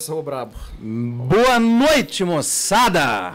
Nossa, ô brabo. Boa noite, moçada!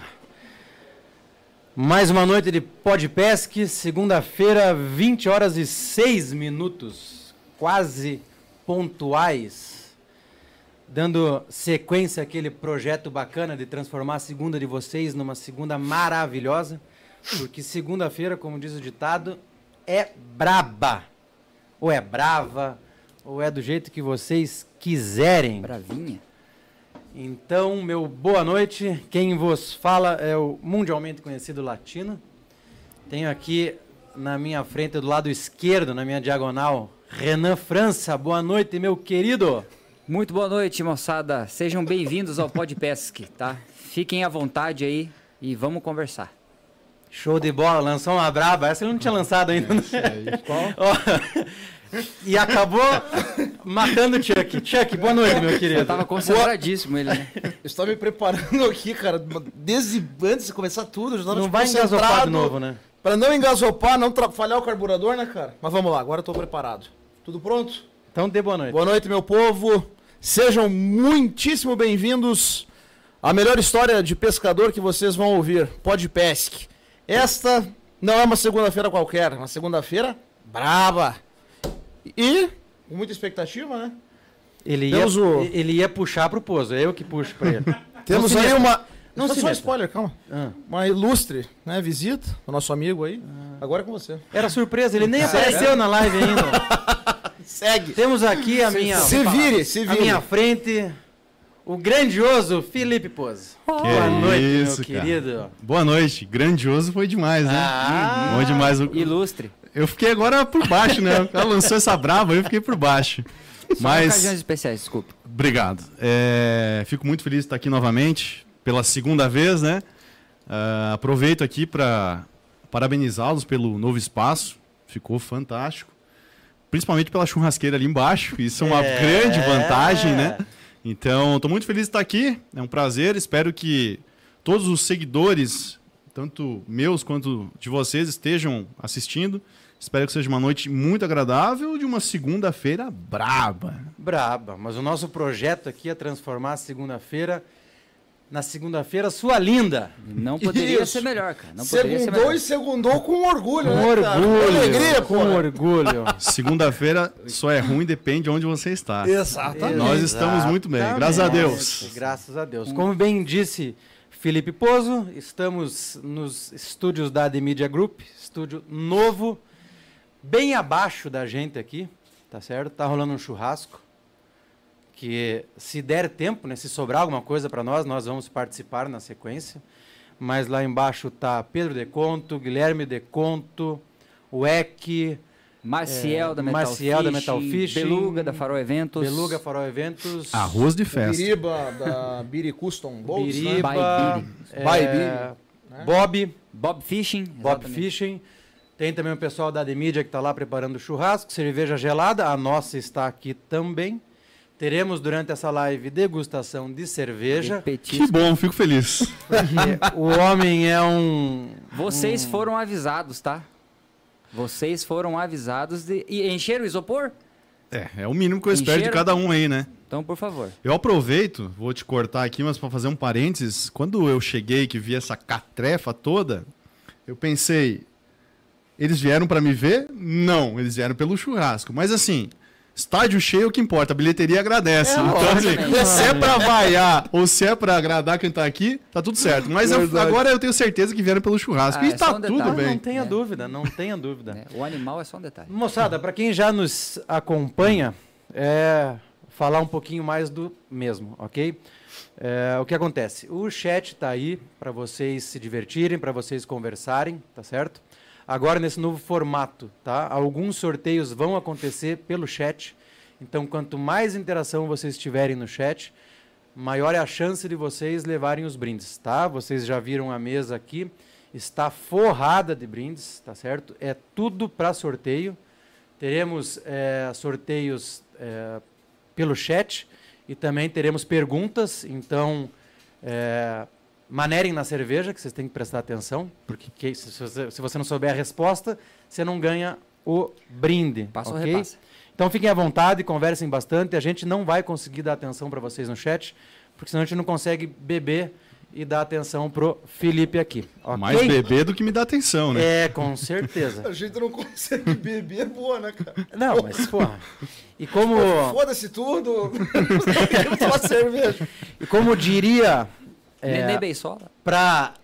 Mais uma noite de Podpesc, segunda-feira, 20 horas e 6 minutos, quase pontuais, dando sequência àquele projeto bacana de transformar a segunda de vocês numa segunda maravilhosa, porque segunda-feira, como diz o ditado, é braba, ou é brava, ou é do jeito que vocês quiserem. Bravinha. Então, meu boa noite. Quem vos fala é o mundialmente conhecido Latino. Tenho aqui na minha frente, do lado esquerdo, na minha diagonal, Renan França. Boa noite, meu querido. Muito boa noite, moçada. Sejam bem-vindos ao Podpesc, tá? Fiquem à vontade aí e vamos conversar. Show de bola, lançou uma braba. Essa ele não tinha lançado ainda. Qual? E acabou matando o Chuck. Chuck, boa noite, meu querido. Eu tava concentradíssimo ele, né? Eu estava me preparando aqui, cara, desde antes de começar tudo. Eu já tava Não vai engasopar de novo, né? Para não engasopar, não falhar o carburador, né, cara? Mas vamos lá, agora eu tô preparado. Tudo pronto? Então dê boa noite. Boa noite, meu povo. Sejam muitíssimo bem-vindos à melhor história de pescador que vocês vão ouvir, Podpesc. Esta não é uma segunda-feira qualquer, é uma segunda-feira braba. E com muita expectativa, né? Ele ia puxar pro Pozo, é eu que puxo pra ele. Temos aí uma... Não se só meta. spoiler, calma. Ah. Uma ilustre, né, visita, o nosso amigo aí. Agora é com você. Era surpresa, ele nem apareceu na live ainda. Segue. Temos aqui a minha... Se vire. À minha frente, o grandioso Felipe Pozo. Boa noite, isso, meu querido. Boa noite. Grandioso foi demais, né? Ah, Bom demais. Ilustre. Eu fiquei agora por baixo, né? Ela lançou essa brava, eu fiquei por baixo. Ocasiões Mas, especiais, desculpa. obrigado. Fico muito feliz de estar aqui novamente, pela segunda vez, né? Aproveito aqui para parabenizá-los pelo novo espaço. Ficou fantástico. Principalmente pela churrasqueira ali embaixo. Isso é uma grande vantagem, né? Então, estou muito feliz de estar aqui. É um prazer. Espero que todos os seguidores, tanto meus quanto de vocês, estejam assistindo. Espero que seja uma noite muito agradável de uma segunda-feira braba. Braba, mas o nosso projeto aqui é transformar a segunda-feira na segunda-feira sua linda. Não poderia Isso. ser melhor, cara. Não poderia ser Segundou melhor. e segundou com orgulho, Com né, cara? orgulho, Com alegria, com pô. orgulho. Segunda-feira só é ruim, depende de onde você está. Exatamente. Nós estamos muito bem, graças a Deus. Graças a Deus. Como bem disse Felipe Pozo, estamos nos estúdios da AD Media Group, estúdio novo, bem abaixo da gente aqui, tá certo? Tá rolando um churrasco, que se der tempo, né, se sobrar alguma coisa para nós vamos participar na sequência. Mas lá embaixo tá Pedro Deconto, Guilherme Deconto, o Eck, Maciel da Metal Fish, Beluga da Farol Eventos. Beluga Farol Eventos, Arroz de festa. Biriba, da Biri Custom Boats, né? Biriba, By Biri. Bob Fishing. Bob exatamente. Fishing. Tem também o pessoal da AD Media que está lá preparando o churrasco, cerveja gelada, a nossa está aqui também. Teremos durante essa live degustação de cerveja. Que bom, fico feliz. Porque o homem é um... Vocês foram avisados, tá? Vocês foram avisados de... E encheram o isopor? É o mínimo que eu espero de Encheram? cada um aí, né? Então, por favor. Eu aproveito, vou te cortar aqui, mas para fazer um parênteses, quando eu cheguei, que vi essa catrefa toda, eu pensei, eles vieram para me ver? Não, eles vieram pelo churrasco. Mas assim, estádio cheio é o que importa, a bilheteria agradece. Então, assim, se é para vaiar ou se é para agradar quem tá aqui, tá tudo certo. Mas agora eu tenho certeza que vieram pelo churrasco. Ah, E é tá só um tudo detalhe. bem. Não tenha dúvida, não tenha dúvida. Né? O animal é só um detalhe. Moçada, para quem já nos acompanha, falar um pouquinho mais do mesmo, ok? O que acontece? O chat está aí para vocês se divertirem, para vocês conversarem, tá certo? Agora, nesse novo formato, tá? Alguns sorteios vão acontecer pelo chat. Então, quanto mais interação vocês tiverem no chat, maior é a chance de vocês levarem os brindes, tá? Vocês já viram a mesa aqui, está forrada de brindes, tá certo? É tudo para sorteio. Teremos sorteios pelo chat e também teremos perguntas, então manerem na cerveja, que vocês têm que prestar atenção, porque se você não souber a resposta, você não ganha o brinde. Passa ou ok? repassa. Então fiquem à vontade, conversem bastante. A gente não vai conseguir dar atenção para vocês no chat, porque senão a gente não consegue beber e dar atenção pro Felipe aqui. Okay? Mais beber do que me dá atenção, né? É, com certeza. A gente não consegue beber, é boa, né, cara? Não, mas, porra. E como... Foda-se tudo. Vamos tomar cerveja. E como diria... Nenê Beisola. Para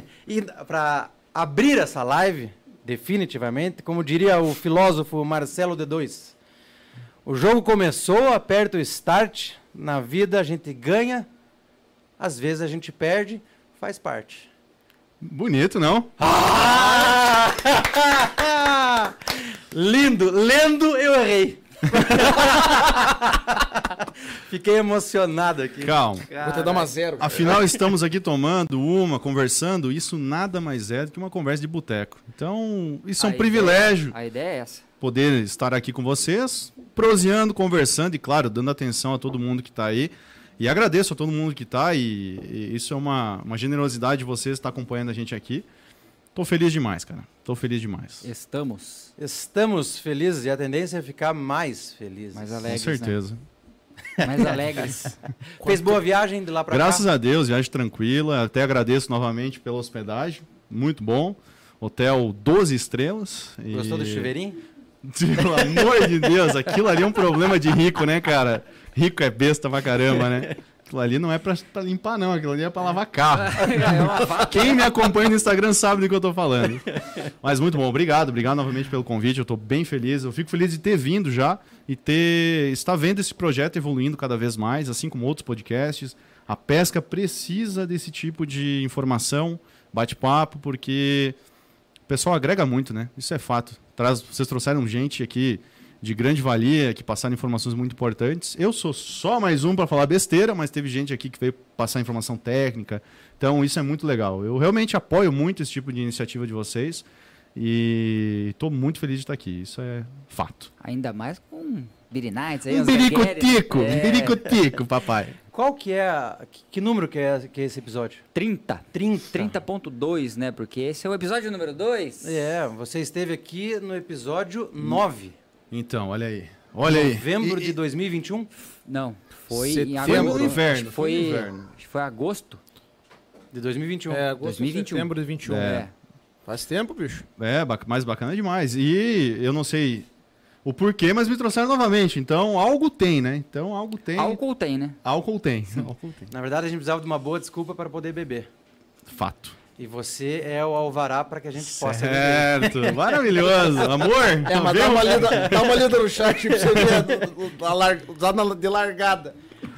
abrir essa live, definitivamente, como diria o filósofo Marcelo D2, o jogo começou, aperta o start, na vida a gente ganha, às vezes a gente perde, faz parte. Bonito, não? Lindo, lendo eu errei. Fiquei emocionado aqui. Calma. Vou te dar uma 0. Cara. Afinal, estamos aqui tomando conversando. Isso nada mais é do que uma conversa de boteco. Então, isso é um privilégio. A ideia é essa. Poder estar aqui com vocês, proseando, conversando e, claro, dando atenção a todo mundo que está aí. E agradeço a todo mundo que está e isso é uma generosidade de vocês estar acompanhando a gente aqui. Tô feliz demais, cara. Tô feliz demais. Estamos felizes e a tendência é ficar mais felizes. Mais alegres, com certeza. Né? Mais alegres. Fez boa viagem de lá para cá? Graças a Deus, viagem tranquila. Até agradeço novamente pela hospedagem. Muito bom. Hotel 12 estrelas. Gostou do chuveirinho? Pelo amor de Deus, aquilo ali é um problema de rico, né, cara? Rico é besta pra caramba, né? Aquilo ali não é pra limpar, não. Aquilo ali é pra lavar carro. Quem me acompanha no Instagram sabe do que eu tô falando. Mas muito bom, obrigado novamente pelo convite. Eu tô bem feliz. Eu fico feliz de ter vindo já e estar vendo esse projeto evoluindo cada vez mais, assim como outros podcasts. A pesca precisa desse tipo de informação, bate-papo, porque o pessoal agrega muito, né? Isso é fato. Vocês trouxeram gente aqui de grande valia, que passaram informações muito importantes. Eu sou só mais um para falar besteira, mas teve gente aqui que veio passar informação técnica. Então, isso é muito legal. Eu realmente apoio muito esse tipo de iniciativa de vocês e estou muito feliz de estar aqui. Isso é fato. Ainda mais com Beer Nights aí. Um birico-tico, papai. Qual que é... Que número que é esse episódio? 30. 30.2, né? Porque esse é o episódio número 2. É, você esteve aqui no episódio 9. Então, olha aí. Olha aí. Novembro de 2021? Não, foi Setembro em agosto. do inverno. Acho que foi agosto. De 2021. É, agosto, 2021. setembro de 21. É. Faz tempo, bicho. É, mais bacana demais. E eu não sei o porquê, mas me trouxeram novamente. Então, algo tem, né? Então, algo tem. Álcool tem, né? Álcool tem. Álcool tem. Na verdade, a gente precisava de uma boa desculpa para poder beber. Fato. E você é o alvará para que a gente possa beber. Certo. Maravilhoso. Amor? É, mas dá uma lida no chat pra você ver de largada.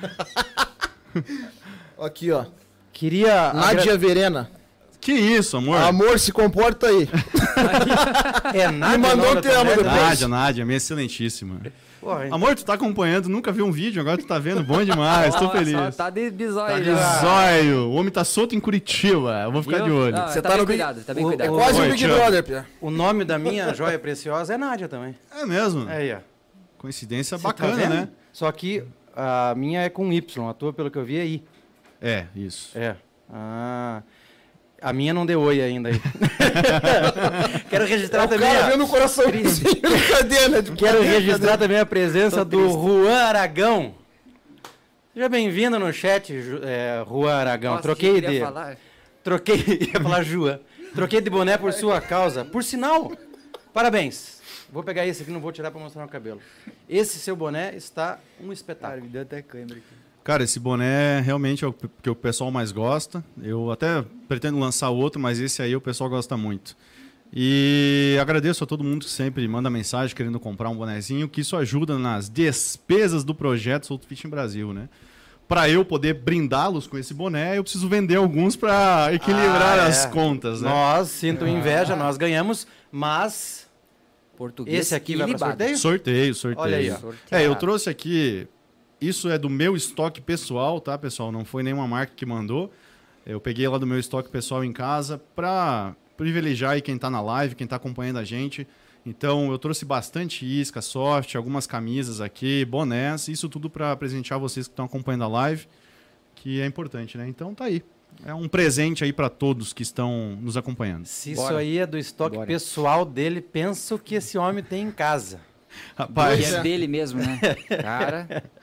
Aqui, ó. Queria... Nádia Verena. Que isso, amor? Amor, se comporta aí. É Nádia. Me mandou um te amo depois. Nádia, minha excelentíssima. Porra, Amor, tu tá acompanhando, nunca viu um vídeo, agora tu tá vendo, bom demais, tô feliz. Só tá de bisóio. Tá de já. zóio. O homem tá solto em Curitiba, eu vou ficar Viu? de olho. Não, Você tá tá bem no cuidado, tá bem o- cuidado. É quase Oi, um Big tchau. Brother, Pia. o nome da minha joia preciosa é Nádia também. É mesmo? Aí, ó. Coincidência Você tá bacana, vendo? né? Só que a minha é com Y, a tua, pelo que eu vi, é I. É, isso. É. Ah, a minha não deu oi ainda aí. Quero registrar O também. cara vendo o coraçãozinho. Cadê, né? Quero registrar também a presença do Juan Aragão. Seja bem-vindo no chat, Juan Aragão. Nossa, Troquei queria de. falar. Troquei. Ia falar Juan. Troquei de boné por sua causa. Por sinal, parabéns. Vou pegar esse aqui, não vou tirar para mostrar no cabelo. Esse seu boné está um espetáculo. Me deu até câimbra aqui. Cara, esse boné realmente é o que o pessoal mais gosta. Eu até pretendo lançar outro, mas esse aí o pessoal gosta muito. E agradeço a todo mundo que sempre manda mensagem querendo comprar um bonezinho, que isso ajuda nas despesas do projeto Solto Fishing Brasil, né? Para eu poder brindá-los com esse boné, eu preciso vender alguns para equilibrar as contas, né? Nós, sinto inveja, nós ganhamos, mas Português esse aqui vai para ilibado. sorteio? Sorteio. Olha aí, ó. Eu trouxe aqui, isso é do meu estoque pessoal, tá, pessoal? Não foi nenhuma marca que mandou. Eu peguei lá do meu estoque pessoal em casa para privilegiar aí quem tá na live, quem tá acompanhando a gente. Então, eu trouxe bastante isca, soft, algumas camisas aqui, bonés, isso tudo para presentear vocês que estão acompanhando a live, que é importante, né? Então, tá aí. É um presente aí para todos que estão nos acompanhando. Se Bora. isso aí é do estoque Bora. pessoal dele, penso que esse homem tem em casa. Rapaz, Que é dele mesmo, né? Cara,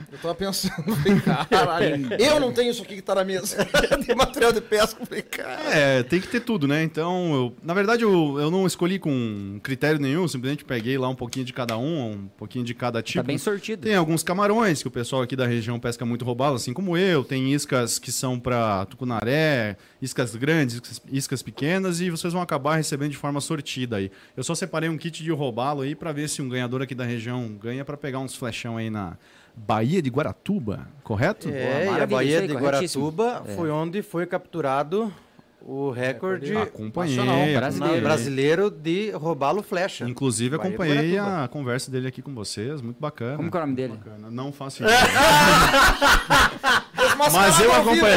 Eu tava pensando, falei, caralho, eu não tenho isso aqui que tá na mesa. Tem material de pesca, falei, cara. Tem que ter tudo, né? Então, na verdade, eu não escolhi com critério nenhum, simplesmente peguei lá um pouquinho de cada um pouquinho de cada tipo. Tá bem sortido. Tem alguns camarões que o pessoal aqui da região pesca muito robalo, assim como eu. Tem iscas que são para tucunaré, iscas grandes, iscas pequenas, e vocês vão acabar recebendo de forma sortida aí. Eu só separei um kit de robalo aí para ver se um ganhador aqui da região ganha para pegar uns flechão aí na Baía de Guaratuba, correto? E a maravilha, Baía isso aí, de corretíssimo. Guaratuba foi onde foi capturado o recorde Acompanhei. brasileiro de robalo flecha. Inclusive, Baía de acompanhei Guaratuba. a conversa dele aqui com vocês, muito bacana. Como que é o nome dele? Bacana. Não faço ideia. Mas eu na acompanhei.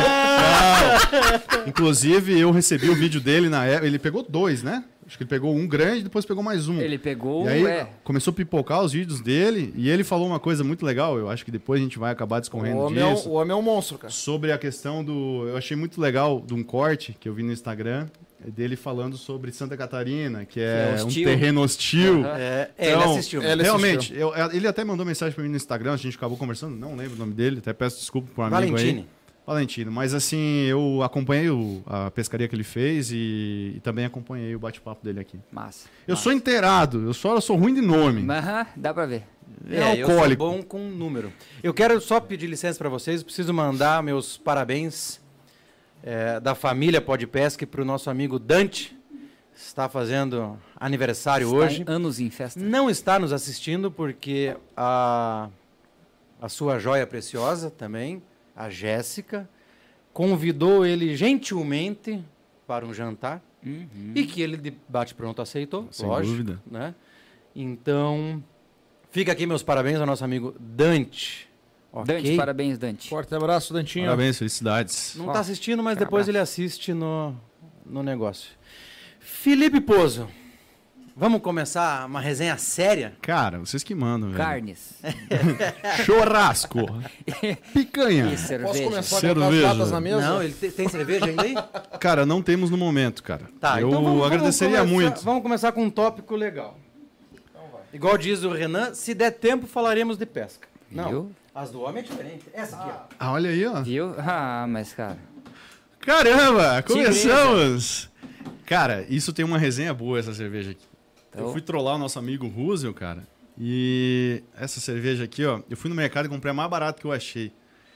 Não. Inclusive, eu recebi o vídeo dele na época. Ele pegou 2, né? Acho que ele pegou um grande, depois pegou mais um. Ele pegou, E aí começou a pipocar os vídeos dele e ele falou uma coisa muito legal, eu acho que depois a gente vai acabar discorrendo disso. O homem é um monstro, cara. Sobre a questão do... Eu achei muito legal de um corte que eu vi no Instagram, dele falando sobre Santa Catarina, que é um hostil. terreno hostil. Ele Então, assistiu. Realmente, ele até mandou mensagem para mim no Instagram, a gente acabou conversando, não lembro o nome dele, até peço desculpa pro amigo aí. Valentino, mas assim, eu acompanhei a pescaria que ele fez e também acompanhei o bate-papo dele aqui. Massa. Eu sou inteirado, eu sou ruim de nome. Aham, dá pra ver. Eu sou bom com número. Eu quero só pedir licença para vocês, preciso mandar meus parabéns da família Podpesc para o nosso amigo Dante, está fazendo aniversário hoje. Anos em festa. Não está nos assistindo porque a sua joia preciosa também, a Jéssica, convidou ele gentilmente para um jantar e que ele de bate-pronto aceitou, Sem lógico. dúvida. Né? Então, fica aqui meus parabéns ao nosso amigo Dante. Dante, Ok? parabéns, Dante. Forte abraço, Dantinho. Parabéns, felicidades. Não está assistindo, mas Cara, depois ele assiste no negócio. Felipe Pozo, vamos começar uma resenha séria? Cara, vocês que mandam, velho. Carnes. Churrasco. Picanha. E cerveja. Posso começar com Cerveja. as datas na mesa? Não, ele tem cerveja ainda aí? Cara, não temos no momento, cara. Tá, eu então vamos agradeceria começar, muito. Vamos começar com um tópico legal. Igual diz o Renan, se der tempo falaremos de pesca. Não, Viu? as do homem é diferente. Essa aqui, ó. Ah, olha aí, ó. Viu? Ah, mas cara. Caramba, começamos! Cara, isso tem uma resenha boa, essa cerveja aqui. Então, Eu fui trollar o nosso amigo Russell, cara. E essa cerveja aqui, ó, eu fui no mercado e comprei a mais barata que eu achei.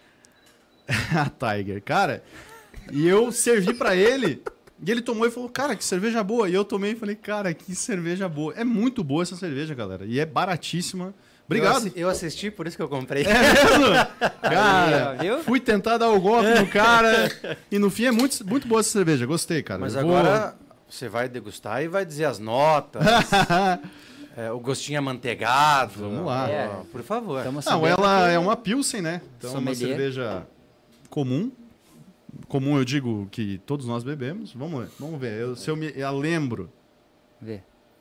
A Tiger. Cara, e eu servi pra ele, e ele tomou e falou, cara, que cerveja boa. E eu tomei e falei, cara, que cerveja boa. É muito boa essa cerveja, galera. E é baratíssima. Obrigado. Eu assisti, por isso que eu comprei. É mesmo? Cara, Aí, ó, viu? fui tentar dar o golpe no cara. E no fim é muito, muito boa essa cerveja. Gostei, cara. Mas Eu vou- agora você vai degustar e vai dizer as notas, o gostinho amanteigado. Vamos lá. Ó, por favor. Estamos Não, sabendo ela que- é uma Pilsen, né? Então é uma Sommelier. cerveja comum. Comum, eu digo que todos nós bebemos. Vamos ver. Se eu lembro. Vê.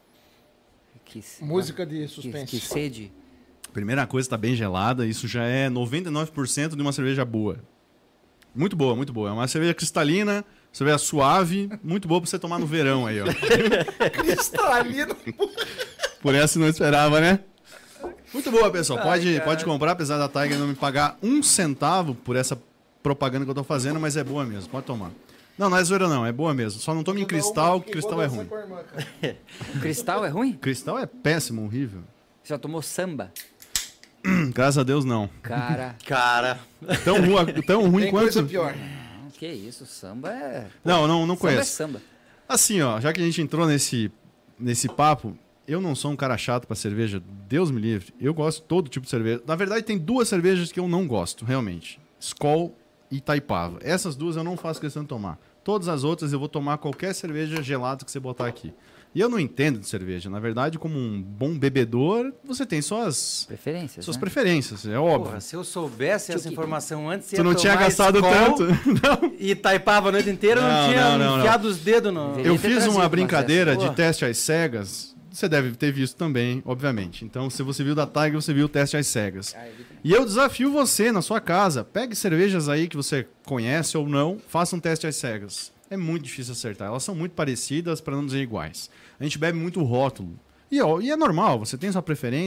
Música de Que suspense. sede. Primeira coisa, tá bem gelada. Isso já é 99% de uma cerveja boa. Muito boa, muito boa. É uma cerveja cristalina, cerveja suave, muito boa pra você tomar no verão aí, ó. Cristalino. Por essa não esperava, né? Muito boa, pessoal. Pode comprar, apesar da Tiger não me pagar 1 centavo por essa propaganda que eu tô fazendo, mas é boa mesmo. Pode tomar. Não é zoeira não, é boa mesmo. Só não tome em cristal, que cristal é ruim. Cristal é ruim? Cristal é péssimo, horrível. Você já tomou samba? Graças a Deus, não. Cara, Cara, Tão ruim Tem quanto... coisa pior. que isso, samba é... Não Samba é conheço. samba. Assim, ó, já que a gente entrou nesse papo, eu não sou um cara chato pra cerveja, Deus me livre. Eu gosto de todo tipo de cerveja. Na verdade, tem 2 cervejas que eu não gosto, realmente. Skol e Itaipava. Essas 2 eu não faço questão de tomar. Todas as outras eu vou tomar qualquer cerveja gelada que você botar aqui. E eu não entendo de cerveja. Na verdade, como um bom bebedor, você tem suas Preferências, suas né? preferências, é óbvio. porra, se eu soubesse essa informação antes, Você não tinha tomar gastado Skol tanto. E taipava a noite inteira, eu não Não, tinha não. enfiado os dedos no... Deveria Eu ter fiz trazido uma uma brincadeira dessas. de Pô. teste às cegas. Você deve ter visto também, obviamente. Então, se você viu da Tiger, você viu o teste às cegas. E eu desafio você, na sua casa, pegue cervejas aí que você conhece ou não, faça um teste às cegas. É muito difícil acertar. Elas são muito parecidas, para não dizer iguais. A gente bebe muito rótulo. E é normal, você tem sua preferência,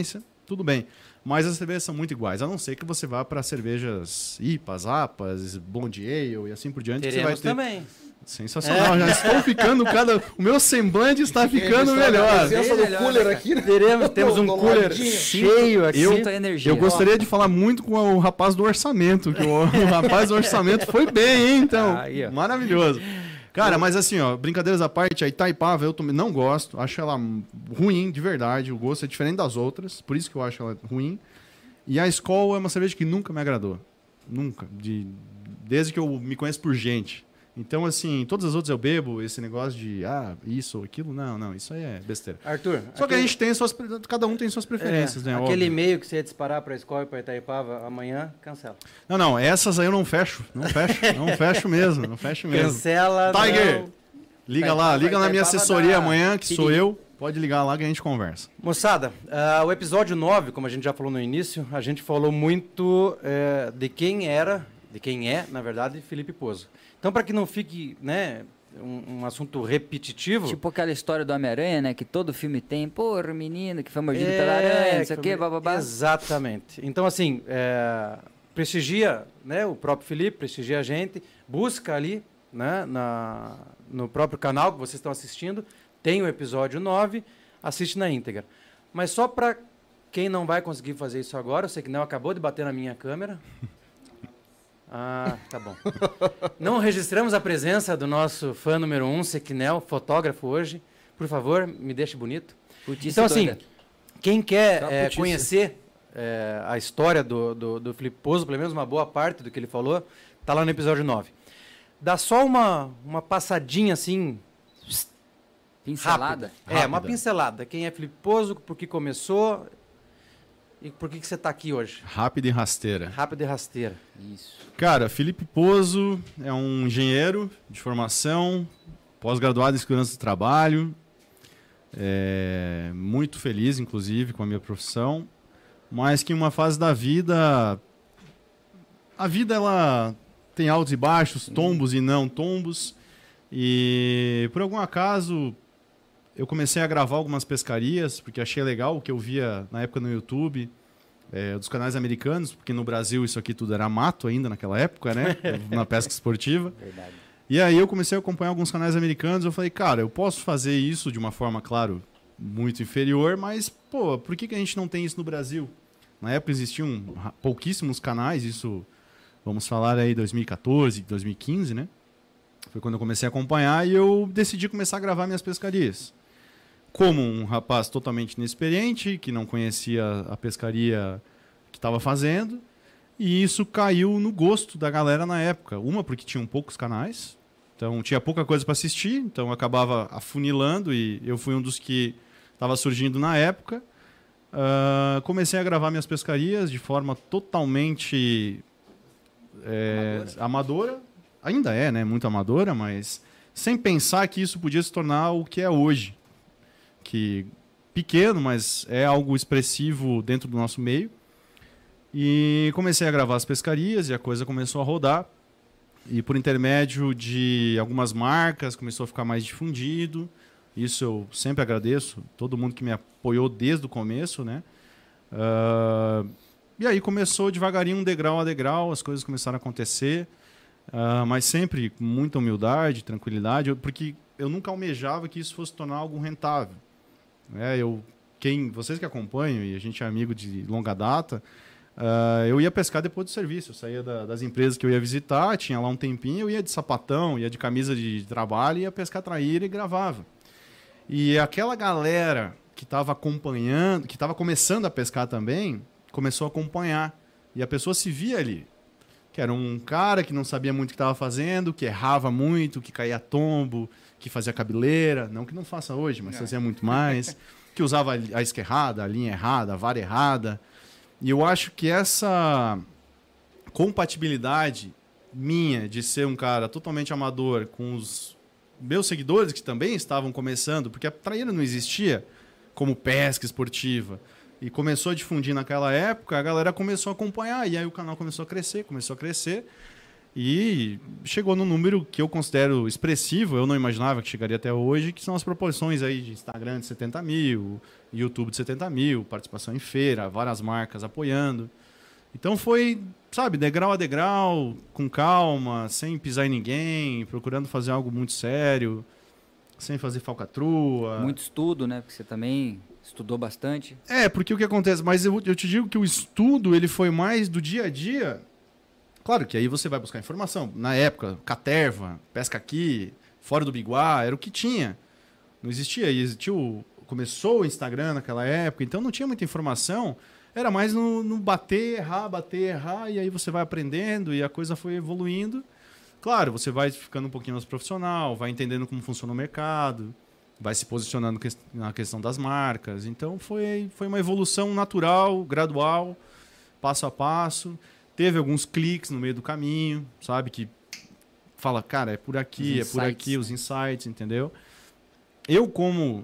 tudo bem. Mas as cervejas são muito iguais, a não ser que você vá para cervejas IPAs, APAs, Blonde Ale e assim por diante. Teremos que você vai ter... também. Sensacional, já estou ficando o meu semblante está ficando melhor. A presença do Melhor, cooler né, aqui, né? Temos um Do cooler ladinho. cheio aqui. Sinta a energia. Eu gostaria de falar muito com o rapaz do orçamento, que o rapaz do orçamento foi bem, hein, então. Aí, ó. Maravilhoso. Cara, mas assim, ó, brincadeiras à parte, a Itaipava eu também não gosto, acho ela ruim, de verdade, o gosto é diferente das outras, por isso que eu acho ela ruim. E a Skol é uma cerveja que nunca me agradou, nunca, desde que eu me conheço por gente. Então, assim, todas as outras eu bebo, esse negócio de, isso ou aquilo, não, isso aí é besteira. Arthur, Só que a gente tem cada um tem suas preferências, né? aquele óbvio. e-mail que você ia disparar para a escola e para Itaipava amanhã, cancela. Não, essas aí eu não fecho mesmo. Cancela. Tiger, não. liga lá, liga na minha Itaipava assessoria dá amanhã, que sou perigo. eu, pode ligar lá que a gente conversa. Moçada, o episódio 9, como a gente já falou no início, a gente falou muito de quem é, na verdade, Felipe Pozzo. Então, para que não fique, né, um assunto repetitivo... Tipo aquela história do Homem-Aranha, né? Que todo filme tem. Porra, o menino que foi mordido pela aranha, não sei o quê, bababá. Exatamente. Então, assim, prestigia, né, o próprio Felipe, prestigia a gente, busca ali, né, no próprio canal que vocês estão assistindo, tem o episódio 9, assiste na íntegra. Mas só para quem não vai conseguir fazer isso agora, eu sei que não acabou de bater na minha câmera... Ah, tá bom. Não registramos a presença do nosso fã número 1, Sequinel, fotógrafo hoje. Por favor, me deixe bonito. Putice Então, assim, doida. quem Tá quer putice. conhecer a história do Felipe Pozzo, pelo menos uma boa parte do que ele falou, tá lá no episódio 9. Dá só uma passadinha, assim, Pincelada. rápida. Uma Rápida. pincelada. Quem é Felipe Pozzo, por que começou e por que você está aqui hoje. Rápida e rasteira. Rápida e rasteira. Isso. Cara, Felipe Pozzo é um engenheiro de formação, pós-graduado em segurança do trabalho, muito feliz, inclusive, com a minha profissão, mas que em uma fase da vida, a vida ela tem altos e baixos, tombos e não tombos, e por algum acaso eu comecei a gravar algumas pescarias, porque achei legal o que eu via na época no YouTube, dos canais americanos, porque no Brasil isso aqui tudo era mato ainda naquela época, né? Na pesca esportiva. Verdade. E aí eu comecei a acompanhar alguns canais americanos, eu falei, cara, eu posso fazer isso de uma forma, claro, muito inferior, mas, pô, por que a gente não tem isso no Brasil? Na época existiam pouquíssimos canais, isso, vamos falar aí 2014, 2015, né? Foi quando eu comecei a acompanhar e eu decidi começar a gravar minhas pescarias. Como um rapaz totalmente inexperiente, que não conhecia a pescaria que estava fazendo, e isso caiu no gosto da galera na época. Uma, porque tinham poucos canais, então tinha pouca coisa para assistir, então acabava afunilando, e eu fui um dos que estava surgindo na época. Comecei a gravar minhas pescarias de forma totalmente amadora. Ainda é, né? Muito amadora, mas sem pensar que isso podia se tornar o que é hoje. Que pequeno, mas é algo expressivo dentro do nosso meio. E comecei a gravar as pescarias e a coisa começou a rodar. E por intermédio de algumas marcas começou a ficar mais difundido. Isso eu sempre agradeço, todo mundo que me apoiou desde o começo, né? E aí começou devagarinho, um degrau a degrau, as coisas começaram a acontecer. Mas sempre com muita humildade, tranquilidade, porque eu nunca almejava que isso fosse tornar algo rentável. Vocês que acompanham, e a gente é amigo de longa data, eu ia pescar depois do serviço. Eu saía das empresas que eu ia visitar, tinha lá um tempinho, eu ia de sapatão, ia de camisa de trabalho, ia pescar traíra e gravava. E aquela galera que estava acompanhando, que estava começando a pescar também, começou a acompanhar. E a pessoa se via ali. Que era um cara que não sabia muito o que estava fazendo, que errava muito, que caía tombo, que fazia cabeleira, não que não faça hoje, mas fazia muito mais, que usava a isca errada, a linha errada, a vara errada. E eu acho que essa compatibilidade minha de ser um cara totalmente amador com os meus seguidores que também estavam começando, porque a traíra não existia como pesca esportiva, e começou a difundir naquela época, a galera começou a acompanhar, e aí o canal começou a crescer, E chegou num número que eu considero expressivo, eu não imaginava que chegaria até hoje, que são as proporções aí de Instagram de 70 mil, YouTube de 70 mil, participação em feira, várias marcas apoiando. Então foi, sabe, degrau a degrau, com calma, sem pisar em ninguém, procurando fazer algo muito sério, sem fazer falcatrua. Muito estudo, né? Porque você também estudou bastante. Porque o que acontece? Mas eu te digo que o estudo ele foi mais do dia a dia. Claro que aí você vai buscar informação. Na época, Caterva, Pesca Aqui, Fora do Biguá, era o que tinha. Não existia. Começou o Instagram naquela época, então não tinha muita informação. Era mais no bater, errar, e aí você vai aprendendo e a coisa foi evoluindo. Claro, você vai ficando um pouquinho mais profissional, vai entendendo como funciona o mercado, vai se posicionando na questão das marcas. Então foi uma evolução natural, gradual, passo a passo. Teve alguns cliques no meio do caminho, sabe? Que fala, cara, é por aqui, os insights, entendeu? Eu, como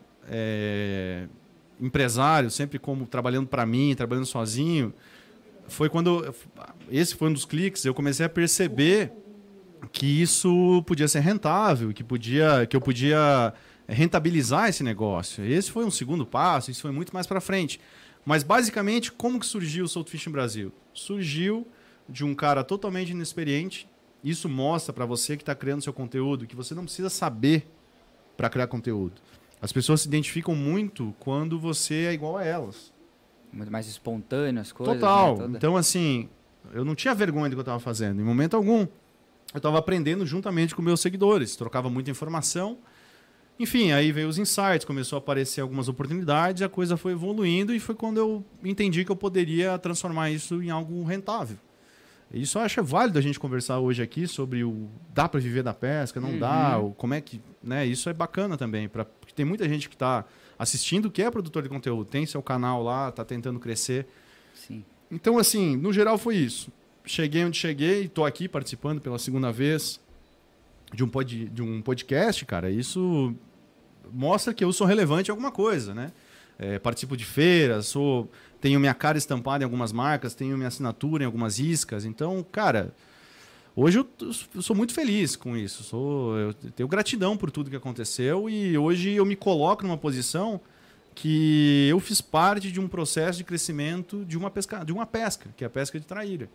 empresário, sempre como trabalhando para mim, trabalhando sozinho, foi quando... Esse foi um dos cliques, eu comecei a perceber que isso podia ser rentável, que eu podia rentabilizar esse negócio. Esse foi um segundo passo, isso foi muito mais para frente. Mas, basicamente, como que surgiu o Solto Fishing Brasil? Surgiu de um cara totalmente inexperiente. Isso mostra para você que está criando seu conteúdo que você não precisa saber para criar conteúdo. As pessoas se identificam muito quando você é igual a elas. Muito mais espontâneo as coisas. Total. Né? Então, assim, eu não tinha vergonha do que eu estava fazendo, em momento algum. Eu estava aprendendo juntamente com meus seguidores, trocava muita informação. Enfim, aí veio os insights, começou a aparecer algumas oportunidades, a coisa foi evoluindo e foi quando eu entendi que eu poderia transformar isso em algo rentável. Isso eu acho válido a gente conversar hoje aqui sobre dá para viver da pesca, não dá, como é que... Né, isso é bacana também, porque tem muita gente que está assistindo que é produtor de conteúdo, tem seu canal lá, está tentando crescer. Sim. Então, assim, no geral foi isso. Cheguei onde cheguei, estou aqui participando pela segunda vez de um podcast, cara. Isso mostra que eu sou relevante em alguma coisa, né? Participo de feiras, tenho minha cara estampada em algumas marcas, tenho minha assinatura em algumas iscas. Então, cara, hoje eu sou muito feliz com isso. Eu tenho gratidão por tudo que aconteceu e hoje eu me coloco numa posição que eu fiz parte de um processo de crescimento de uma pesca, que é a pesca de traíra.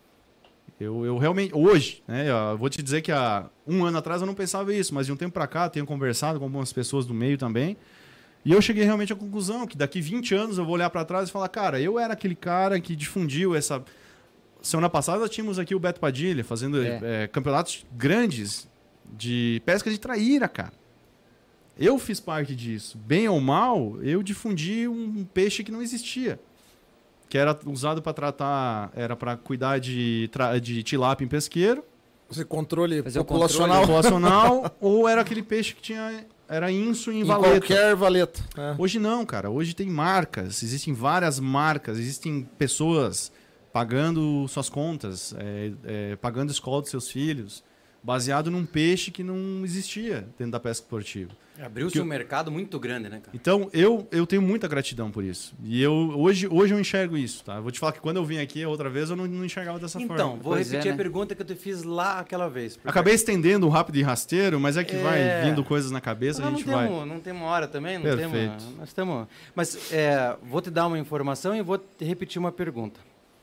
Eu realmente, hoje, né, eu vou te dizer que há um ano atrás eu não pensava isso, mas de um tempo para cá tenho conversado com algumas pessoas do meio também, e eu cheguei realmente à conclusão que daqui 20 anos eu vou olhar para trás e falar, cara, eu era aquele cara que difundiu essa... Semana passada nós tínhamos aqui o Beto Padilha fazendo campeonatos grandes de pesca de traíra, cara. Eu fiz parte disso. Bem ou mal, eu difundi um peixe que não existia. Que era usado para tratar, era para cuidar de tilápia em pesqueiro. Você controle populacional ou era aquele peixe que era inso em valeta. Qualquer valeta. Hoje não, cara. Hoje tem marcas, existem várias marcas, existem pessoas pagando suas contas, pagando a escola dos seus filhos, baseado num peixe que não existia dentro da pesca esportiva. Abriu-se um mercado muito grande, né, cara? Então, eu tenho muita gratidão por isso. E hoje eu enxergo isso, tá? Eu vou te falar que quando eu vim aqui a outra vez, eu não enxergava dessa forma. Então, vou repetir a pergunta que eu te fiz lá aquela vez. Acabei estendendo rápido e rasteiro, mas é que vai vindo coisas na cabeça, a gente vai... Não tem uma hora também? Não Perfeito. Nós estamos... Mas vou te dar uma informação e vou te repetir uma pergunta.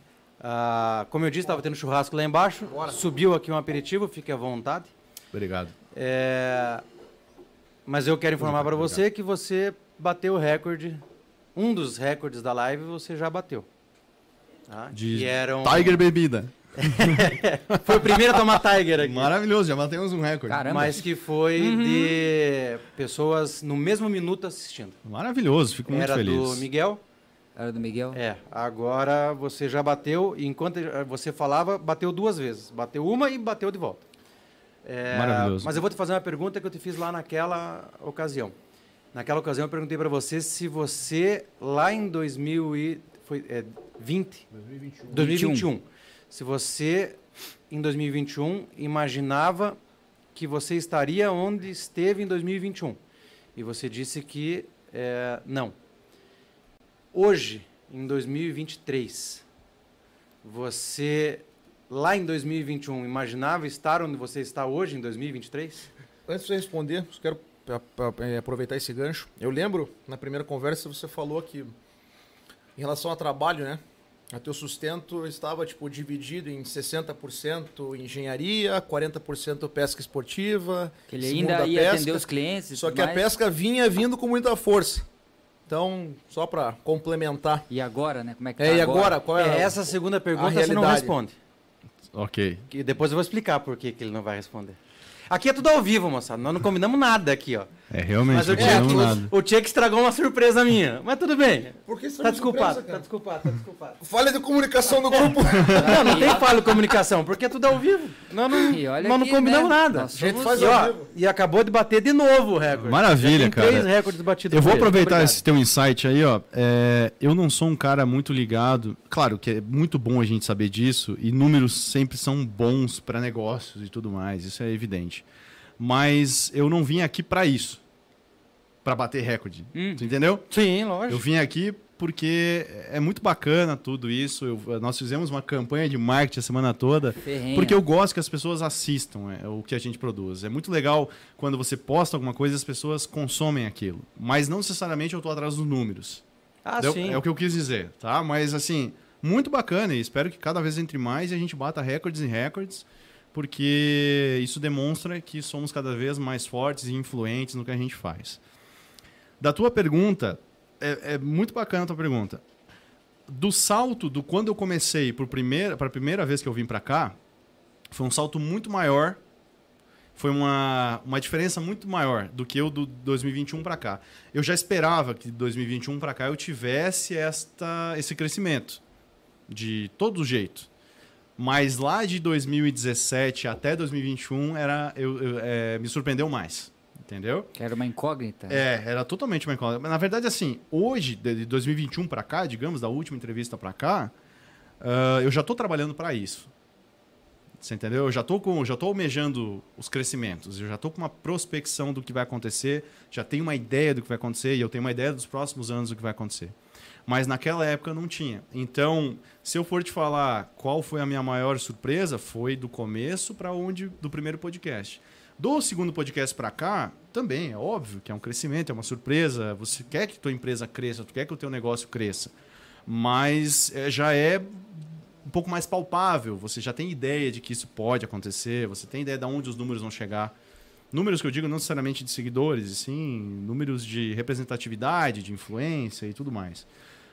Como eu disse, estava tendo churrasco lá embaixo. Subiu aqui um aperitivo, fique à vontade. Obrigado. Mas eu quero informar para você que você bateu o recorde, um dos recordes da live você já bateu. Tá? De Tiger Bebida. Foi o primeiro a tomar Tiger aqui. Maravilhoso, já batemos um recorde. Caramba. Mas que foi de pessoas no mesmo minuto assistindo. Maravilhoso, fico muito feliz. Era do Miguel. Era do Miguel? Agora você já bateu, enquanto você falava, bateu duas vezes. Bateu uma e bateu de volta. Maravilhoso. Mas eu vou te fazer uma pergunta que eu te fiz lá naquela ocasião. Naquela ocasião eu perguntei para você se você, lá em 2021, se você, em 2021, imaginava que você estaria onde esteve em 2021. E você disse que não. Hoje, em 2023, você lá em 2021, imaginava estar onde você está hoje, em 2023? Antes de você responder, eu quero aproveitar esse gancho. Eu lembro, na primeira conversa, você falou que, em relação ao trabalho, né? O teu sustento estava dividido em 60% engenharia, 40% pesca esportiva. Que ele ainda ia atender os clientes. Só que a pesca vinha vindo com muita força. Então, só para complementar. E agora, né? Como é que tá e agora? Qual é essa segunda pergunta você não realidade? responde. Ok. Que depois eu vou explicar por que ele não vai responder. Aqui é tudo ao vivo, moçada. Nós não combinamos nada aqui, ó. Realmente, Mas não combinamos nada. o Tchê que estragou uma surpresa minha. Mas tudo bem. Por que você Tá desculpado, tá desculpado. Falha de comunicação do grupo. Não tem falha de comunicação, porque é tudo ao vivo. Nós não aqui, combinamos né? nada. Nós gente somos- faz E, ao ó, vivo. e acabou de bater de novo o recorde. Maravilha, Já tem cara. 3 recordes batidos. Eu vou por ele. aproveitar Obrigado. esse teu insight aí, ó. Eu não sou um cara muito ligado. Claro que é muito bom a gente saber disso, e números sempre são bons para negócios e tudo mais, isso é evidente. Mas eu não vim aqui para isso, para bater recorde. Tu entendeu? Sim, lógico. Eu vim aqui porque é muito bacana tudo isso. Nós fizemos uma campanha de marketing a semana toda. Ferrenha. Porque eu gosto que as pessoas assistam o que a gente produz. É muito legal quando você posta alguma coisa e as pessoas consomem aquilo. Mas não necessariamente eu estou atrás dos números. Entendeu? Sim. É o que eu quis dizer, tá? Mas assim, muito bacana e espero que cada vez entre mais e a gente bata recordes e recordes, porque isso demonstra que somos cada vez mais fortes e influentes no que a gente faz. Da tua pergunta, é muito bacana a tua pergunta. Do salto do quando eu comecei para a primeira vez que eu vim para cá, foi um salto muito maior, foi uma diferença muito maior do que eu do 2021 para cá. Eu já esperava que de 2021 para cá eu tivesse esse crescimento, de todo jeito. Mas lá de 2017 até 2021 me surpreendeu mais, entendeu? Que era uma incógnita. Era totalmente uma incógnita. Na verdade, assim, hoje, de 2021 para cá, digamos, da última entrevista para cá, eu já estou trabalhando para isso. Você entendeu? Eu já estou almejando os crescimentos, eu já estou com uma prospecção do que vai acontecer, já tenho uma ideia do que vai acontecer e eu tenho uma ideia dos próximos anos do que vai acontecer. Mas naquela época não tinha. Então, se eu for te falar qual foi a minha maior surpresa, foi do começo para do primeiro podcast. Do segundo podcast para cá, também é óbvio que é um crescimento, é uma surpresa. Você quer que tua empresa cresça, tu quer que o teu negócio cresça. Mas já é um pouco mais palpável. Você já tem ideia de que isso pode acontecer, você tem ideia de onde os números vão chegar. Números que eu digo não necessariamente de seguidores, e sim números de representatividade, de influência e tudo mais.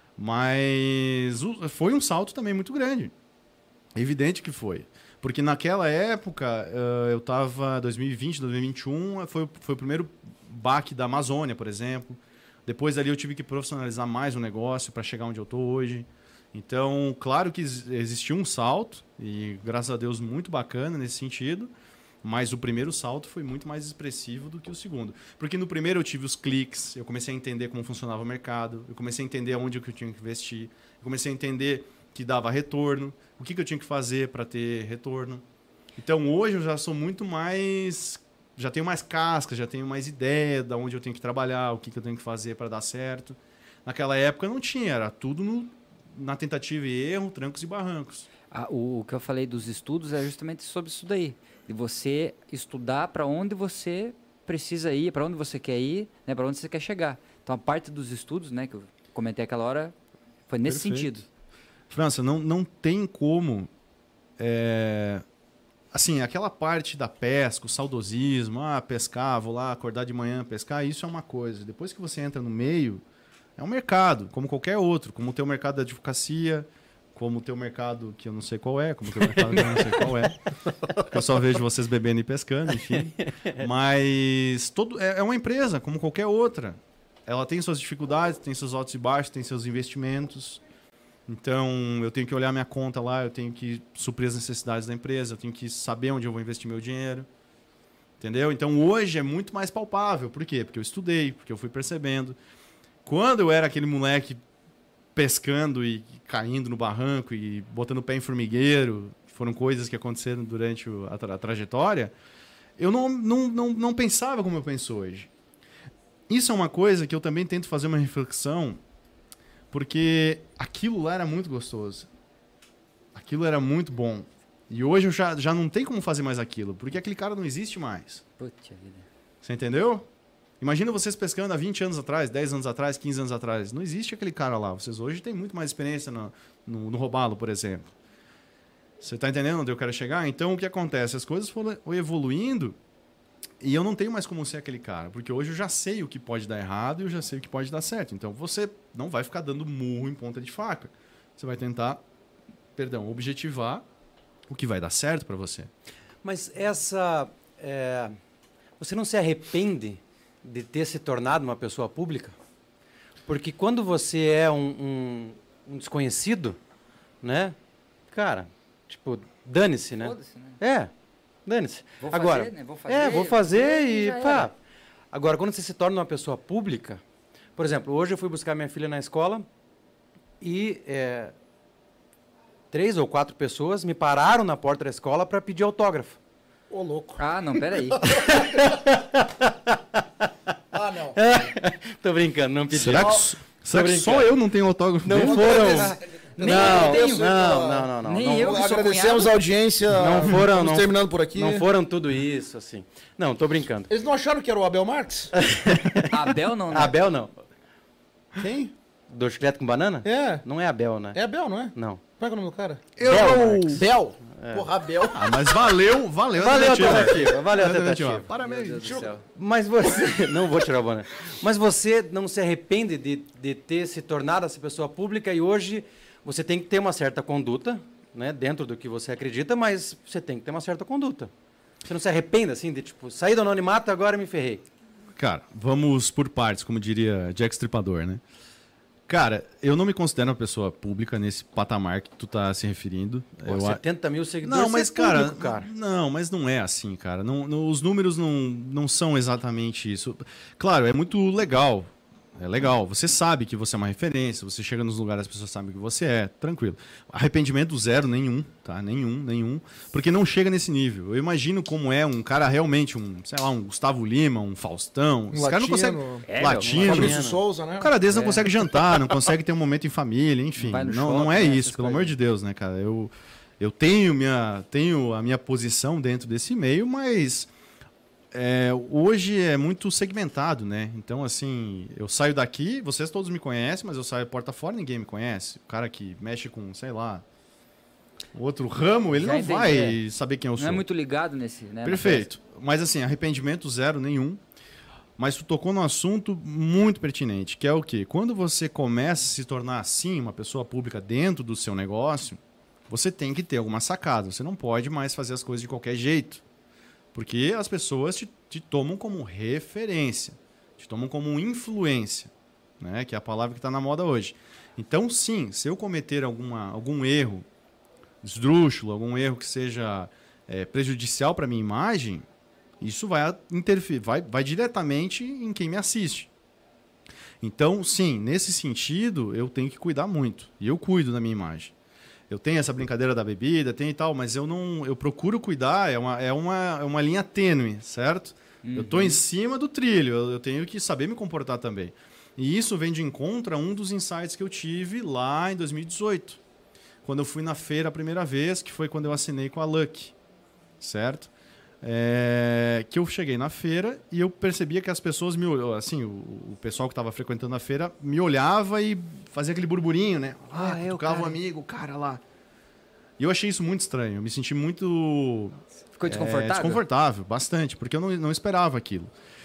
Mas foi um salto também muito grande. Evidente que foi. Porque naquela época, eu estava 2020, 2021, foi o primeiro baque da Amazônia, por exemplo. Depois dali eu tive que profissionalizar mais o negócio para chegar onde eu estou hoje. Então, claro que existiu um salto, e graças a Deus muito bacana nesse sentido, mas o primeiro salto foi muito mais expressivo do que o segundo. Porque no primeiro eu tive os cliques, eu comecei a entender como funcionava o mercado, eu comecei a entender onde eu tinha que investir, eu comecei a entender que dava retorno, o que eu tinha que fazer para ter retorno. Então hoje eu já sou muito mais... já tenho mais casca, já tenho mais ideia de onde eu tenho que trabalhar, o que eu tenho que fazer para dar certo. Naquela época não tinha, era tudo na tentativa e erro, trancos e barrancos. O que eu falei dos estudos é justamente sobre isso daí. De você estudar para onde você precisa ir, para onde você quer ir, né, para onde você quer chegar. Então, a parte dos estudos, né, que eu comentei aquela hora, foi nesse Perfeito. sentido. França, não tem como... assim, aquela parte da pesca, o saudosismo, pescar, vou lá acordar de manhã, pescar, isso é uma coisa. Depois que você entra no meio, é um mercado, como qualquer outro, como o teu mercado da advocacia, como o teu mercado que eu não sei qual é, como o teu mercado que eu não sei qual é. Porque eu só vejo vocês bebendo e pescando, enfim. Mas é uma empresa, como qualquer outra. Ela tem suas dificuldades, tem seus altos e baixos, tem seus investimentos. Então, eu tenho que olhar minha conta lá, eu tenho que suprir as necessidades da empresa, eu tenho que saber onde eu vou investir meu dinheiro. Entendeu? Então, hoje é muito mais palpável. Por quê? Porque eu estudei, porque eu fui percebendo. Quando eu era aquele moleque pescando e caindo no barranco e botando o pé em formigueiro, foram coisas que aconteceram durante a trajetória, eu não pensava como eu penso hoje. Isso é uma coisa que eu também tento fazer uma reflexão, porque aquilo lá era muito gostoso. Aquilo era muito bom. E hoje eu já não tem como fazer mais aquilo, porque aquele cara não existe mais. Puta vida. Você entendeu? Imagina vocês pescando há 20 anos atrás, 10 anos atrás, 15 anos atrás. Não existe aquele cara lá. Vocês hoje têm muito mais experiência no robalo, por exemplo. Você está entendendo onde eu quero chegar? Então, o que acontece? As coisas foram evoluindo e eu não tenho mais como ser aquele cara. Porque hoje eu já sei o que pode dar errado e eu já sei o que pode dar certo. Então, você não vai ficar dando murro em ponta de faca. Você vai tentar, objetivar o que vai dar certo para você. Mas você não se arrepende de ter se tornado uma pessoa pública? Porque quando você é um desconhecido, né? Cara, tipo, dane-se, né? Foda-se, né? Dane-se. Vou Agora, fazer, né? Vou vou fazer e já pá. era. Agora, quando você se torna uma pessoa pública, por exemplo, hoje eu fui buscar minha filha na escola e 3 ou 4 pessoas me pararam na porta da escola para pedir autógrafo. Ô, louco. Ah, não, peraí. Ah, não. Tô brincando, não pedi. Será que só eu não tenho autógrafo Não dele? foram. Nem eu tenho. Não. Nem eu que sou Agradecemos cunhado. a audiência. Não foram, Estamos não- terminando por aqui. Não foram tudo isso, assim. Não, tô brincando. Eles não acharam que era o Abel Marques? Abel não, né? Abel não. Quem? Do chiclete com banana? É. Não é Abel, né? É Abel, não é? Não. Qual é o nome do cara? Bel. Bel? Porra, Abel. Ah, mas valeu a Valeu a tentativa. tentativa, valeu a Valeu a tentativa. Parabéns. Meu Deus do céu. Mas você... Não vou tirar o boné. Mas você não se arrepende de ter se tornado essa pessoa pública e hoje você tem que ter uma certa conduta, né? Dentro do que você acredita, mas você tem que ter uma certa conduta. Você não se arrepende, assim, de tipo, sair do anonimato, agora me ferrei. Cara, vamos por partes, como diria Jack Stripador, né? Cara, eu não me considero uma pessoa pública nesse patamar que tu tá se referindo. Pô, 70 mil seguidores, Não, mas você é público, cara, não, mas não é assim, cara. Os números não são exatamente isso. Claro, é muito legal. É legal. Você sabe que você é uma referência, você chega nos lugares, as pessoas sabem que você é, tranquilo. Arrependimento zero, nenhum, tá? Nenhum. Porque não chega nesse nível. Eu imagino como é um cara realmente, um Gustavo Lima, um Faustão. Esse cara não consegue. Latino. Fabrício Souza, né? O cara desse não consegue jantar, não consegue ter um momento em família, enfim. Vai no Não shopping, é né, isso, essas pelo coisas. amor de Deus, né, cara? Eu tenho a minha posição dentro desse meio, mas hoje é muito segmentado, né? Então, assim, eu saio daqui, vocês todos me conhecem, mas eu saio porta fora, ninguém me conhece. O cara que mexe com, sei lá, outro ramo, ele Já não entendi, vai saber quem eu sou. Não é muito ligado nesse, né? Perfeito. Mas assim, arrependimento zero nenhum. Mas tu tocou num assunto muito pertinente, que é o quê? Quando você começa a se tornar assim, uma pessoa pública dentro do seu negócio, você tem que ter alguma sacada. Você não pode mais fazer as coisas de qualquer jeito. Porque as pessoas te tomam como referência, te tomam como influência, né? Que é a palavra que está na moda hoje. Então, sim, se eu cometer algum erro esdrúxulo, algum erro que seja prejudicial para a minha imagem, isso vai interferir, vai diretamente em quem me assiste. Então, sim, nesse sentido, eu tenho que cuidar muito. E eu cuido da minha imagem. Eu tenho essa brincadeira da bebida, tem e tal, mas eu procuro cuidar, é uma linha tênue, certo? Eu estou em cima do trilho, eu tenho que saber me comportar também. E isso vem de encontro a um dos insights que eu tive lá em 2018, quando eu fui na feira a primeira vez, que foi quando eu assinei com a Lucky, certo? Que eu cheguei na feira e eu percebia que as pessoas assim, o pessoal que estava frequentando a feira me olhava e fazia aquele burburinho, né? Cutucava um amigo, o cara lá. E eu achei isso muito estranho, eu me senti muito... Ficou desconfortável? Desconfortável, bastante, porque eu não esperava aquilo.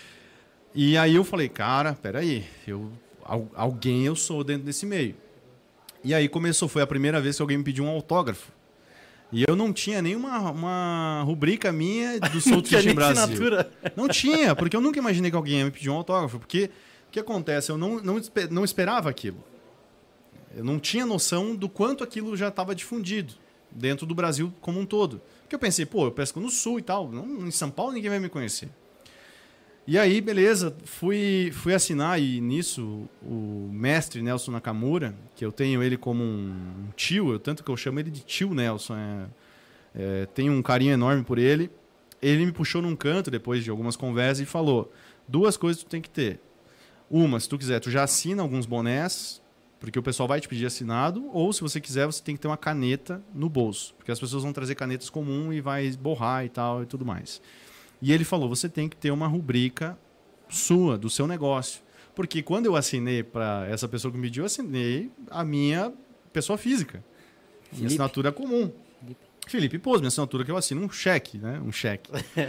E aí eu falei, cara, peraí, alguém eu sou dentro desse meio. E aí foi a primeira vez que alguém me pediu um autógrafo. E eu não tinha nenhuma rubrica minha do Soul Fishing Brasil. Assinatura. Não tinha, porque eu nunca imaginei que alguém ia me pedir um autógrafo. Porque o que acontece? Eu não esperava aquilo. Eu não tinha noção do quanto aquilo já estava difundido dentro do Brasil como um todo. Porque eu pensei, eu pesco no Sul e tal. Em São Paulo ninguém vai me conhecer. E aí, beleza, fui assinar e nisso o mestre Nelson Nakamura, que eu tenho ele como um tio, tanto que eu chamo ele de tio Nelson, tenho um carinho enorme por ele. Ele me puxou num canto depois de algumas conversas e falou, 2 coisas tu tem que ter. Uma, se tu quiser, tu já assina alguns bonés, Porque o pessoal vai te pedir assinado, ou se você quiser, você tem que ter uma caneta no bolso. Porque as pessoas vão trazer canetas comuns e vai borrar e tal e tudo mais. E ele falou, você tem que ter uma rubrica sua, do seu negócio. Porque quando eu assinei para essa pessoa que me pediu, eu assinei a minha pessoa física. Minha assinatura comum. Felipe Pôs, minha assinatura que eu assino um cheque, né? Um cheque.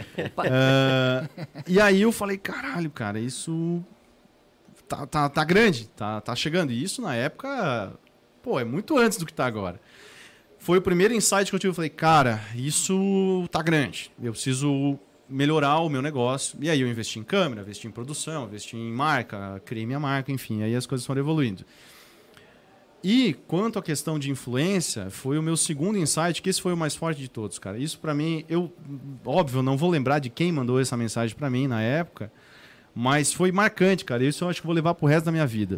E aí eu falei, caralho, cara, isso tá grande, tá chegando. E isso na época, pô, é muito antes do que tá agora. Foi o primeiro insight que eu tive. Eu falei, cara, isso tá grande. Eu preciso melhorar o meu negócio. E aí eu investi em câmera, investi em produção, investi em marca, criei minha marca, enfim. Aí as coisas foram evoluindo. E quanto à questão de influência, foi o meu segundo insight, que esse foi o mais forte de todos, cara. Isso pra mim, óbvio, não vou lembrar de quem mandou essa mensagem pra mim na época, mas foi marcante, cara. Isso eu acho que vou levar pro resto da minha vida.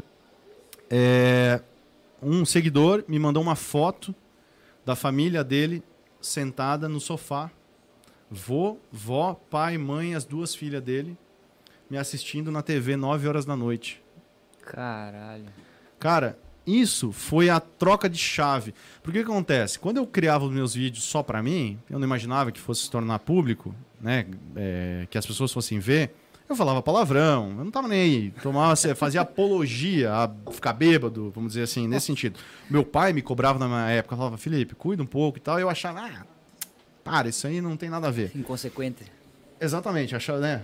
Um seguidor me mandou uma foto da família dele sentada no sofá. Vô, vó, pai, mãe, as duas filhas dele me assistindo na TV 9 horas da noite. Caralho. Cara, isso foi a troca de chave. Porque o que acontece? Quando eu criava os meus vídeos só pra mim, eu não imaginava que fosse se tornar público, né? Que as pessoas fossem ver. Eu falava palavrão, eu não tava nem aí. Fazia apologia a ficar bêbado, vamos dizer assim, nesse sentido. Meu pai me cobrava na minha época, falava, Felipe, cuida um pouco e tal. E eu achava, para, isso aí não tem nada a ver. Inconsequente. Exatamente, achava, né?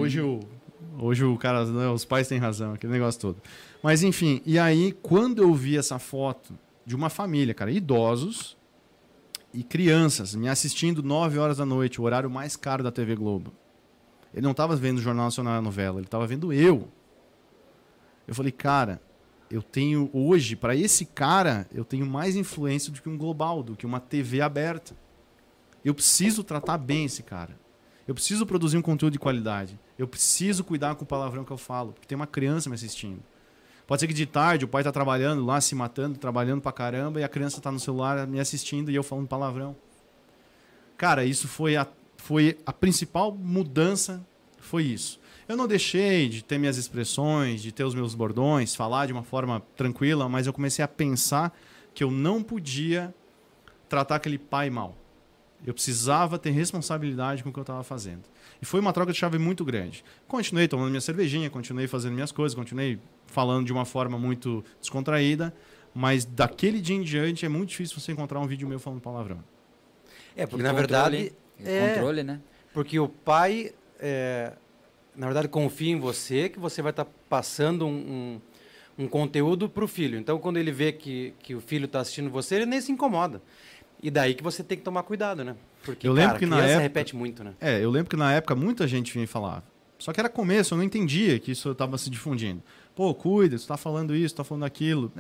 Hoje o cara, né, os pais têm razão, aquele negócio todo. Mas enfim, e aí quando eu vi essa foto de uma família, cara, idosos e crianças me assistindo 9 horas da noite, o horário mais caro da TV Globo. Ele não estava vendo o Jornal Nacional a novela, ele estava vendo eu. Eu falei, cara, eu tenho hoje, para esse cara, eu tenho mais influência do que um global, do que uma TV aberta. Eu preciso tratar bem esse cara. Eu preciso produzir um conteúdo de qualidade. Eu preciso cuidar com o palavrão que eu falo, porque tem uma criança me assistindo. Pode ser que de tarde o pai está trabalhando lá, se matando, trabalhando pra caramba, e a criança está no celular me assistindo e eu falando palavrão. Cara, isso foi a principal mudança, foi isso. Eu não deixei de ter minhas expressões, de ter os meus bordões, falar de uma forma tranquila, mas eu comecei a pensar que eu não podia tratar aquele pai mal. Eu precisava ter responsabilidade com o que eu estava fazendo. E foi uma troca de chave muito grande. Continuei tomando minha cervejinha, continuei fazendo minhas coisas, continuei falando de uma forma muito descontraída, mas daquele dia em diante é muito difícil você encontrar um vídeo meu falando palavrão. Porque E na verdade... controle, né? Porque o pai, na verdade, confia em você, que você vai estar passando um conteúdo para o filho. Então, quando ele vê que o filho está assistindo você, ele nem se incomoda. E daí que você tem que tomar cuidado, né? Porque, eu lembro cara, que a na criança época, repete muito, né? Eu lembro que na época muita gente vinha falar. Só que era começo, eu não entendia que isso estava se difundindo. Pô, cuida, você está falando isso, está falando aquilo.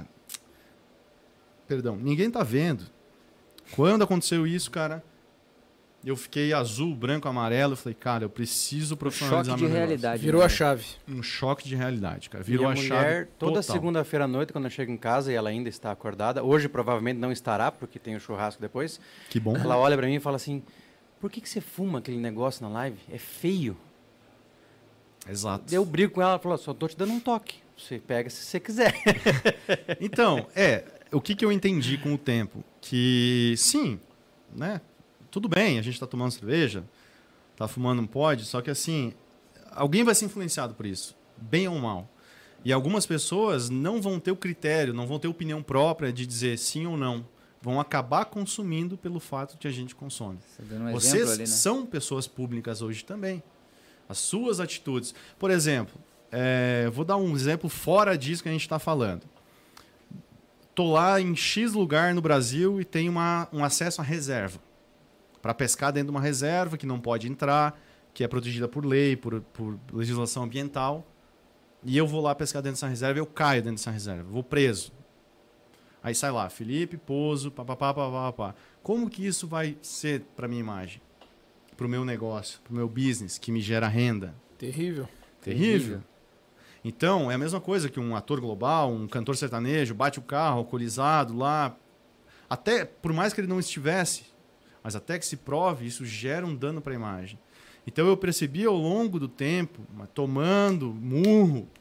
Perdão, ninguém tá vendo. Quando aconteceu isso, cara, eu fiquei azul, branco, amarelo. Eu falei, cara, eu preciso profissionalizar Choque de meu negócio. realidade. Virou né? a chave. Um choque de realidade, cara. E Virou a a mulher, chave toda total. segunda-feira à noite, quando eu chego em casa e ela ainda está acordada, hoje provavelmente não estará, porque tem o churrasco depois, Que bom. ela olha para mim e fala assim, por que você fuma aquele negócio na live? É feio. Exato. Eu brigo com ela, ela falou, só tô te dando um toque. Você pega se você quiser. Então, o que eu entendi com o tempo? Que, sim, né? Tudo bem, a gente está tomando cerveja, tá fumando um pod, só que assim, alguém vai ser influenciado por isso, bem ou mal. E algumas pessoas não vão ter o critério, não vão ter opinião própria de dizer sim ou não. Vão acabar consumindo pelo fato que a gente consome. Você dando um Vocês exemplo ali, né? são pessoas públicas hoje também. As suas atitudes. Por exemplo, vou dar um exemplo fora disso que a gente está falando. Estou lá em X lugar no Brasil e tenho um acesso à reserva. Para pescar dentro de uma reserva que não pode entrar, que é protegida por lei, por legislação ambiental. E eu vou lá pescar dentro dessa reserva e eu caio dentro dessa reserva. Vou preso. Aí sai lá, Felipe, Pozo, papapá. Como que isso vai ser para minha imagem? Para o meu negócio, para o meu business, que me gera renda? Terrível. Terrível. Então, é a mesma coisa que um ator global, um cantor sertanejo, bate o carro alcoolizado lá. Até, por mais que ele não estivesse, mas até que se prove, isso gera um dano para a imagem. Então, eu percebi ao longo do tempo, tomando murro,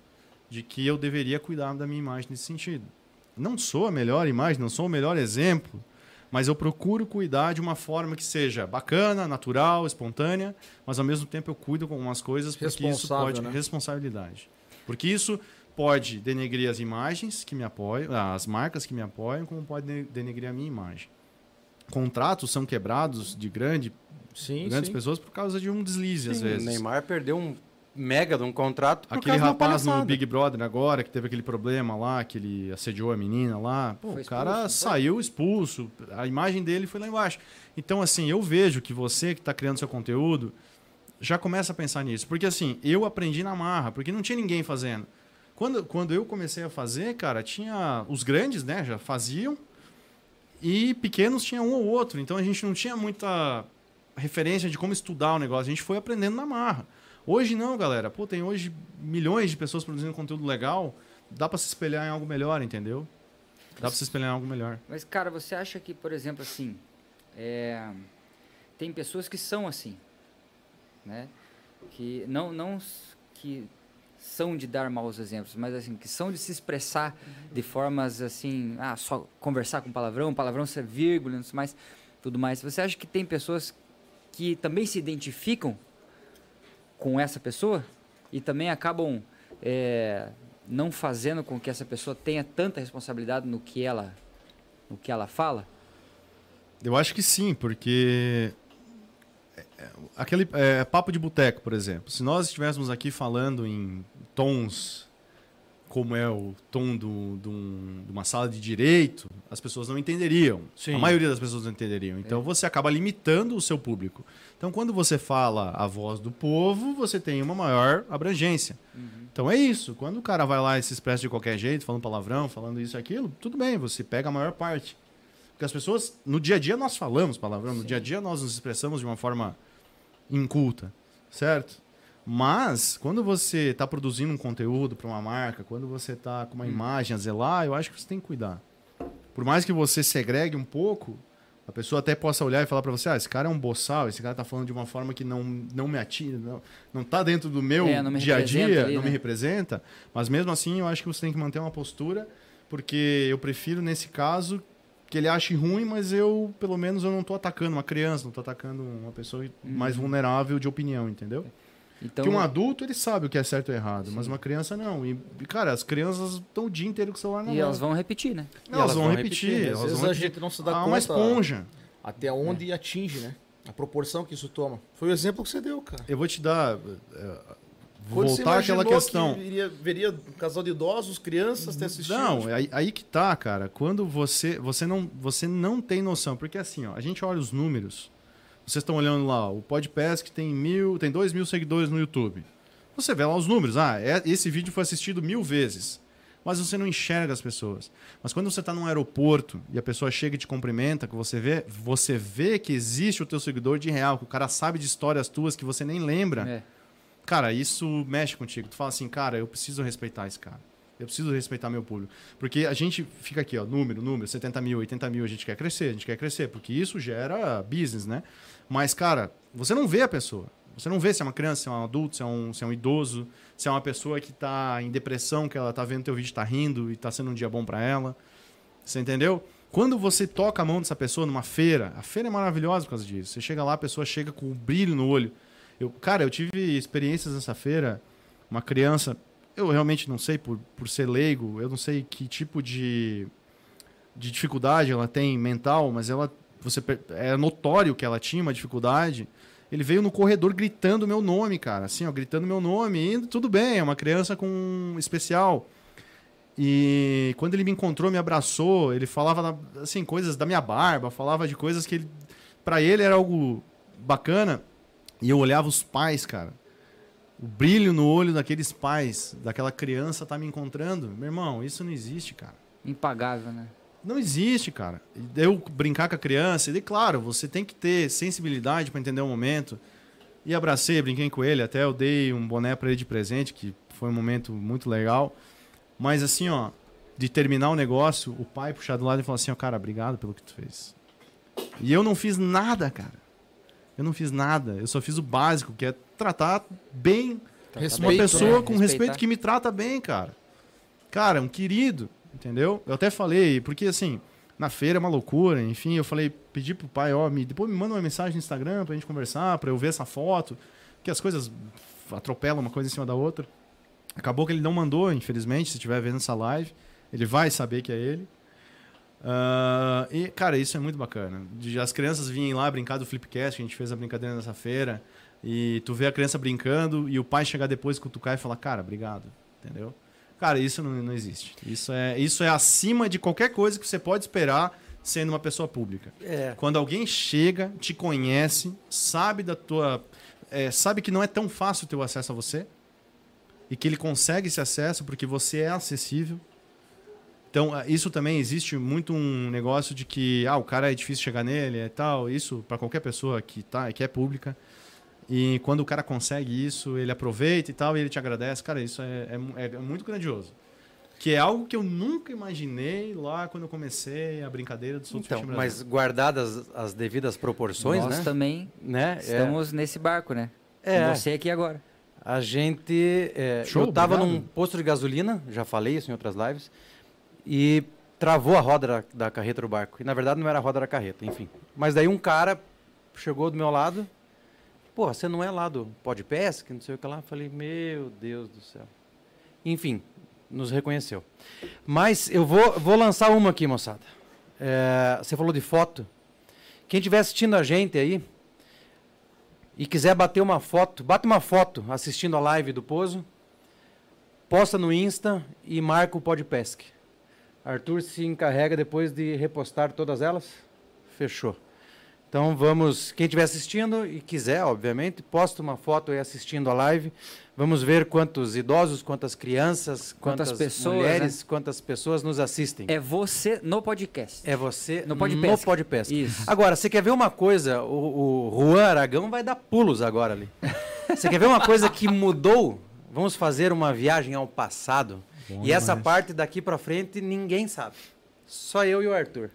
de que eu deveria cuidar da minha imagem nesse sentido. Não sou a melhor imagem, não sou o melhor exemplo, mas eu procuro cuidar de uma forma que seja bacana, natural, espontânea, mas ao mesmo tempo eu cuido com algumas coisas porque isso pode... né? Responsabilidade. Porque isso pode denegrir as imagens que me apoiam, as marcas que me apoiam, como pode denegrir a minha imagem. Contratos são quebrados de grandes pessoas por causa de um deslize, às vezes. O Neymar perdeu um mega de um contrato por Aquele causa de uma rapaz no palhaçada. Big Brother agora, que teve aquele problema lá, que ele assediou a menina lá, pô, Foi o cara expulso, não foi? saiu expulso, a imagem dele foi lá embaixo. Então, assim, eu vejo que você que está criando seu conteúdo já começa a pensar nisso. Porque, assim, eu aprendi na marra, porque não tinha ninguém fazendo. Quando eu comecei a fazer, cara, tinha os grandes, né, já faziam, e pequenos tinha um ou outro. Então, a gente não tinha muita referência de como estudar o negócio. A gente foi aprendendo na marra. Hoje não, galera. Pô, tem hoje milhões de pessoas produzindo conteúdo legal. Dá pra se espelhar em algo melhor, entendeu? Dá pra se espelhar em algo melhor. Mas, cara, você acha que, por exemplo, assim, tem pessoas que são assim, né? Que não que são de dar maus exemplos, mas assim, que são de se expressar de formas assim, só conversar com palavrão ser vírgula, tudo mais. Você acha que tem pessoas que também se identificam com essa pessoa e também acabam não fazendo com que essa pessoa tenha tanta responsabilidade no que ela fala? Eu acho que sim, porque aquele papo de boteco, por exemplo. Se nós estivéssemos aqui falando em tons como é o tom de uma sala de direito, as pessoas não entenderiam. Sim. A maioria das pessoas não entenderiam. Então você acaba limitando o seu público. Então quando você fala a voz do povo, você tem uma maior abrangência. Então é isso. Quando o cara vai lá e se expressa de qualquer jeito, falando palavrão, falando isso e aquilo, tudo bem, você pega a maior parte. Porque as pessoas, no dia a dia nós falamos palavrão, no dia a dia nós nos expressamos de uma forma inculta, certo? Mas, quando você está produzindo um conteúdo para uma marca, quando você está com uma imagem a zelar, eu acho que você tem que cuidar. Por mais que você segregue um pouco, a pessoa até possa olhar e falar para você, esse cara é um boçal, esse cara está falando de uma forma que não me atira, não está dentro do meu dia a dia, ali, não né? me representa, mas mesmo assim eu acho que você tem que manter uma postura, porque eu prefiro, nesse caso, que ele ache ruim, mas eu, pelo menos, eu não estou atacando uma criança, não estou atacando uma pessoa mais vulnerável de opinião, entendeu? Então, Porque um adulto, ele sabe o que é certo ou errado, mas uma criança não. E, cara, as crianças estão o dia inteiro com o celular na mão. e elas vão repetir, né? Elas vão repetir. Às Elas vezes vão a repetir. gente não se dá Uma conta esponja. até onde atinge, né? A proporção que isso toma. Foi o exemplo que você deu, cara. Eu vou te dar... Quando você voltar àquela imaginou questão. que veria um casal de idosos, crianças te assistindo. Não, aí que tá, cara. Quando você não tem noção. Porque assim, ó, a gente olha os números. Vocês estão olhando lá, o Podpesc que tem 2.000 seguidores no YouTube. Você vê lá os números. Esse vídeo foi assistido 1000 vezes. Mas você não enxerga as pessoas. Mas quando você está num aeroporto e a pessoa chega e te cumprimenta, que você vê que existe o teu seguidor de real, que o cara sabe de histórias tuas que você nem lembra. Cara, isso mexe contigo. Tu fala assim, cara, eu preciso respeitar esse cara. Eu preciso respeitar meu público. Porque a gente fica aqui, ó, número, 70 mil, 80 mil, a gente quer crescer, porque isso gera business, né? Mas, cara, você não vê a pessoa. Você não vê se é uma criança, se é um adulto, se é um idoso, se é uma pessoa que está em depressão, que ela está vendo teu vídeo, está rindo e está sendo um dia bom para ela. Você entendeu? Quando você toca a mão dessa pessoa numa feira, a feira é maravilhosa por causa disso. Você chega lá, a pessoa chega com um brilho no olho. Eu tive experiências nessa feira, uma criança, eu realmente não sei, por ser leigo, eu não sei que tipo de dificuldade ela tem mental, mas é notório que ela tinha uma dificuldade. Ele veio no corredor gritando meu nome, cara, assim, ó, gritando meu nome, e tudo bem, é uma criança com especial. E quando ele me encontrou, me abraçou, ele falava, assim, coisas da minha barba, falava de coisas que para ele era algo bacana. E eu olhava os pais, cara. O brilho no olho daqueles pais, daquela criança tá me encontrando. Meu irmão, isso não existe, cara. Impagável, né? Não existe, cara. Eu brincar com a criança, e claro, você tem que ter sensibilidade para entender o momento. E abracei, brinquei com ele, até eu dei um boné para ele de presente, que foi um momento muito legal. Mas assim, ó, de terminar o negócio, o pai puxar do lado e falar assim, ó, cara, obrigado pelo que tu fez. E eu não fiz nada, cara. Eu não fiz nada. Eu só fiz o básico, que é tratar bem Uma pessoa com Respeitar. respeito que me trata bem, cara. Cara, um querido, entendeu? Eu até falei, porque assim, na feira é uma loucura, enfim, eu falei, pedi pro pai, depois me manda uma mensagem no Instagram pra gente conversar, pra eu ver essa foto, que as coisas atropelam uma coisa em cima da outra. Acabou que ele não mandou, infelizmente, se estiver vendo essa live, ele vai saber que é ele. E, cara, isso é muito bacana. As crianças vinham lá brincar do Flipcast, a gente fez a brincadeira nessa feira, e tu vê a criança brincando e o pai chegar depois, cutucar e falar, cara, obrigado, entendeu? Cara, isso não existe. Isso é acima de qualquer coisa que você pode esperar sendo uma pessoa pública. Quando alguém chega, te conhece, sabe da tua... sabe que não é tão fácil ter o acesso a você e que ele consegue esse acesso porque você é acessível. Então, isso também existe muito um negócio de que o cara é difícil chegar nele e tal. Isso para qualquer pessoa que é pública. E quando o cara consegue isso, ele aproveita e tal, e ele te agradece. Cara, isso é muito grandioso. Que é algo que eu nunca imaginei lá quando eu comecei a brincadeira do Souto Então, Brasil. mas guardadas as devidas proporções, Nós né? também estamos nesse barco, né? Com você aqui agora. A gente... eu estava num posto de gasolina, já falei isso em outras lives, e travou a roda da carreta do barco. E, na verdade, não era a roda da carreta, enfim. Mas daí um cara chegou do meu lado... Pô, você não é lá do Podpesc, não sei o que lá. Falei, meu Deus do céu. Enfim, nos reconheceu. Mas eu vou lançar uma aqui, moçada. Você falou de foto. Quem estiver assistindo a gente aí e quiser bater uma foto, bate uma foto assistindo a live do Pozo, posta no Insta e marca o Podpesc. Arthur se encarrega depois de repostar todas elas. Fechou. Então vamos, quem estiver assistindo e quiser, obviamente, posta uma foto aí assistindo a live. Vamos ver quantos idosos, quantas crianças, quantas pessoas, mulheres, quantas pessoas nos assistem. É você no podcast. É você no Podpesc. No Podpesc. Isso. Agora, você quer ver uma coisa? O Juan Aragão vai dar pulos agora ali. Você quer ver uma coisa que mudou? Vamos fazer uma viagem ao passado. Bom, e essa parte daqui para frente ninguém sabe. Só eu e o Arthur.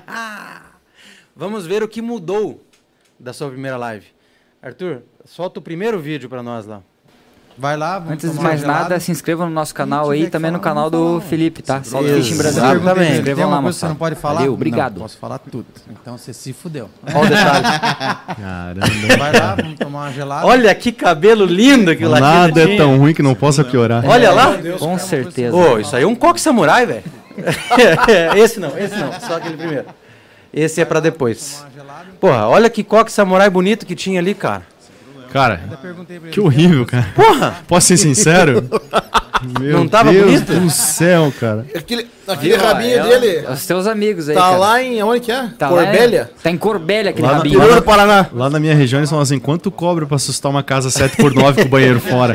Vamos ver o que mudou da sua primeira live. Arthur, solta o primeiro vídeo para nós lá. Vai lá, vamos Antes de mais nada, se inscreva no nosso canal aí, também no canal do Felipe, tá? Só Fishing Brasil. Se inscrevam Tem uma lá, coisa que você não pode falar? Valeu, obrigado. Não, posso falar tudo. Então você se fudeu. Olha o detalhe. Caramba. Vai lá, vamos tomar uma gelada. Olha que cabelo lindo aquilo lá. Nada é tão ruim que não possa piorar. Olha lá. Com certeza. Ô, isso aí é um coque samurai, velho. Esse não, só aquele primeiro. Esse é pra depois. Porra, olha que coque samurai bonito que tinha ali, cara. Cara, que horrível, cara. Porra! Posso ser sincero? Meu Não tava Deus bonito? do céu, cara. Aquele Viu? rabinho Ó, dele Os teus amigos aí, tá cara. lá em... Onde que é? Tá lá Corbélia? Tá em Corbélia aquele Lá no rabinho. Interior do Paraná. Lá na minha região eles falam assim, quanto cobra pra assustar uma casa 7x9 com o banheiro fora?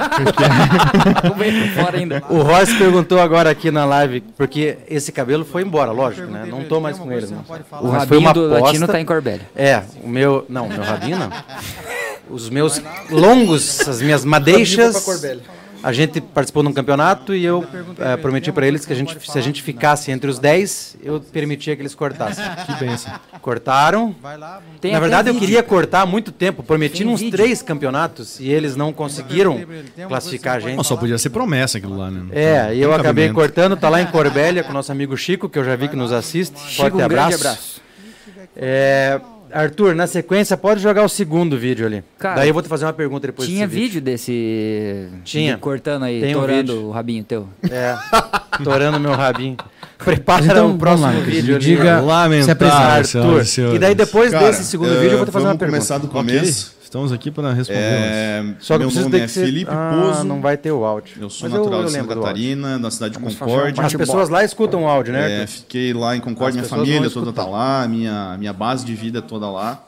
O banheiro fora ainda. O Royce perguntou agora aqui na live, porque esse cabelo foi embora, lógico, né? Não tô mais com ele, não. O Mas foi rabinho uma do aposta. latino tá em Corbélia. O meu... Não, meu rabinho não. Os meus longos, as minhas madeixas... A gente participou de um campeonato e eu prometi para eles que se a gente ficasse entre os 10, eu permitia que eles cortassem. Que bênção. Cortaram. Tem Na até verdade, eu vídeo. queria cortar há muito tempo. Prometi Tem uns vídeo. 3 campeonatos e eles não conseguiram classificar a gente. Não, só podia ser promessa aquilo lá, né? E eu Tem acabei cabimento. cortando. Tá lá em Corbélia com o nosso amigo Chico, que eu já vi que nos assiste. Chico, Forte um grande abraço. abraço. Arthur, na sequência, pode jogar o segundo vídeo ali. Cara, Daí eu vou te fazer uma pergunta depois Tinha desse vídeo desse... Tinha. de cortando aí, Tem um torando vídeo. o rabinho teu. Torando meu rabinho. Prepara Então, o próximo vamos lá, vídeo ali. diga- Lamentável, senhoras Arthur. e senhores. E daí depois Cara, desse segundo vídeo eu vou te fazer uma vamos pergunta. começar do Ok, começo. estamos aqui para responder. Só que Meu preciso nome ter é que ser... Felipe Pozo. não vai ter o áudio. Eu sou Mas natural de Santa lembro do áudio. Catarina, da cidade de Vamos fazer Concórdia. As pessoas lá escutam o áudio, né, Arthur? Fiquei lá em Concórdia, As minha pessoas família vão toda tá escutar. lá, minha base de vida é toda lá.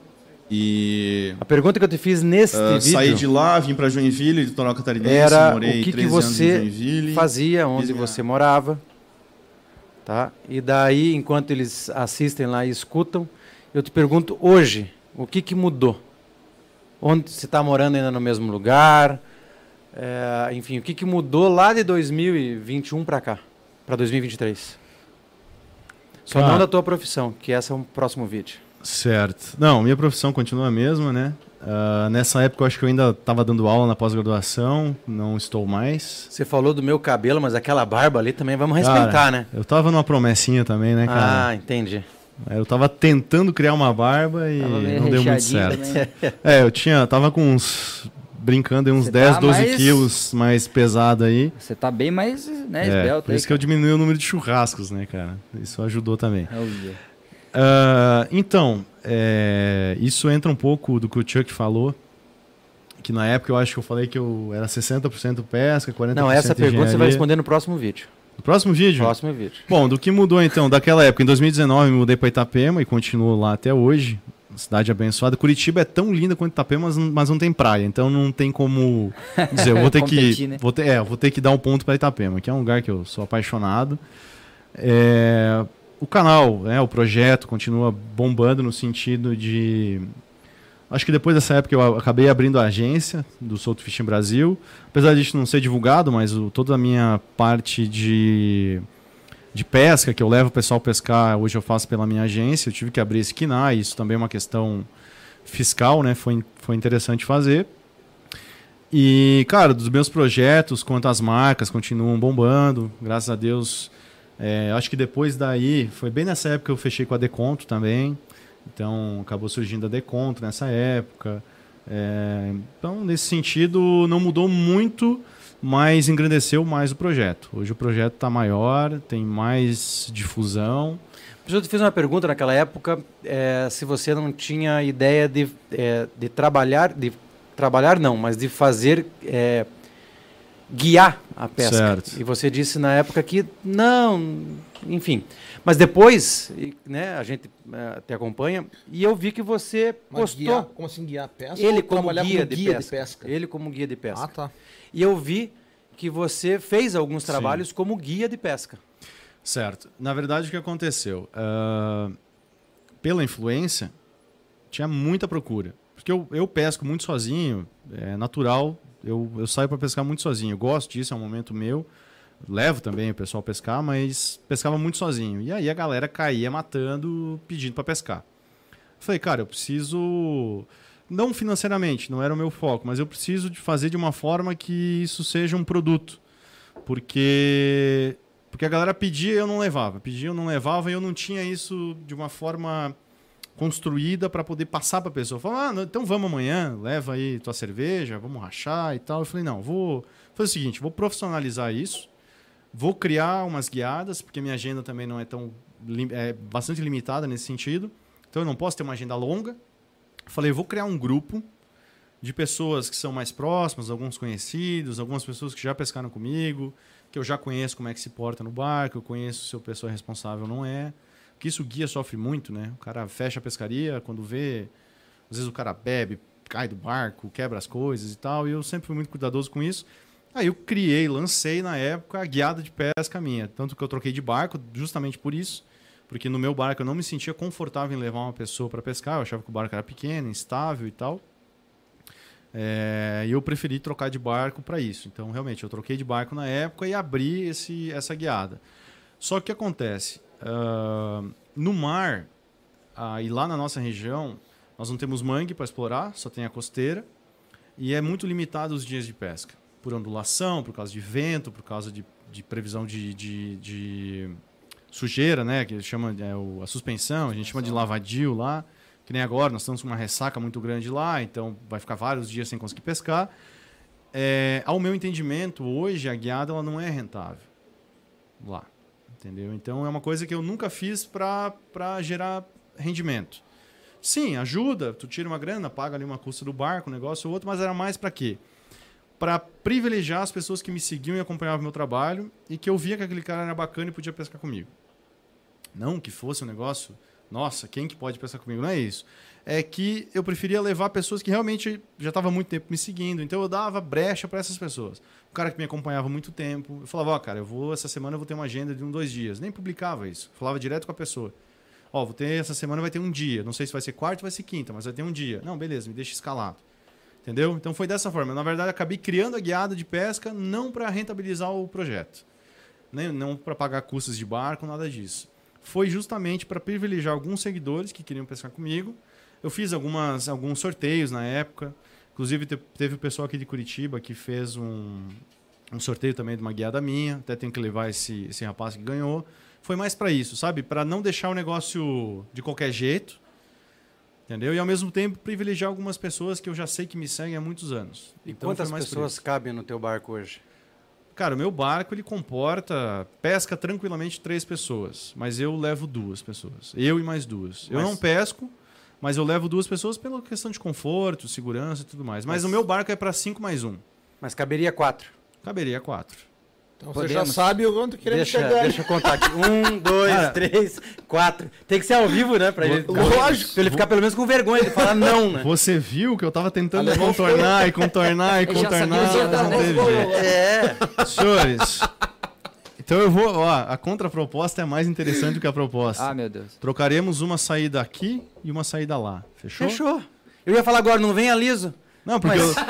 E A pergunta que eu te fiz neste vídeo saí de lá, vim para Joinville, litoral catarinense, era morei o que 13 anos em você Joinville. fazia, onde Fiz minha- você morava. Tá? E daí, enquanto eles assistem lá e escutam, eu te pergunto hoje, o que mudou? Onde você está morando ainda no mesmo lugar? Enfim, o que mudou lá de 2021 para cá, para 2023? Só Cara. não da tua profissão, que esse é um próximo vídeo. Certo. Não, minha profissão continua a mesma, né? Nessa época eu acho que eu ainda estava dando aula na pós-graduação, não estou mais. Você falou do meu cabelo, mas aquela barba ali também vamos respeitar, Cara, né? Eu tava numa promessinha também, né, cara? Ah, entendi. Eu tava tentando criar uma barba e Tava meio não deu muito recheadinho certo. também. Eu tava com brincando aí uns Você 10, tá 12 mais- quilos mais pesado aí. Você tá bem mais, né, esbelto Por aí, isso que eu diminui o número de churrascos, né, cara? Isso ajudou também. cara. Olha. Então, isso entra um pouco do que o Chuck falou, que na época eu acho que eu falei que eu era 60% pesca, 40% Não, essa pergunta você vai engenharia. responder no próximo vídeo. No próximo vídeo? Próximo vídeo. Bom, do que mudou então daquela época? Em 2019 eu me mudei para Itapema e continuo lá até hoje. Cidade abençoada. Curitiba é tão linda quanto Itapema, mas não tem praia, então não tem como dizer. Eu vou ter Competir, que né? vou ter que dar um ponto para Itapema, que é um lugar que eu sou apaixonado. O canal, o projeto continua bombando no sentido de... Acho que depois dessa época eu acabei abrindo a agência do Solto Fishing Brasil. Apesar disso não ser divulgado, mas toda a minha parte de pesca, que eu levo o pessoal a pescar, hoje eu faço pela minha agência. Eu tive que abrir esse KINAI, isso também é uma questão fiscal, né? Foi interessante fazer. E, cara, dos meus projetos, quanto às marcas, continuam bombando. Graças a Deus. Acho que depois daí, foi bem nessa época que eu fechei com a Deconto também. Então, acabou surgindo a Deconto nessa época. Então, nesse sentido, não mudou muito, mas engrandeceu mais o projeto. Hoje o projeto está maior, tem mais difusão. Eu te fiz uma pergunta naquela época, se você não tinha ideia de trabalhar não, mas de fazer, guiar a pesca. Certo. E você disse na época que não, enfim. Mas depois, né, a gente te acompanha, e eu vi que você postou Como assim guiar a pesca? ele Ou como trabalhar guia, como de pesca. Ele como guia de pesca. Ah, tá. E eu vi que você fez alguns trabalhos como guia de pesca. Certo. Na verdade, o que aconteceu? Pela influência, tinha muita procura. Porque eu pesco muito sozinho, é natural, eu saio para pescar muito sozinho. Eu gosto disso, é um momento meu. Levo também o pessoal a pescar, mas pescava muito sozinho. E aí a galera caía matando, pedindo para pescar. Falei, cara, eu preciso... Não financeiramente, não era o meu foco, mas eu preciso de fazer de uma forma que isso seja um produto. Porque a galera pedia e eu não levava. Pedia, eu não levava e eu não tinha isso de uma forma construída para poder passar para a pessoa. Falar, então vamos amanhã, leva aí tua cerveja, vamos rachar e tal. Eu falei, não, vou fazer o seguinte, vou profissionalizar isso, vou criar umas guiadas, porque minha agenda também não é tão... é bastante limitada nesse sentido. Então eu não posso ter uma agenda longa. Falei, vou criar um grupo de pessoas que são mais próximas, alguns conhecidos, algumas pessoas que já pescaram comigo, que eu já conheço como é que se porta no barco, eu conheço se a pessoa é responsável ou não é. Porque isso o guia sofre muito, né? O cara fecha a pescaria, quando vê, às vezes o cara bebe, cai do barco, quebra as coisas e tal, e eu sempre fui muito cuidadoso com isso. Aí eu lancei na época a guiada de pesca minha, tanto que eu troquei de barco justamente por isso, porque no meu barco eu não me sentia confortável em levar uma pessoa para pescar, eu achava que o barco era pequeno, instável e tal. E eu preferi trocar de barco para isso. Então, realmente, eu troquei de barco na época e abri essa guiada. Só que o que acontece? No mar, e lá na nossa região, nós não temos mangue para explorar, só tem a costeira, e é muito limitado os dias de pesca. Por ondulação, por causa de vento, por causa de previsão de sujeira, né? Que chama a suspensão, a gente chama de lavadio lá. Que nem agora, nós estamos com uma ressaca muito grande lá, então vai ficar vários dias sem conseguir pescar. Ao meu entendimento, hoje a guiada ela não é rentável lá, entendeu? Então é uma coisa que eu nunca fiz para gerar rendimento. Sim, ajuda, tu tira uma grana, paga ali uma custa do barco, um negócio ou outro, mas era mais para quê? Para privilegiar as pessoas que me seguiam e acompanhavam o meu trabalho e que eu via que aquele cara era bacana e podia pescar comigo. Não que fosse um negócio... Nossa, quem que pode pescar comigo? Não é isso. É que eu preferia levar pessoas que realmente já estavam há muito tempo me seguindo. Então eu dava brecha para essas pessoas. O cara que me acompanhava há muito tempo, eu falava, cara, essa semana eu vou ter uma agenda de 2 dias. Nem publicava isso. Falava direto com a pessoa. Essa semana vai ter um dia. Não sei se vai ser quarta ou vai ser quinta, mas vai ter um dia. Não, beleza, me deixa escalado. Entendeu? Então foi dessa forma. Na verdade, acabei criando a guiada de pesca não para rentabilizar o projeto. Não para pagar custos de barco, nada disso. Foi justamente para privilegiar alguns seguidores que queriam pescar comigo, Eu fiz alguns sorteios na época. Inclusive, teve o pessoal aqui de Curitiba que fez um sorteio também de uma guiada minha. Até tenho que levar esse rapaz que ganhou. Foi mais para isso, sabe? Para não deixar o negócio de qualquer jeito. Entendeu? E ao mesmo tempo privilegiar algumas pessoas que eu já sei que me seguem há muitos anos. E Então, quantas foi mais por pessoas isso. cabem no teu barco hoje? Cara, o meu barco ele pesca tranquilamente 3 pessoas, mas eu levo 2 pessoas. Eu e mais 2. Eu Mas- não pesco, mas eu levo 2 pessoas pela questão de conforto, segurança e tudo mais. Mas o meu barco é para 5 mais 1. Mas caberia 4. Caberia 4. Então você já sabe o quanto querendo Deixa chegar. eu contar aqui. 1, 2, 3, 4. Tem que ser ao vivo, né? Pra ele, Lógico. pra ele ficar pelo menos com vergonha de falar não, né? Você viu que eu tava tentando contornar e contornar e Ele já contornar, sabia mas não que teve jeito. É. Senhores, então eu vou... Ó, a contraproposta é mais interessante do que a proposta. Ah, meu Deus. Trocaremos uma saída aqui e uma saída lá. Fechou? Fechou. Eu ia falar agora, não venha liso. Não, porque Mas-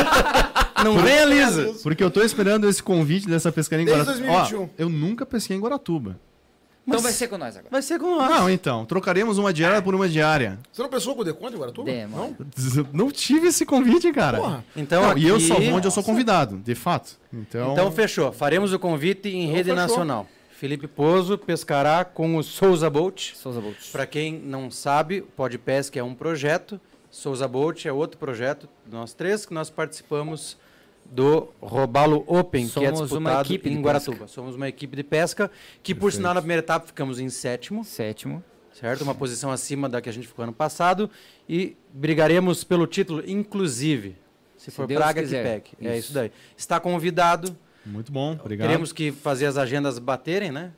Não venha liso. Porque eu tô esperando esse convite dessa pescaria em Desde Guaratuba. 2021. Ó, eu nunca pesquei em Guaratuba. Então vai ser com nós agora. Vai ser com nós. Não, então, trocaremos uma diária por uma diária. Você não pensou com o Deconde agora, tu? Demora. Não? Não tive esse convite, cara. Porra. Então, Não, e eu aqui- só vou onde eu sou convidado, de fato. Então, Fechou. Faremos o convite em rede fechou. nacional. Felipe Pozo pescará com o Souza Boat. Souza Bolt. Para quem não sabe, o Podpesc é um projeto, Souza Boat é outro projeto, nós 3 que nós participamos do Robalo Open, que é Somos disputado uma equipe em de Guaratuba. pesca. Somos uma equipe de pesca que, por sinal, na primeira etapa ficamos em 7º, Sétimo. certo? Uma posição acima da que a gente ficou ano passado e brigaremos pelo título, inclusive, se for Deus praga quiser. que pegue. É Isso. isso daí. Está convidado. muito bom, obrigado. Teremos que fazer as agendas baterem, né?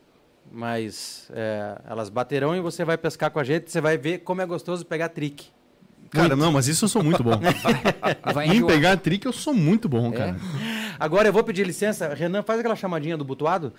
Mas elas baterão e você vai pescar com a gente. Você vai ver como é gostoso pegar trick. Cara, não, mas isso eu sou muito bom. Vai Em enjoar. pegar trick eu sou muito bom, cara. Agora eu vou pedir licença. Renan, faz aquela chamadinha do butuado.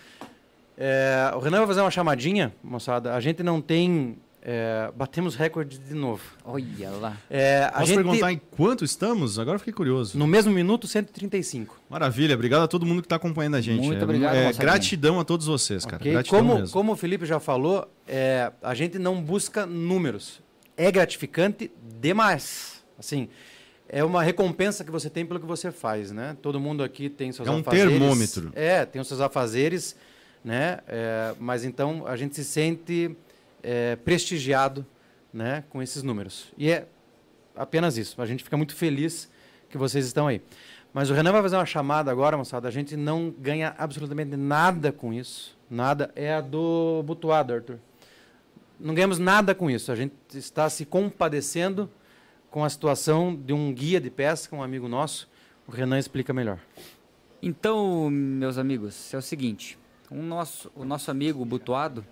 O Renan vai fazer uma chamadinha, moçada. A gente não tem... batemos recorde de novo. Olha lá. A Posso gente, perguntar em quanto estamos? Agora eu fiquei curioso. no mesmo minuto, 135. Maravilha, obrigado a todo mundo que está acompanhando a gente. Muito obrigado, moçadinha. Gratidão a todos vocês, cara. Ok? Gratidão mesmo. Como o Felipe já falou, a gente não busca números. É gratificante demais. Assim, é uma recompensa que você tem pelo que você faz, né? Todo mundo aqui tem seus É um afazeres. termômetro. Tem os seus afazeres, né? Mas então a gente se sente prestigiado, né, com esses números. E é apenas isso. A gente fica muito feliz que vocês estão aí. Mas o Renan vai fazer uma chamada agora, moçada. A gente não ganha absolutamente nada com isso. Nada. É a do butuado, Arthur. Não ganhamos nada com isso. A gente está se compadecendo com a situação de um guia de pesca, um amigo nosso. O Renan explica melhor. Então, meus amigos, é o seguinte. O nosso amigo Butuado,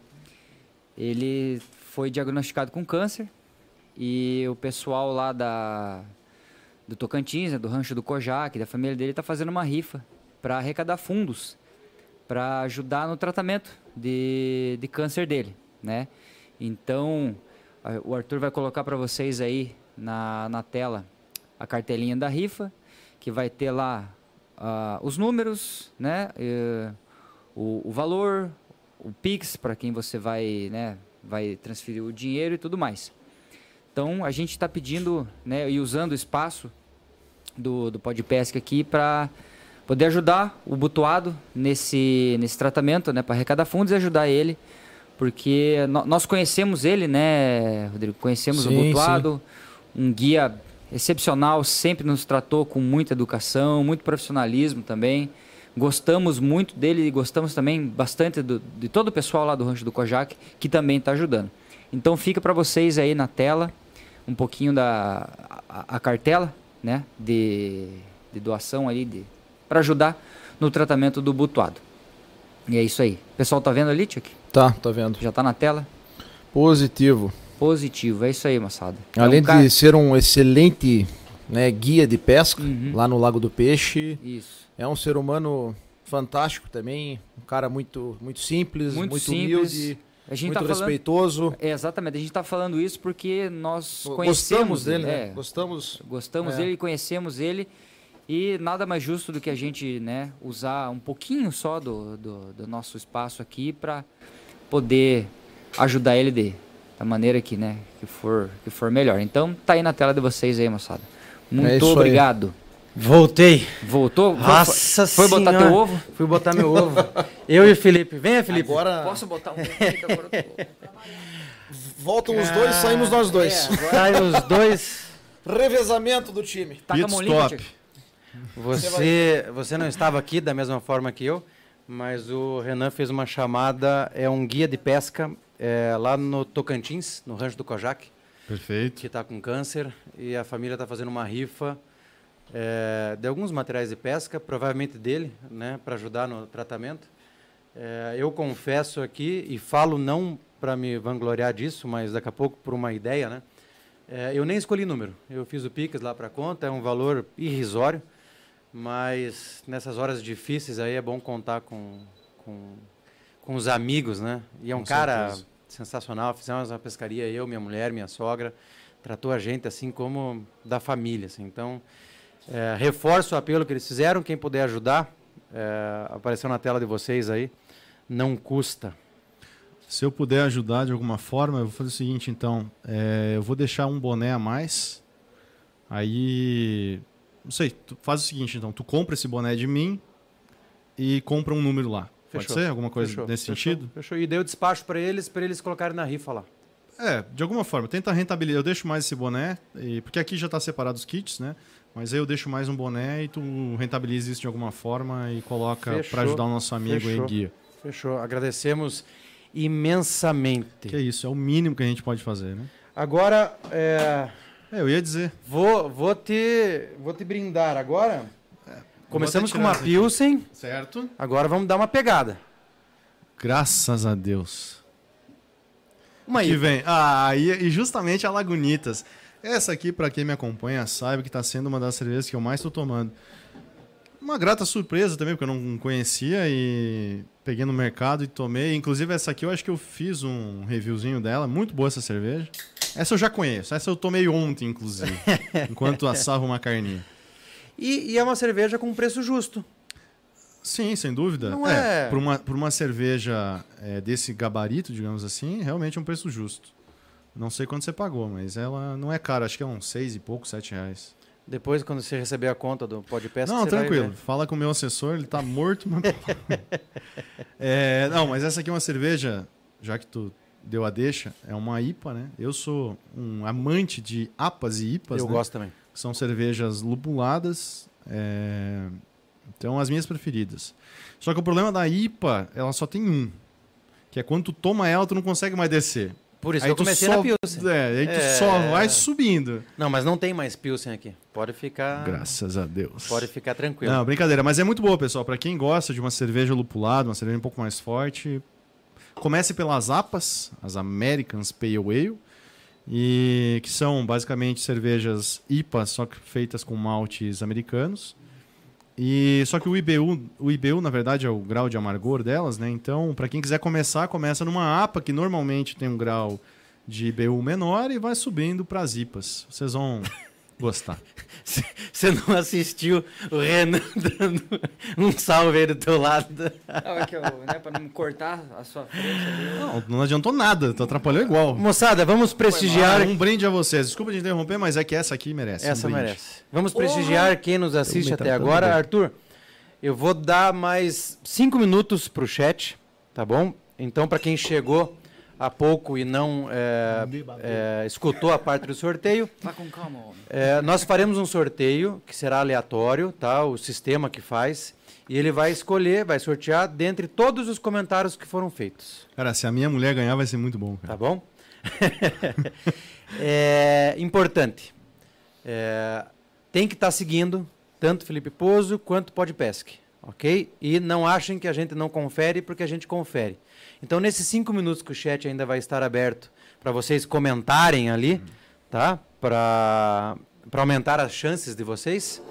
ele foi diagnosticado com câncer e o pessoal lá do Tocantins, né, do Rancho do Kojak, da família dele, está fazendo uma rifa para arrecadar fundos para ajudar no tratamento de câncer dele, né? Então, o Arthur vai colocar para vocês aí na tela a cartelinha da rifa, que vai ter lá os números, né? O valor, o Pix, para quem você vai, né, vai transferir o dinheiro e tudo mais. Então, a gente está pedindo, né, e usando o espaço do Podpesc aqui para poder ajudar o Butuado nesse tratamento, né, para arrecadar fundos e ajudar ele, porque nós conhecemos ele, né, Rodrigo? Conhecemos o Butuado, um guia excepcional, sempre nos tratou com muita educação, muito profissionalismo também. Gostamos muito dele e gostamos também bastante de todo o pessoal lá do Rancho do Kojak, que também está ajudando. Então fica para vocês aí na tela um pouquinho a cartela, né, de doação ali para ajudar no tratamento do Butuado. E é isso aí. O pessoal tá vendo ali, Tchek? Tá vendo. Já tá na tela? Positivo. Positivo, é isso aí, moçada. Além Então, de ser um excelente, né, guia de pesca Uhum. lá no Lago do Peixe, Isso. é um ser humano fantástico também, um cara muito simples, muito simples. humilde, A gente muito tá falando... respeitoso. Exatamente, a gente está falando isso porque nós Gostamos conhecemos dele, ele, né? Gostamos. Gostamos É. dele, conhecemos ele e nada mais justo do que a gente, né, usar um pouquinho só do nosso espaço aqui para poder ajudar ele da maneira que, né, que for melhor. Então, tá aí na tela de vocês aí, moçada. Muito isso aí. obrigado. Voltei. Voltou? Nossa Foi botar Senhora. teu ovo? Fui botar meu ovo. Eu e o Felipe. Venha, Felipe. Agora Posso botar um ovo aqui que agora eu tô... voltam os dois, saímos nós dois. Sai os dois. Revezamento do time. Taca a Pit mão limpa, stop. Tiago. Você não estava aqui da mesma forma que eu, mas o Renan fez uma chamada, é um guia de pesca lá no Tocantins, no Rancho do Kojak, Perfeito. que está com câncer, e a família está fazendo uma rifa de alguns materiais de pesca, provavelmente dele, né, para ajudar no tratamento. Eu confesso aqui, e falo não para me vangloriar disso, mas daqui a pouco por uma ideia, né? Eu nem escolhi número, eu fiz o Pix lá para a conta, é um valor irrisório, mas nessas horas difíceis aí é bom contar com os amigos, né? E é um Com cara certeza. sensacional, fizemos uma pescaria, eu, minha mulher, minha sogra, tratou a gente assim como da família, assim. Então, reforço o apelo que eles fizeram, quem puder ajudar, apareceu na tela de vocês aí, não custa. Se eu puder ajudar de alguma forma, eu vou fazer o seguinte, então. Eu vou deixar um boné a mais. Aí, não sei, tu faz o seguinte, então. Tu compra esse boné de mim e compra um número lá. Pode Fechou. ser? Alguma coisa Fechou, nesse fechou, sentido? Fechou. E dei o despacho para eles colocarem na rifa lá. De alguma forma. Tenta rentabilizar. Eu deixo mais esse boné, porque aqui já está separado os kits, né? Mas aí eu deixo mais um boné e tu rentabiliza isso de alguma forma e coloca Fechou, para ajudar o nosso amigo fechou. aí, guia. Fechou. Agradecemos imensamente. Que é isso, é o mínimo que a gente pode fazer, né? Agora, Eu ia dizer. vou te brindar agora. Começamos com tirar uma essa aqui. Pilsen, Certo. agora vamos dar uma pegada. Graças a Deus. Uma Que IPA. vem. E justamente a Lagunitas. Essa aqui, para quem me acompanha, sabe que está sendo uma das cervejas que eu mais estou tomando. Uma grata surpresa também, porque eu não conhecia e peguei no mercado e tomei. Inclusive, essa aqui eu acho que eu fiz um reviewzinho dela. Muito boa essa cerveja. Essa eu já conheço. Essa eu tomei ontem, inclusive. Enquanto assava uma carninha. E é uma cerveja com preço justo. Sim, sem dúvida. Não é- Por uma cerveja desse gabarito, digamos assim, realmente é um preço justo. Não sei quanto você pagou, mas ela não é cara. Acho que é uns 6 e pouco, R$7. Depois, quando você receber a conta do Podpesca, Não, você vai tranquilo. ver. Fala com o meu assessor, ele tá morto. Mas... não, mas essa aqui é uma cerveja, já que tu deu a deixa, é uma IPA, né? Eu sou um amante de APAs e IPAs, Eu né? gosto também. São cervejas lupuladas, então as minhas preferidas. Só que o problema da IPA, ela só tem um, que é quando tu toma ela, tu não consegue mais descer. Por isso Aí que eu tu comecei só, na Pilsen. aí tu só vai subindo. Não, mas não tem mais Pilsen aqui. Pode ficar, Graças a Deus. pode ficar tranquilo. Não, brincadeira, mas é muito boa, pessoal. Pra quem gosta de uma cerveja lupulada, uma cerveja um pouco mais forte, comece pelas APAs, as Americans Pale Ale, e que são basicamente cervejas IPA, só que feitas com maltes americanos. E só que o IBU, na verdade, é o grau de amargor delas, né? Então, para quem quiser começar, começa numa APA que normalmente tem um grau de IBU menor e vai subindo para as IPAs. Vocês vão gostar. Você não assistiu o Renan dando um salve aí do teu lado? Não, é que eu, né, pra não cortar a sua frente ali. Não adiantou nada, tu atrapalhou igual. Moçada, vamos prestigiar. Um brinde a vocês. Desculpa de interromper, mas é que essa aqui merece. Essa um brinde. merece. Vamos prestigiar quem nos assiste me até tratando agora. bem. Arthur, eu vou dar mais 5 minutos pro chat, tá bom? Então, para quem chegou há pouco e não escutou a parte do sorteio, Vai com calma, homem. nós faremos um sorteio que será aleatório, tá? O sistema que faz. E ele vai escolher, vai sortear dentre todos os comentários que foram feitos. Cara, se a minha mulher ganhar, vai ser muito bom. Cara. Tá bom? Importante. Tem que estar seguindo tanto Felipe Pozo quanto Podpesc, ok? E não achem que a gente não confere, porque a gente confere. Então, nesses 5 minutos que o chat ainda vai estar aberto para vocês comentarem ali, tá? Para aumentar as chances de vocês,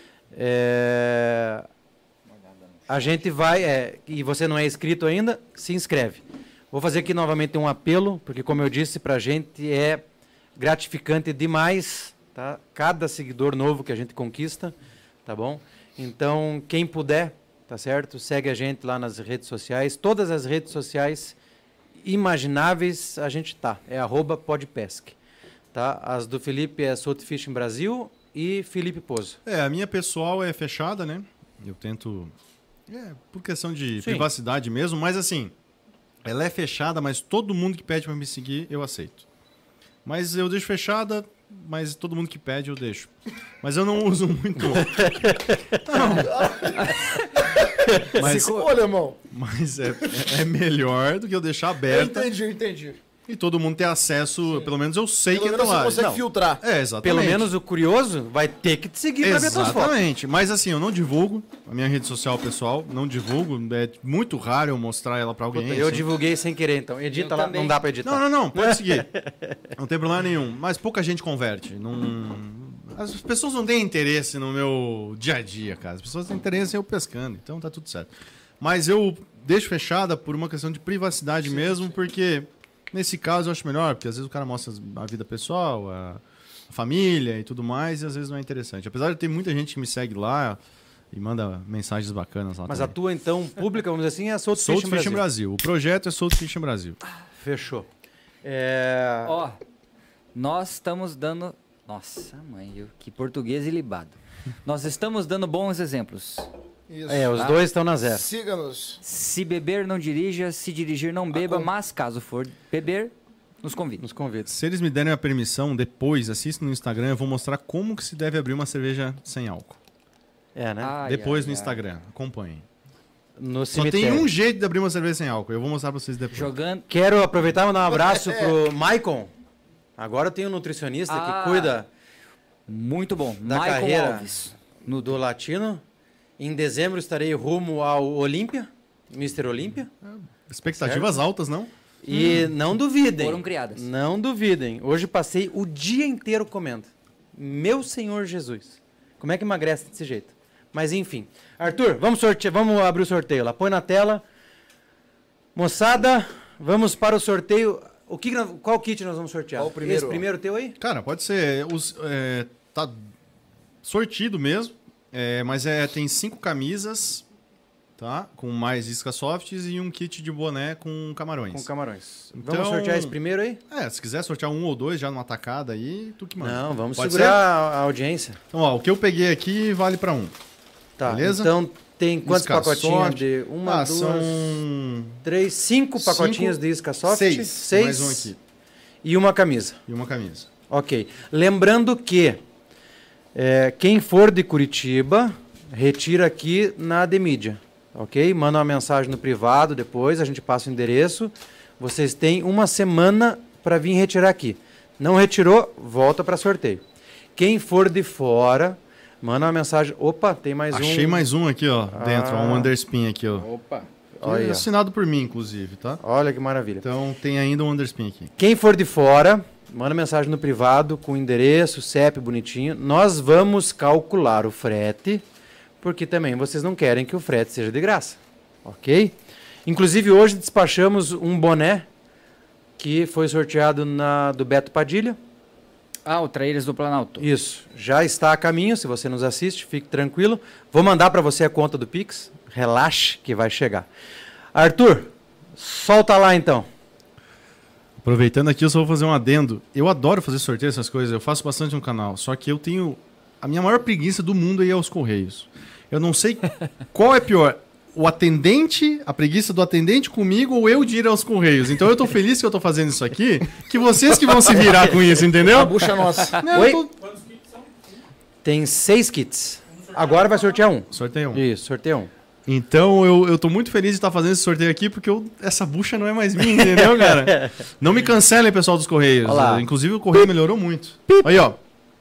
a gente vai, e você não é inscrito ainda, se inscreve. Vou fazer aqui novamente um apelo, porque como eu disse, para a gente é gratificante demais, tá? Cada seguidor novo que a gente conquista, tá bom? Então, quem puder, tá certo? Segue a gente lá nas redes sociais, todas as redes sociais, imagináveis, a gente tá. É @podpesc. Tá? As do Felipe é Souto Fishing Brasil e Felipe Pozo. A minha pessoal é fechada, né? Eu tento... por questão de privacidade mesmo, mas assim, ela é fechada, mas todo mundo que pede pra me seguir, eu aceito. Mas eu deixo fechada, mas todo mundo que pede, eu deixo. Mas eu não uso muito... Mas, olha, irmão. Mas é melhor do que eu deixar aberta. Eu entendi. E todo mundo ter acesso, pelo menos eu sei Pelo quem menos tá lá. você consegue filtrar. Exatamente. Pelo menos o curioso vai ter que te seguir pra ver tuas fotos. Exatamente. Mas assim, eu não divulgo a minha rede social pessoal, não divulgo. É muito raro eu mostrar ela pra alguém. Puta, eu assim. divulguei sem querer, então. Edita lá, não dá pra editar. Não, pode seguir. Não tem problema nenhum. Mas pouca gente converte. As pessoas não têm interesse no meu dia a dia, cara. As pessoas têm interesse em eu pescando, então tá tudo certo. Mas eu deixo fechada por uma questão de privacidade mesmo, porque nesse caso eu acho melhor, porque às vezes o cara mostra a vida pessoal, a família e tudo mais, e às vezes não é interessante. Apesar de ter muita gente que me segue lá e manda mensagens bacanas lá. Mas também. a tua, então, pública, vamos dizer assim, é Souto Souto Fishing Fishing Brasil. Brasil. O projeto é Souto Fishing Brasil. Fechou. Ó, nós estamos dando... Nossa, mãe, que português ilibado. Nós estamos dando bons exemplos. Isso. Os dois estão na zero. Siga-nos. Se beber, não dirija. Se dirigir, não beba. Mas caso for beber, nos convide. Nos convido. Se eles me derem a permissão, depois, assista no Instagram, eu vou mostrar como que se deve abrir uma cerveja sem álcool. Né? Depois no Instagram. Acompanhem. No Só cemitério. tem um jeito de abrir uma cerveja sem álcool. Eu vou mostrar pra vocês depois. Jogando... Quero aproveitar e mandar um abraço pro Maicon. Agora eu tenho um nutricionista que cuida Muito bom. da Maicon carreira Alves. do Latino. Em dezembro estarei rumo ao Olímpia, Mr. Olímpia. Expectativas altas, não? E não duvidem. Foram criadas. Não duvidem. Hoje passei o dia inteiro comendo. Meu Senhor Jesus. Como é que emagrece desse jeito? Mas enfim. Arthur, vamos abrir o sorteio lá. Põe na tela. Moçada, vamos para o sorteio. Qual kit nós vamos sortear? Qual o primeiro? Esse primeiro teu aí? Cara, pode ser. Tá sortido mesmo. Mas tem 5 camisas, tá? Com mais isca softs e um kit de boné com camarões. Com camarões. Então- Vamos sortear esse primeiro aí? Se quiser sortear 1 ou 2 já numa tacada aí, tu que manda. Não, vamos Pode segurar ser? a audiência. Então, ó, o que eu peguei aqui vale pra 1. Tá, Beleza? então tem quantos Isca pacotinhos soft. de... Uma, São duas, 3, 5 pacotinhos de isca soft? 6. 6. Mais um aqui. E uma camisa. E uma camisa. Ok. Lembrando que quem for de Curitiba, retira aqui na Demídia. Ok? Manda uma mensagem no privado depois, a gente passa o endereço. Vocês têm uma semana para vir retirar aqui. Não retirou, volta para sorteio. Quem for de fora, manda uma mensagem. Opa, tem mais um. Achei mais um aqui, ó, dentro. Ó, um underspin aqui, ó. Opa. Olha, assinado por mim, inclusive, tá? Olha que maravilha. Então tem ainda um underspin aqui. Quem for de fora, manda mensagem no privado com o endereço, CEP bonitinho. Nós vamos calcular o frete, porque também vocês não querem que o frete seja de graça, ok? Inclusive hoje despachamos um boné que foi sorteado do Beto Padilha. O Trailers do Planalto. Isso, já está a caminho, se você nos assiste, fique tranquilo. Vou mandar para você a conta do Pix, relaxe que vai chegar. Arthur, solta lá então. Aproveitando aqui, eu só vou fazer um adendo. Eu adoro fazer sorteio, essas coisas, eu faço bastante no canal, só que eu tenho... A minha maior preguiça do mundo aí é os Correios. Eu não sei qual é pior, o atendente, a preguiça do atendente comigo ou eu de ir aos Correios. Então eu tô feliz que eu tô fazendo isso aqui, que vocês que vão se virar com isso, entendeu? A bucha nossa. Não, Oi? eu tô... Tem 6 kits. Agora vai sortear um. Sorteio um. Isso, sorteia um. Então eu tô muito feliz de estar fazendo esse sorteio aqui, porque essa bucha não é mais minha, entendeu, cara? Não me cancelem, pessoal dos Correios. Olha lá. Inclusive o Correio melhorou muito. Aí, ó.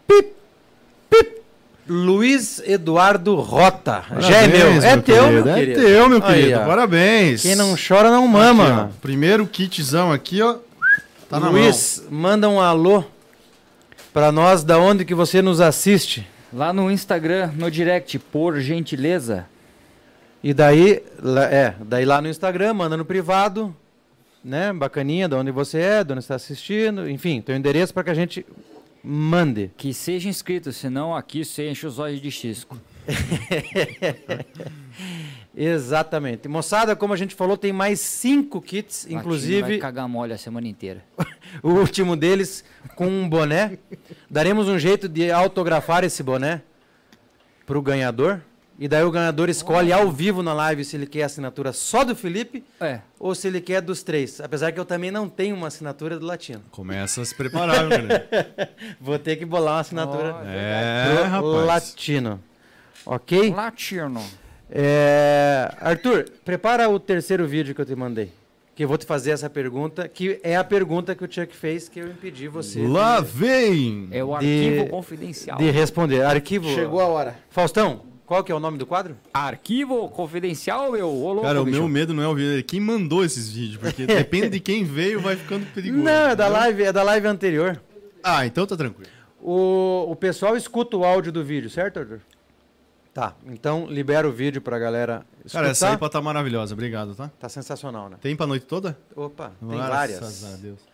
Luiz Eduardo Rota. Parabéns, Já é meu. É teu, meu É querido. teu, meu Aí, querido. ó. Parabéns. Quem não chora não mama. Aqui, ó. Primeiro kitzão aqui, ó. Tá na Luiz, manda um alô pra nós, da onde que você nos assiste. Lá no Instagram, no direct, por gentileza. E daí lá no Instagram, manda no privado, né? Bacaninha, de onde você é, de onde está assistindo, enfim, teu endereço para que a gente mande. Que seja inscrito, senão aqui você enche os olhos de chisco. Exatamente. Moçada, como a gente falou, tem mais 5 kits, Latino vai inclusive cagar mole a semana inteira. o último deles com um boné. Daremos um jeito de autografar esse boné para o ganhador. E daí o ganhador escolhe ao vivo na live se ele quer a assinatura só do Felipe ou se ele quer dos 3. Apesar que eu também não tenho uma assinatura do Latino. Começa a se preparar, meu querido. Vou ter que bolar uma assinatura É, rapaz. Latino. Ok? Latino. Arthur, prepara o terceiro vídeo que eu te mandei. Que eu vou te fazer essa pergunta, que é a pergunta que o Chuck fez, que eu impedi você Lá vem! É o arquivo confidencial. de responder. Arquivo. Chegou a hora. Faustão, qual que é o nome do quadro? Arquivo confidencial, meu. Ô, louco, Cara, o bicho. meu medo não é o vídeo, é quem mandou esses vídeos, porque depende de quem veio, vai ficando perigoso. Não, é da entendeu? live anterior. Ah, então tá tranquilo. O pessoal escuta o áudio do vídeo, certo, Arthur? Tá, então libera o vídeo pra galera escutar. Cara, essa aí tá maravilhosa, obrigado, tá? Tá sensacional, né? Tem pra noite toda? Opa, tem Graças várias. a Deus.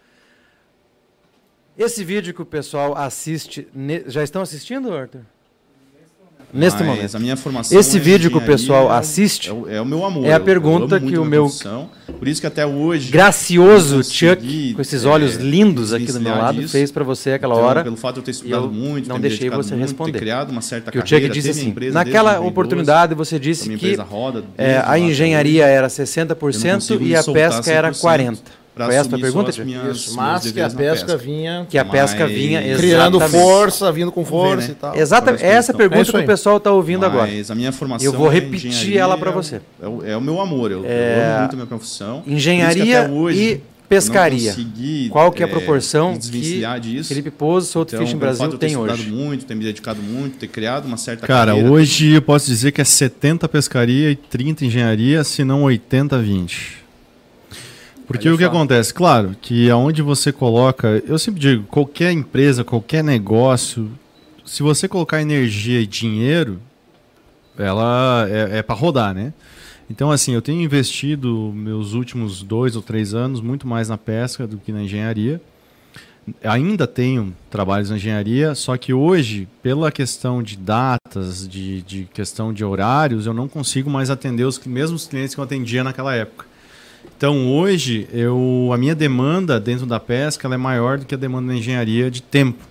Esse vídeo que o pessoal assiste... Já estão assistindo, Arthur? Neste Mas momento. a minha formação Esse em vídeo que o pessoal engenharia assiste é o meu amor. é a eu pergunta amo muito que o minha meu profissão. Por isso que até hoje gracioso eu consegui, Chuck, com esses olhos lindos aqui do meu desvencilhar lado, disso. fez pra você aquela Então, hora. pelo fato de eu ter eu estudado muito, não ter me deixei dedicado você muito, responder. ter criado uma certa Que o carreira, Chuck disse teve minha assim, empresa naquela desde 2012, oportunidade você a disse minha que empresa roda desde lá a até engenharia hoje. era Eu não 60% consigo e me a soltar pesca era 100% 40%. pra Foi essa a assumir pergunta, só Chuck? as Isso, meus mas que a deveres na pesca vinha Que a pesca Mas- vinha criando exatamente. força, vindo com força né? e tal. Exatamente, Várias essa coisas, pergunta É isso que o aí. pessoal está ouvindo agora. Mas a minha formação Eu vou em repetir engenharia ela pra você. É o meu amor. Eu amo muito a minha profissão. Por isso que Engenharia até hoje e eu não pescaria. consegui, Qual que é a proporção me desvencilhar que disso. Felipe Pouso, Souto Então, Fishing pelo fato Brasil de eu ter tem estudado hoje? muito, ter me dedicado muito, ter criado uma certa Cara, carreira. hoje eu posso dizer que é 70 pescaria e 30 engenharia, se não 80-20. Porque Olha o que só. acontece? Claro, que aonde você coloca... Eu sempre digo, qualquer empresa, qualquer negócio, se você colocar energia e dinheiro, ela é para rodar, né? Então, assim, eu tenho investido meus últimos 2 ou 3 anos muito mais na pesca do que na engenharia. Ainda tenho trabalhos na engenharia, só que hoje, pela questão de datas, de questão de horários, eu não consigo mais atender os mesmos clientes que eu atendia naquela época. Então, hoje, a minha demanda dentro da pesca ela é maior do que a demanda da engenharia de tempo.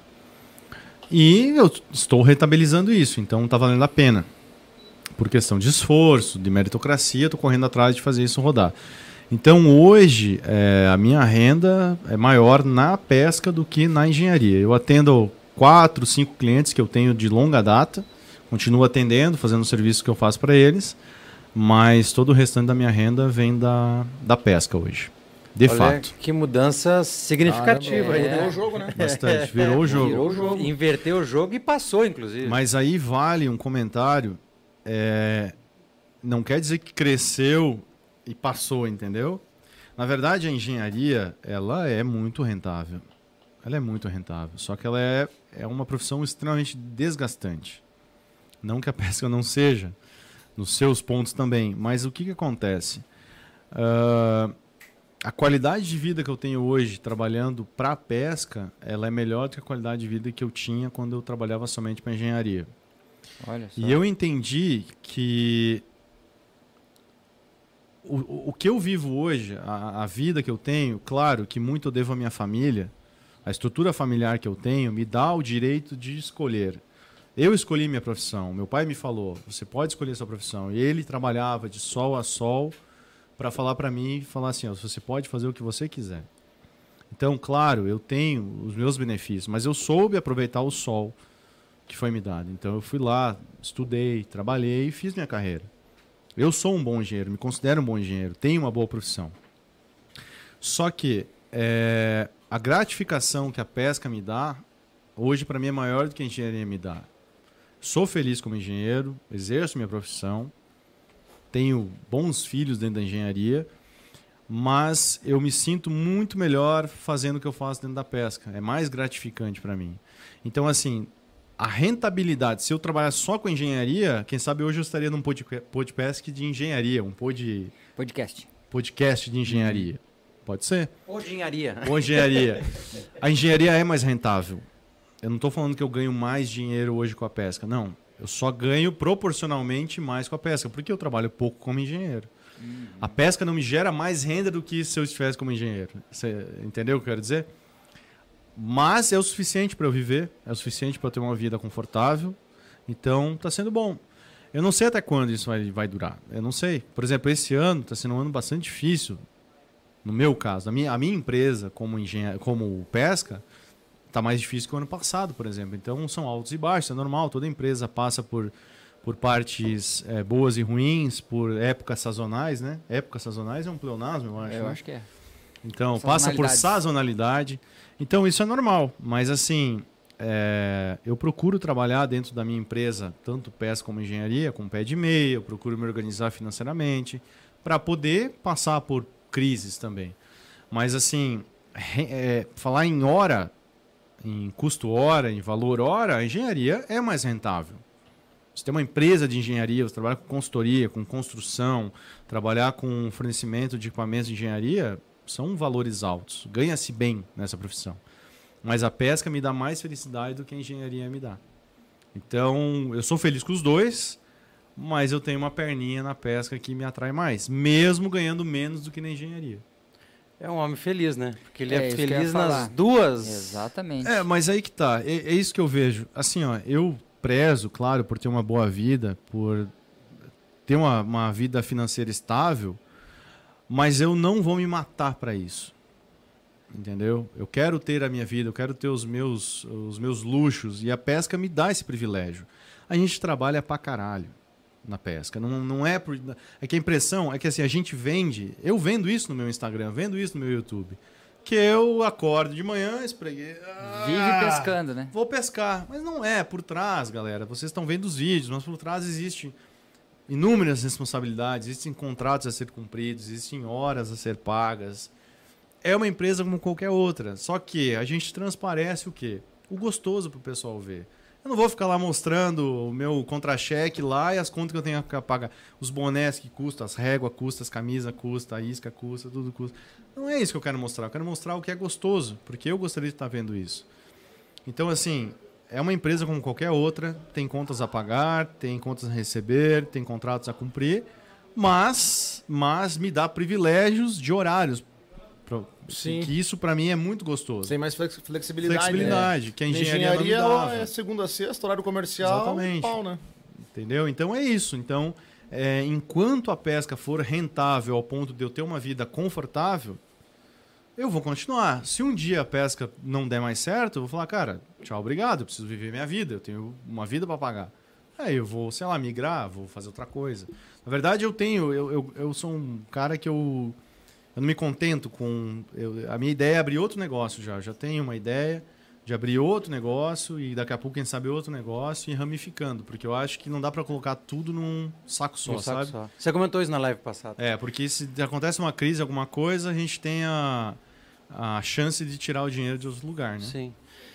E eu estou rentabilizando isso, então está valendo a pena. Por questão de esforço, de meritocracia, estou correndo atrás de fazer isso rodar. Então, hoje, a minha renda é maior na pesca do que na engenharia. Eu atendo 4, 5 clientes que eu tenho de longa data, continuo atendendo, fazendo o serviço que eu faço para eles, mas todo o restante da minha renda vem da pesca hoje. De Olha, fato. que mudança significativa aí, Virou né? o jogo, né? Bastante. Virou o jogo. Virou o jogo. Inverteu o jogo e passou, inclusive. Mas aí vale um comentário. Não quer dizer que cresceu e passou, entendeu? Na verdade, a engenharia, ela é muito rentável. Ela é muito rentável. Só que ela é uma profissão extremamente desgastante. Não que a pesca não seja, nos seus pontos também. Mas o que acontece? A qualidade de vida que eu tenho hoje trabalhando para a pesca, ela é melhor do que a qualidade de vida que eu tinha quando eu trabalhava somente para engenharia. Olha só. E eu entendi que o que eu vivo hoje, a vida que eu tenho, claro que muito eu devo à minha família, a estrutura familiar que eu tenho me dá o direito de escolher. Eu escolhi minha profissão. Meu pai me falou, você pode escolher sua profissão. E ele trabalhava de sol a sol para falar para mim e falar assim, ó, você pode fazer o que você quiser. Então, claro, eu tenho os meus benefícios, mas eu soube aproveitar o sol que foi me dado. Então, eu fui lá, estudei, trabalhei e fiz minha carreira. Eu sou um bom engenheiro, me considero um bom engenheiro, tenho uma boa profissão. Só que a gratificação que a pesca me dá, hoje para mim é maior do que a engenharia me dá. Sou feliz como engenheiro, exerço minha profissão, tenho bons filhos dentro da engenharia, mas eu me sinto muito melhor fazendo o que eu faço dentro da pesca. É mais gratificante para mim. Então, assim, a rentabilidade, se eu trabalhar só com engenharia, quem sabe hoje eu estaria num podcast de engenharia, podcast de engenharia. Pode ser? Ou engenharia. Ou engenharia. A engenharia é mais rentável. Eu não estou falando que eu ganho mais dinheiro hoje com a pesca, não. Eu só ganho proporcionalmente mais com a pesca, porque eu trabalho pouco como engenheiro. A pesca não me gera mais renda do que se eu estivesse como engenheiro. Você entendeu o que eu quero dizer? Mas é o suficiente para eu viver, é o suficiente para eu ter uma vida confortável. Então, está sendo bom. Eu não sei até quando isso vai durar. Eu não sei. Por exemplo, esse ano está sendo um ano bastante difícil. No meu caso, a minha empresa como pesca está mais difícil que o ano passado, por exemplo. Então, são altos e baixos, é normal. Toda empresa passa por partes boas e ruins, por épocas sazonais, né? Épocas sazonais é um pleonasmo, eu acho. Eu né? acho que é. Então, passa por sazonalidade. Então, isso é normal. Mas, assim, eu procuro trabalhar dentro da minha empresa, tanto pesca como engenharia, com pé de meia. Eu procuro me organizar financeiramente para poder passar por crises também. Mas, assim, falar em hora, em custo hora, em valor hora, a engenharia é mais rentável. Você tem uma empresa de engenharia, você trabalha com consultoria, com construção, trabalhar com fornecimento de equipamentos de engenharia, são valores altos. Ganha-se bem nessa profissão. Mas a pesca me dá mais felicidade do que a engenharia me dá. Então, eu sou feliz com os dois, mas eu tenho uma perninha na pesca que me atrai mais, mesmo ganhando menos do que na engenharia. É um homem feliz, né? Porque ele é isso que eu ia feliz falar. nas duas. Exatamente. Mas aí que tá. É isso que eu vejo. Assim, ó, eu prezo, claro, por ter uma boa vida, por ter uma vida financeira estável, mas eu não vou me matar para isso. Entendeu? Eu quero ter a minha vida, eu quero ter os meus luxos, e a pesca me dá esse privilégio. A gente trabalha pra caralho na pesca. Não é por... É que a impressão é que assim, a gente vende... Eu vendo isso no meu Instagram, vendo isso no meu YouTube. Que eu acordo de manhã, espreguei... Vive pescando, né? Vou pescar. Mas não é por trás, galera. Vocês estão vendo os vídeos, mas por trás existem inúmeras responsabilidades, existem contratos a ser cumpridos, existem horas a ser pagas. É uma empresa como qualquer outra. Só que a gente transparece o quê? O gostoso pro pessoal ver. Eu não vou ficar lá mostrando o meu contra-cheque lá e as contas que eu tenho que pagar. Os bonés que custam, as réguas custam, as camisas custam, a isca custa, tudo custa. Não é isso que eu quero mostrar. Eu quero mostrar o que é gostoso, porque eu gostaria de estar vendo isso. Então, assim, é uma empresa como qualquer outra. Tem contas a pagar, tem contas a receber, tem contratos a cumprir. Mas me dá privilégios de horários. Sim. Que isso para mim é muito gostoso. Tem mais flexibilidade. Flexibilidade, que a engenharia não me dava. É segunda a sexta, horário comercial, exatamente. Pau, né? Entendeu? Então é isso. Então, enquanto a pesca for rentável ao ponto de eu ter uma vida confortável, eu vou continuar. Se um dia a pesca não der mais certo, eu vou falar, cara, tchau, obrigado, eu preciso viver minha vida, eu tenho uma vida para pagar. Aí eu vou, sei lá, migrar, vou fazer outra coisa. Na verdade, eu sou um cara que eu não me contento com... a minha ideia é abrir outro negócio já. Eu já tenho uma ideia de abrir outro negócio e daqui a pouco, quem sabe, outro negócio e ramificando. Porque eu acho que não dá para colocar tudo num saco só, sabe? Só. Você comentou isso na live passada. Porque se acontece uma crise, alguma coisa, a gente tem a chance de tirar o dinheiro de outro lugar, né? Sim.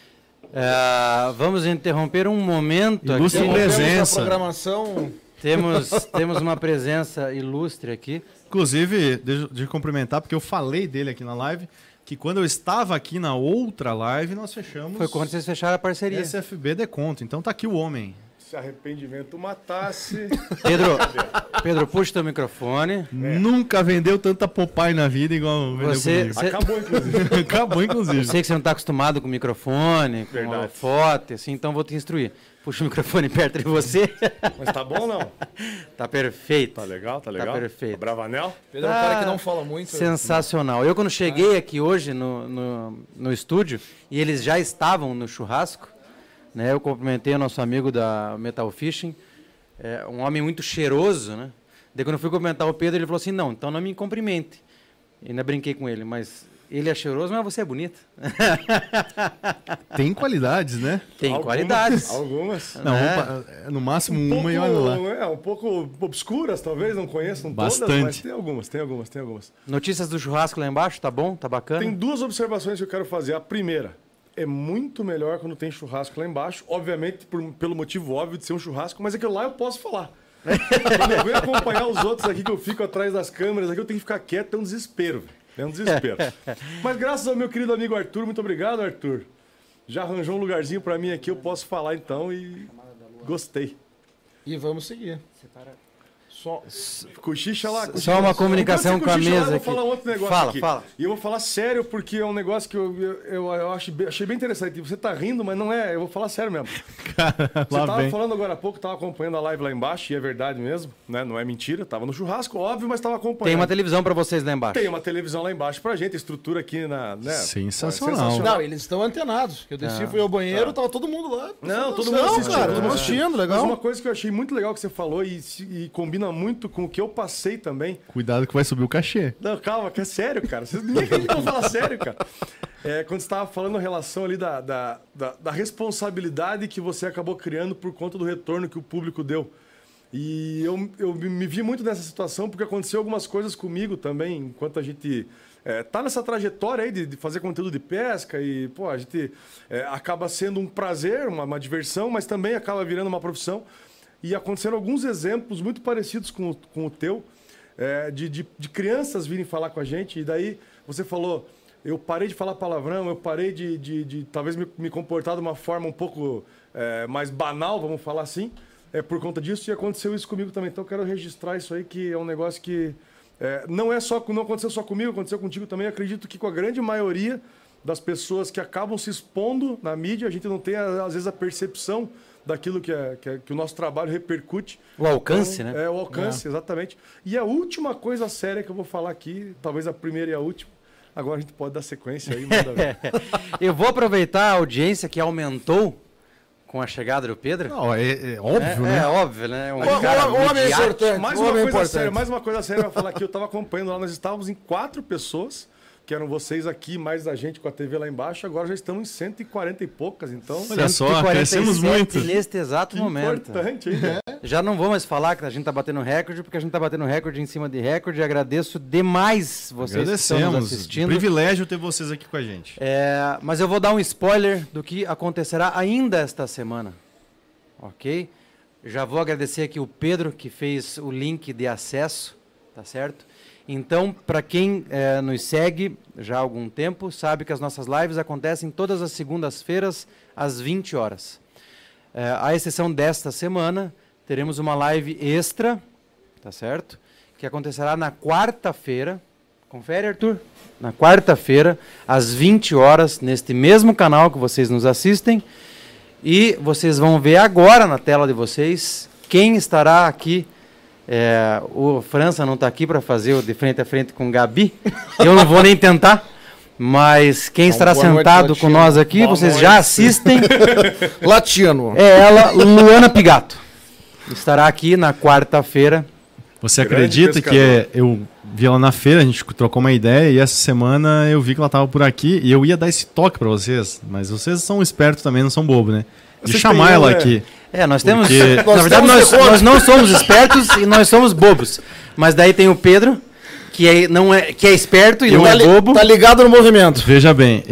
Vamos interromper um momento Ilustre aqui. presença. A programação... Temos uma presença ilustre aqui. Inclusive, deixa eu cumprimentar, porque eu falei dele aqui na live, que quando eu estava aqui na outra live, nós fechamos... Foi quando vocês fecharam a parceria. SFB Deconto. Então tá aqui o homem. Se arrependimento matasse... Pedro, puxa teu microfone. Nunca vendeu tanta Popeye na vida igual vendeu comigo. Acabou, inclusive. Acabou, inclusive. Eu sei que você não está acostumado com microfone, com Verdade. foto, assim, então vou te instruir. Puxa o microfone perto de você. Mas tá bom ou não? Tá perfeito. Tá legal, tá legal? Tá perfeito. Tá Bravanel? Pedro é um cara que não fala muito. Sensacional. Eu, quando cheguei aqui hoje no estúdio, e eles já estavam no churrasco, né? Eu cumprimentei o nosso amigo da Metal Fishing, um homem muito cheiroso, né? Daí, quando eu fui cumprimentar o Pedro, ele falou assim, não, então não me cumprimente. Ainda brinquei com ele, mas ele é cheiroso, mas você é bonita. Tem qualidades, né? Tem qualidades. Algumas. Não, no máximo uma e olha lá. Um pouco obscuras, talvez, não conheço Bastante. todas, mas tem algumas. Notícias do churrasco lá embaixo, tá bom? Tá bacana? Tem duas observações que eu quero fazer. A primeira, é muito melhor quando tem churrasco lá embaixo, obviamente pelo motivo óbvio de ser um churrasco, mas é que lá eu posso falar. Quando eu venho acompanhar os outros aqui, que eu fico atrás das câmeras, aqui eu tenho que ficar quieto, é um desespero, velho. É um desespero. Mas graças ao meu querido amigo Arthur, muito obrigado, Arthur. Já arranjou um lugarzinho pra mim aqui, eu posso falar então e gostei. E vamos seguir. Cochicha lá. Só uma comunicação Enquanto com a você cochicha lá, mesa eu vou falar outro negócio Fala, aqui. fala. E eu vou falar sério, porque é um negócio que eu achei bem interessante. Você tá rindo, mas não é. Eu vou falar sério mesmo. Cara, Você lá tava vem. falando agora há pouco, tava acompanhando a live lá embaixo, e é verdade mesmo, né? Não é mentira. Tava no churrasco, óbvio, mas tava acompanhando. Tem uma televisão pra vocês lá embaixo. Tem uma televisão lá embaixo pra gente, a estrutura aqui na. Né? Sensacional. Não, eles estão antenados. Eu desci, fui ao banheiro, tava todo mundo lá. Não, todo mundo Não, assistindo. cara, todo todo mundo mundo assistindo, legal. Mas uma coisa que eu achei muito legal que você falou e combina muito com o que eu passei também. Cuidado que vai subir o cachê. Não, calma, que é sério, cara. Vocês ninguém acredita que eu vou falar sério, cara. Quando você estava falando em relação ali da responsabilidade que você acabou criando por conta do retorno que o público deu. E eu me vi muito nessa situação porque aconteceu algumas coisas comigo também, enquanto a gente tá nessa trajetória aí de fazer conteúdo de pesca e, pô, a gente acaba sendo um prazer, uma diversão, mas também acaba virando uma profissão. E aconteceram alguns exemplos muito parecidos com o teu, de crianças virem falar com a gente, e daí você falou, eu parei de falar palavrão, eu parei de talvez me comportar de uma forma um pouco mais banal, vamos falar assim, por conta disso, e aconteceu isso comigo também. Então eu quero registrar isso aí, que é um negócio que não aconteceu só comigo, aconteceu contigo também. Eu acredito que com a grande maioria das pessoas que acabam se expondo na mídia, a gente não tem, às vezes, a percepção daquilo que o nosso trabalho repercute. O alcance, então, né? O alcance, exatamente. E a última coisa séria que eu vou falar aqui, talvez a primeira e a última, agora a gente pode dar sequência aí. Manda ver. Eu vou aproveitar a audiência que aumentou com a chegada do Pedro. Não, é óbvio, né? É óbvio, né? Um O cara homem é midiático. importante. mais o uma homem é coisa importante. séria, mais uma coisa séria eu vou falar aqui. Eu estava acompanhando lá, nós estávamos em 4 pessoas, que eram vocês aqui, mais a gente com a TV lá embaixo. Agora já estamos em 140 e poucas, então... Olha só, 147 crescemos muito. neste exato momento. Importante, hein? Já não vou mais falar que a gente tá batendo recorde, porque a gente tá batendo recorde em cima de recorde. Agradeço demais vocês que estão nos Agradecemos. assistindo. Privilégio ter vocês aqui com a gente. Mas eu vou dar um spoiler do que acontecerá ainda esta semana. Ok? Já vou agradecer aqui o Pedro, que fez o link de acesso, tá certo? Então, para quem nos segue já há algum tempo, sabe que as nossas lives acontecem todas as segundas-feiras, às 20 horas. À exceção desta semana, teremos uma live extra, tá certo? Que acontecerá na quarta-feira. Confere, Arthur? Na quarta-feira, às 20 horas, neste mesmo canal que vocês nos assistem. E vocês vão ver agora na tela de vocês quem estará aqui. O França não está aqui para fazer o de frente a frente com o Gabi. Eu não vou nem tentar. Mas quem estará boa noite, sentado com Latino. nós aqui, Boa vocês noite. já assistem. Latino. É ela, Luana Pigato. Estará aqui na quarta-feira. Você Grande acredita que pescador. eu vi ela na feira, a gente trocou uma ideia e essa semana eu vi que ela tava por aqui e eu ia dar esse toque pra vocês, mas vocês são espertos também, não são bobos, né? De Vocês chamar têm, ela né? aqui. Nós temos. Porque- Na verdade, nós não somos espertos e nós somos bobos. Mas daí tem o Pedro, que é esperto e não é bobo. Tá ligado no movimento. Veja bem,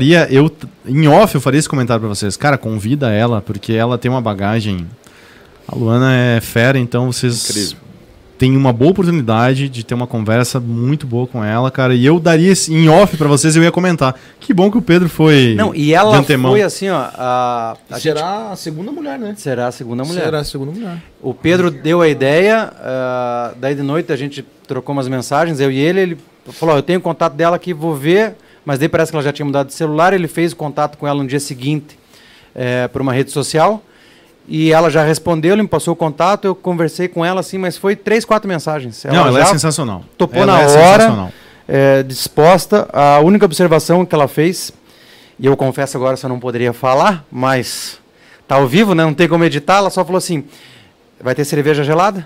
em off eu faria esse comentário pra vocês. Cara, convida ela, porque ela tem uma bagagem. A Luana é fera, então vocês têm uma boa oportunidade de ter uma conversa muito boa com ela, cara. E eu daria esse, em off pra vocês, eu ia comentar. Que bom que o Pedro foi Não, e de ela antemão. foi assim, ó. Será a segunda mulher, né? Será a segunda mulher. Será a segunda mulher. O Pedro deu a ideia, daí de noite a gente trocou umas mensagens, eu e ele falou, eu tenho contato dela aqui, vou ver, mas daí parece que ela já tinha mudado de celular, ele fez o contato com ela no dia seguinte por uma rede social, e ela já respondeu, ele me passou o contato, eu conversei com ela assim, mas foi 3, 4 mensagens. Ela já é sensacional. topou Ela na é hora, sensacional. disposta. A única observação que ela fez, e eu confesso agora se eu não poderia falar, mas tá ao vivo, né? Não tem como editar, ela só falou assim, vai ter cerveja gelada?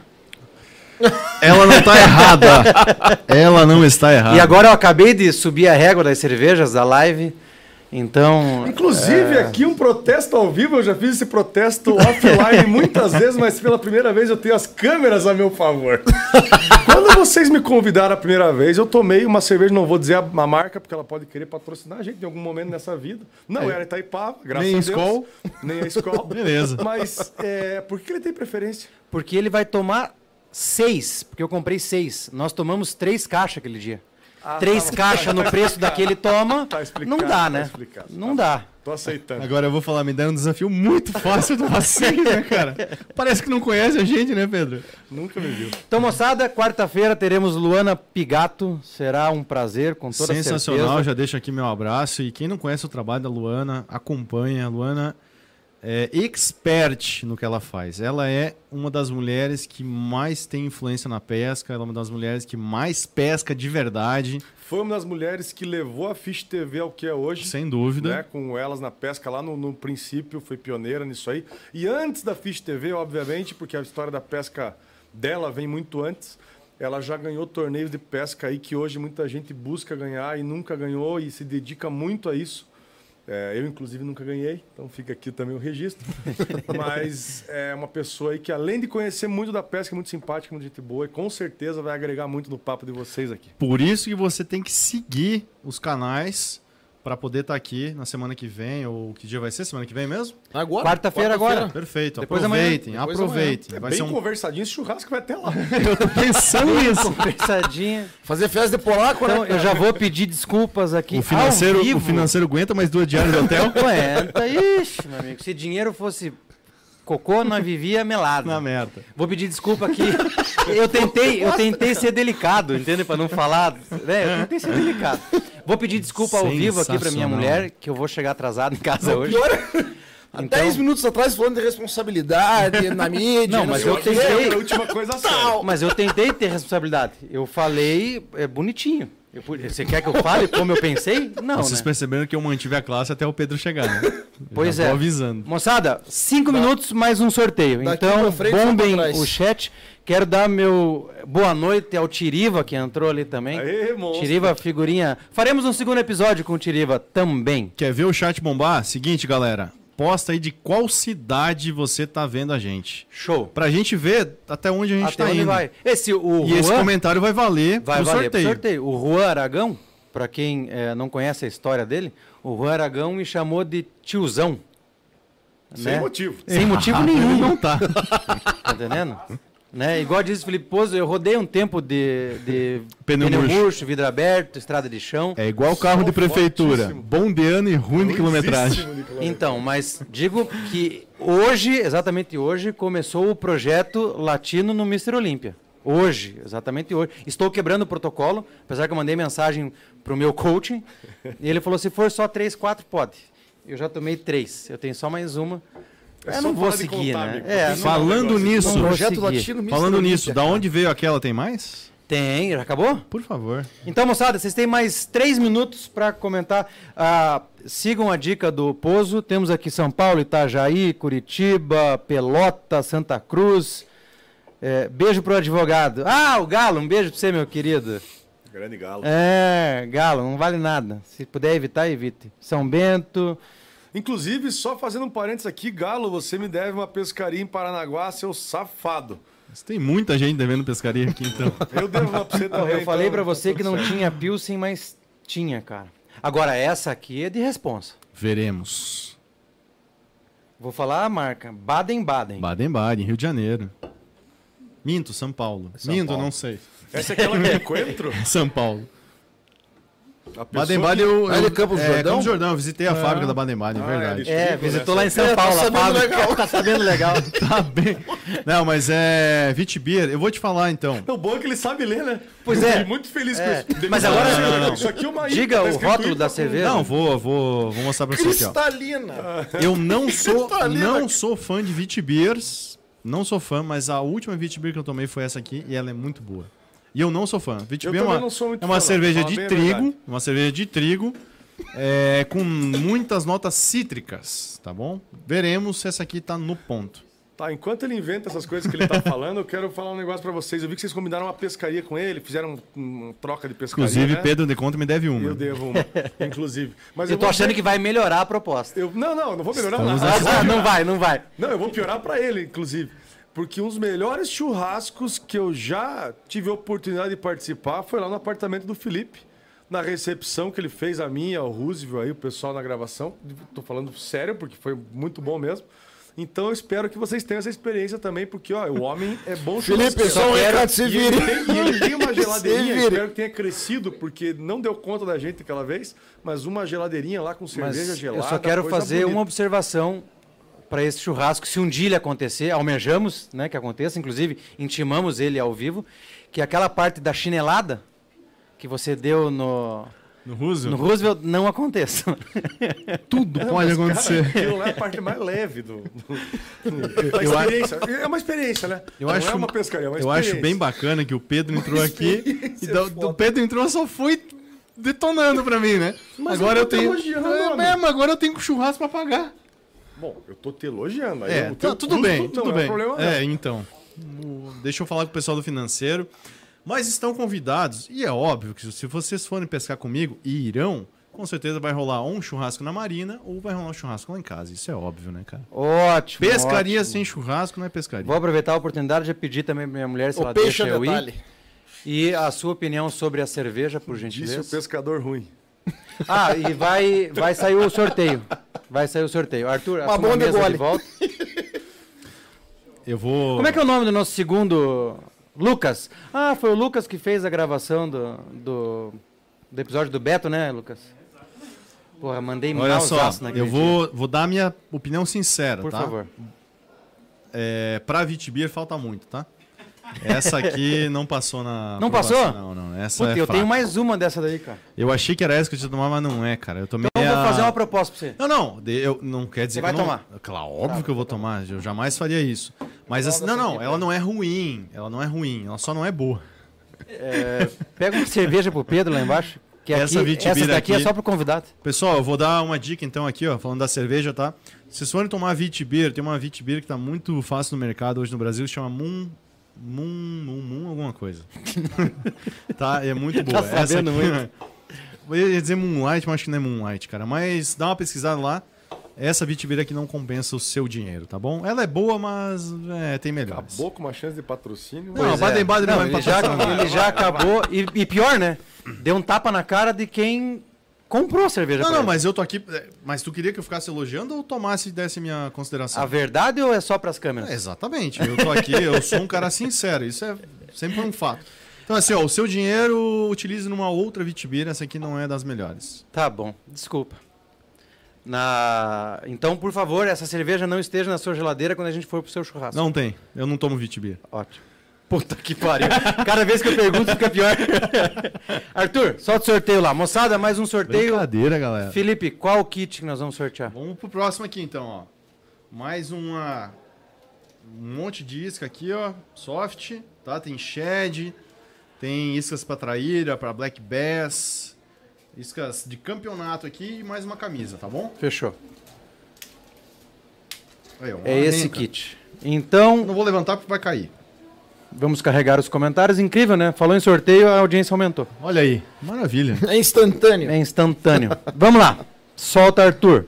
Ela não tá errada. Ela não está errada. E agora eu acabei de subir a régua das cervejas da live, então... Inclusive, aqui um protesto ao vivo, eu já fiz esse protesto offline muitas vezes, mas pela primeira vez eu tenho as câmeras a meu favor. Quando vocês me convidaram a primeira vez, eu tomei uma cerveja, não vou dizer a marca, porque ela pode querer patrocinar a gente em algum momento nessa vida. Não era Itaipava, graças Nem a Deus. Skol. Nem a Skol. Beleza. Mas por que ele tem preferência? Porque ele vai tomar 6, porque eu comprei 6. Nós tomamos 3 caixas aquele dia. 3 caixas no preço daquele toma, Tá explicado, não dá, tá né? explicado. Não dá. Tô aceitando. Agora eu vou falar, me deram um desafio muito fácil de vocês, né, cara? Parece que não conhece a gente, né, Pedro? Nunca me viu. Então, moçada, quarta-feira teremos Luana Pigato. Será um prazer, com toda Sensacional, certeza. já deixo aqui meu abraço. E quem não conhece o trabalho da Luana, acompanha. A Luana é expert no que ela faz. Ela é uma das mulheres que mais tem influência na pesca, ela é uma das mulheres que mais pesca de verdade, Foi uma das mulheres que levou a Fish TV ao que é hoje. sem dúvida. Né, com elas na pesca lá no princípio, foi pioneira nisso aí. E antes da Fish TV, obviamente, porque a história da pesca dela vem muito antes, ela já ganhou torneios de pesca aí que hoje muita gente busca ganhar e nunca ganhou e se dedica muito a isso. Eu, inclusive, nunca ganhei, então fica aqui também o registro. Mas é uma pessoa aí que, além de conhecer muito da pesca, é muito simpática, muito gente boa e com certeza vai agregar muito no papo de vocês aqui. Por isso que você tem que seguir os canais para poder estar aqui na semana que vem, ou que dia vai ser? Semana que vem mesmo? Agora? Quarta-feira agora. Perfeito, Depois da manhã. aproveitem, Depois aproveitem. É Vai bem ser um conversadinho, esse churrasco vai até lá. pensando nisso. Conversadinha. Fazer festa de polaco, Então, né? eu já vou pedir desculpas aqui O financeiro, ao vivo. o financeiro aguenta mais 2 diárias de hotel? Aguenta. Ixi, meu amigo. Se dinheiro fosse cocô, nós vivia melado. Na merda. Vou pedir desculpa aqui. Eu tentei ser delicado, entende? Para não falar. Né? Eu tentei ser delicado. Vou pedir desculpa ao vivo aqui para minha Sensacional. mulher, que eu vou chegar atrasado em casa hoje. Pior há 10 minutos atrás falando de responsabilidade na mídia. Não, mas sei eu o quê. tentei. A última coisa séria. Mas eu tentei ter responsabilidade. Eu falei bonitinho. Você quer que eu fale como eu pensei? Não, Vocês né? perceberam que eu mantive a classe até o Pedro chegar, né? Eu Pois já é. tô avisando. Moçada, 5 minutos mais um sorteio. Daqui Então, pra frente, só bombem pra trás. o chat. Quero dar meu boa noite ao Tiriva, que entrou ali também. Aê, monstro. Tiriva, figurinha. Faremos um segundo episódio com o Tiriva também. Quer ver o chat bombar? Seguinte, galera. Posta aí de qual cidade você tá vendo a gente. Show. Pra gente ver até onde a gente Até tá onde indo. vai? E esse comentário vai valer vai pro valer pro sorteio. sorteio. O Juan Aragão, pra quem não conhece a história dele, o Juan Aragão me chamou de tiozão. Sem motivo. Sem motivo nenhum. Não tá. Tá entendendo? Né? Igual diz o Felipe Pozo, eu rodei um tempo de Pneu pneu murcho. murcho, vidro aberto, estrada de chão. É igual carro de prefeitura. fortíssimo. Bom de ano e ruim de quilometragem. Então, mas digo que hoje, exatamente hoje, começou o projeto Latino no Mr. Olímpia. Hoje, exatamente hoje. Estou quebrando o protocolo, apesar que eu mandei mensagem pro meu coaching, e ele falou, se for só 3, 4, pode. Eu já tomei 3, eu tenho só mais uma. É Eu só não vou falar de seguir, contar, né? amigo. É, Porque Falando Não, nisso, não vou Projeto seguir. Latino Mr. falando Olímpia. nisso, da onde veio aquela? Tem mais? Tem, já acabou? Por favor. Então, moçada, vocês têm mais 3 minutos para comentar. Sigam a dica do Pozo. Temos aqui São Paulo, Itajaí, Curitiba, Pelota, Santa Cruz. Beijo pro advogado. O Galo, um beijo pra você, meu querido. Grande galo. Galo, não vale nada. Se puder evitar, evite. São Bento. Inclusive, só fazendo um parênteses aqui, Galo, você me deve uma pescaria em Paranaguá, seu safado. Mas tem muita gente devendo pescaria aqui, então. Eu devo uma pra você também. Eu falei então, pra você tá que tudo não certo. tinha Pilsen, mas tinha, cara. Agora, essa aqui é de responsa. Veremos. Vou falar a marca. Baden-Baden. Baden-Baden, Rio de Janeiro. Minto, São Paulo. Minto, Paulo. não sei. Essa é aquela que eu encontro? São Paulo. A pessoa Baden-Baden, que- Ali, Campos do Jordão? Campos do Jordão, eu visitei a fábrica da Baden-Baden, Ah, verdade. é, Visitou né? lá em São Tá Paulo. a sabendo fábrica. legal. Tá sabendo legal. Tá bem. Não, mas é Vitibir, eu vou te falar então. O bom é que ele sabe ler, né? Pois Eu é. fiquei muito feliz com isso. Mas agora- Não. Isso aqui é uma Diga tá o escrito rótulo IPA da com- cerveja. Não, vou mostrar pra você aqui, ó. Cristalina. Eu não sou, Cristalina. não sou fã de Vitibers, não sou fã, mas a última Vitibir que eu tomei foi essa aqui e ela é muito boa. E eu não sou fã. Vitibir também não sou muito é uma fã, não. cerveja Fala de bem a trigo, verdade. uma cerveja de trigo com muitas notas cítricas, tá bom? Veremos se essa aqui tá no ponto. Tá, enquanto ele inventa essas coisas que ele tá falando, eu quero falar um negócio pra vocês. Eu vi que vocês combinaram uma pescaria com ele, fizeram uma troca de pescaria, Inclusive, né? Pedro de Conta me deve uma. Eu devo uma, inclusive. Mas Eu tô vou achando dizer- que vai melhorar a proposta. Não vou melhorar Estamos nada. Não vai, não vai. Não, eu vou piorar pra ele, inclusive. Porque um dos melhores churrascos que eu já tive a oportunidade de participar foi lá no apartamento do Felipe, na recepção que ele fez a minha, ao Roosevelt, aí, o pessoal na gravação. Tô falando sério, porque foi muito bom mesmo. Então eu espero que vocês tenham essa experiência também, porque ó, o homem é bom Felipe, churrasqueiro. só um recado, se E vire. ele tem uma Se geladeirinha, vire. espero que tenha crescido, porque não deu conta da gente aquela vez, mas uma geladeirinha lá com cerveja Mas gelada. eu só quero coisa fazer bonita. uma observação para esse churrasco, se um dia ele acontecer, almejamos, né, que aconteça, inclusive intimamos ele ao vivo, que aquela parte da chinelada que você deu no Roosevelt? Roosevelt não aconteça. Tudo Não, pode mas, cara, acontecer. aquilo lá é a parte mais leve da experiência. É uma experiência, né? Eu Não acho, é uma pescaria, é uma eu acho experiência. bem bacana que o Pedro entrou aqui Experiência e é o foda. Pedro entrou só foi detonando pra mim, né? Mas agora eu eu tô tenho. elogiando, É amigo. mesmo, agora eu tenho churrasco pra pagar. Bom, eu tô te elogiando. Aí É, o teu tá, tudo custo bem, não tudo é bem. problema É, meu. então. Deixa eu falar com o pessoal do financeiro. Mas estão convidados, e é óbvio que se vocês forem pescar comigo e irão, com certeza vai rolar ou um churrasco na marina ou vai rolar um churrasco lá em casa. Isso é óbvio, né, cara? Ótimo. Pescaria ótimo. sem churrasco não é pescaria. Vou aproveitar a oportunidade de pedir também pra minha mulher se O ela peixe deixa é eu ir. detalhe. E a sua opinião sobre a cerveja, por Disse o gentileza. pescador ruim. Ah, e vai sair o sorteio. Vai sair o sorteio. Arthur, Uma assuma a bomba mesa gole. de volta. Eu vou. Como é que é o nome do nosso segundo... Lucas. Ah, foi o Lucas que fez a gravação do episódio do Beto, né, Lucas? Porra, mandei Olha só, malzaço naquele eu vou dar a minha opinião sincera, dia. Por tá? favor. Pra Vitibir falta muito, tá? Essa aqui não passou na. Não aprovação, passou? Não. Essa Puta, é eu tenho fraca. mais uma dessa daí, cara. Eu achei que era essa que eu tinha tomado, mas não é, cara. Eu tomei. Então eu vou a- fazer uma proposta pra você. Não, eu não quer dizer Você vai que eu não... tomar? Claro, óbvio que eu vou tomar. Eu jamais faria isso. Mas assim, não, ela não é ruim. Ela não é ruim. Ela só não é boa. Pega uma cerveja pro Pedro lá embaixo. Que Essa aqui, Vitibir essa daqui é aqui- só pro convidado. Pessoal, eu vou dar uma dica então aqui, ó, falando da cerveja, tá? Se vocês forem tomar Vitibir, tem uma Vitibir que tá muito fácil no mercado hoje no Brasil, chama Moon alguma coisa. Tá? É muito boa. Tá sabendo muito. Eu ia dizer Moonlight, mas acho que não é Moonlight, cara. Mas dá uma pesquisada lá. Essa Vitibir aqui não compensa o seu dinheiro, tá bom? Ela é boa, mas tem melhores. Acabou com uma chance de patrocínio. Não, mas- Baden-Baden não Não, vai ele já, patrocinar. ele já acabou. E pior, né? Deu um tapa na cara de quem comprou a cerveja. Não, pra ele. mas eu tô aqui. Mas tu queria que eu ficasse elogiando ou tomasse e desse minha consideração? A verdade ou é só pras câmeras? Exatamente. Eu tô aqui, eu sou um cara sincero. Isso é sempre um fato. Então, assim, ó, o seu dinheiro utilize numa outra Vitibir. Essa aqui não é das melhores. Tá bom, desculpa. Então, por favor, essa cerveja não esteja na sua geladeira quando a gente for pro seu churrasco. Não tem. Eu não tomo Vitibir. Ótimo. Puta que pariu. Cada vez que eu pergunto fica pior. Arthur, solta o sorteio lá. Moçada, mais um sorteio. Brincadeira, galera. Felipe, qual o kit que nós vamos sortear? Vamos pro próximo aqui, então, ó. Mais um monte de isca aqui, ó. Soft, tá? Tem shed, tem iscas pra traíra, pra black bass, iscas de campeonato aqui e mais uma camisa, tá bom? Fechou. Aí, ó, É esse arranca. kit. Então, Não vou levantar porque vai cair. vamos carregar os comentários. Incrível, né? Falou em sorteio, a audiência aumentou. Olha aí, maravilha. É instantâneo. É instantâneo. Vamos lá. Solta, Arthur.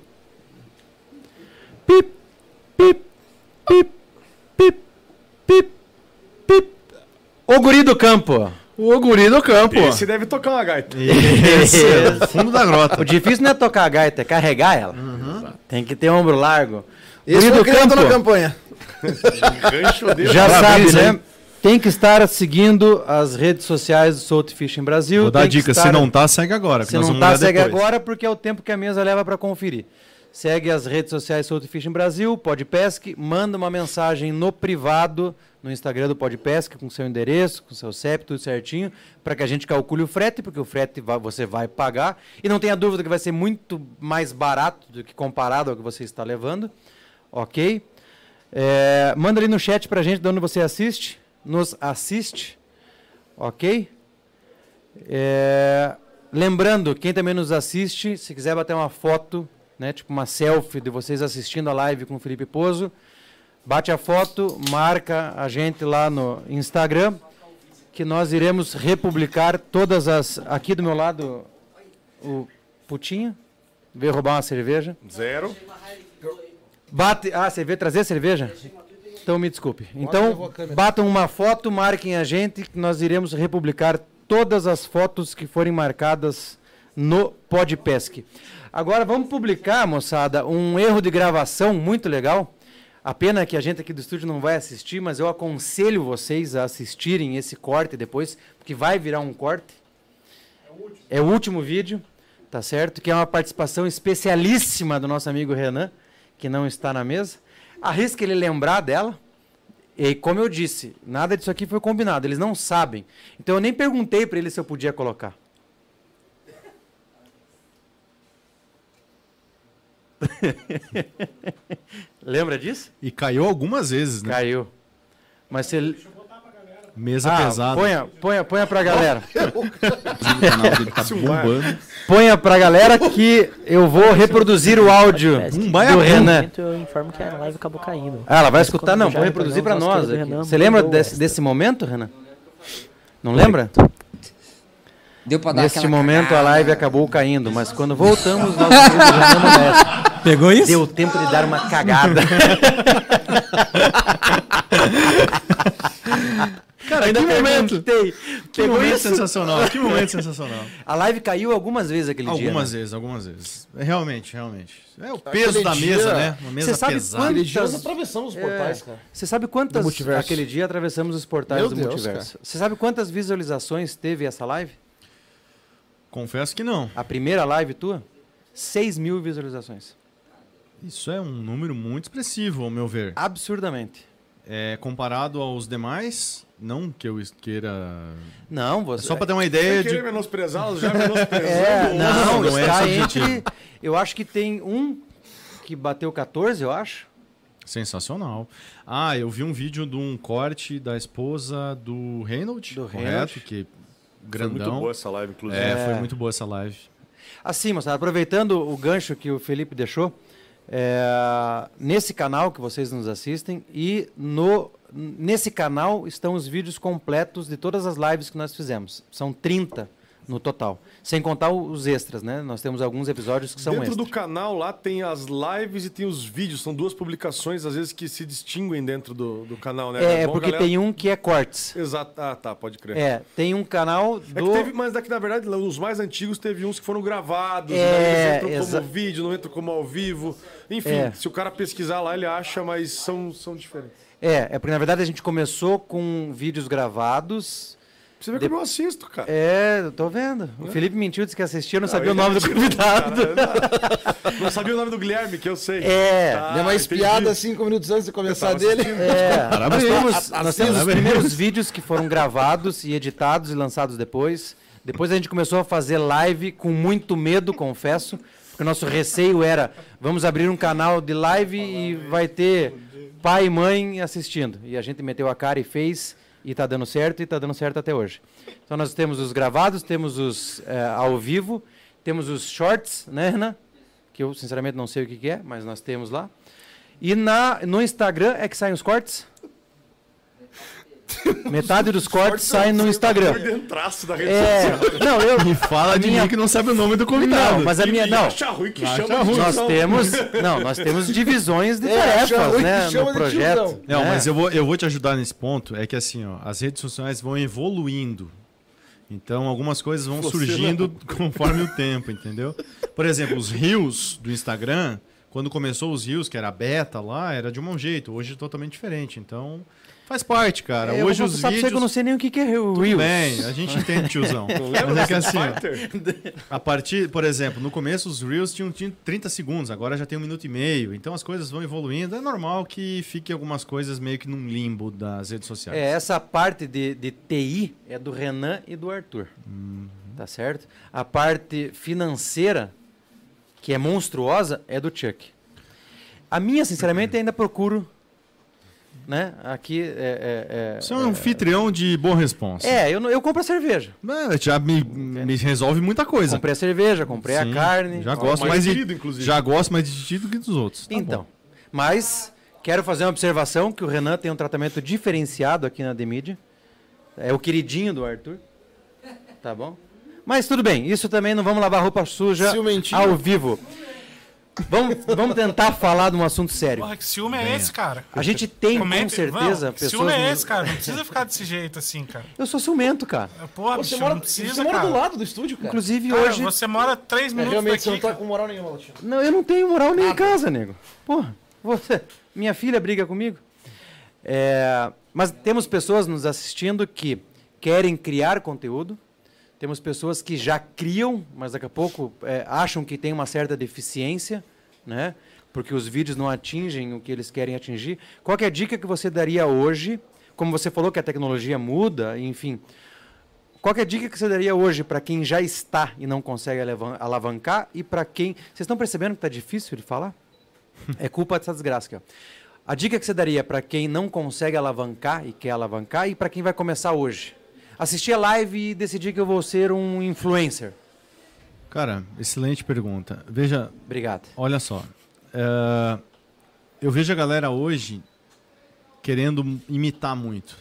Pip, pip, pip, pip, pip, pip. O guri do campo. O guri do campo. Esse deve tocar uma gaita. Esse é o fundo da grota. O difícil não é tocar a gaita, é carregar ela. Tem que ter ombro largo. Esse Guri foi do criado na campo, campanha. Gancho dele. já Parabéns, sabe, hein? né? Tem que estar seguindo as redes sociais do Salt Fishing Brasil. Vou dar tem que dica, estar- se não tá, segue agora. que Se nós não vamos tá, olhar segue depois. agora, porque é o tempo que a mesa leva para conferir. Segue as redes sociais Salt Fishing Brasil, Podpesc, manda uma mensagem no privado, no Instagram do Podpesc, com seu endereço, com seu CEP, tudo certinho, para que a gente calcule o frete, porque o frete você vai pagar. E não tenha dúvida que vai ser muito mais barato do que comparado ao que você está levando. Ok? Manda ali no chat pra gente de onde você assiste. Nos assiste. Ok? Lembrando, quem também nos assiste, se quiser bater uma foto, né, tipo uma selfie de vocês assistindo a live com o Felipe Pozo, bate a foto, marca a gente lá no Instagram, que nós iremos republicar todas as... Aqui do meu lado, o Putinha, veio roubar uma cerveja. Zero. Você veio trazer cerveja? Então me desculpe. Então, batam uma foto, marquem a gente, que nós iremos republicar todas as fotos que forem marcadas no Podpesc. Agora vamos publicar, moçada, um erro de gravação muito legal. A pena é que a gente aqui do estúdio não vai assistir, mas eu aconselho vocês a assistirem esse corte depois, porque vai virar um corte. É o último vídeo, tá certo? Que é uma participação especialíssima do nosso amigo Renan, que não está na mesa. Arrisca ele lembrar dela. E como eu disse, nada disso aqui foi combinado, eles não sabem. Então eu nem perguntei para ele se eu podia colocar. Lembra disso? E caiu algumas vezes, né? Caiu. Mas se ele... Mesa pesada. Ponha pra galera. O canal dele tá bombando. Ponha pra galera que eu vou reproduzir o áudio do Renan. Eu informo que a live acabou caindo. Ah, ela vai Mas escutar? quando Não, já vou reproduzir pra retornar, o nós. nosso aqui. querido Renan Você lembra mandou desse momento, Renan? Não lembra? Deu pra dar Neste aquela momento a cagada. live acabou caindo, mas quando voltamos, nosso querido Renan Modesto. Pegou isso? Deu tempo de dar uma cagada. Cara, Ainda que momento! perguntei. Que Pegou momento isso? sensacional, que momento sensacional. A live caiu algumas vezes aquele dia. Algumas né? vezes, algumas vezes. Realmente. É o peso da dia- mesa, né? Uma mesa Você sabe pesada. Aquele dia nós Quantas- atravessamos os portais, cara. Você sabe Do quantas... multiverso. Aquele dia atravessamos os portais Meu do Deus, multiverso. Você sabe quantas visualizações teve essa live? Confesso que não. A primeira live tua? 6.000 visualizações. Isso é um número muito expressivo, ao meu ver. Absurdamente. Comparado aos demais, não que eu queira... Não, você... Só para ter uma Sem ideia querer de... menosprezá-los, já menosprezando. Não, não é está esse objetivo. entre... Eu acho que tem um que bateu 14, eu acho. Sensacional. Ah, eu vi um vídeo de um corte da esposa do Reynolds, Do correto? Reynolds. Que Foi grandão. muito boa essa live, inclusive. Foi muito boa essa live. Assim, moçada, aproveitando o gancho que o Felipe deixou, nesse canal que vocês nos assistem e nesse canal estão os vídeos completos de todas as lives que nós fizemos. São 30 no total. Sem contar os extras, né? Nós temos alguns episódios que são Dentro extras. do canal lá tem as lives e tem os vídeos. São duas publicações, às vezes, que se distinguem dentro do canal, né? É bom, porque galera? tem um que é cortes. Exato. Ah, tá, pode crer. Tem um canal É do... que teve, mas daqui, na verdade, os mais antigos teve uns que foram gravados, É, né? Eles entram exa- como vídeo, não entram como ao vivo. Enfim, É. se o cara pesquisar lá, ele acha, mas são diferentes. porque na verdade a gente começou com vídeos gravados. Você vê como eu assisto, cara. Eu tô vendo. O Felipe mentiu, disse que assistia, não sabia o nome do Cara, convidado. não sabia o nome do Guilherme, que eu sei. Tá, Deu uma espiada entendi. 5 minutos antes de começar Eu tava dele. Nós temos os primeiros vídeos que foram gravados e editados e lançados depois. Depois a gente começou a fazer live com muito medo, confesso, porque o nosso receio era, vamos abrir um canal de live e vai ter pai e mãe assistindo. E a gente meteu a cara e fez, e está dando certo, e está dando certo até hoje. Então nós temos os gravados, temos os ao vivo, temos os shorts, né, Renan? Que eu sinceramente não sei o que é, mas nós temos lá. E no Instagram é que saem os cortes? Metade dos cortes saem no Instagram. Por dentraço da rede social. Não, eu... E fala de minha- mim que não sabe o nome do convidado. Não, mas a minha... E Não, acha ruim que Acha chama de ruim. nós tiozão. temos... Não, nós temos divisões de acha tarefas, ruim né, que chama no de projeto. tiozão. Não, né? mas eu vou te ajudar nesse ponto. É que assim, ó, as redes sociais vão evoluindo. Então, algumas coisas vão surgindo conforme o tempo, entendeu? Por exemplo, os Reels do Instagram, quando começou os Reels, que era beta lá, era de um jeito. Hoje é totalmente diferente. Então, faz parte, cara. Eu Hoje vou os confessar pra você que eu não vídeos... sei nem o que é o Tudo Reels. bem, a gente entende, tiozão. Mas é que assim, ó, a partir, por exemplo, no começo os Reels tinham 30 segundos, agora já tem 1 minuto e meio. Então as coisas vão evoluindo. É normal que fique algumas coisas meio que num limbo das redes sociais. Essa parte de TI é do Renan e do Arthur. Tá certo? A parte financeira, que é monstruosa, é do Chuck. A minha, sinceramente, ainda procuro, né? Aqui Você é um anfitrião de boa responsa. eu compro a cerveja. Já me resolve muita coisa. Comprei a cerveja, comprei Sim, a carne. Já gosto mais mais de, querido, inclusive. já gosto mais de ti do que dos outros. Tá Então, bom. mas quero fazer uma observação que o Renan tem um tratamento diferenciado aqui na The Media. É o queridinho do Arthur. Tá bom? Mas tudo bem, isso também não vamos lavar roupa suja Ciumentinho. ao vivo. Vamos tentar falar de um assunto sério. Porra, que ciúme é esse, cara? A gente tem com Comenta- certeza Vamos, que pessoas... ciúme é no- esse, cara? Não precisa ficar desse jeito assim, cara. Eu sou ciumento, cara. Porra, Você bicho, mora, não precisa, você mora cara. do lado do estúdio, cara. Inclusive Cara, hoje... você mora 3 minutos Realmente você não daqui, tá cara. com moral nenhuma, Latino. Não, eu não tenho moral nem em casa, nego. Porra, você... Minha filha briga comigo. Mas temos pessoas nos assistindo que querem criar conteúdo. Temos pessoas que já criam, mas daqui a pouco acham que tem uma certa deficiência, né? Porque os vídeos não atingem o que eles querem atingir. Qual que é a dica que você daria hoje? Como você falou que a tecnologia muda, enfim. Qual que é a dica que você daria hoje para quem já está e não consegue alavancar e para quem... Vocês estão percebendo que está difícil de falar? É culpa dessa desgraça aqui, ó. A dica que você daria para quem não consegue alavancar e quer alavancar e para quem vai começar hoje? Assistir a live e decidir que eu vou ser um influencer. Cara, excelente pergunta. Veja... Obrigado. Olha só. Eu vejo a galera hoje querendo imitar muito.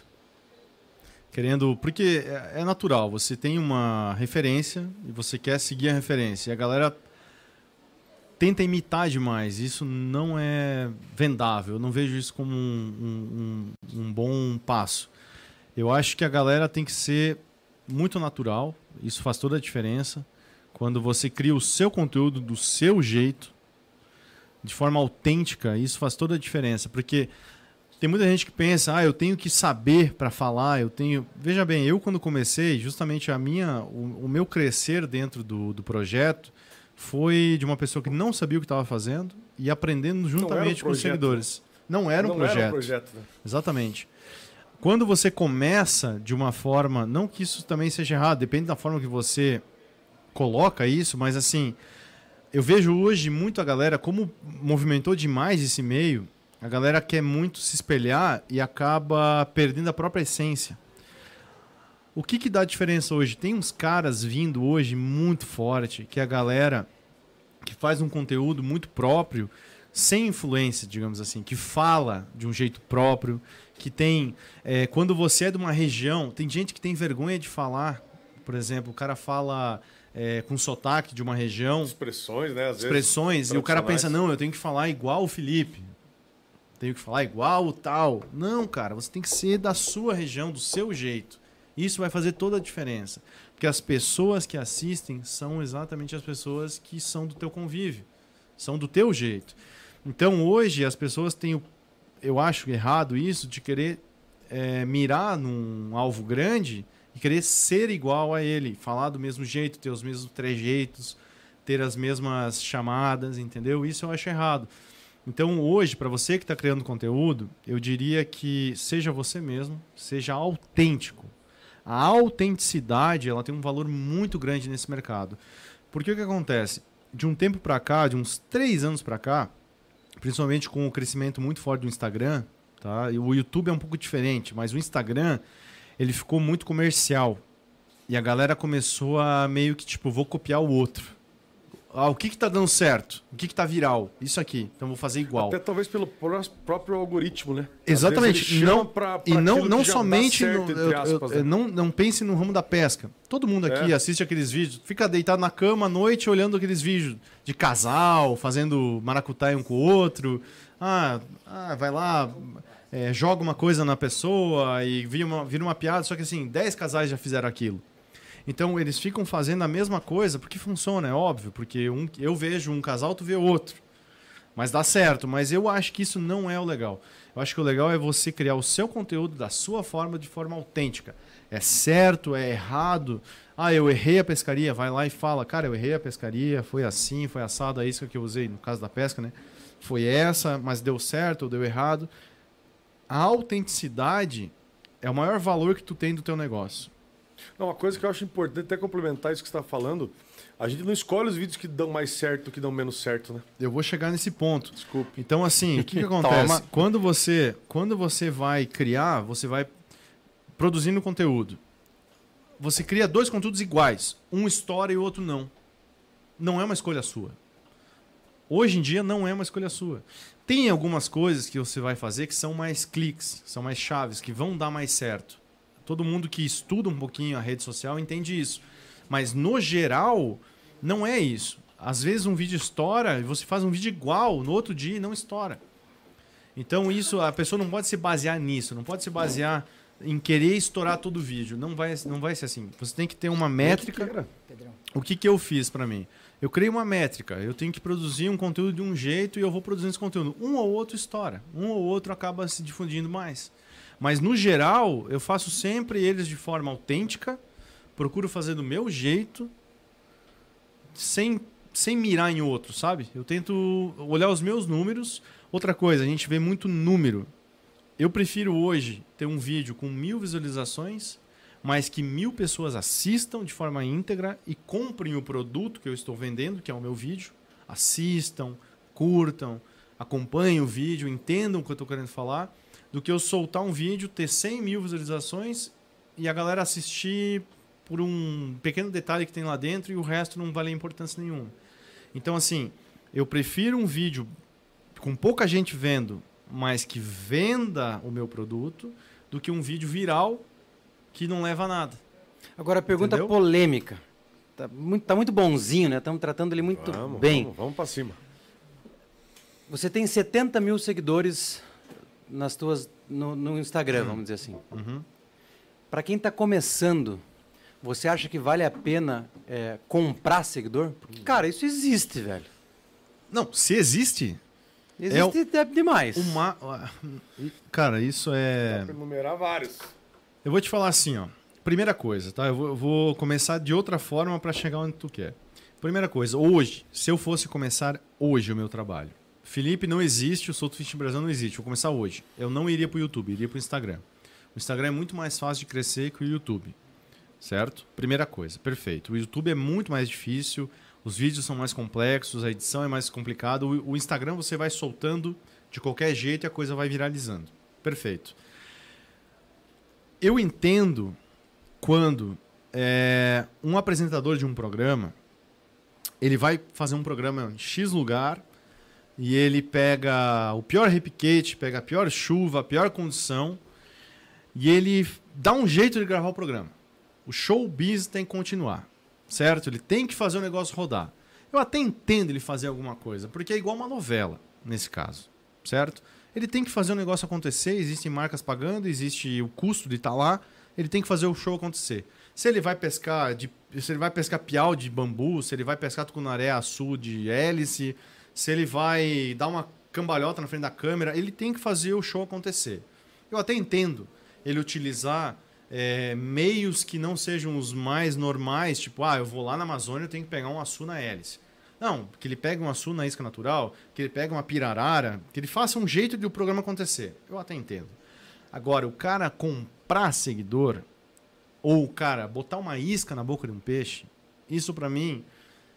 Porque é natural, você tem uma referência e você quer seguir a referência. E a galera tenta imitar demais. Isso não é vendável. Eu não vejo isso como um bom passo. Eu acho que a galera tem que ser muito natural. Isso faz toda a diferença. Quando você cria o seu conteúdo do seu jeito, de forma autêntica, isso faz toda a diferença. Porque tem muita gente que pensa, eu tenho que saber para falar, eu tenho... Veja bem, eu quando comecei, justamente o meu crescer dentro do projeto foi de uma pessoa que não sabia o que estava fazendo e aprendendo juntamente com os seguidores. Não era um projeto. Né? Exatamente. Quando você começa de uma forma, não que isso também seja errado, depende da forma que você coloca isso, mas assim, eu vejo hoje muito a galera, como movimentou demais esse meio, a galera quer muito se espelhar e acaba perdendo a própria essência. O que dá diferença hoje? Tem uns caras vindo hoje muito forte, que é a galera que faz um conteúdo muito próprio, sem influência, digamos assim, que fala de um jeito próprio, que tem... quando você é de uma região, tem gente que tem vergonha de falar. Por exemplo, o cara fala com sotaque de uma região. Expressões, né? Às expressões, e o cara pensa, não, eu tenho que falar igual o Felipe. Tenho que falar igual o tal. Não, cara, você tem que ser da sua região, do seu jeito. Isso vai fazer toda a diferença. Porque as pessoas que assistem são exatamente as pessoas que são do teu convívio. São do teu jeito. Então, hoje, as pessoas têm, eu acho errado isso, de querer mirar num alvo grande e querer ser igual a ele. Falar do mesmo jeito, ter os mesmos trejeitos, ter as mesmas chamadas, entendeu? Isso eu acho errado. Então, hoje, para você que está criando conteúdo, eu diria que seja você mesmo, seja autêntico. A autenticidade, ela tem um valor muito grande nesse mercado. Porque o que acontece? De um tempo para cá, de uns 3 anos para cá, principalmente com o crescimento muito forte do Instagram, tá? E o YouTube é um pouco diferente, mas o Instagram, ele ficou muito comercial. E a galera começou a meio que, tipo, vou copiar o outro. O que tá dando certo? O que tá viral? Isso aqui. Então vou fazer igual. Até talvez pelo próprio algoritmo, né? Exatamente. Não somente... Certo, né? Não pense no ramo da pesca. Todo mundo aqui assiste aqueles vídeos, fica deitado na cama à noite olhando aqueles vídeos de casal, fazendo maracutaia um com o outro. Vai lá, joga uma coisa na pessoa e vira uma piada. Só que assim, 10 casais já fizeram aquilo. Então, eles ficam fazendo a mesma coisa porque funciona, é óbvio. Porque eu vejo um casal, tu vê outro. Mas dá certo. Mas eu acho que isso não é o legal. Eu acho que o legal é você criar o seu conteúdo da sua forma, de forma autêntica. É certo, é errado. Eu errei a pescaria. Vai lá e fala, cara, eu errei a pescaria, foi assim, foi assado, é isso que eu usei no caso da pesca, né? Foi essa, mas deu certo ou deu errado. A autenticidade é o maior valor que tu tem do teu negócio. Não, uma coisa que eu acho importante até complementar isso que você está falando, a gente não escolhe os vídeos que dão mais certo do que dão menos certo, né? Eu vou chegar nesse ponto. Desculpe. Então, assim, o que acontece? Quando você vai criar, você vai produzindo conteúdo. Você cria 2 conteúdos iguais. Um estoura e o outro não. Não é uma escolha sua. Hoje em dia não é uma escolha sua. Tem algumas coisas que você vai fazer que são mais cliques, são mais chaves, que vão dar mais certo. Todo mundo que estuda um pouquinho a rede social entende isso. Mas, no geral, não é isso. Às vezes um vídeo estoura e você faz um vídeo igual no outro dia e não estoura. Então isso, a pessoa não pode se basear nisso, não pode se basear em querer estourar todo o vídeo. Não vai ser assim. Você tem que ter uma métrica. O que eu fiz para mim? Eu criei uma métrica. Eu tenho que produzir um conteúdo de um jeito e eu vou produzindo esse conteúdo. Um ou outro estoura. Um ou outro acaba se difundindo mais. Mas, no geral, eu faço sempre eles de forma autêntica. Procuro fazer do meu jeito. Sem mirar em outro, sabe? Eu tento olhar os meus números. Outra coisa, a gente vê muito número. Eu prefiro hoje ter um vídeo com 1000 visualizações, mas que 1000 pessoas assistam de forma íntegra e comprem o produto que eu estou vendendo, que é o meu vídeo. Assistam, curtam, acompanhem o vídeo, entendam o que eu estou querendo falar, do que eu soltar um vídeo, ter 100.000 visualizações e a galera assistir por um pequeno detalhe que tem lá dentro e o resto não vale importância nenhuma. Então, assim, eu prefiro um vídeo com pouca gente vendo, mas que venda o meu produto, do que um vídeo viral que não leva a nada. Agora, pergunta Entendeu? polêmica. Tá muito bonzinho, né? Estamos tratando ele muito bem. Vamos pra cima. Você tem 70.000 seguidores no Instagram, vamos dizer assim. Uhum. Para quem está começando, você acha que vale a pena comprar seguidor? Porque, cara, isso existe, velho. Não, se existe... Existe demais. Cara, isso é... Dá pra enumerar vários. Eu vou te falar assim, ó. Primeira coisa, tá? Eu vou começar de outra forma para chegar onde tu quer. Primeira coisa, hoje, se eu fosse começar hoje o meu trabalho, Felipe não existe, o Solto Fish Brasil não existe, vou começar hoje. Eu não iria pro YouTube, iria pro Instagram. O Instagram é muito mais fácil de crescer que o YouTube, certo? Primeira coisa, perfeito. O YouTube é muito mais difícil, os vídeos são mais complexos, a edição é mais complicada. O Instagram você vai soltando de qualquer jeito e a coisa vai viralizando. Perfeito. Eu entendo quando um apresentador de um programa, ele vai fazer um programa em X lugar e ele pega o pior repiquete, pega a pior chuva, a pior condição e ele dá um jeito de gravar o programa. O showbiz tem que continuar, certo? Ele tem que fazer o negócio rodar. Eu até entendo ele fazer alguma coisa, porque é igual uma novela, nesse caso, certo? Ele tem que fazer o negócio acontecer, existem marcas pagando, existe o custo de estar lá, ele tem que fazer o show acontecer. Se ele vai pescar piau de bambu, se ele vai pescar tucunaré açu de hélice, se ele vai dar uma cambalhota na frente da câmera, ele tem que fazer o show acontecer. Eu até entendo ele utilizar meios que não sejam os mais normais, tipo, eu vou lá na Amazônia, eu tenho que pegar um açu na hélice. Não, que ele pegue um açu na isca natural, que ele pegue uma pirarara, que ele faça um jeito de o programa acontecer. Eu até entendo. Agora, o cara comprar seguidor, ou o cara botar uma isca na boca de um peixe, isso pra mim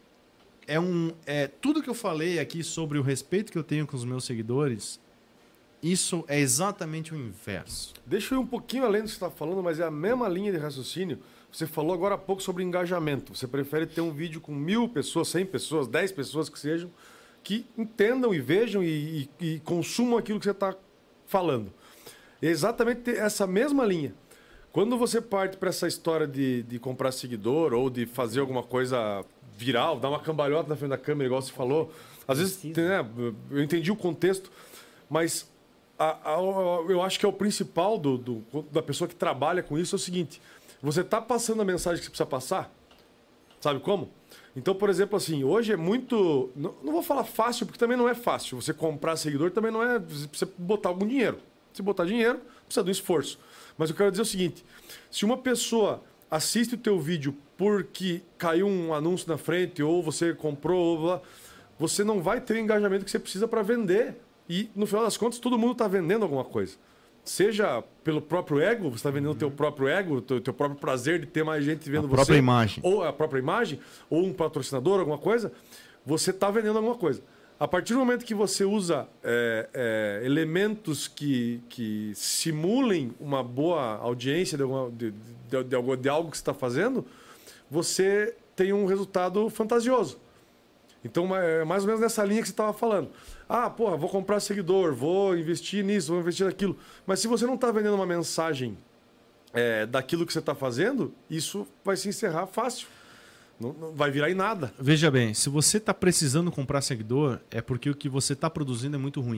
tudo que eu falei aqui sobre o respeito que eu tenho com os meus seguidores, isso é exatamente o inverso. Deixa eu ir um pouquinho além do que você está falando, mas é a mesma linha de raciocínio. Você falou agora há pouco sobre engajamento. Você prefere ter um vídeo com 1000 pessoas, 100 pessoas, 10 pessoas que sejam, que entendam e vejam e consumam aquilo que você está falando. É exatamente essa mesma linha. Quando você parte para essa história de comprar seguidor ou de fazer alguma coisa viral, dar uma cambalhota na frente da câmera, igual você falou, às vezes, né, eu entendi o contexto, mas eu acho que é o principal da pessoa que trabalha com isso é o seguinte: você está passando a mensagem que você precisa passar? Sabe como? Então, por exemplo, assim, hoje é muito... Não vou falar fácil, porque também não é fácil. Você comprar seguidor também não é... Você precisa botar algum dinheiro. Se botar dinheiro, precisa de um esforço. Mas eu quero dizer o seguinte: se uma pessoa assiste o teu vídeo porque caiu um anúncio na frente, ou você comprou, você não vai ter o engajamento que você precisa para vender. E, no final das contas, todo mundo está vendendo alguma coisa. Seja pelo próprio ego, você está vendendo o teu próprio ego, o teu próprio prazer de ter mais gente vendo você. A própria imagem. Ou a própria imagem, ou um patrocinador, alguma coisa, você está vendendo alguma coisa. A partir do momento que você usa elementos que simulem uma boa audiência de algo que você está fazendo, você tem um resultado fantasioso. Então, é mais ou menos nessa linha que você estava falando. Vou comprar seguidor, vou investir nisso, vou investir naquilo. Mas se você não está vendendo uma mensagem daquilo que você está fazendo, isso vai se encerrar fácil. Não vai virar em nada. Veja bem, se você está precisando comprar seguidor, é porque o que você está produzindo é muito ruim.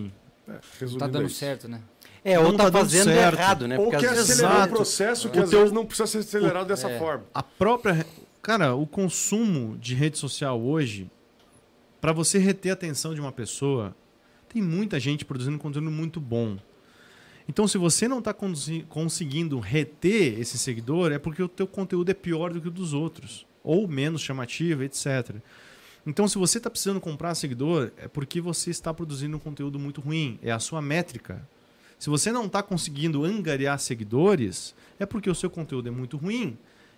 Resumindo, Tá é dando isso. certo, né? Ou Não tá tá dando fazendo certo. errado, né? Ou Porque quer às vezes- acelerar Exato. o processo que O às teu- vezes não precisa ser acelerado dessa forma. A própria. Cara, o consumo de rede social hoje, para você reter a atenção de uma pessoa, tem muita gente produzindo conteúdo muito bom. Então, se você não está conseguindo reter esse seguidor, é porque o teu conteúdo é pior do que o dos outros. Ou menos chamativo, etc. Então, se você está precisando comprar seguidor, é porque você está produzindo um conteúdo muito ruim. É a sua métrica. Se você não está conseguindo angariar seguidores, é porque o seu conteúdo é muito ruim.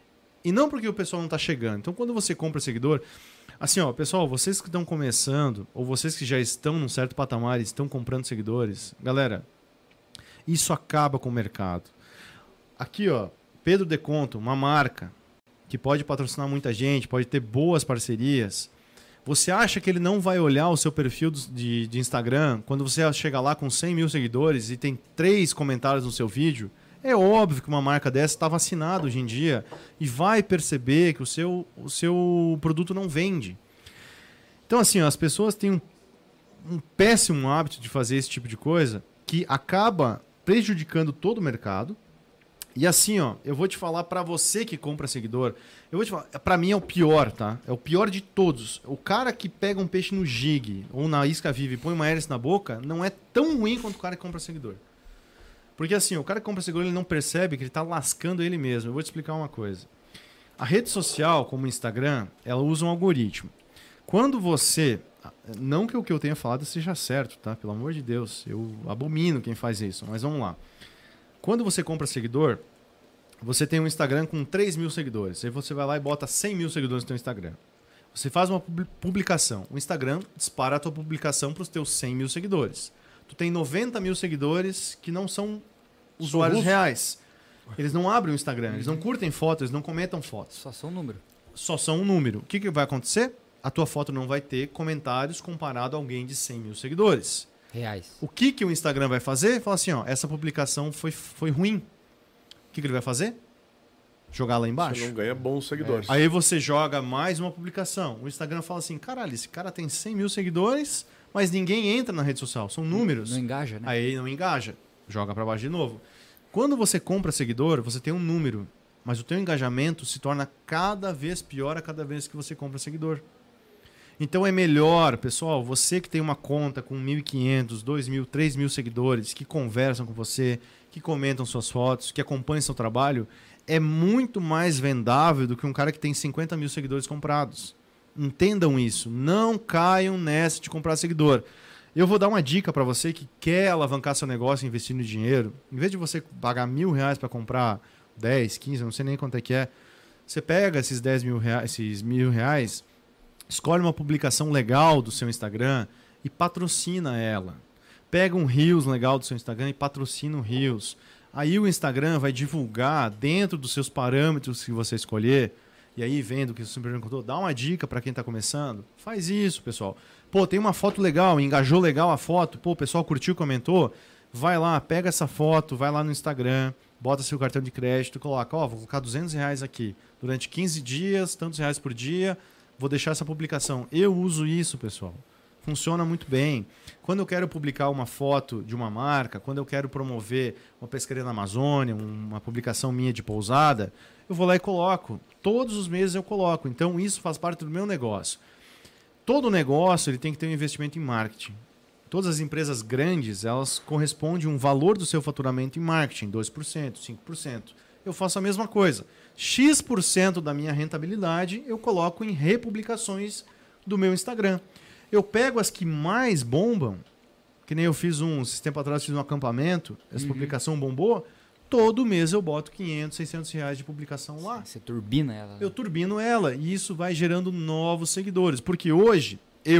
E não porque o pessoal não está chegando. Então, quando você compra seguidor... Assim, ó, pessoal, vocês que estão começando, ou vocês que já estão num certo patamar e estão comprando seguidores, galera, isso acaba com o mercado. Aqui, ó, Pedro Deconto, uma marca que pode patrocinar muita gente, pode ter boas parcerias. Você acha que ele não vai olhar o seu perfil de Instagram quando você chega lá com 100 mil seguidores e tem 3 comentários no seu vídeo? É óbvio que uma marca dessa está vacinada hoje em dia e vai perceber que o seu produto não vende. Então, assim, ó, as pessoas têm um péssimo hábito de fazer esse tipo de coisa que acaba prejudicando todo o mercado. E assim, ó, eu vou te falar para você que compra seguidor, eu vou te falar, para mim é o pior, tá? É o pior de todos. O cara que pega um peixe no jig ou na isca viva e põe uma hélice na boca não é tão ruim quanto o cara que compra seguidor. Porque assim, o cara que compra seguidor, ele não percebe que ele está lascando ele mesmo. Eu vou te explicar uma coisa. A rede social, como o Instagram, ela usa um algoritmo. Quando você... Não que o que eu tenha falado seja certo, tá? Pelo amor de Deus, eu abomino quem faz isso. Mas vamos lá. Quando você compra seguidor, você tem um Instagram com 3 mil seguidores. Aí você vai lá e bota 100 mil seguidores no seu Instagram. Você faz uma publicação. O Instagram dispara a tua publicação para os teus 100 mil seguidores. Tu tem 90 mil seguidores que não são usuários reais. Eles não abrem o Instagram, eles não curtem fotos, eles não comentam fotos. Só são um número. Só são um número. O que vai acontecer? A tua foto não vai ter comentários comparado a alguém de 100 mil seguidores. Reais. O que o Instagram vai fazer? Fala assim, ó, essa publicação foi ruim. O que ele vai fazer? Jogar lá embaixo. Você não ganha bons seguidores. Aí você joga mais uma publicação. O Instagram fala assim, caralho, esse cara tem 100 mil seguidores, mas ninguém entra na rede social. São números. Não engaja, né? Aí não engaja. Joga para baixo de novo. Quando você compra seguidor, você tem um número. Mas o teu engajamento se torna cada vez pior a cada vez que você compra seguidor. Então é melhor, pessoal, você que tem uma conta com 1.500, 2.000, 3.000 seguidores, que conversam com você, que comentam suas fotos, que acompanham seu trabalho, é muito mais vendável do que um cara que tem 50 mil seguidores comprados. Entendam isso. Não caiam nessa de comprar seguidor. Eu vou dar uma dica para você que quer alavancar seu negócio investindo dinheiro. Em vez de você pagar R$1.000 para comprar 10, 15, não sei nem quanto é que é, você pega esses 10 mil reais, esses R$1.000, escolhe uma publicação legal do seu Instagram e patrocina ela. Pega um Reels legal do seu Instagram e patrocina o Reels. Aí o Instagram vai divulgar dentro dos seus parâmetros que você escolher. E aí, vendo o que o Super contou, dá uma dica para quem está começando. Faz isso, pessoal. Pô, tem uma foto legal, engajou legal a foto. Pô, o pessoal curtiu, comentou. Vai lá, pega essa foto, vai lá no Instagram, bota seu cartão de crédito, coloca, ó, vou colocar R$200 aqui. Durante 15 dias, tantos reais por dia, vou deixar essa publicação. Eu uso isso, pessoal. Funciona muito bem. Quando eu quero publicar uma foto de uma marca, quando eu quero promover uma pescaria na Amazônia, uma publicação minha de pousada, eu vou lá e coloco. Todos os meses eu coloco. Então, isso faz parte do meu negócio. Todo negócio ele tem que ter um investimento em marketing. Todas as empresas grandes, elas correspondem um valor do seu faturamento em marketing, 2%, 5%. Eu faço a mesma coisa. X% da minha rentabilidade eu coloco em republicações do meu Instagram. Eu pego as que mais bombam, que nem eu fiz esse tempo atrás, fiz um acampamento, essa publicação bombou, todo mês eu boto 500, 600 reais de publicação lá. Você turbina ela. Né? Eu turbino ela e isso vai gerando novos seguidores. Porque hoje,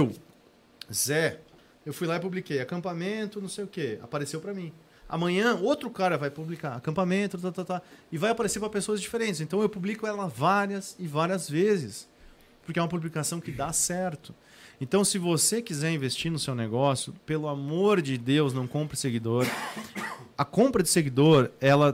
Zé, eu fui lá e publiquei acampamento, não sei o quê, apareceu para mim. Amanhã, outro cara vai publicar acampamento, e vai aparecer para pessoas diferentes. Então eu publico ela várias e várias vezes, porque é uma publicação que dá certo. Então, se você quiser investir no seu negócio, pelo amor de Deus, não compre seguidor. A compra de seguidor, ela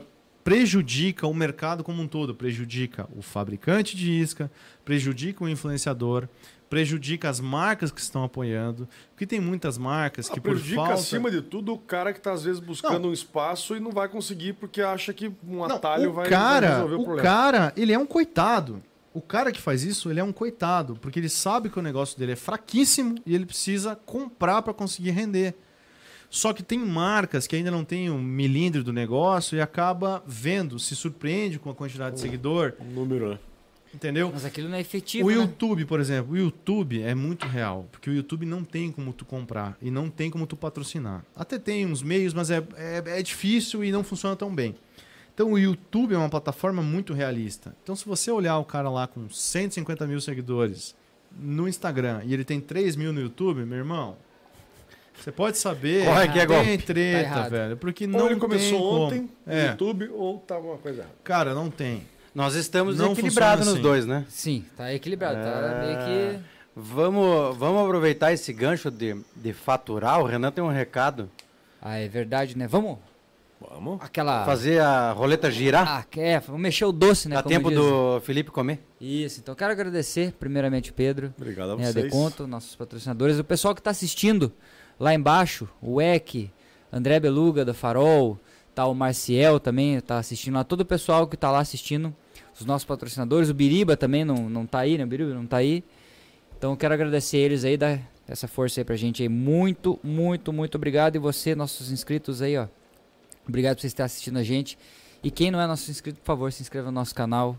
prejudica o mercado como um todo, prejudica o fabricante de isca, prejudica o influenciador, prejudica as marcas que estão apoiando, porque tem muitas marcas que por prejudica falta... acima de tudo o cara que está às vezes buscando um espaço e não vai conseguir porque acha que um atalho vai resolver o problema. O cara, ele é um coitado. O cara que faz isso, ele é um coitado, porque ele sabe que o negócio dele é fraquíssimo e ele precisa comprar para conseguir render. Só que tem marcas que ainda não tem um milímetro do negócio e acaba vendo, se surpreende com a quantidade de seguidor. Número, né? Entendeu? Mas aquilo não é efetivo, O né? YouTube, por exemplo, o YouTube é muito real, porque o YouTube não tem como tu comprar e não tem como tu patrocinar. Até tem uns meios, mas é difícil e não funciona tão bem. Então o YouTube é uma plataforma muito realista. Então se você olhar o cara lá com 150 mil seguidores no Instagram e ele tem 3 mil no YouTube, meu irmão, você pode saber Corre que é golpe. tem treta, errado. velho. Porque Ou não ele começou tem ontem como. no YouTube ou tá alguma coisa errada. Cara, não tem. Nós estamos Não equilibrados funciona nos assim. dois, né? Sim, tá equilibrado. Tá meio que... Vamos aproveitar esse gancho de faturar. O Renan tem um recado. Ah, é verdade, né? Vamos? Vamos. Aquela... Fazer a roleta girar. Vamos mexer o doce, né? Dá como tempo dizem. do Felipe comer. Isso, então quero agradecer primeiramente o Pedro, Obrigado a né, a vocês. Deconto, nossos patrocinadores, o pessoal que está assistindo lá embaixo, o EC, André Beluga da Farol, tá o Marciel também tá assistindo lá, todo o pessoal que tá lá assistindo, os nossos patrocinadores, o Biriba também não tá aí, né? O Biriba não tá aí. Então quero agradecer eles aí, dar essa força aí pra gente aí. Muito, muito, muito obrigado. E você, nossos inscritos aí, ó. Obrigado por vocês estarem assistindo a gente. E quem não é nosso inscrito, por favor, se inscreva no nosso canal.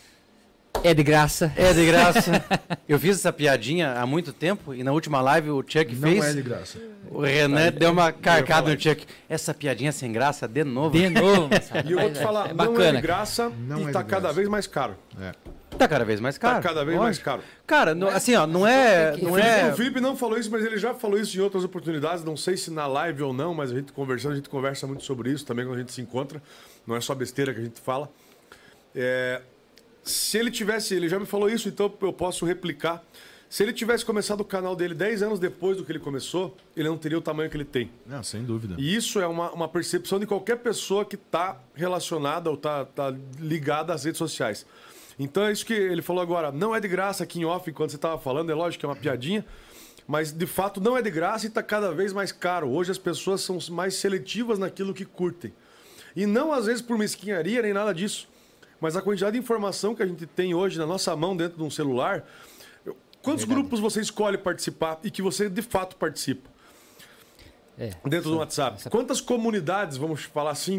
É de graça. É de graça. Eu fiz essa piadinha há muito tempo e na última live o Chuck Não fez. é de graça. O Renan deu uma carcada no Chuck. Essa piadinha sem graça de novo. De novo, moçada. E eu vou te falar, é não é bacana. de graça Não e é tá de cada graça. vez mais caro. Tá cada vez mais caro. Tá cada vez mais caro. Cara, assim, ó, não é. Não é... O Felipe não falou isso, mas ele já falou isso em outras oportunidades. Não sei se na live ou não, mas a gente conversa muito sobre isso também quando a gente se encontra. Não é só besteira que a gente fala. Se ele tivesse, ele já me falou isso, então eu posso replicar. Se ele tivesse começado o canal dele 10 anos depois do que ele começou, ele não teria o tamanho que ele tem. Não, sem dúvida. E isso é uma percepção de qualquer pessoa que está relacionada ou tá ligada às redes sociais. Então é isso que ele falou agora. Não é de graça aqui em off, enquanto você estava falando, é lógico que é uma piadinha, mas de fato não é de graça e está cada vez mais caro. Hoje as pessoas são mais seletivas naquilo que curtem. E não às vezes por mesquinharia nem nada disso, mas a quantidade de informação que a gente tem hoje na nossa mão dentro de um celular. Quantos grupos você escolhe participar e que você de fato participa? Dentro do WhatsApp. Quantas comunidades, vamos falar assim,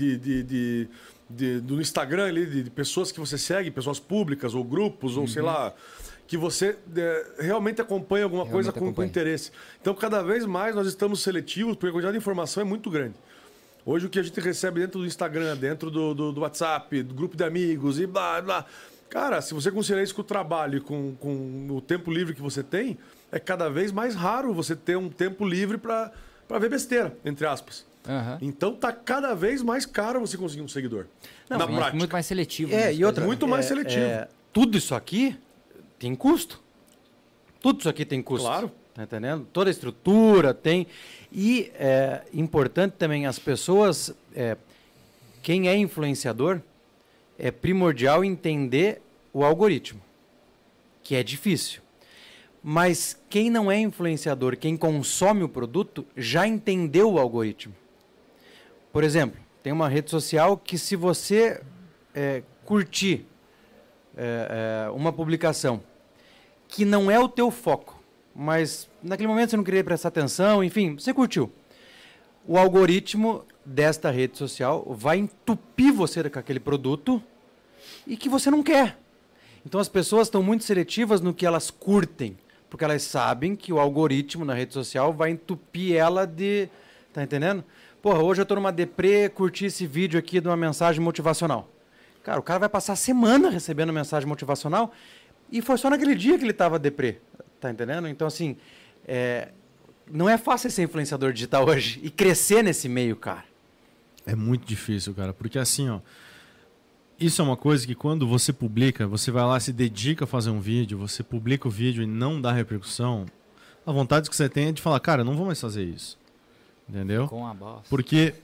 do Instagram ali, de pessoas que você segue, pessoas públicas ou grupos, ou sei lá, que você realmente acompanha alguma coisa com interesse. Então, cada vez mais nós estamos seletivos, porque a quantidade de informação é muito grande. Hoje, o que a gente recebe dentro do Instagram, dentro do WhatsApp, do grupo de amigos e blá, blá. Cara, se você considerar isso com o trabalho e com o tempo livre que você tem, é cada vez mais raro você ter um tempo livre para ver besteira, entre aspas. Então tá cada vez mais caro você conseguir um seguidor. Na prática. Muito mais seletivo. Né? E outra, muito mais seletivo. Tudo isso aqui tem custo. Tudo isso aqui tem custo. Claro. Tá entendendo? Toda a estrutura tem. E é importante também as pessoas, quem é influenciador, é primordial entender o algoritmo, que é difícil. Mas quem não é influenciador, quem consome o produto, já entendeu o algoritmo. Por exemplo, tem uma rede social que se você curtir uma publicação que não é o teu foco, mas naquele momento você não queria prestar atenção, enfim, você curtiu. O algoritmo desta rede social vai entupir você com aquele produto e que você não quer. Então as pessoas estão muito seletivas no que elas curtem, porque elas sabem que o algoritmo na rede social vai entupir ela de... Tá entendendo? Porra, hoje eu tô numa deprê, curti esse vídeo aqui de uma mensagem motivacional. Cara, o cara vai passar a semana recebendo mensagem motivacional e foi só naquele dia que ele tava deprê. Tá entendendo? Então, assim, não é fácil ser influenciador digital hoje e crescer nesse meio, cara. É muito difícil, cara, porque assim, ó, isso é uma coisa que quando você publica, você vai lá, se dedica a fazer um vídeo, você publica o vídeo e não dá repercussão, a vontade que você tem é de falar, cara, eu não vou mais fazer isso. Entendeu? Com a bosta. Porque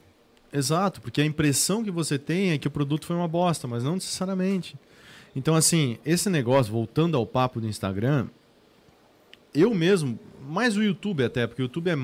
Exato, porque a impressão que você tem é que o produto foi uma bosta, mas não necessariamente. Então, assim, esse negócio, voltando ao papo do Instagram, eu mesmo, mais o YouTube até, porque o YouTube é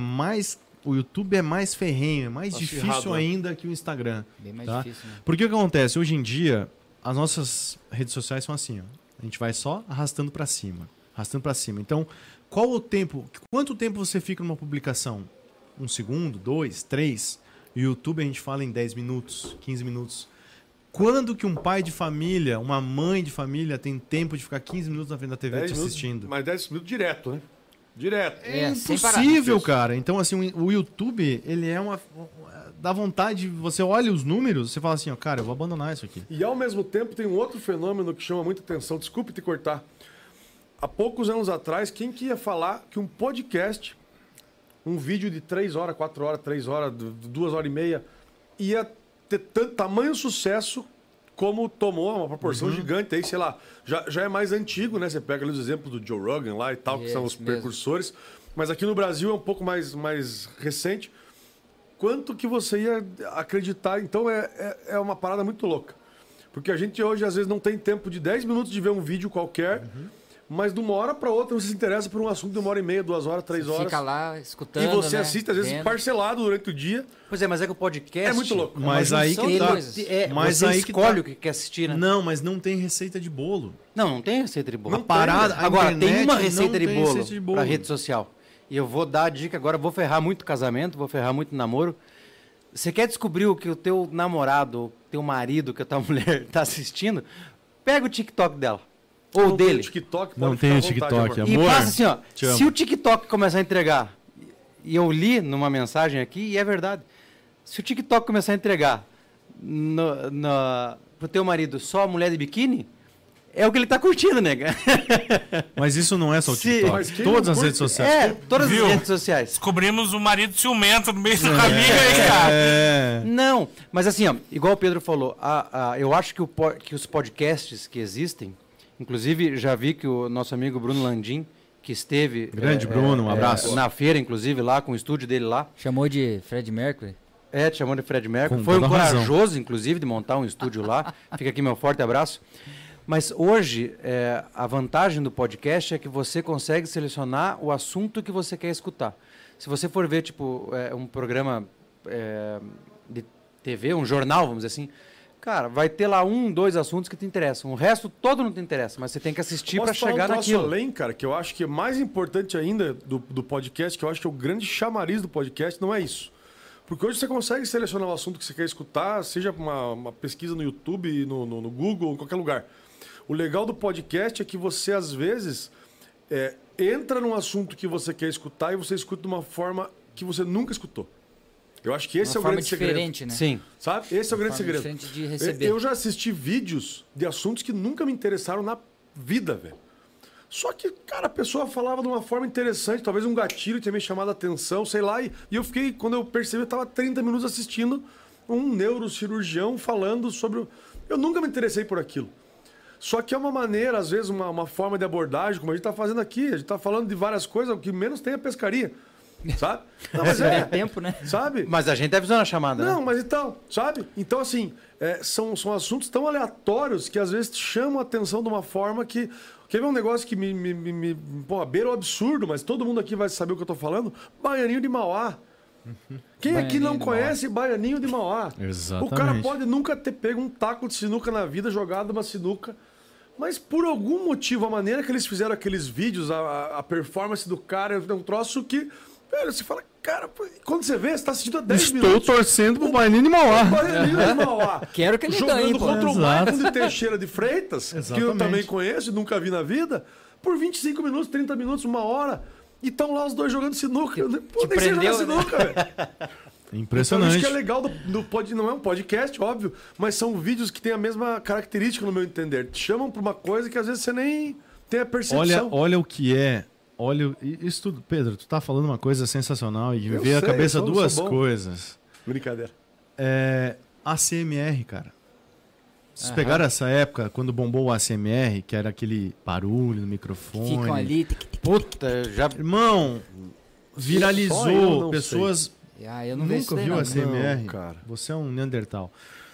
mais ferrenho, é mais difícil ainda que o Instagram. Bem mais tá? difícil, né? Porque o que acontece? Hoje em dia, as nossas redes sociais são assim, ó. A gente vai só arrastando para cima. Arrastando para cima. Então, qual o tempo? Quanto tempo você fica numa publicação? 1 segundo? 2? 3? No YouTube a gente fala em 10 minutos, 15 minutos. Quando que um pai de família, uma mãe de família tem tempo de ficar 15 minutos na frente da TV te assistindo? Mas 10 minutos direto, né? Direto. É, sem Impossível, cara. Então, assim, o YouTube, ele é dá vontade, você olha os números, você fala assim, ó, cara, eu vou abandonar isso aqui. E ao mesmo tempo tem um outro fenômeno que chama muita atenção. Desculpe te cortar. Há poucos anos atrás, quem que ia falar que um podcast, um vídeo de 3 horas, 4 horas, 3 horas, 2 horas e meia, ia ter tamanho sucesso como tomou uma proporção gigante aí, sei lá, já é mais antigo, né? Você pega ali os exemplos do Joe Rogan lá e tal, que são os precursores, mas aqui no Brasil é um pouco mais recente. Quanto que você ia acreditar? Então é uma parada muito louca. Porque a gente hoje às vezes não tem tempo de 10 minutos de ver um vídeo qualquer, mas de uma hora para outra você se interessa por um assunto de 1h30, 2 horas, 3 horas. Fica lá escutando, e você né? assiste, às vezes, Vendo. parcelado durante o dia. Pois é, mas é que o podcast... É muito louco. Mas aí que tá. Mas você aí que escolhe tá. o que quer assistir, né? Não, mas não tem receita de bolo. Não tem receita de bolo. Não parada, Agora, tem internet uma não receita de tem bolo receita de bolo. para rede social. E eu vou dar a dica agora, vou ferrar muito casamento, vou ferrar muito namoro. Você quer descobrir o que o teu namorado, o teu marido, que a tua mulher está assistindo? Pega o TikTok dela. Ou Não dele. Tem o TikTok, pode Não ficar tem à o TikTok, vontade, amor. E amor. passa assim, ó. Te amo. Se o TikTok começar a entregar, e eu li numa mensagem aqui, e é verdade. Se o TikTok começar a entregar pro teu marido só a mulher de biquíni, é o que ele tá curtindo, nega. Mas isso não é só o Se- TikTok. Mas quem Todas não as curte? redes sociais. É, todas Viu? as redes sociais. Descobrimos o marido ciumento no meio do caminho aí, cara. É. Não, mas assim, ó, igual o Pedro falou, eu acho que os podcasts que existem, inclusive já vi que o nosso amigo Bruno Landim, que esteve... Grande Bruno, um abraço. Na feira, inclusive, lá, com o estúdio dele lá. Chamou de Fred Mercury. Te chamou de Fred Mercury. Com Foi um toda razão. corajoso, inclusive, de montar um estúdio lá. Fica aqui meu forte abraço. Mas hoje, a vantagem do podcast é que você consegue selecionar o assunto que você quer escutar. Se você for ver, tipo, um programa de TV, um jornal, vamos dizer assim, cara, vai ter lá 1, 2 assuntos que te interessam. O resto todo não te interessa, mas você tem que assistir para Posso falar chegar um troço naquilo. além, cara, que eu acho que é mais importante ainda do podcast, que eu acho que é o grande chamariz do podcast, não é isso. Porque hoje você consegue selecionar o assunto que você quer escutar, seja uma pesquisa no YouTube, no Google, em qualquer lugar. O legal do podcast é que você, às vezes, entra num assunto que você quer escutar e você escuta de uma forma que você nunca escutou. Eu acho que esse é o grande segredo. diferente, né? Sim. Sabe? Esse é o grande Forma segredo. diferente de receber. Eu já assisti vídeos de assuntos que nunca me interessaram na vida, velho. Só que, cara, a pessoa falava de uma forma interessante, talvez um gatilho tinha me chamado a atenção, sei lá, e eu fiquei, quando eu percebi, eu tava 30 minutos assistindo um neurocirurgião falando sobre... Eu nunca me interessei por aquilo. Só que é uma maneira, às vezes, uma forma de abordagem, como a gente tá fazendo aqui, a gente tá falando de várias coisas, o que menos tem é pescaria, sabe? Não, mas É tempo, né? sabe? Mas a gente avisou na chamada, Não, né? mas então, sabe? Então, assim, são assuntos tão aleatórios que às vezes chamam a atenção de uma forma que... Quer ver um negócio que pô, beira o absurdo, mas todo mundo aqui vai saber o que eu tô falando? Baianinho de Mauá. Quem aqui não conhece Baianinho de Mauá? Exatamente. O cara pode nunca ter pego um taco de sinuca na vida, jogado uma sinuca, mas por algum motivo, a maneira que eles fizeram aqueles vídeos, a performance do cara, é um troço que... Velho, você fala, cara, quando você vê, você tá assistindo há 10 minutos. Estou torcendo pro Baianinho de Mauá. Baianinho de Mauá. Quero que ele Jogando ganhe, pô. contra o Exato. Maicon de Teixeira de Freitas, que eu Exatamente. também conheço e nunca vi na vida, por 25 minutos, 30 minutos, 1 hora. E estão lá os dois jogando sinuca. Pô, nem sei jogar prendeu, né? sinuca, velho. Impressionante. Então, isso que é legal não é um podcast, óbvio, mas são vídeos que têm a mesma característica, no meu entender. Te chamam pra uma coisa que às vezes você nem tem a percepção. Olha o que é. Olha, isso tudo. Pedro, tu tá falando uma coisa sensacional e me Eu veio à sei, cabeça eu sou duas bom. coisas. Brincadeira. ACMR, cara. Vocês pegaram essa época, quando bombou o ACMR, que era aquele barulho no microfone. Ficam ali. Puta, já... Irmão, Só eu viralizou. não Pessoas Eu não vejo isso Nunca daí, viu não. a CMR? Não, cara. Você é um Neandertal.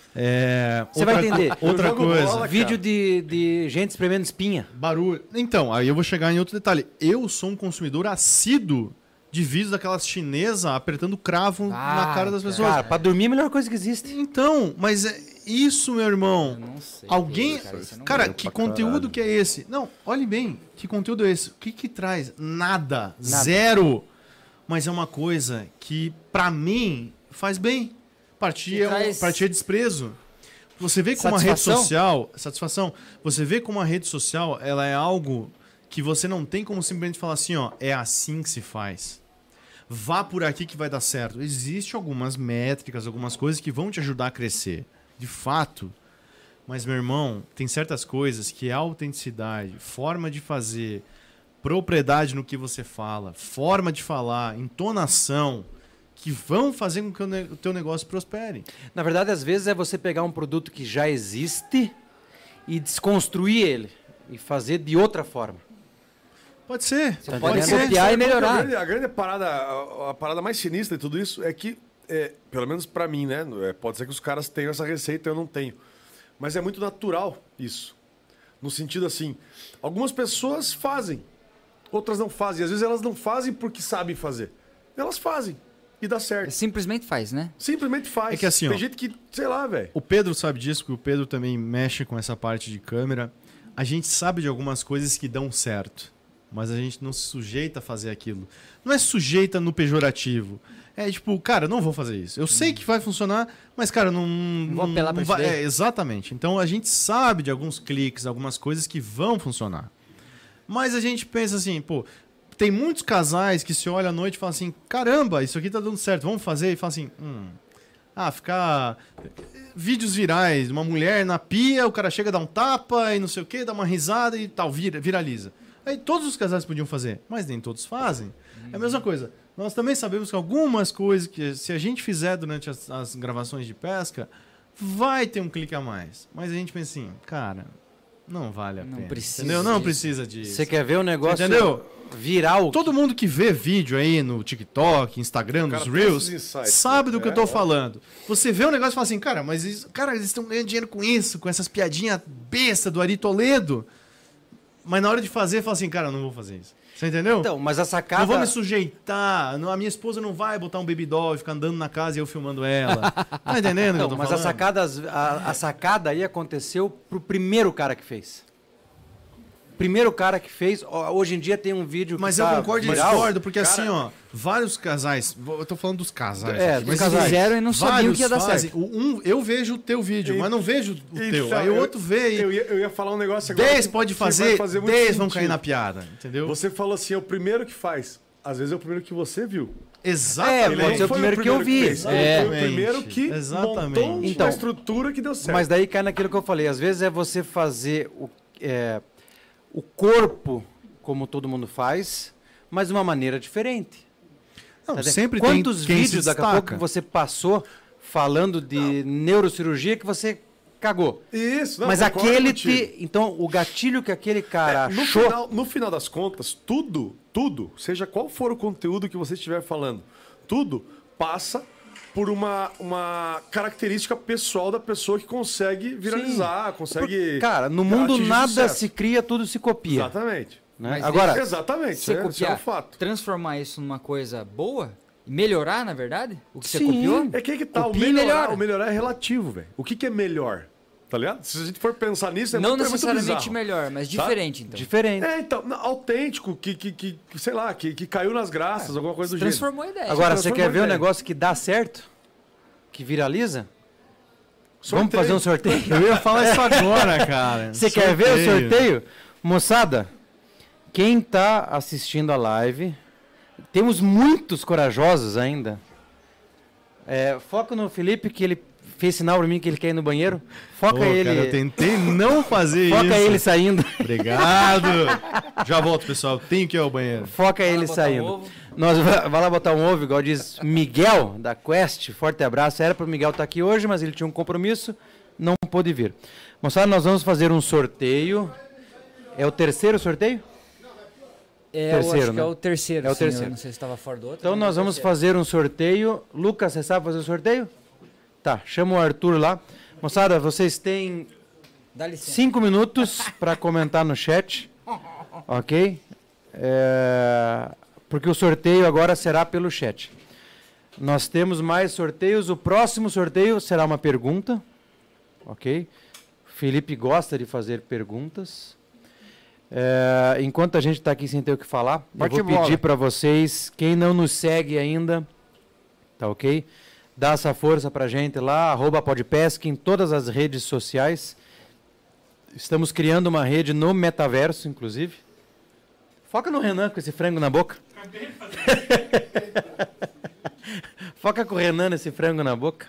Você vai entender. Outra Eu jogo coisa. bola, Vídeo de gente espremendo espinha. Barulho. Então, aí eu vou chegar em outro detalhe. Eu sou um consumidor assíduo de vídeos daquelas chinesas apertando cravo na cara das pessoas. Cara, pra dormir é a melhor coisa que existe. Então, mas é isso, meu irmão. Eu não sei. Alguém. Isso eu não Cara, vejo. que conteúdo que é esse? Não, olhe bem. Que conteúdo é esse? O que traz? Nada. Zero. Mas é uma coisa que, pra mim, faz bem. Partir é desprezo. Você vê como a rede social... Satisfação. Você vê como a rede social, ela é algo que você não tem como simplesmente falar assim, ó, é assim que se faz. Vá por aqui que vai dar certo. Existem algumas métricas, algumas coisas que vão te ajudar a crescer. De fato. Mas, meu irmão, tem certas coisas que é autenticidade, forma de fazer, propriedade no que você fala, forma de falar, entonação, que vão fazer com que o teu negócio prospere. Na verdade, às vezes é você pegar um produto que já existe e desconstruir ele e fazer de outra forma. Pode ser. Você pode pode ser. copiar e melhorar. A grande parada, a parada mais sinistra de tudo isso é que, pelo menos pra mim, né? Pode ser que os caras tenham essa receita, eu não tenho. Mas é muito natural isso. No sentido assim, algumas pessoas fazem, outras não fazem. Às vezes elas não fazem porque sabem fazer. Elas fazem e dá certo. Simplesmente faz, né? Simplesmente faz. É que assim, tem ó, gente que, sei lá, velho. O Pedro sabe disso, porque o Pedro também mexe com essa parte de câmera. A gente sabe de algumas coisas que dão certo, mas a gente não se sujeita a fazer aquilo. Não é sujeita no pejorativo. É tipo, cara, não vou fazer isso. Eu sei que vai funcionar, mas, cara, não vou apelar pra isso daí. exatamente. Então a gente sabe de alguns cliques, algumas coisas que vão funcionar. Mas a gente pensa assim, pô, tem muitos casais que se olham à noite e falam assim, caramba, isso aqui tá dando certo, vamos fazer? E falam assim, ficar... Vídeos virais, uma mulher na pia, o cara chega, dá um tapa e não sei o que, dá uma risada e tal, viraliza. Aí todos os casais podiam fazer, mas nem todos fazem. É a mesma coisa. Nós também sabemos que algumas coisas que se a gente fizer durante as gravações de pesca, vai ter um clique a mais. Mas a gente pensa assim, cara, não vale a pena. Precisa entendeu? Não disso. precisa disso. Você quer ver o negócio entendeu? viral? Todo mundo que vê vídeo aí no TikTok, Instagram, nos Cara, tem Reels, esses insights, sabe do que eu tô é. falando. Você vê um negócio e fala assim, cara, mas eles estão ganhando dinheiro com isso, com essas piadinhas besta do Ari Toledo. Mas na hora de fazer, fala assim, cara, eu não vou fazer isso. Você entendeu? Então, mas a sacada... Não vou me sujeitar. A minha esposa não vai botar um baby doll e ficar andando na casa e eu filmando ela. Tá entendendo o que eu tô Mas falando? a sacada aí aconteceu pro primeiro cara que fez. Primeiro cara que fez, hoje em dia tem um vídeo que Mas tá eu concordo e viral. discordo, porque assim, ó, vários casais, eu tô falando dos casais. Dos Eles casais. fizeram e não sabiam Vários que ia dar fazem. certo. Eu vejo o teu vídeo, mas não vejo o teu. Aí o outro vê e Eu ia falar um negócio agora. 10 que- pode que vai fazer, muito 10 vão sentido. cair na piada, entendeu? Você falou assim, é o primeiro que faz. Às vezes é o primeiro que você viu. Exatamente. pode ser o Foi primeiro que eu vi. fez. Foi o primeiro que Exatamente. montou Então, uma estrutura que deu certo. Mas daí cai naquilo que eu falei. Às vezes é você fazer o corpo como todo mundo faz, mas de uma maneira diferente. Não, Tá sempre vendo? tem Quantos quem se vídeos daqui a destaca. pouco você passou falando de neurocirurgia que você cagou? Isso, não, mas concordo aquele contigo. Então, o gatilho que aquele cara No achou... final das contas, tudo, seja qual for o conteúdo que você estiver falando, tudo passa por uma característica pessoal da pessoa que consegue viralizar, consegue... Cara, no mundo atingir nada sucesso. se cria, tudo se copia. Exatamente. Né? Mas Agora, Exatamente, Você isso é um copiar, fato. transformar isso numa coisa boa, melhorar, na verdade, o que você Sim. copiou. É que tá, Copia e melhora. o melhorar é relativo, velho. O que é melhor? Tá ligado? Se a gente for pensar nisso, Não muito necessariamente bizarro. melhor, mas diferente, então. diferente. Então, autêntico, sei lá, que caiu nas graças, alguma coisa do gênero. Transformou a ideia. Agora, transformou você quer ver um ideia. negócio que dá certo? Que viraliza? Sorteio. Vamos fazer um sorteio? Eu ia falar isso agora, cara. Você quer ver o sorteio? Moçada, quem está assistindo a live, temos muitos corajosos ainda. Foca no Felipe, que ele fez sinal para mim que ele quer ir no banheiro. Foca ele. Cara, eu tentei não fazer isso. Foca ele saindo. Obrigado. Já volto, pessoal. Tenho que ir ao banheiro. Foca ele botar saindo. um ovo. Vai lá botar um ovo, igual diz Miguel, da Quest. Forte abraço. Era para o Miguel estar aqui hoje, mas ele tinha um compromisso, não pôde vir. Moçada, nós vamos fazer um sorteio. É o terceiro sorteio? Eu acho Terceiro, que né? é o terceiro. É o sim, terceiro. Eu não sei se estava fora do outro. Então mas nós é o vamos terceiro. fazer um sorteio. Lucas, você sabe fazer o sorteio? Tá, chama o Arthur lá. Moçada, vocês têm Dá licença. 5 minutos para comentar no chat, ok? Porque o sorteio agora será pelo chat. Nós temos mais sorteios. O próximo sorteio será uma pergunta, ok? Felipe gosta de fazer perguntas. Enquanto a gente está aqui sem ter o que falar, Bate eu vou bola. pedir para vocês, quem não nos segue ainda, tá ok? Dá essa força para a gente lá, @podpesc em todas as redes sociais. Estamos criando uma rede no metaverso, inclusive. Foca no Renan com esse frango na boca. Foca com o Renan nesse frango na boca.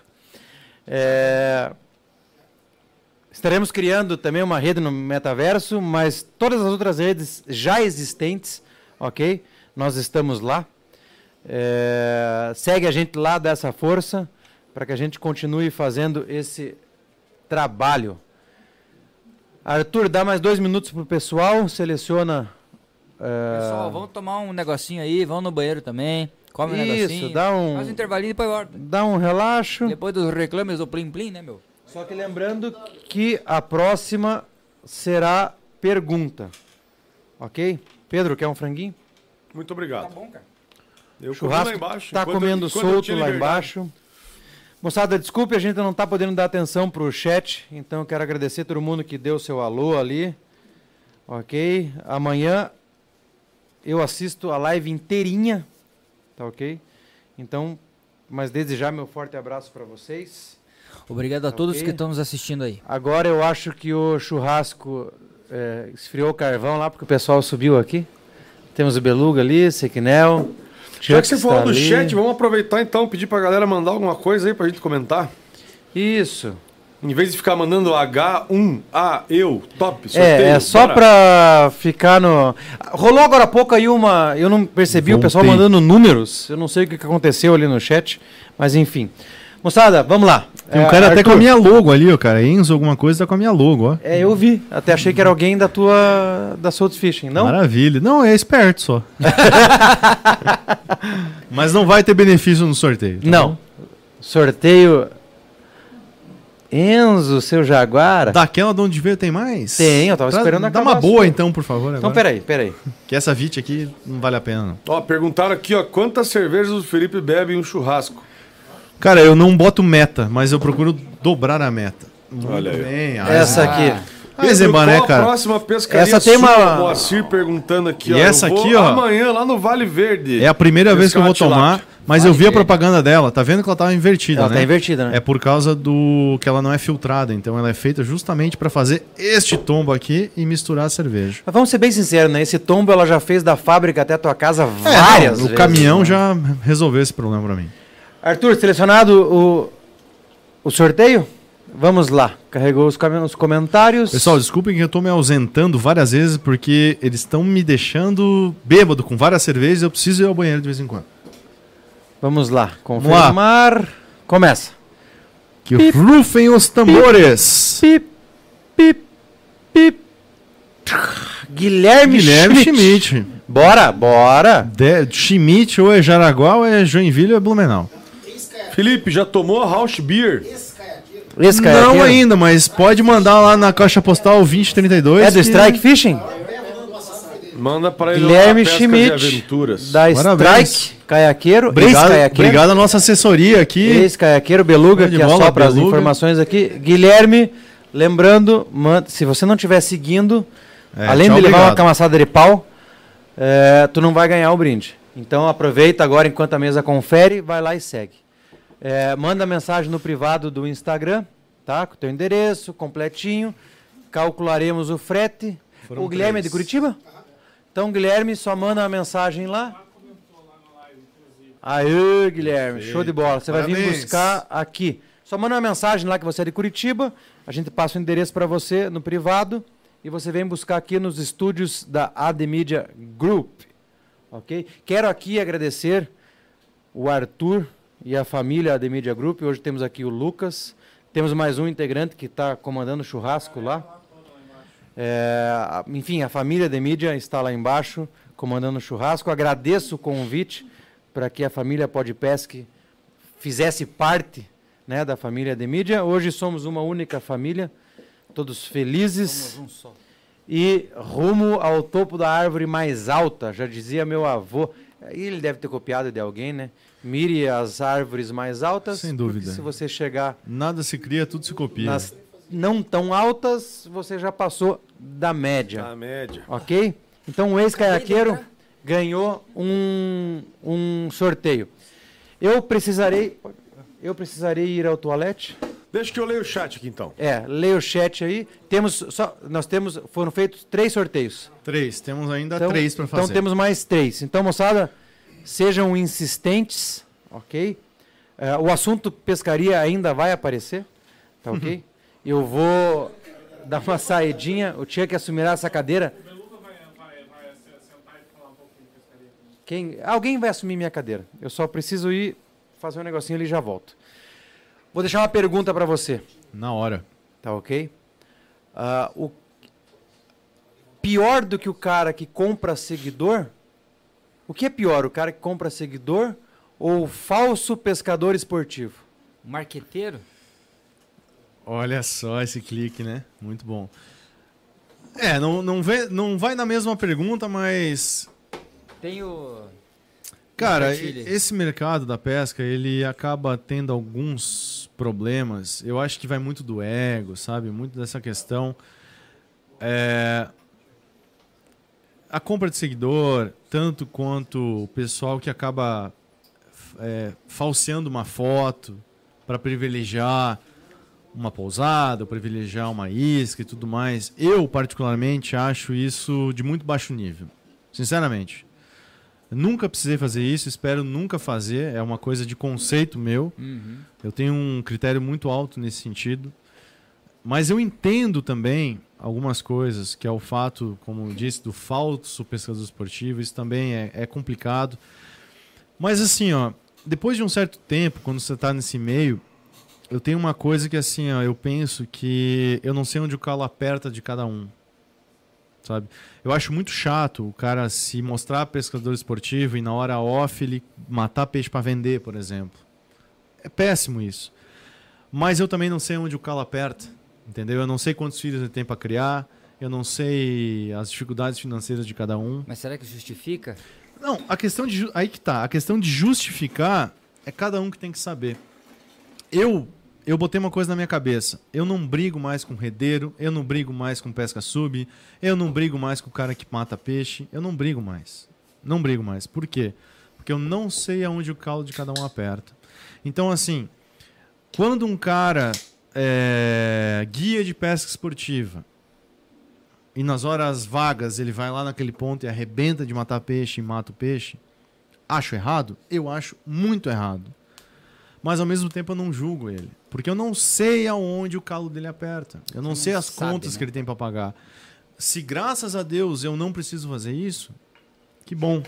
Estaremos criando também uma rede no metaverso, mas todas as outras redes já existentes, ok? Nós estamos lá. Segue a gente lá, dá essa força, para que a gente continue fazendo esse trabalho. Arthur, dá mais 2 minutos para o pessoal, seleciona... Pessoal, vamos tomar um negocinho aí, vamos no banheiro também. Come um Isso, negocinho. dá Faz um intervalinho e depois volta. dá um relaxo. Depois dos reclames do Plim Plim, né, meu? Só que lembrando que a próxima será pergunta, ok? Pedro, quer um franguinho? Muito obrigado. Tá bom, cara. Eu Churrasco comi lá embaixo. tá enquanto- comendo enquanto eu solto tinha lá liberdade. embaixo. Moçada, desculpe, a gente não tá podendo dar atenção pro chat, então eu quero agradecer todo mundo que deu seu alô ali, ok? Amanhã eu assisto a live inteirinha, tá ok? Então, mas desde já meu forte abraço para vocês. Obrigado a todos Ok. que estão nos assistindo aí. Agora eu acho que o churrasco esfriou o carvão lá, porque o pessoal subiu aqui. Temos o Beluga ali, Sequinel. Já que você está falou do ali. chat, vamos aproveitar então, pedir pra galera mandar alguma coisa aí pra gente comentar. Isso. Em vez de ficar mandando H1A, eu, top, sorteio. É só bora. pra ficar no... Rolou agora há pouco aí uma... Eu não percebi o pessoal Voltei. mandando números. Eu não sei o que aconteceu ali no chat, mas enfim. Moçada, vamos lá. Tem um cara até Arthur, com a minha logo ali, ó, cara. Enzo, alguma coisa tá com a minha logo, ó. eu vi. Até achei que era alguém da Souls Fishing, não? Maravilha. Não, é esperto só. Mas não vai ter benefício no sorteio. tá Não. bom? Sorteio... Enzo, seu Jaguar. Daquela de onde veio tem mais? Tem, eu tava esperando Dá acabar uma a boa sua. então, por favor. Então, agora. peraí. Que essa VIT aqui não vale a pena, não. Ó, perguntaram aqui, ó, quantas cervejas o Felipe bebe em um churrasco? Cara, eu não boto meta, mas eu procuro dobrar a meta. Muito Olha aí. bem. Essa aqui. Eisenbahn, né, Qual a cara? próxima pescaria Essa tem sua? uma- Moacir perguntando aqui, E ó. essa eu vou aqui, ó, amanhã lá no Vale Verde. É a primeira vez que eu vou Pescar tomar, tilápia. mas eu vi a propaganda dela. Tá vendo que ela tava invertida, Ela né? tá invertida, né? É por causa do que ela não é filtrada, então ela é feita justamente para fazer este tombo aqui e misturar a cerveja. Mas vamos ser bem sinceros, né? Esse tombo ela já fez da fábrica até a tua casa várias não, vezes. o caminhão né? já resolveu esse problema para mim. Arthur, selecionado o sorteio? Vamos lá. Carregou os comentários. Pessoal, desculpem que eu tô me ausentando várias vezes porque eles estão me deixando bêbado com várias cervejas e eu preciso ir ao banheiro de vez em quando. Vamos lá. Confirmar. Começa. Que rufem os tambores. Pip, pip, pip. Guilherme Schmidt. Bora. Schmidt ou é Jaraguá ou é Joinville ou é Blumenau. Felipe, já tomou a Rausch Beer? Esse cara Não aqui, ó. ainda, mas pode mandar lá na caixa postal 2032. É do que- Strike Fishing? Manda para ele Guilherme lá, Pescas e Schmidt, Aventuras. da Parabéns. Strike Caiaqueiro. Obrigado, Ex-caiaqueiro. obrigado à nossa assessoria aqui. Ex-caiaqueiro Beluga, Show de que bola, assopra as Beluga. informações aqui. Guilherme, lembrando, se você não estiver seguindo, além tchau, de levar uma obrigado. camaçada de pau, tu não vai ganhar o brinde. Então aproveita agora enquanto a mesa confere, vai lá e segue. Manda mensagem no privado do Instagram, tá? Com o teu endereço completinho. Calcularemos o frete. O Guilherme é de Curitiba? Então, Guilherme, só manda uma mensagem lá. Aê, Guilherme, show de bola. Você vai vir Parabéns. buscar aqui. Só manda uma mensagem lá que você é de Curitiba. A gente passa o endereço para você no privado. E você vem buscar aqui nos estúdios da AD Media Group. Ok? Quero aqui agradecer o Arthur e a família AD Media Group. Hoje temos aqui o Lucas. Temos mais um integrante que está comandando o churrasco lá. Enfim, a família AD Media está lá embaixo comandando o churrasco. Agradeço o convite para que a família Podpesc fizesse parte, né, da família de mídia. Hoje somos uma única família, todos felizes. Somos um só. E rumo ao topo da árvore mais alta, já dizia meu avô. Ele deve ter copiado de alguém, né? Mire as árvores mais altas. Sem dúvida. Se você chegar Nada se cria, tudo se copia. nas não tão altas, você já passou da média. A média. Ok? Então o ex-caiaqueiro ganhou um sorteio. Eu precisarei ir ao toalete. Deixa que eu leio o chat aqui, então. Leia o chat aí. Foram feitos 3 sorteios. 3, temos ainda 3 para fazer. Então temos mais 3. Então, moçada, sejam insistentes, ok? O assunto pescaria ainda vai aparecer, tá ok? Eu vou dar uma saidinha, o Tia que assumirá essa cadeira. Alguém vai assumir minha cadeira. Eu só preciso ir fazer um negocinho ali e já volto. Vou deixar uma pergunta para você. Na hora. Tá ok? O pior do que o cara que compra seguidor? O que é pior, o cara que compra seguidor ou o falso pescador esportivo? Marqueteiro? Olha só esse clique, né? Muito bom. Não vai na mesma pergunta, mas... Tem o... Cara, esse mercado da pesca, ele acaba tendo alguns problemas. Eu acho que vai muito do ego, sabe? Muito dessa questão. A compra de seguidor, tanto quanto o pessoal que acaba falseando uma foto para privilegiar uma pousada, privilegiar uma isca e tudo mais. Eu, particularmente, acho isso de muito baixo nível. Sinceramente. Nunca precisei fazer isso, espero nunca fazer. É uma coisa de conceito meu. Uhum. Eu tenho um critério muito alto nesse sentido. Mas eu entendo também algumas coisas, que é o fato, como eu disse, do falso pescador esportivo. Isso também é complicado. Mas assim, depois de um certo tempo, quando você está nesse meio, eu tenho uma coisa que assim, eu penso que eu não sei onde o calo aperta de cada um. Sabe? Eu acho muito chato o cara se mostrar pescador esportivo e na hora off ele matar peixe para vender, por exemplo. É péssimo isso. Mas eu também não sei onde o calo aperta, entendeu? Eu não sei quantos filhos ele tem para criar, eu não sei as dificuldades financeiras de cada um. Mas será que justifica? Não, a questão de aí que tá, a questão de justificar é cada um que tem que saber. Eu botei uma coisa na minha cabeça. Eu não brigo mais com redeiro, eu não brigo mais com pesca sub, eu não brigo mais com o cara que mata peixe, eu não brigo mais. Não brigo mais. Por quê? Porque eu não sei aonde o calo de cada um aperta. Então, assim, quando um cara guia de pesca esportiva e nas horas vagas ele vai lá naquele ponto e arrebenta de matar peixe e mata o peixe, acho errado? Eu acho muito errado. Mas ao mesmo tempo eu não julgo ele. Porque eu não sei aonde o calo dele aperta. Eu não sei as contas que ele tem para pagar. Se graças a Deus eu não preciso fazer isso, que bom.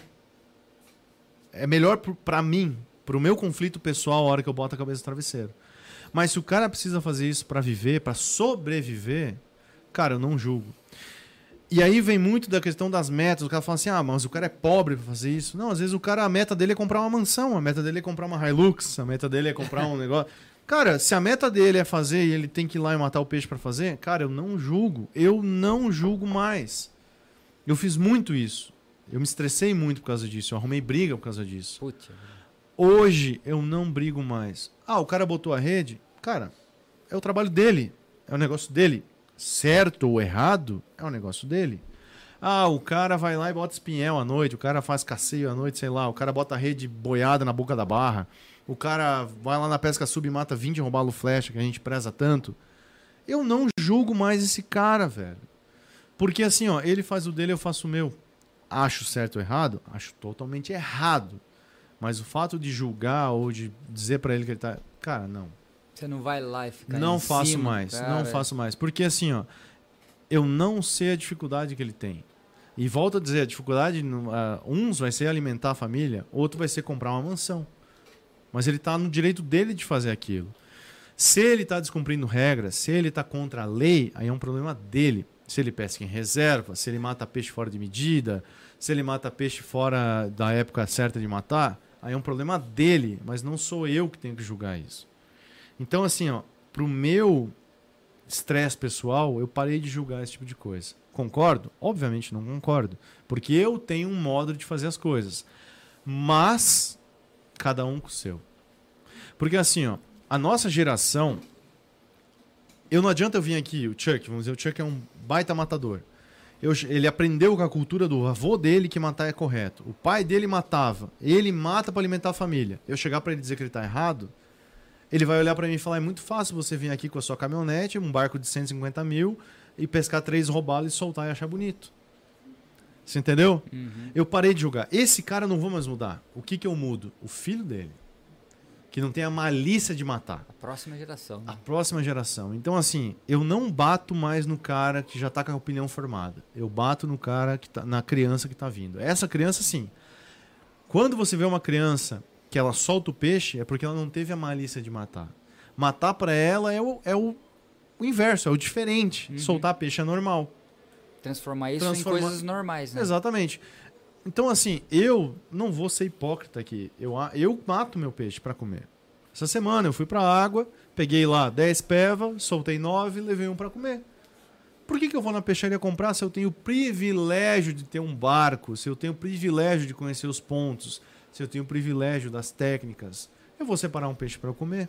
É melhor para mim, pro meu conflito pessoal, a hora que eu boto a cabeça no travesseiro. Mas se o cara precisa fazer isso para viver, para sobreviver, cara, eu não julgo. E aí vem muito da questão das metas. O cara fala assim, mas o cara é pobre pra fazer isso. Não, às vezes a meta dele é comprar uma mansão, a meta dele é comprar uma Hilux, a meta dele é comprar um negócio. Cara, se a meta dele é fazer e ele tem que ir lá e matar o peixe pra fazer, cara, eu não julgo. Eu não julgo mais. Eu fiz muito isso. Eu me estressei muito por causa disso. Eu arrumei briga por causa disso. Putz. Hoje eu não brigo mais. O cara botou a rede. Cara, é o trabalho dele. É o negócio dele. Certo ou errado, é o negócio dele. O cara vai lá e bota espinhel à noite, o cara faz casseio à noite, sei lá, o cara bota a rede boiada na boca da barra, o cara vai lá na pesca sub e mata 20 robalo flecha, que a gente preza tanto. Eu não julgo mais esse cara, velho. Porque assim, ele faz o dele, eu faço o meu. Acho certo ou errado? Acho totalmente errado. Mas o fato de julgar ou de dizer pra ele que ele tá... Cara, não. Você não vai lá e ficar Não em faço cima, mais, cara. não faço mais. Porque assim, eu não sei a dificuldade que ele tem. E volto a dizer, a dificuldade, uns vai ser alimentar a família, outro vai ser comprar uma mansão. Mas ele está no direito dele de fazer aquilo. Se ele está descumprindo regras, se ele está contra a lei, aí é um problema dele. Se ele pesca em reserva, se ele mata peixe fora de medida, se ele mata peixe fora da época certa de matar, aí é um problema dele, mas não sou eu que tenho que julgar isso. Então, assim, ó, pro meu estresse pessoal, eu parei de julgar esse tipo de coisa. Concordo? Obviamente não concordo, porque eu tenho um modo de fazer as coisas. Mas cada um com o seu. Porque assim, ó, a nossa geração, não adianta eu vir aqui, o Chuck, vamos dizer, o Chuck é um baita matador. Ele aprendeu com a cultura do avô dele que matar é correto. O pai dele matava, ele mata para alimentar a família. Eu chegar para ele dizer que ele tá errado, ele vai olhar para mim e falar, é muito fácil você vir aqui com a sua caminhonete, um barco de 150 mil, e pescar 3 robalos e soltar e achar bonito. Você entendeu? Uhum. Eu parei de julgar. Esse cara eu não vou mais mudar. O que eu mudo? O filho dele. Que não tem a malícia de matar. A próxima geração. Né? A próxima geração. Então, assim, eu não bato mais no cara que já tá com a opinião formada. Eu bato no cara que tá, na criança que tá vindo. Essa criança, sim. Quando você vê uma criança que ela solta o peixe, é porque ela não teve a malícia de matar. Matar para ela é o inverso, é o diferente. Uhum. Soltar peixe é normal. Transformar isso em coisas normais, né? Exatamente. Então, assim, eu não vou ser hipócrita aqui. Eu mato meu peixe para comer. Essa semana eu fui pra água, peguei lá 10 peva, soltei 9 e levei um para comer. Por que eu vou na peixaria comprar se eu tenho o privilégio de ter um barco, se eu tenho o privilégio de conhecer os pontos, se eu tenho o privilégio das técnicas? Eu vou separar um peixe para eu comer.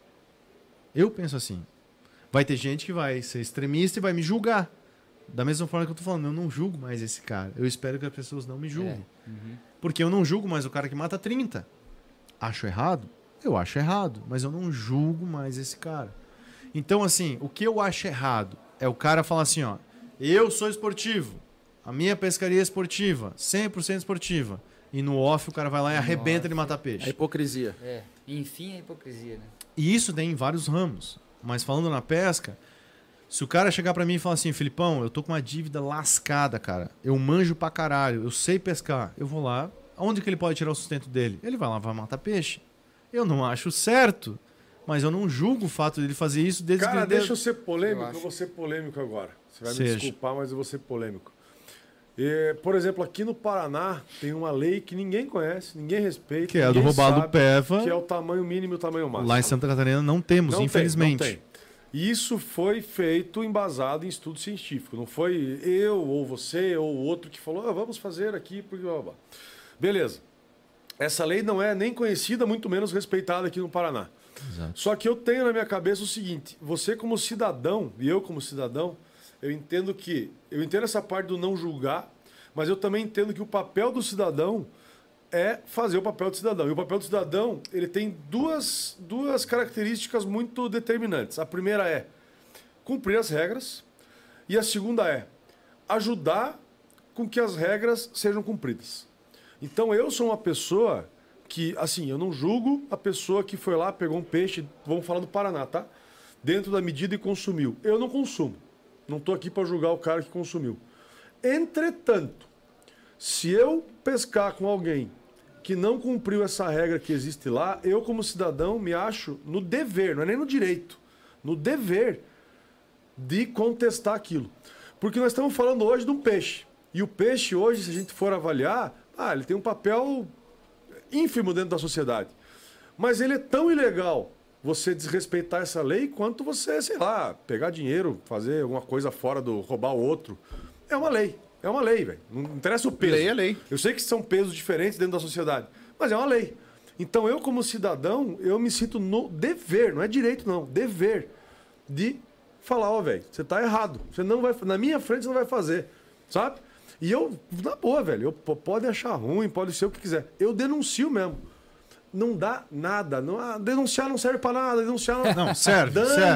Eu penso assim. Vai ter gente que vai ser extremista e vai me julgar. Da mesma forma que eu tô falando, eu não julgo mais esse cara. Eu espero que as pessoas não me julguem. Uhum. Porque eu não julgo mais o cara que mata 30. Acho errado? Eu acho errado. Mas eu não julgo mais esse cara. Então, assim, o que eu acho errado é o cara falar assim, ó, eu sou esportivo, a minha pescaria é esportiva, 100% esportiva. E no off o cara vai lá e arrebenta de matar peixe. A hipocrisia. Enfim, a hipocrisia, né? E isso tem em vários ramos. Mas falando na pesca, se o cara chegar pra mim e falar assim, Filipão, eu tô com uma dívida lascada, cara. Eu manjo pra caralho, eu sei pescar. Eu vou lá, onde que ele pode tirar o sustento dele? Ele vai lá, vai matar peixe. Eu não acho certo, mas eu não julgo o fato dele fazer isso desde Cara, que deixa eu ser polêmico, acho. eu vou ser polêmico agora. Você vai Seja. me desculpar, mas eu vou ser polêmico. Por exemplo, aqui no Paraná tem uma lei que ninguém conhece, ninguém respeita. Que é a do ninguém roubado sabe, peva. Que é o tamanho mínimo e o tamanho máximo. Lá em Santa Catarina não temos, Não infelizmente. Tem, não tem. Isso foi feito embasado em estudo científico. Não foi eu ou você ou outro que falou, vamos fazer aqui. Porque... Beleza. Essa lei não é nem conhecida, muito menos respeitada aqui no Paraná. Exato. Só que eu tenho na minha cabeça o seguinte, você como cidadão, e eu como cidadão, eu entendo essa parte do não julgar, mas eu também entendo que o papel do cidadão é fazer o papel do cidadão. E o papel do cidadão, ele tem duas características muito determinantes. A primeira é cumprir as regras e a segunda é ajudar com que as regras sejam cumpridas. Então eu sou uma pessoa que, assim, eu não julgo a pessoa que foi lá, pegou um peixe, vamos falar do Paraná, tá? Dentro da medida e consumiu. Eu não consumo. Não estou aqui para julgar o cara que consumiu. Entretanto, se eu pescar com alguém que não cumpriu essa regra que existe lá, eu como cidadão me acho no dever, não é nem no direito, no dever de contestar aquilo. Porque nós estamos falando hoje de um peixe. E o peixe hoje, se a gente for avaliar, ele tem um papel ínfimo dentro da sociedade. Mas ele é tão ilegal você desrespeitar essa lei quanto você, sei lá, pegar dinheiro, fazer alguma coisa fora do roubar o outro. É uma lei. É uma lei, velho. Não interessa o peso. Lei é lei. Eu sei que são pesos diferentes dentro da sociedade, mas é uma lei. Então eu, como cidadão, eu me sinto no dever, não é direito não, dever de falar, velho, você tá errado. Você não vai, na minha frente você não vai fazer, sabe? E eu, na boa, velho, pode achar ruim, pode ser o que quiser. Eu denuncio mesmo. Não dá nada. Denunciar não serve pra nada. Denunciar não serve.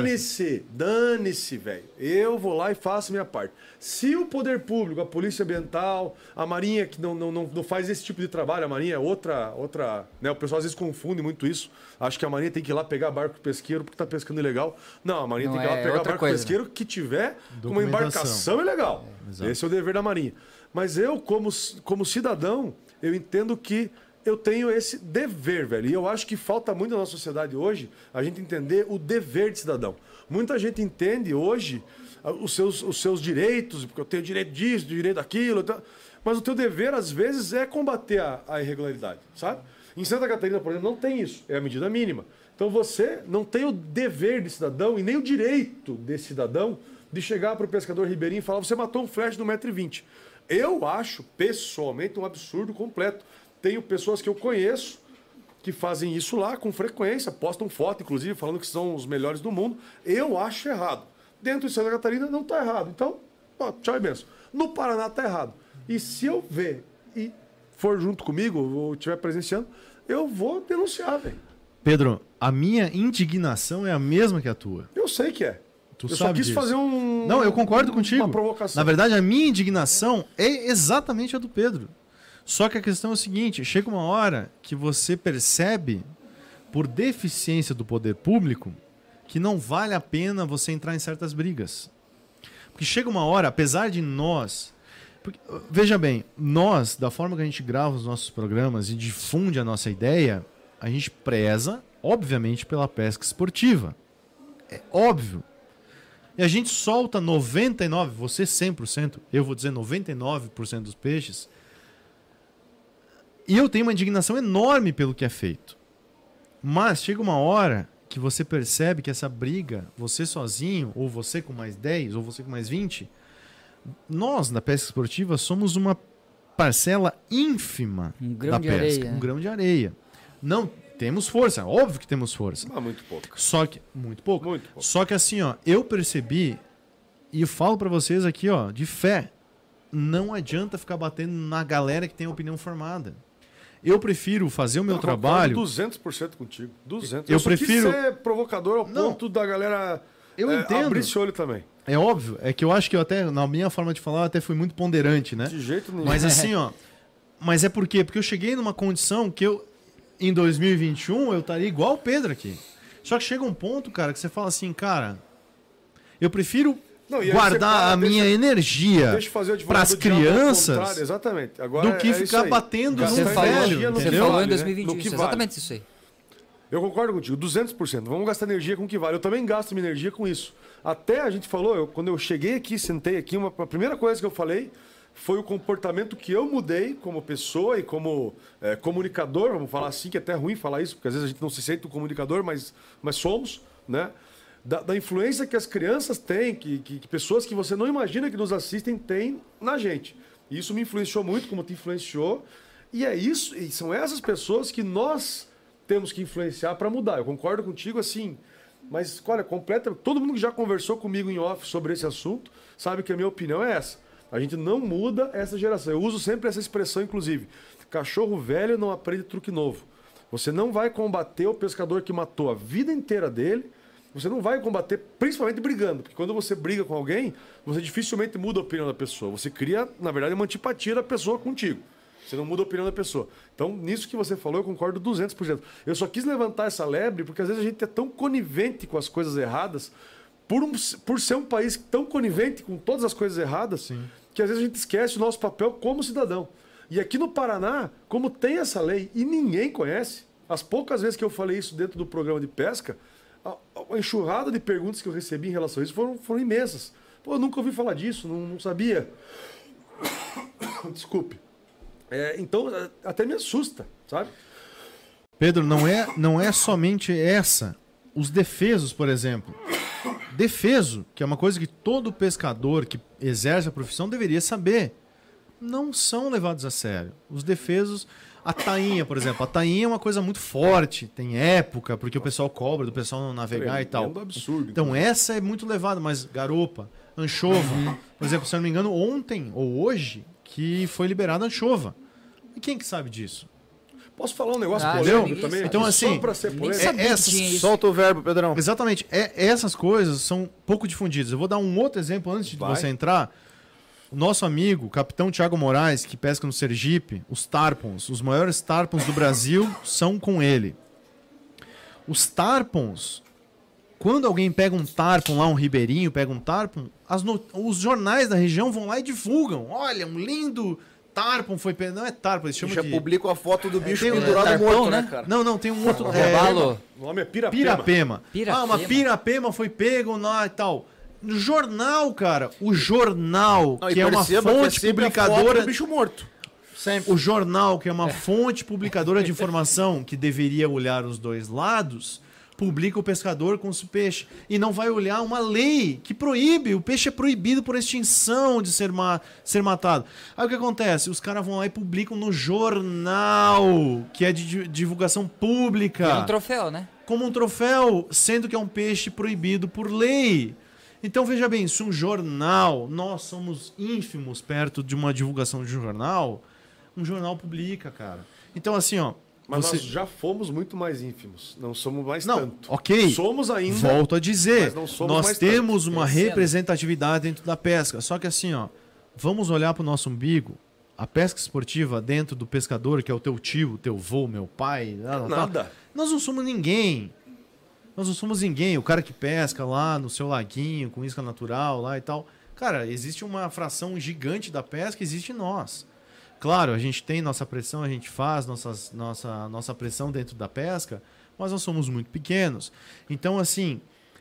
Dane-se, velho. Eu vou lá e faço a minha parte. Se o poder público, a polícia ambiental, a marinha que não faz esse tipo de trabalho, a marinha é outra, né? O pessoal às vezes confunde muito isso. Acho que a marinha tem que ir lá pegar barco pesqueiro porque tá pescando ilegal. Não, a marinha tem que ir lá pegar barco pesqueiro que tiver uma embarcação ilegal. Esse é o dever da marinha. Mas eu, como cidadão, eu entendo que eu tenho esse dever, velho. E eu acho que falta muito na nossa sociedade hoje a gente entender o dever de cidadão. Muita gente entende hoje os seus direitos, porque eu tenho direito disso, direito daquilo. Mas o teu dever, às vezes, é combater a irregularidade, sabe? Em Santa Catarina, por exemplo, não tem isso. É a medida mínima. Então você não tem o dever de cidadão e nem o direito de cidadão de chegar para o pescador ribeirinho e falar: você matou um flash de 1,20 m. Eu acho, pessoalmente, um absurdo completo. Tenho pessoas que eu conheço que fazem isso lá com frequência, postam foto, inclusive, falando que são os melhores do mundo. Eu acho errado. Dentro de Santa Catarina não está errado. Então, ó, tchau e benção. No Paraná está errado. E se eu ver e for junto comigo, ou estiver presenciando, eu vou denunciar, velho. Pedro, a minha indignação é a mesma que a tua. Eu sei que é. Tu eu sabe só quis disso. fazer um... Não, eu concordo contigo. Uma provocação. Na verdade, a minha indignação é exatamente a do Pedro. Só que a questão é o seguinte, chega uma hora que você percebe, por deficiência do poder público, que não vale a pena você entrar em certas brigas. Porque chega uma hora, apesar de nós... Porque, veja bem, nós, da forma que a gente grava os nossos programas e difunde a nossa ideia, a gente preza, obviamente, pela pesca esportiva. É óbvio. E a gente solta 99%, você 100%, eu vou dizer 99% dos peixes. E eu tenho uma indignação enorme pelo que é feito. Mas chega uma hora que você percebe que essa briga, você sozinho, ou você com mais 10, ou você com mais 20, nós, na pesca esportiva, somos uma parcela ínfima da pesca. Um grão de areia. Não temos força, óbvio que temos força. Mas muito pouco. Só que, muito pouco. Muito pouco. Só que assim, ó, eu percebi, e eu falo pra vocês aqui, ó, de fé, não adianta ficar batendo na galera que tem opinião formada. Eu prefiro fazer o meu trabalho... 200% contigo. 200%. Eu prefiro... quis ser provocador ao ponto da galera abrir esse olho também. É óbvio, é que eu acho que eu até, na minha forma de falar, eu até fui muito ponderante, né? De jeito nenhum. Mas assim, ó, mas é por quê? Porque eu cheguei numa condição que eu, em 2021, eu estaria igual o Pedro aqui. Só que chega um ponto, cara, que você fala assim, cara, eu prefiro guardar a minha energia para as crianças exatamente. Agora do que ficar batendo no velho. Você falou em 2020, exatamente isso aí. Eu concordo contigo, 200%. Vamos gastar energia com o que vale. Eu também gasto minha energia com isso. Até a gente falou, quando eu cheguei aqui, sentei aqui, a primeira coisa que eu falei foi o comportamento que eu mudei como pessoa e como comunicador, vamos falar assim, que é até ruim falar isso, porque às vezes a gente não se sente um comunicador, mas somos, né? Da influência que as crianças têm, que pessoas que você não imagina que nos assistem têm na gente. E isso me influenciou muito, como te influenciou. E é isso, e são essas pessoas que nós temos que influenciar para mudar. Eu concordo contigo, assim, mas, olha, todo mundo que já conversou comigo em off sobre esse assunto sabe que a minha opinião é essa. A gente não muda essa geração. Eu uso sempre essa expressão, inclusive. Cachorro velho não aprende truque novo. Você não vai combater o pescador que matou a vida inteira dele. Você não vai combater, principalmente brigando. Porque quando você briga com alguém, você dificilmente muda a opinião da pessoa. Você cria, na verdade, uma antipatia da pessoa contigo. Você não muda a opinião da pessoa. Então, nisso que você falou, eu concordo 200%. Eu só quis levantar essa lebre porque às vezes a gente é tão conivente com as coisas erradas, por ser um país tão conivente com todas as coisas erradas, sim, que às vezes a gente esquece o nosso papel como cidadão. E aqui no Paraná, como tem essa lei e ninguém conhece, as poucas vezes que eu falei isso dentro do programa de pesca, a enxurrada de perguntas que eu recebi em relação a isso foram imensas. Pô, eu nunca ouvi falar disso, não sabia. Desculpe. Então, até me assusta, sabe? Pedro, não é somente essa. Os defesos, por exemplo. Defeso, que é uma coisa que todo pescador que exerce a profissão deveria saber, não são levados a sério. Os defesos... A tainha, por exemplo. A tainha é uma coisa muito forte. Tem época, porque o pessoal cobra do pessoal não navegar e tal. Absurdo, então essa é muito levada, mas garopa, anchova. Por exemplo, se eu não me engano, ontem ou hoje que foi liberada a anchova. E quem que sabe disso? Posso falar um negócio polêmico também? Então, assim, só pra ser polêmico. Solta o verbo, Pedrão. Exatamente. Essas coisas são pouco difundidas. Eu vou dar um outro exemplo antes de você entrar. O nosso amigo, o capitão Thiago Moraes, que pesca no Sergipe, os tarpons, os maiores tarpons do Brasil são com ele. Os tarpons, quando alguém pega um tarpon lá, um ribeirinho pega um tarpon, os jornais da região vão lá e divulgam. Olha, um lindo tarpon foi... Não é tarpon, eles chamam já de... publicam a foto do bicho pendurado tarpão, morto, né, cara? Não, tem um outro... Robalo. O nome é pirapema. Uma pirapema foi pego lá e tal. No jornal, cara. O jornal, Não, e que é uma perceba que é fonte sempre a foto publicadora... do bicho morto. Sempre. O jornal, que é uma fonte publicadora de informação que deveria olhar os dois lados, publica o pescador com o peixe. E não vai olhar uma lei que proíbe. O peixe é proibido por extinção de ser matado. Aí o que acontece? Os caras vão lá e publicam no jornal, que é de divulgação pública. É um troféu, né? Como um troféu, sendo que é um peixe proibido por lei. Então veja bem, se um jornal, nós somos ínfimos perto de uma divulgação de um jornal publica, cara. Então assim, ó, Mas nós já fomos muito mais ínfimos. Não somos mais não, tanto. ok. Somos ainda. Volto a dizer, mas não somos nós mais temos tanto. uma representatividade dentro da pesca. Só que assim, ó, vamos olhar pro nosso umbigo. A pesca esportiva dentro do pescador, que é o teu tio, teu vô, meu pai, Nada. nós não somos ninguém. Nós não somos ninguém. O cara que pesca lá no seu laguinho, com isca natural lá e tal. Cara, existe uma fração gigante da pesca, existe nós. Claro, a gente tem nossa pressão, a gente faz nossa pressão dentro da pesca, mas nós somos muito pequenos. Então, assim,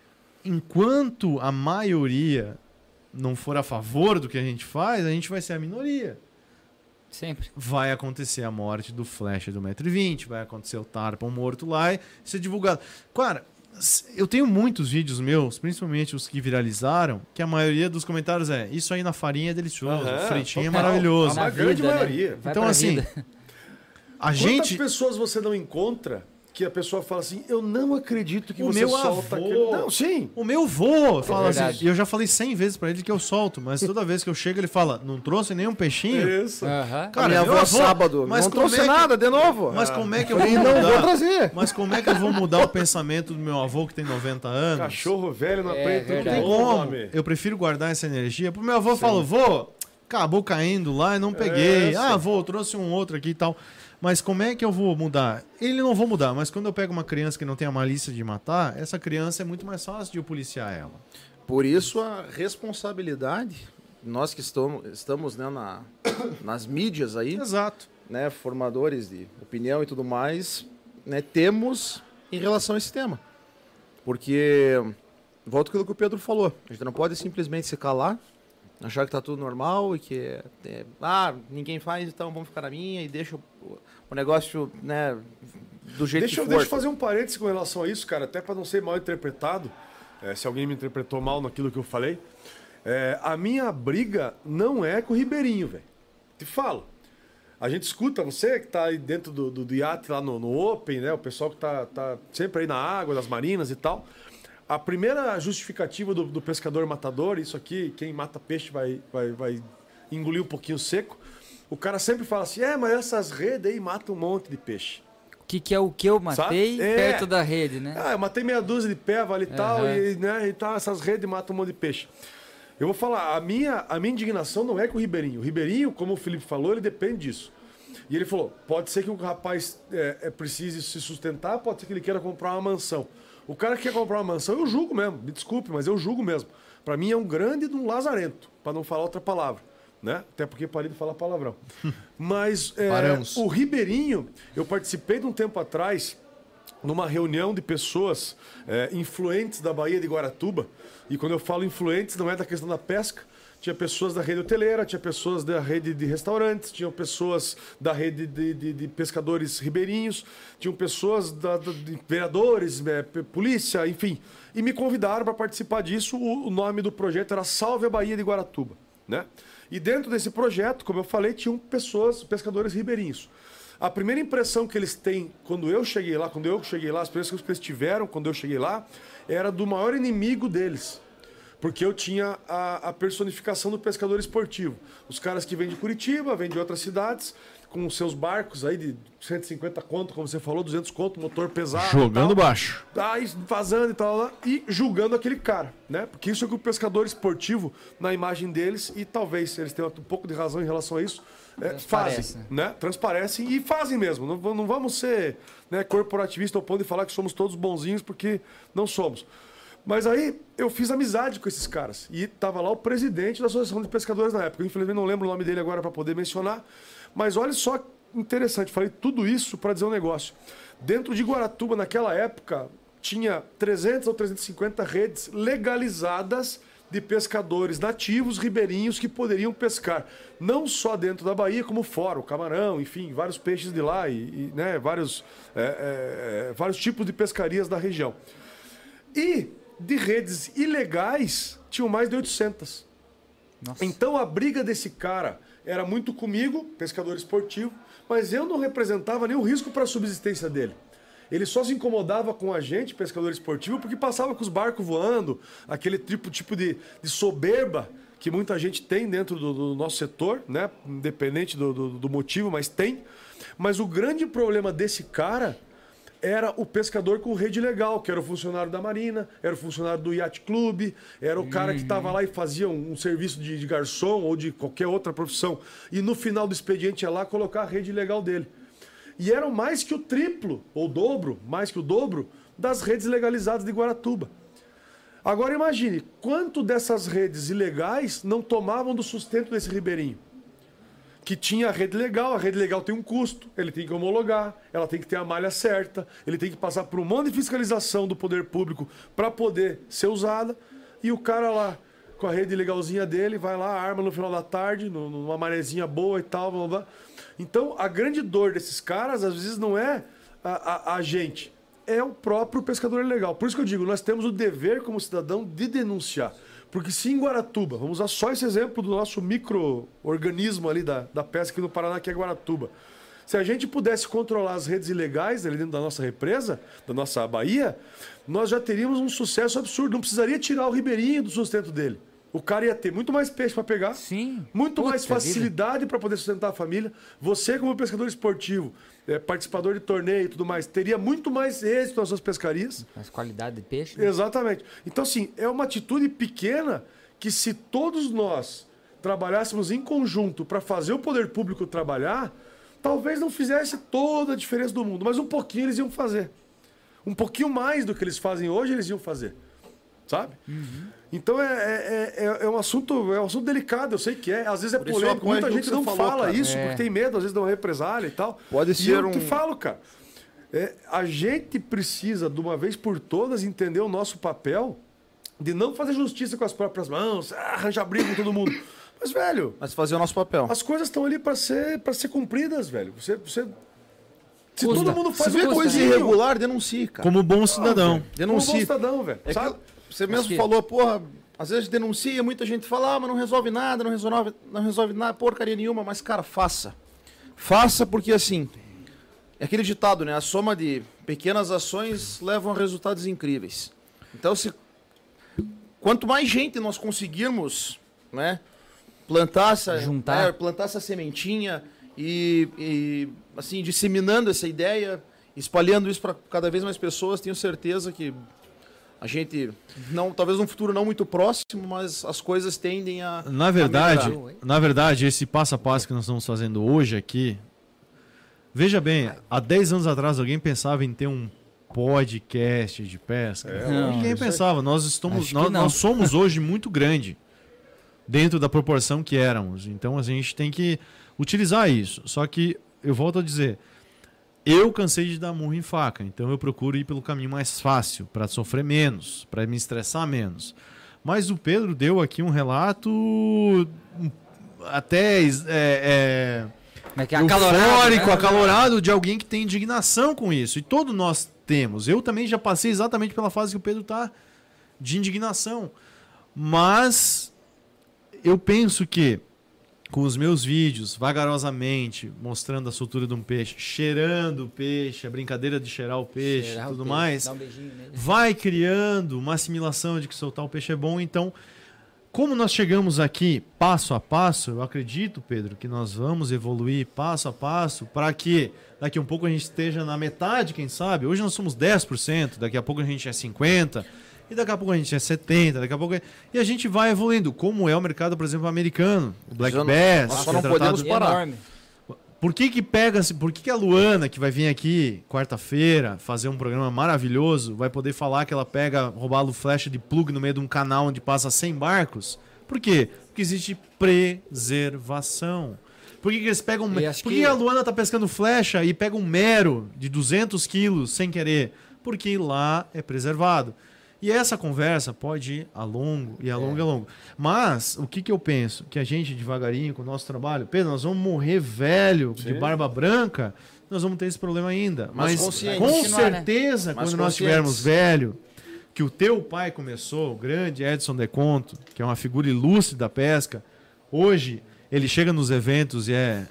enquanto a maioria não for a favor do que a gente faz, a gente vai ser a minoria. Sempre. Vai acontecer a morte do flash do 1,20 m, vai acontecer o tarpon morto lá e ser divulgado. Cara, eu tenho muitos vídeos meus, principalmente os que viralizaram, que a maioria dos comentários é: isso aí na farinha é delicioso, fritinho é maravilhoso. A grande vida, né? maioria. Vai Então, pra assim, vida. a Quantas gente... pessoas você não encontra que a pessoa fala assim, eu não acredito que O você meu solta avô. aquele... Não, sim. O meu vô fala assim, verdade. e eu já falei 100 vezes pra ele que eu solto, mas toda vez que eu chego ele fala: não trouxe nenhum peixinho? Isso. Aham. Cara, Minha meu avó avô, sábado. mas Não como trouxe é que- nada, de novo. Mas como é que eu vou E não vou mudar? trazer. Mas como é que eu vou mudar o pensamento do meu avô que tem 90 anos? Cachorro velho não aprende tudo verdade. Não tem novo, como. homem. Eu prefiro guardar essa energia. Pro meu avô, falo: vô, acabou caindo lá e não peguei. Essa. Vô, trouxe um outro aqui e tal. Mas como é que eu vou mudar? Ele não vou mudar, mas quando eu pego uma criança que não tem a malícia de matar, essa criança é muito mais fácil de eu policiar ela. Por isso a responsabilidade, nós que estamos né, nas mídias aí, Exato. né, formadores de opinião e tudo mais, né, temos em relação a esse tema. Porque, volto àquilo que o Pedro falou, a gente não pode simplesmente se calar, achar que tá tudo normal e que ninguém faz, então vamos ficar na minha e deixa o negócio, né, do jeito Deixa que eu for. fazer um parênteses com relação a isso, cara, até para não ser mal interpretado, se alguém me interpretou mal naquilo que eu falei. A minha briga não é com o Ribeirinho, velho. Te falo. A gente escuta, você que tá aí dentro do iate lá no Open, né? O pessoal que tá sempre aí na água, nas marinas e tal. A primeira justificativa do pescador matador, isso aqui, quem mata peixe vai engolir um pouquinho seco. O cara sempre fala assim, mas essas redes aí matam um monte de peixe. O que é o que eu matei Sabe? perto da rede, né? Eu matei meia dúzia de peva ali e tal, e tal, essas redes matam um monte de peixe. Eu vou falar, a minha indignação não é com o Ribeirinho. O Ribeirinho, como o Felipe falou, ele depende disso. E ele falou, pode ser que o rapaz precise se sustentar, pode ser que ele queira comprar uma mansão. O cara que quer comprar uma mansão, eu julgo mesmo, me desculpe, mas eu julgo mesmo. Pra mim é um grande de um lazarento, pra não falar outra palavra. Né? Até porque parei de falar palavrão. Mas o Ribeirinho, eu participei de um tempo atrás numa reunião de pessoas influentes da Baía de Guaratuba. E quando eu falo influentes, não é da questão da pesca. Tinha pessoas da rede hoteleira, tinha pessoas da rede de restaurantes, tinham pessoas da rede de pescadores ribeirinhos, tinham pessoas de vereadores, polícia, enfim. E me convidaram para participar disso. O nome do projeto era Salve a Baía de Guaratuba. Né? E dentro desse projeto, como eu falei, tinham pescadores ribeirinhos. A primeira impressão que eles têm quando eu cheguei lá, as primeiras coisas que eles tiveram quando eu cheguei lá, era do maior inimigo deles. Porque eu tinha a personificação do pescador esportivo. Os caras que vêm de Curitiba, vêm de outras cidades, com seus barcos aí de 150 conto, como você falou, 200 conto, motor pesado. Jogando baixo. Aí vazando e tal, e julgando aquele cara, né? Porque isso é que o pescador esportivo, na imagem deles, e talvez eles tenham um pouco de razão em relação a isso, fazem, né? Transparecem e fazem mesmo. Não vamos ser, né, corporativista ao ponto de falar que somos todos bonzinhos, porque não somos. Mas aí eu fiz amizade com esses caras. E tava lá o presidente da Associação de Pescadores na época. Eu, infelizmente não lembro o nome dele agora para poder mencionar. Mas olha só interessante, falei tudo isso para dizer um negócio. Dentro de Guaratuba, naquela época, tinha 300 ou 350 redes legalizadas de pescadores nativos, ribeirinhos, que poderiam pescar não só dentro da Bahia, como fora, o camarão, enfim, vários peixes de lá né, vários tipos de pescarias da região. E de redes ilegais, tinham mais de 800. Nossa. Então a briga desse cara era muito comigo, pescador esportivo, mas eu não representava nenhum risco para a subsistência dele. Ele só se incomodava com a gente, pescador esportivo, porque passava com os barcos voando, aquele tipo de soberba que muita gente tem dentro do nosso setor, né? Independente do motivo, mas tem. Mas o grande problema desse cara era o pescador com rede legal, que era o funcionário da Marina, era o funcionário do Yacht Club, era o cara que estava lá e fazia um serviço de garçom ou de qualquer outra profissão. E no final do expediente ia lá colocar a rede legal dele. E eram mais que o triplo, ou dobro, mais que o dobro, das redes legalizadas de Guaratuba. Agora imagine, quanto dessas redes ilegais não tomavam do sustento desse ribeirinho? Que tinha a rede legal tem um custo, ele tem que homologar, ela tem que ter a malha certa, ele tem que passar por um monte de fiscalização do poder público para poder ser usada, e o cara lá, com a rede legalzinha dele, vai lá, arma no final da tarde, numa marezinha boa e tal, blá, blá. Então, a grande dor desses caras, às vezes, não é a gente, é o próprio pescador ilegal. Por isso que eu digo, nós temos o dever como cidadão de denunciar. Porque se em Guaratuba, vamos usar só esse exemplo do nosso micro-organismo ali da pesca aqui no Paraná, que é Guaratuba. Se a gente pudesse controlar as redes ilegais ali dentro da nossa represa, da nossa baía, nós já teríamos um sucesso absurdo. Não precisaria tirar o ribeirinho do sustento dele. O cara ia ter muito mais peixe para pegar, Sim. muito Puta mais facilidade para poder sustentar a família. Você, como pescador esportivo, participador de torneio e tudo mais, teria muito mais êxito nas suas pescarias. Mais qualidade de peixe. Né? Exatamente. Então, assim, é uma atitude pequena que, se todos nós trabalhássemos em conjunto para fazer o poder público trabalhar, talvez não fizesse toda a diferença do mundo, mas um pouquinho eles iam fazer. Um pouquinho mais do que eles fazem hoje, eles iam fazer. Sabe? Então é um assunto delicado, eu sei que é. Às vezes é Por isso polêmico, eu apoio muita aquilo gente que não você falou, fala cara. isso, porque tem medo, às vezes, de uma represália e tal. Pode E ser eu te falo, cara. A gente precisa, de uma vez por todas, entender o nosso papel de não fazer justiça com as próprias mãos, arranjar briga com todo mundo. Mas, velho, Mas fazer o nosso papel. as coisas estão ali para ser cumpridas, velho. Se Custa. todo mundo Se faz vê um coisa pouquinho, irregular, denuncie, cara. Como bom cidadão. como bom Denuncie. cidadão, velho. É que Sabe? você mesmo que- falou, porra, às vezes denuncia, muita gente fala, mas não resolve nada, não resolve nada, porcaria nenhuma, mas, cara, faça. Faça porque, assim, é aquele ditado, né? A soma de pequenas ações levam a resultados incríveis. Então, quanto mais gente nós conseguirmos, né, plantar essa sementinha e, assim, disseminando essa ideia, espalhando isso para cada vez mais pessoas, tenho certeza que a gente, talvez num futuro não muito próximo, mas as coisas tendem a Na verdade, esse passo a passo que nós estamos fazendo hoje aqui, veja bem, há 10 anos atrás alguém pensava em ter um podcast de pesca. Ninguém pensava. Nós somos hoje muito grande dentro da proporção que éramos. Então a gente tem que utilizar isso. Só que eu volto a dizer, eu cansei de dar murro em faca, então eu procuro ir pelo caminho mais fácil, para sofrer menos, para me estressar menos. Mas o Pedro deu aqui um relato até eufórico, acalorado, de alguém que tem indignação com isso. E todos nós temos. Eu também já passei exatamente pela fase que o Pedro está, de indignação. Mas eu penso que com os meus vídeos, vagarosamente, mostrando a soltura de um peixe, cheirando o peixe, a brincadeira de cheirar o peixe e tudo mais, vai criando uma assimilação de que soltar o peixe é bom. Então, como nós chegamos aqui passo a passo, eu acredito, Pedro, que nós vamos evoluir passo a passo para que daqui a um pouco a gente esteja na metade, quem sabe. Hoje nós somos 10%, daqui a pouco a gente é 50%. E daqui a pouco a gente é 70, daqui a pouco... E a gente vai evoluindo, como é o mercado, por exemplo, americano. O Black Bass. Nós só não podemos parar. Por que a Luana, que vai vir aqui quarta-feira fazer um programa maravilhoso, vai poder falar que ela pega robalo flecha de plug no meio de um canal onde passa 100 barcos? Por quê? Porque existe preservação. Por que eles pegam... Por que a Luana tá pescando flecha e pega um mero de 200 quilos sem querer? Porque lá é preservado. E essa conversa pode ir a longo, e a longo, e a longo. Mas, o que eu penso? Que a gente, devagarinho, com o nosso trabalho, Pedro, nós vamos morrer velho, de barba branca, nós vamos ter esse problema ainda. Mas com certeza, né? Quando nós tivermos velho, que o teu pai começou, o grande Edson Deconto, que é uma figura ilustre da pesca, hoje ele chega nos eventos e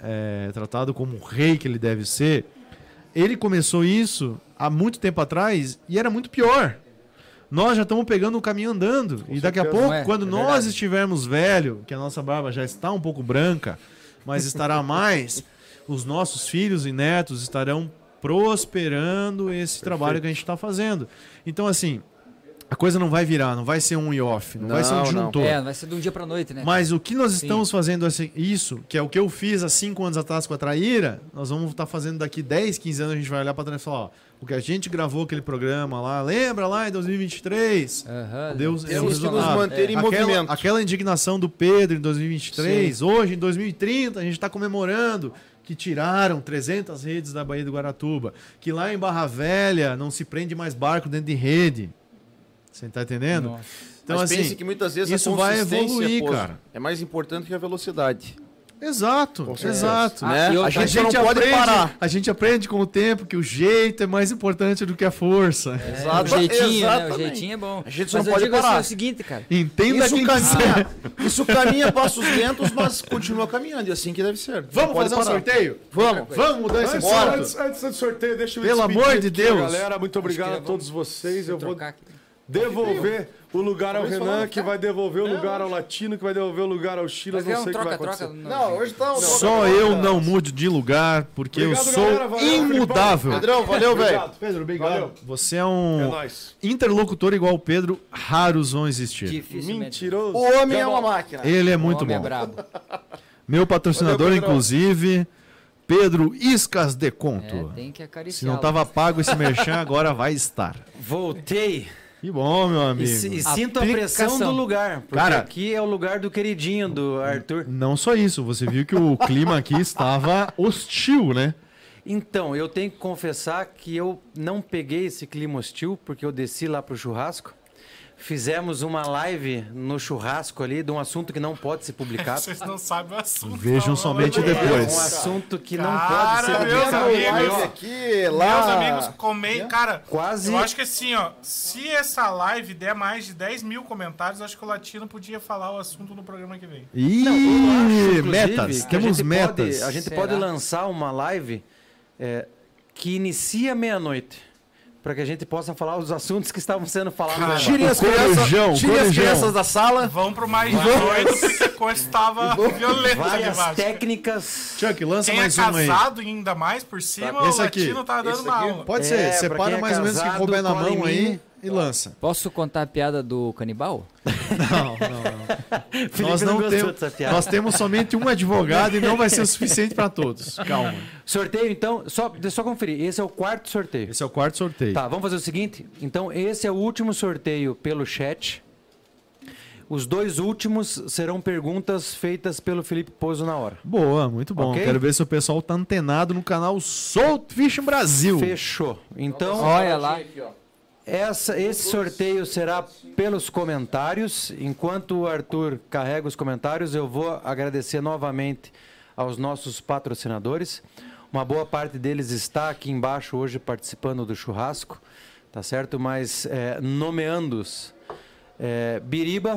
é tratado como o rei que ele deve ser. Ele começou isso há muito tempo atrás e era muito pior. Nós já estamos pegando o caminho andando. E daqui a pouco, quando nós estivermos velho, que a nossa barba já está um pouco branca, mas estará mais, os nossos filhos e netos estarão prosperando esse trabalho que a gente está fazendo. Então, assim, a coisa não vai virar, não vai ser um on-off, não vai ser um disjuntor. Não vai ser de um dia para noite, né? Mas o que nós estamos fazendo isso, que é o que eu fiz há 5 anos atrás com a Traíra, nós vamos estar fazendo daqui 10, 15 anos, a gente vai olhar para trás e falar, ó, o que a gente gravou aquele programa lá, lembra lá em 2023? Deus, temos que nos manter em movimento. Aquela indignação do Pedro em 2023, hoje em 2030 a gente está comemorando que tiraram 300 redes da Baía do Guaratuba, que lá em Barra Velha não se prende mais barco dentro de rede. Você tá entendendo? Nossa. Então, mas assim, pense que muitas vezes isso vai evoluir, cara. É mais importante que a velocidade. Exato, exato. Né? A gente não pode parar. A gente aprende com o tempo que o jeito é mais importante do que a força. O jeitinho, né? O jeitinho é bom. A gente não pode parar. É o seguinte, cara. Entenda quem quiser. Isso caminha passos lentos, mas continua caminhando. E assim que deve ser. Vamos fazer um sorteio? Vamos mudar esse assunto. Antes do sorteio, deixa eu Pelo amor de Deus. Galera, muito obrigado a todos vocês. Eu vou devolver o lugar ao Renan, que vai devolver o lugar ao Latino, que vai devolver o lugar ao Chilas, não sei o que vai acontecer. Não, hoje tá Só eu não mude de lugar, porque eu sou imutável. Pedrão, valeu, velho. Pedro, obrigado. Você é um interlocutor igual o Pedro, raros vão existir. Mentiroso. O homem é uma máquina. Ele é muito bom. Meu patrocinador, inclusive, Pedro Iscas Deconto. Tem que acariciar. Se não estava pago esse merchan, agora vai estar. Voltei. Que bom, meu amigo. E sinto a pressão do lugar. Porque cara, aqui é o lugar do queridinho, do Arthur. Não só isso, você viu que o clima aqui estava hostil, né? Então, eu tenho que confessar que eu não peguei esse clima hostil, porque eu desci lá pro churrasco. Fizemos uma live no churrasco ali de um assunto que não pode ser publicado. Vocês não sabem o assunto. Vejam somente depois. Um assunto que não pode ser publicado. Meus amigos comem. Cara, quase. Eu acho que assim, ó, se essa live der mais de 10 mil comentários, acho que o Latino podia falar o assunto no programa que vem. Metas. Temos metas. A gente pode lançar uma live que inicia meia-noite. Para que a gente possa falar os assuntos que estavam sendo falados. Tirem as crianças da sala. Vão pro mais 18, porque a coisa estava violenta. Várias técnicas. Chuck, lança quem mais é uma aí. casado ainda mais por cima, esse o Latino tá dando uma aula. Pode ser, separa mais ou menos o que couber na mão aí e lança. Posso contar a piada do canibal? Não. Nós temos somente um advogado e não vai ser o suficiente para todos. Calma. Sorteio, então, deixa eu só conferir. Esse é o quarto sorteio. Esse é o quarto sorteio. Tá, vamos fazer o seguinte. Então, esse é o último sorteio pelo chat. Os 2 últimos serão perguntas feitas pelo Felipe Pozo na hora. Boa, muito bom. Okay? Quero ver se o pessoal tá antenado no canal Salt Fishing Brasil. Fechou. Então, olha lá. Esse sorteio será pelos comentários. Enquanto o Arthur carrega os comentários, eu vou agradecer novamente aos nossos patrocinadores. Uma boa parte deles está aqui embaixo hoje participando do churrasco, tá certo? Mas nomeando-os, Biriba,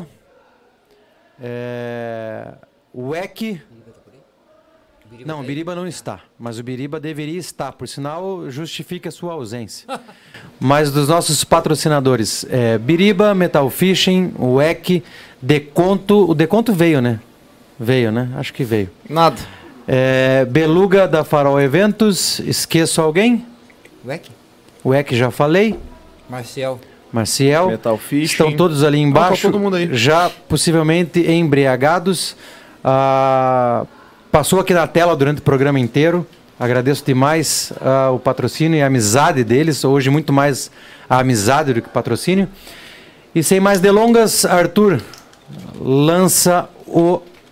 WEC... Não, o Biriba não está, mas o Biriba deveria estar, por sinal, justifica a sua ausência. Mas dos nossos patrocinadores, Biriba, Metal Fishing, WEC, Deconto. O Deconto veio, né? Veio, né? Acho que veio. Nada. Beluga da Farol Eventos, esqueço alguém? WEC. WEC já falei. Marcial. Metal Fishing. Estão todos ali embaixo, todo mundo aí. já possivelmente embriagados. Passou aqui na tela durante o programa inteiro. Agradeço demais o patrocínio e a amizade deles. Hoje muito mais a amizade do que o patrocínio. E sem mais delongas, Arthur, lança o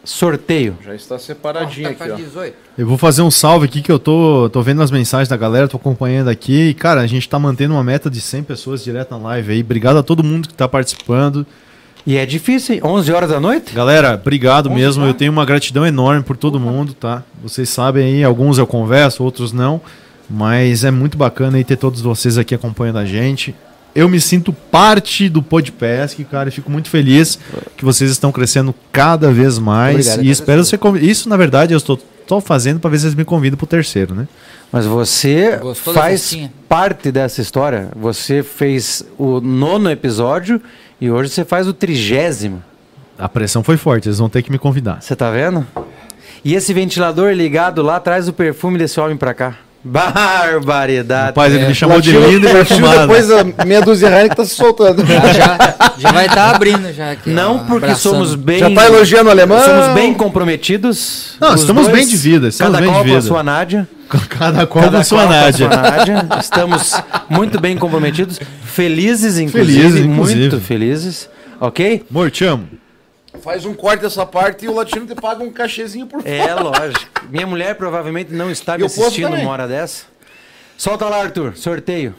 sorteio. Já está separadinho aqui, ó. 18. Eu vou fazer um salve aqui que eu tô vendo as mensagens da galera, tô acompanhando aqui. E, cara, a gente tá mantendo uma meta de 100 pessoas direto na live aí. Obrigado a todo mundo que tá participando. E é difícil, hein? 11 horas da noite? Galera, obrigado mesmo. já? Eu tenho uma gratidão enorme por todo mundo, tá? Vocês sabem aí, alguns eu converso, outros não. Mas é muito bacana aí ter todos vocês aqui acompanhando a gente. Eu me sinto parte do Podpesc, cara, e fico muito feliz que vocês estão crescendo cada vez mais. Obrigado, E espero ser isso, na verdade, eu estou fazendo para ver se vocês me convidam pro terceiro, né? Mas você Gostou da faz festinha? parte dessa história. Você fez o 9º episódio e hoje você faz o 30º. A pressão foi forte, eles vão ter que me convidar. Você tá vendo? E esse ventilador ligado lá traz o perfume desse homem pra cá. Barbaridade. Rapaz, ele me chamou de Latino- lindo e perfumado. Depois a meia dúzia de Heineken tá se soltando. Já vai estar abrindo já aqui. Não ó, porque abraçando. somos bem... Já tá elogiando o alemão? Somos bem comprometidos. Não, os estamos dois, bem de vida, estamos Cada bem de qual com a vida. sua Nádia. Cada qual Cada com sua qual com a Nádia. sua Nádia. Estamos muito bem comprometidos. Felizes, inclusive. Felizes, inclusive. Muito felizes. Ok? Amor, te amo. Faz um corte dessa parte e o latino te paga um cachezinho por fora. É, lógico. Minha mulher provavelmente não está me E o povo assistindo também. uma hora dessa. Solta lá, Arthur. Sorteio.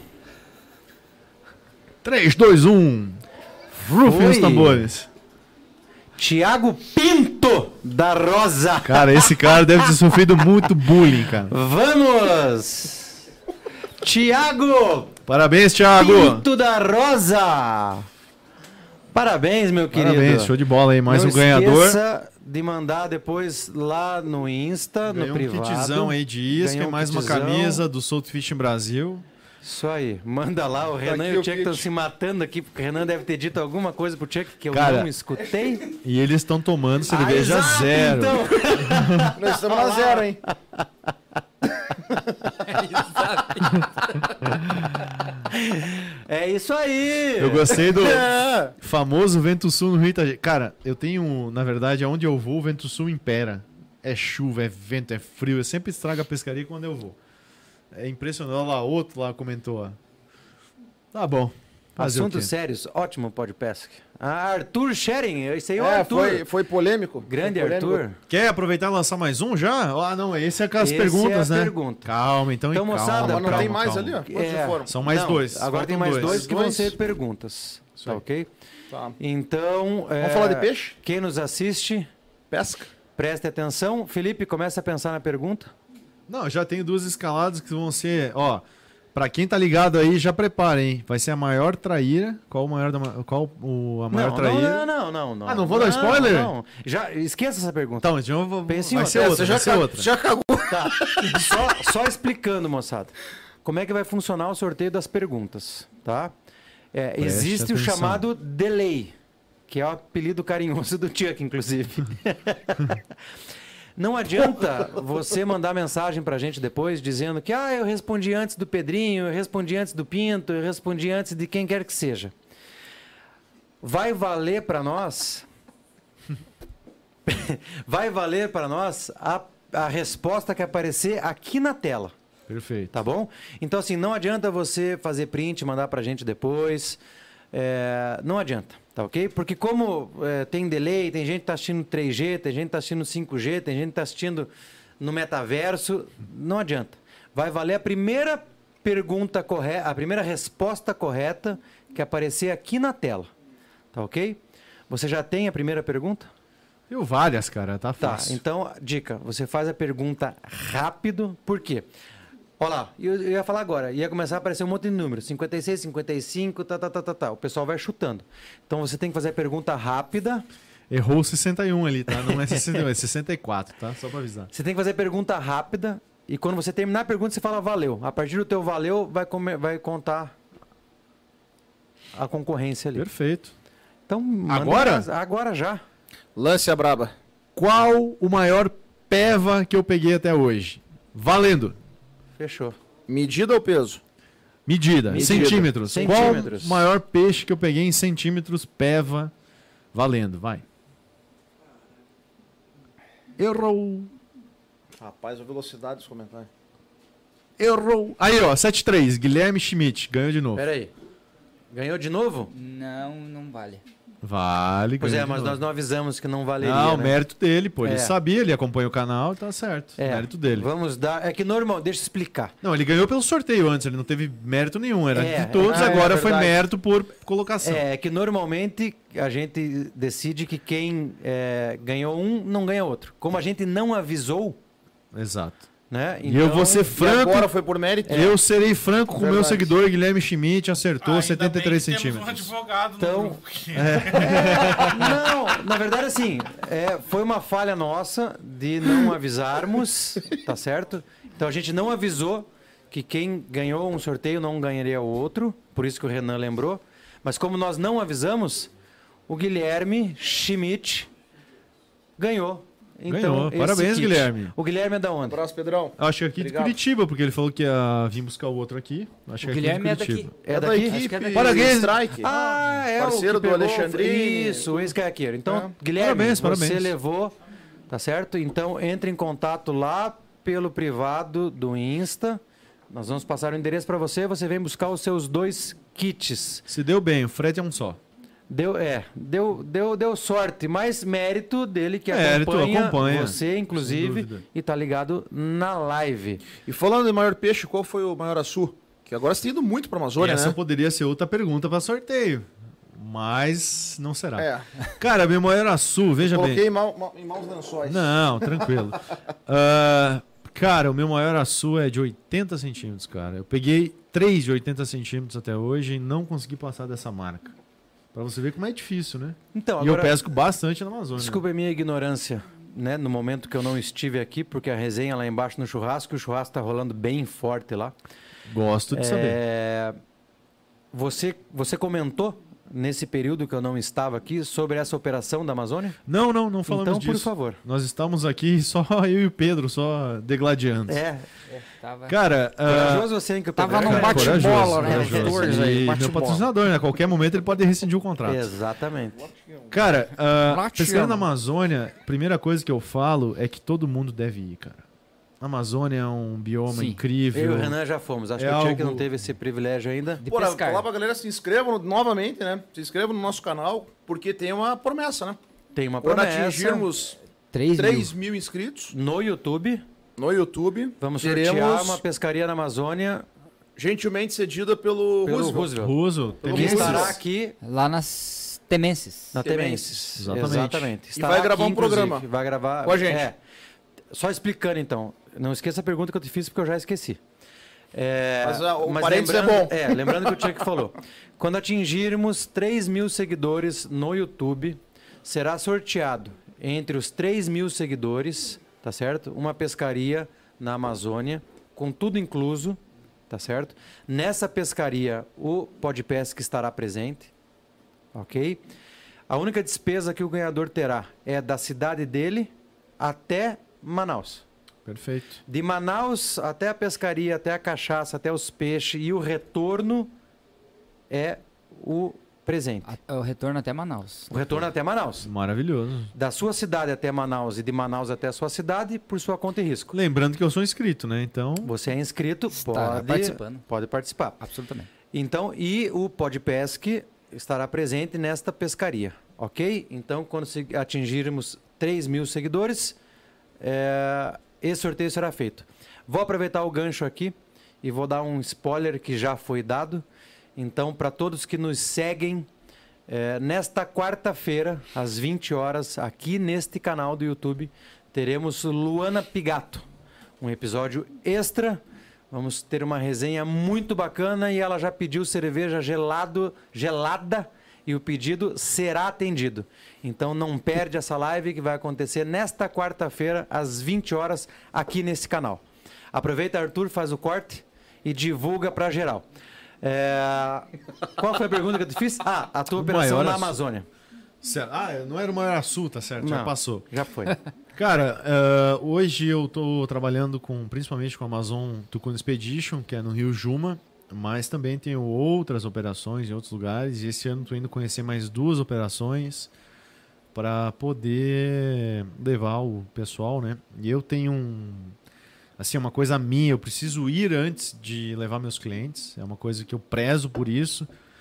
3, 2, 1. Rufem os Oi. tambores. Tiago Pinto da Rosa. Cara, esse cara deve ter sofrido muito bullying, cara. Vamos! Tiago Parabéns, Thiago. Pinto da Rosa. Parabéns, meu querido. Parabéns, show de bola aí. Mais Não um ganhador. esqueça de mandar depois lá no Insta, Ganhou no um privado. kitzão aí de isca, Ganhou um mais uma kitzão. camisa do South Fishing Brasil. Isso aí, manda lá. O Renan aqui e o o Chuck kit. estão se matando aqui, porque o Renan deve ter dito alguma coisa pro Chuck que eu Cara, não escutei. E eles estão tomando cerveja exato, zero. então. Nós estamos na zero, hein? É isso aí. Eu gostei do famoso Vento Sul no Rio Itajaí. Cara, eu tenho, na verdade, aonde eu vou, o Vento Sul impera. É chuva, é vento, é frio. Eu sempre estrago a pescaria quando eu vou. É impressionante. Olha lá, outro lá comentou. Ó. Tá bom. Fazer o Assuntos quê? sérios, ótimo podcast. Arthur Schering, esse aí é o É, Arthur. foi polêmico. Grande Foi polêmico. Arthur. Quer aproveitar e lançar mais um já? Ah, não, esse é com as Esse perguntas, é a né? pergunta. Calma, então, Então, calma, moçada, Mas não calma, tem mais calma. ali, ó. Quantos É. foram? São mais Não, dois. Agora tem Faltam mais dois que vão Dois? ser perguntas. Tá aí. ok? Tá. Então. Vamos falar de peixe? Quem nos assiste, Pesca. preste atenção. Felipe, começa a pensar na pergunta. Não, eu já tenho duas escaladas que vão ser, ó, pra quem tá ligado aí, já prepara, hein? Vai ser a maior traíra. Qual a maior traíra? Não. Ah, não vou dar spoiler? Não. Já esqueça essa pergunta. Então, então eu vou, Pense em vai outra. ser outra, Você vai ser outra. já cagou. Tá. Só explicando, moçada. Como é que vai funcionar o sorteio das perguntas, tá? Existe o atenção. chamado delay, que é o apelido carinhoso do Chuck, inclusive. Não adianta você mandar mensagem pra gente depois dizendo que eu respondi antes do Pedrinho, eu respondi antes do Pinto, eu respondi antes de quem quer que seja. Vai valer pra nós a resposta que aparecer aqui na tela. Perfeito. Tá bom? Então, assim, não adianta você fazer print e mandar pra gente depois. Não adianta, tá ok? Porque como tem delay, tem gente que tá assistindo 3G, tem gente que tá assistindo 5G, tem gente que tá assistindo no metaverso, não adianta. Vai valer a primeira pergunta correta, a primeira resposta correta que aparecer aqui na tela. Tá ok? Você já tem a primeira pergunta? Tenho várias, cara, tá Tá, fácil. então, dica, você faz a pergunta rápido, por quê? Olha lá, eu ia falar agora, ia começar a aparecer um monte de números, 56, 55, tá. O pessoal vai chutando. Então você tem que fazer a pergunta rápida. Errou o 61 ali, tá? Não é 61, é 64, tá? Só pra avisar. Você tem que fazer a pergunta rápida e quando você terminar a pergunta você fala valeu. A partir do teu valeu vai contar a concorrência ali. Perfeito. Então, manda Agora? agora já. Lance a braba. Qual o maior peva que eu peguei até hoje? Valendo. Fechou. Medida ou peso? Medida. Medida. Centímetros. Centímetros. Qual o maior peixe que eu peguei em centímetros peva? Valendo, vai. Errou. Rapaz, a velocidade dos comentários. Errou. Aí, ó, 7-3. Guilherme Schmidt. Ganhou de novo. Pera aí. Ganhou de novo? Não vale. Vale. Pois ganha é, de mas novo. nós não avisamos que não valeria, Não, o né? mérito dele, pô. Ele É. sabia, ele acompanha o canal, tá certo. É, Mérito dele. Vamos dar... É que normal... Deixa eu explicar. Não, ele ganhou pelo sorteio antes, ele não teve mérito nenhum. Era É, de todos, é agora foi verdade. mérito por colocação. É que normalmente a gente decide que quem ganhou um não ganha outro. Como a gente não avisou, Exato. né? E eu vou ser E franco. agora foi por mérito? Eu serei franco com o meu Verdade. seguidor, Guilherme Schmidt, acertou Ainda 73 bem que temos centímetros. um advogado Então, no grupo. Não, na verdade assim, foi uma falha nossa de não avisarmos, tá certo? Então a gente não avisou que quem ganhou um sorteio não ganharia o outro, por isso que o Renan lembrou. Mas como nós não avisamos, o Guilherme Schmidt ganhou. Ganhou. esse Parabéns, kit. Guilherme. O Guilherme é da Um onde? abraço, Pedrão. Eu acho que aqui Obrigado. de Curitiba, porque ele falou que ia vir buscar o outro aqui. Acho O que Guilherme aqui é de daqui. Curitiba. É da daqui? equipe Acho que é daqui. Parabéns, Strike. Ah, é Parceiro o que do pegou, Alexandrine. Isso, o ex-caqueiro. Então, Guilherme, Parabéns, você parabéns. levou, tá certo? Então, entre em contato lá pelo privado do Insta. Nós vamos passar o endereço para você. Você vem buscar os seus 2 kits. Se deu bem, o frete é um só. Deu sorte, mas mérito dele que Mérito, acompanha. você, Sem inclusive, dúvida. e tá ligado na live. E falando de maior peixe, qual foi o maior açu? Que agora você tem ido muito pra Amazônia, Essa né? poderia ser outra pergunta para sorteio. Mas não será. É. Cara, meu maior açu, veja Coloquei bem. em maus lençóis. Não, tranquilo. Cara, o meu maior açu é de 80 centímetros, cara. Eu peguei 3 de 80 centímetros até hoje e não consegui passar dessa marca. Pra você ver como é difícil, né? Então, E eu agora, pesco bastante na Amazônia. desculpa a minha ignorância, né? No momento que eu não estive aqui, porque a resenha lá embaixo no churrasco, o churrasco tá rolando bem forte lá. Gosto de saber. Você comentou nesse período que eu não estava aqui sobre essa operação da Amazônia? Não falamos Então, disso. por favor. Nós estamos aqui só eu e o Pedro, só degladiando. Tava... Cara, Corajoso você, hein, que eu Tava num peguei. bate-bola, né? corajoso. Os dois aí, E meu bate-bola. patrocinador, né? A qualquer momento ele pode rescindir o contrato. Exatamente. Cara, Latiano. pescando na Amazônia, a primeira coisa que eu falo é que todo mundo deve ir, cara. A Amazônia é um bioma Sim. incrível. Eu e o Renan já fomos. Acho É que o Chuck algo- não teve esse privilégio ainda. De Pô, pescar. falar pra galera, se inscrevam novamente, né? Se inscrevam no nosso canal, porque tem uma promessa, né? Tem uma Quando promessa atingirmos 3 mil inscritos no YouTube. no YouTube, Vamos sortear teremos uma pescaria na Amazônia gentilmente cedida pelo pelo Roosevelt. Roosevelt. Russo, Pelo Que Roosevelt. estará aqui lá nas Temenses. na Temenses. Temenses. Exatamente. E Estará vai gravar aqui, um programa. inclusive. Vai gravar Com a gente. Só explicando então. Não esqueça a pergunta que eu te fiz porque eu já esqueci. Mas, o parênteses é bom. Lembrando que o Chuck falou. Quando atingirmos 3 mil seguidores no YouTube, será sorteado entre os 3 mil seguidores, tá certo? Uma pescaria na Amazônia, com tudo incluso, tá certo? Nessa pescaria, o Podpesc estará presente, ok? A única despesa que o ganhador terá é da cidade dele até Manaus. Perfeito. De Manaus até a pescaria, até a cachaça, até os peixes e o retorno é o presente. O retorno até Manaus. O retorno até Manaus. Maravilhoso. Da sua cidade até Manaus e de Manaus até a sua cidade, por sua conta e risco. Lembrando que eu sou inscrito, né? Então, Você é inscrito, Estará participando. pode participar. Absolutamente. Então, e o Podpesc estará presente nesta pescaria, ok? Então, quando atingirmos 3 mil seguidores, esse sorteio será feito. Vou aproveitar o gancho aqui e vou dar um spoiler que já foi dado. Então, para todos que nos seguem, nesta quarta-feira, às 20 horas, aqui neste canal do YouTube, teremos Luana Pigato, um episódio extra. Vamos ter uma resenha muito bacana e ela já pediu cerveja gelada e o pedido será atendido. Então não perde essa live que vai acontecer nesta quarta-feira, às 20 horas, aqui nesse canal. Aproveita, Arthur, faz o corte e divulga para geral. Qual foi a pergunta que eu te fiz? A tua operação na Amazônia. não era o maior açu, tá certo? Já Não. passou. Já foi. Cara, hoje eu tô trabalhando principalmente com a Amazon Tucano Expedition, que é no Rio Juma, mas também tenho outras operações em outros lugares, e esse ano estou indo conhecer mais 2 operações para poder levar o pessoal, né? E eu tenho uma coisa minha, eu preciso ir antes de levar meus clientes, é uma coisa que eu prezo por isso.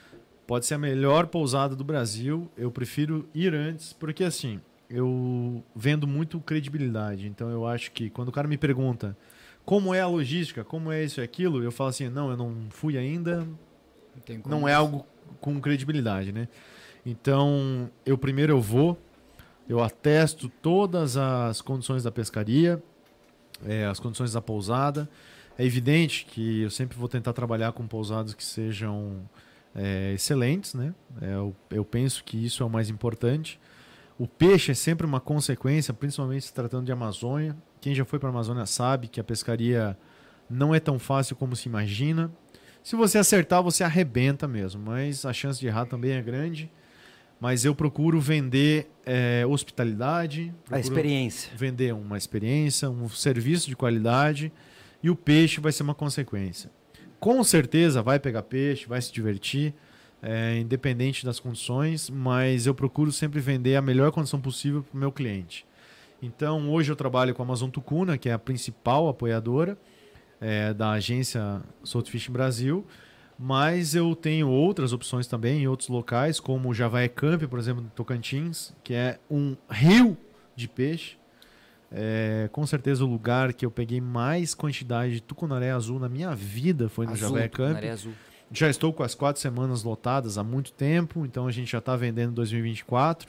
pode ser a melhor pousada do Brasil, eu prefiro ir antes, porque assim, eu vendo muito credibilidade. Então eu acho que quando o cara me pergunta como é a logística, como é isso e aquilo, eu falo assim, não, eu não fui ainda, não é algo com credibilidade, né? Então, eu vou, eu atesto todas as condições da pescaria, as condições da pousada. É evidente que eu sempre vou tentar trabalhar com pousadas que sejam excelentes, né? Eu penso que isso é o mais importante. O peixe é sempre uma consequência, principalmente se tratando de Amazônia. Quem já foi para a Amazônia sabe que a pescaria não é tão fácil como se imagina. Se você acertar, você arrebenta mesmo, mas a chance de errar também é grande. Mas eu procuro vender hospitalidade, A experiência. vender uma experiência, um serviço de qualidade, e o peixe vai ser uma consequência. Com certeza vai pegar peixe, vai se divertir, independente das condições, mas eu procuro sempre vender a melhor condição possível para o meu cliente. Então, hoje eu trabalho com a Amazon Tucuna, que é a principal apoiadora da agência Salt Fishing Brasil, mas eu tenho outras opções também em outros locais, como o Javaé Camp, por exemplo, no Tocantins, que é um rio de peixe. Com certeza o lugar que eu peguei mais quantidade de tucunaré azul na minha vida foi no Javaé Camp. Já estou com as 4 semanas lotadas há muito tempo, então a gente já está vendendo em 2024.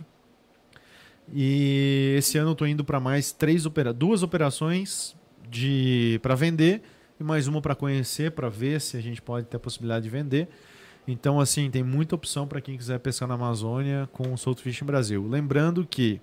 E esse ano eu estou indo para mais 2 operações para vender e mais uma para conhecer, para ver se a gente pode ter a possibilidade de vender. Então, assim, tem muita opção para quem quiser pescar na Amazônia com o Salt Fishing Brasil. Lembrando que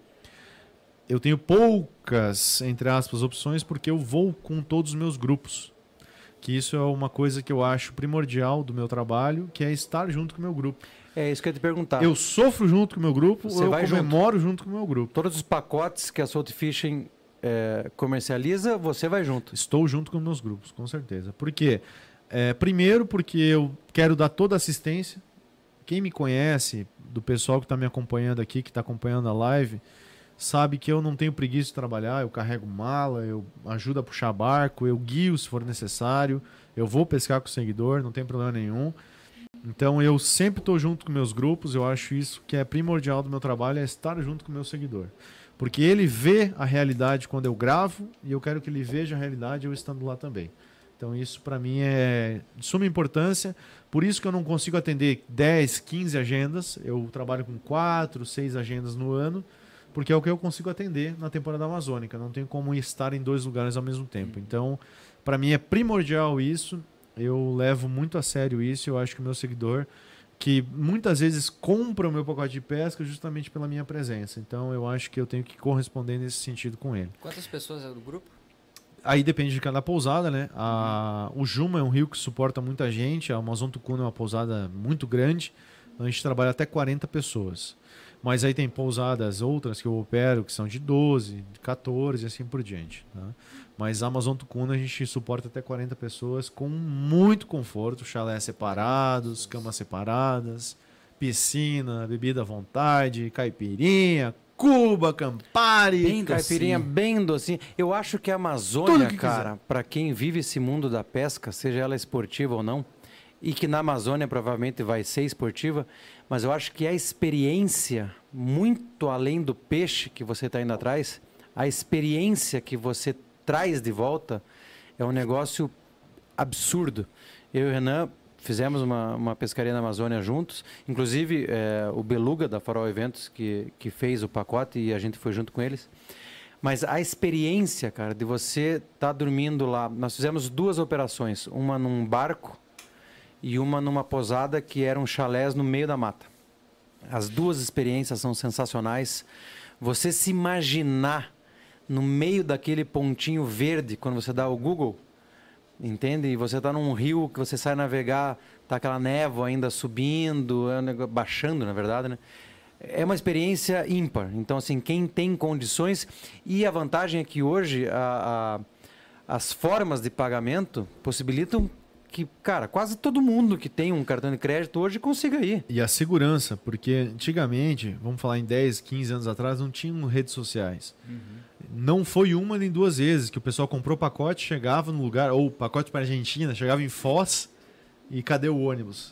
eu tenho poucas, entre aspas, opções porque eu vou com todos os meus grupos. Que isso é uma coisa que eu acho primordial do meu trabalho, que é estar junto com o meu grupo. É isso que eu ia te perguntar. Eu sofro junto com o meu grupo, Você eu vai comemoro junto com o meu grupo. Todos os pacotes que a Salt Fishing comercializa, você vai junto. Estou junto com meus grupos, com certeza. Por quê? Primeiro porque eu quero dar toda a assistência. Quem me conhece, do pessoal que está me acompanhando aqui, que está acompanhando a live, sabe que eu não tenho preguiça de trabalhar, eu carrego mala, eu ajudo a puxar barco, eu guio se for necessário, eu vou pescar com o seguidor, não tem problema nenhum. Então eu sempre estou junto com meus grupos, eu acho isso que é primordial do meu trabalho, é estar junto com o meu seguidor. Porque ele vê a realidade quando eu gravo e eu quero que ele veja a realidade eu estando lá também. Então isso para mim é de suma importância, por isso que eu não consigo atender 10, 15 agendas, eu trabalho com 4, 6 agendas no ano, porque é o que eu consigo atender na temporada amazônica, não tenho como estar em 2 lugares ao mesmo tempo. Então, para mim é primordial isso, eu levo muito a sério isso, eu acho que o meu seguidor, que muitas vezes compra o meu pacote de pesca justamente pela minha presença. Então, eu acho que eu tenho que corresponder nesse sentido com ele. Quantas pessoas é do grupo? Aí depende de cada pousada, né? O Juma é um rio que suporta muita gente, a Amazon Tucuna é uma pousada muito grande, a gente trabalha até 40 pessoas. Mas aí tem pousadas outras que eu opero, que são de 12, de 14 e assim por diante. Tá? Mas a Amazon Tucuna a gente suporta até 40 pessoas com muito conforto, chalés separados, camas separadas, piscina, bebida à vontade, caipirinha, Cuba, Campari. Bem caipirinha, bem docinho. Eu acho que a Amazônia, cara, para quem vive esse mundo da pesca, seja ela esportiva ou não, e que na Amazônia provavelmente vai ser esportiva, mas eu acho que a experiência, muito além do peixe que você está indo atrás, a experiência que você traz de volta é um negócio absurdo. Eu e o Renan fizemos uma pescaria na Amazônia juntos, inclusive o Beluga da Farol Eventos que fez o pacote e a gente foi junto com eles. Mas a experiência, cara, de você estar dormindo lá, nós fizemos 2 operações, uma num barco e uma numa pousada que eram chalés no meio da mata. As 2 experiências são sensacionais. Você se imaginar no meio daquele pontinho verde, quando você dá o Google, entende? E você está num rio que você sai navegar, tá aquela névoa ainda subindo, baixando, na verdade, né? É uma experiência ímpar. Então, assim, quem tem condições... E a vantagem é que hoje as formas de pagamento possibilitam que, cara, quase todo mundo que tem um cartão de crédito hoje consiga ir. E a segurança, porque antigamente, vamos falar em 10, 15 anos atrás, não tinham redes sociais. Não foi uma nem 2 vezes que o pessoal comprou pacote, chegava no lugar, ou pacote para a Argentina, chegava em Foz e cadê o ônibus?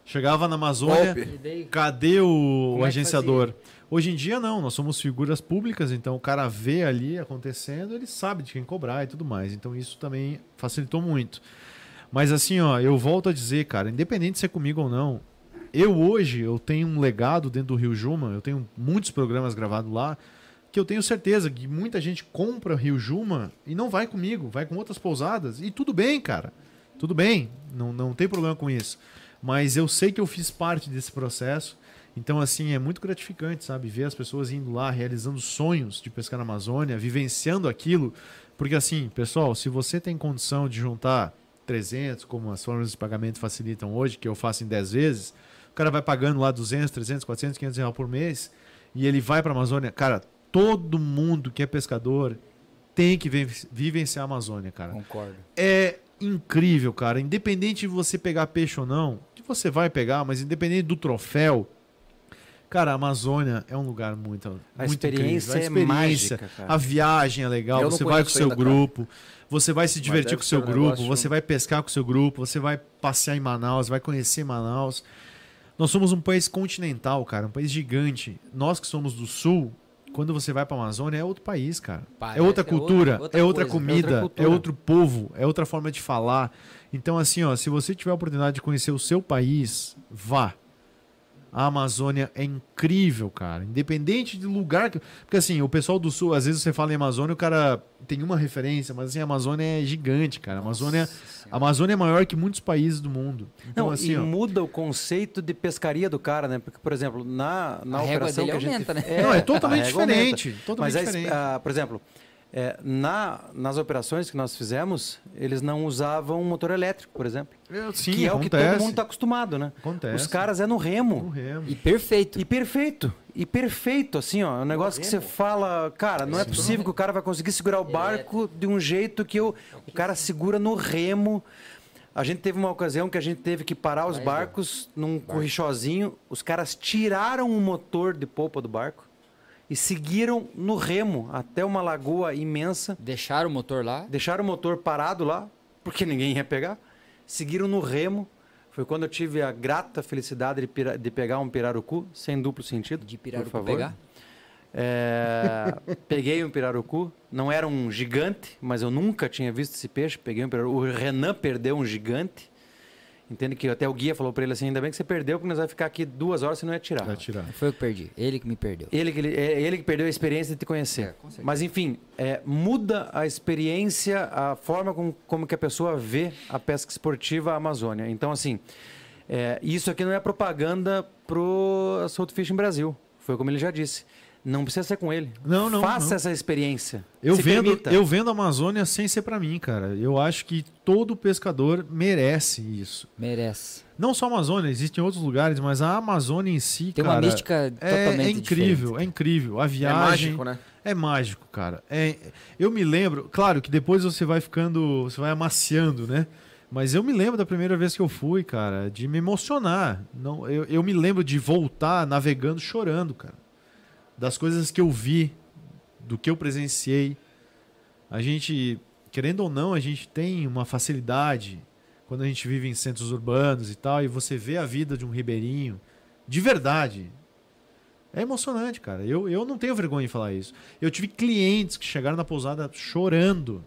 Chegava na Amazônia, Golpe. cadê o é que agenciador? Hoje em dia não, nós somos figuras públicas, então o cara vê ali acontecendo, ele sabe de quem cobrar e tudo mais. Então isso também facilitou muito. Mas assim, ó, eu volto a dizer, cara, independente de ser comigo ou não, eu tenho um legado dentro do Rio Juma, eu tenho muitos programas gravados lá, que eu tenho certeza que muita gente compra Rio Juma e não vai comigo, vai com outras pousadas. E tudo bem, cara. Tudo bem, não tem problema com isso. Mas eu sei que eu fiz parte desse processo. Então, assim, é muito gratificante, sabe? Ver as pessoas indo lá, realizando sonhos de pescar na Amazônia, vivenciando aquilo. Porque, assim, pessoal, se você tem condição de juntar 300, como as formas de pagamento facilitam hoje, que eu faço em 10 vezes, o cara vai pagando lá 200, 300, 400, 500 reais por mês e ele vai para a Amazônia. Cara, todo mundo que é pescador tem que vivenciar a Amazônia, cara. Concordo. É incrível, cara. Independente de você pegar peixe ou não, que você vai pegar, mas independente do troféu, cara, a Amazônia é um lugar muito experiência incrível. é mágica, cara. A viagem é legal, Eu não você vai com o conheço seu ainda, cara. grupo, você vai se divertir deve com o seu ser um grupo, negócio- você vai pescar com o seu grupo, você vai passear em Manaus, vai conhecer Manaus. Nós somos um país continental, cara, um país gigante. Nós que somos do sul, quando você vai pra Amazônia, é outro país, cara. Parece É outra que é cultura, outra é outra coisa, comida, outra é cultura. outro povo, é outra forma de falar. Então, assim, ó, se você tiver a oportunidade de conhecer o seu país, vá. A Amazônia é incrível, cara. Independente do lugar. Porque, assim, o pessoal do sul, às vezes você fala em Amazônia, o cara tem uma referência, mas, assim, a Amazônia é gigante, cara. A Amazônia é maior que muitos países do mundo. Então, Não, assim, e ó. muda o conceito de pescaria do cara, né? Porque, por exemplo, na A régua operação dele que a gente... aumenta, né? Não, é a totalmente régua aumenta. diferente. Totalmente Mas, diferente. por exemplo, nas operações que nós fizemos, eles não usavam motor elétrico, por exemplo. Sim, que é o que todo acontece. mundo está acostumado, né? Acontece. Os caras é no No remo. remo. E perfeito. E perfeito. E perfeito, assim, ó. É um negócio que você fala, cara, não é possível que o cara vai conseguir segurar o barco de um jeito que o cara segura no remo. A gente teve uma ocasião que a gente teve que parar os barcos num corrichozinho. Os caras tiraram o motor de polpa do barco e seguiram no remo até uma lagoa imensa. Deixaram o motor lá. Deixaram o motor parado lá, porque ninguém ia pegar. Seguiram no remo. Foi quando eu tive a grata felicidade de pegar um pirarucu, sem duplo sentido. De pirarucu por favor. pegar? Peguei um pirarucu. Não era um gigante, mas eu nunca tinha visto esse peixe. Peguei um pirarucu. O Renan perdeu um gigante. Entende que até o guia falou para ele assim, ainda bem que você perdeu, porque nós vamos ficar aqui 2 horas, você não ia tirar. Vai tirar. Foi eu que perdi. Ele que me perdeu. Ele que perdeu a experiência de te conhecer. Com certeza. Mas enfim, muda a experiência, a forma como que a pessoa vê a pesca esportiva Amazônia. Então assim, isso aqui não é propaganda pro Salto Fishing Brasil. Foi como ele já disse. Não precisa ser com ele. Não, Faça não. essa experiência. Eu Se permita. vendo a Amazônia sem ser pra mim, cara. Eu acho que todo pescador merece isso. Merece. Não só a Amazônia, existem outros lugares, mas a Amazônia em si, Tem cara, uma mística totalmente é incrível, diferente. é incrível. A É viagem mágico, né? é mágico, cara. Eu me lembro, claro que depois você vai amaciando, né? Mas eu me lembro da primeira vez que eu fui, cara, de me emocionar. Não, eu me lembro de voltar navegando chorando, cara. Das coisas que eu vi, do que eu presenciei. A gente, querendo ou não, a gente tem uma facilidade quando a gente vive em centros urbanos e tal, e você vê a vida de um ribeirinho, de verdade. É emocionante, cara. Eu não tenho vergonha em falar isso. Eu tive clientes que chegaram na pousada chorando,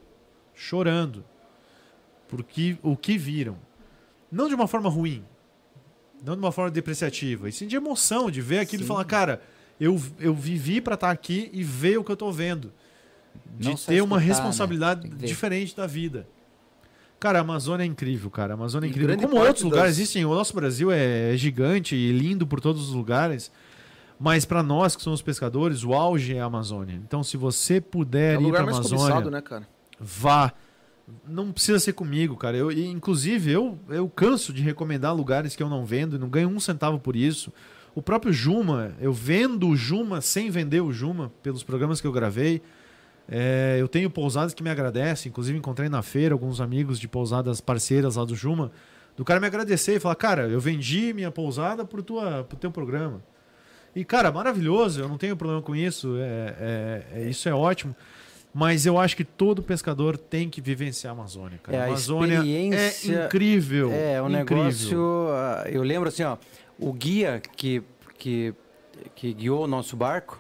porque o que viram. Não de uma forma ruim, não de uma forma depreciativa, e sim de emoção, de ver aquilo e falar, cara, eu vivi pra estar aqui e ver o que eu tô vendo. De Não só ter uma escutar, responsabilidade né? Tem que ver. diferente da vida. Cara, a Amazônia é incrível, cara. A Amazônia é Em incrível. grande Como parte outros lugares das- existem, o nosso Brasil é gigante e lindo por todos os lugares. Mas pra nós que somos pescadores, o auge é a Amazônia. Então, se você puder É o ir lugar pra mais Amazônia, cobiçado, né, cara? vá. Não precisa ser comigo, cara. Inclusive, eu canso de recomendar lugares que eu não vendo e não ganho um centavo por isso. O próprio Juma, eu vendo o Juma sem vender o Juma pelos programas que eu gravei. Eu tenho pousadas que me agradecem. Inclusive, encontrei na feira alguns amigos de pousadas parceiras lá do Juma. Do cara me agradecer e falar, cara, eu vendi minha pousada pro teu programa. E, cara, maravilhoso. Eu não tenho problema com isso. Isso é ótimo. Mas eu acho que todo pescador tem que vivenciar a Amazônia, cara. É, a a Amazônia experiência é incrível. É, um incrível. negócio... Eu lembro assim, ó, o guia que guiou o nosso barco,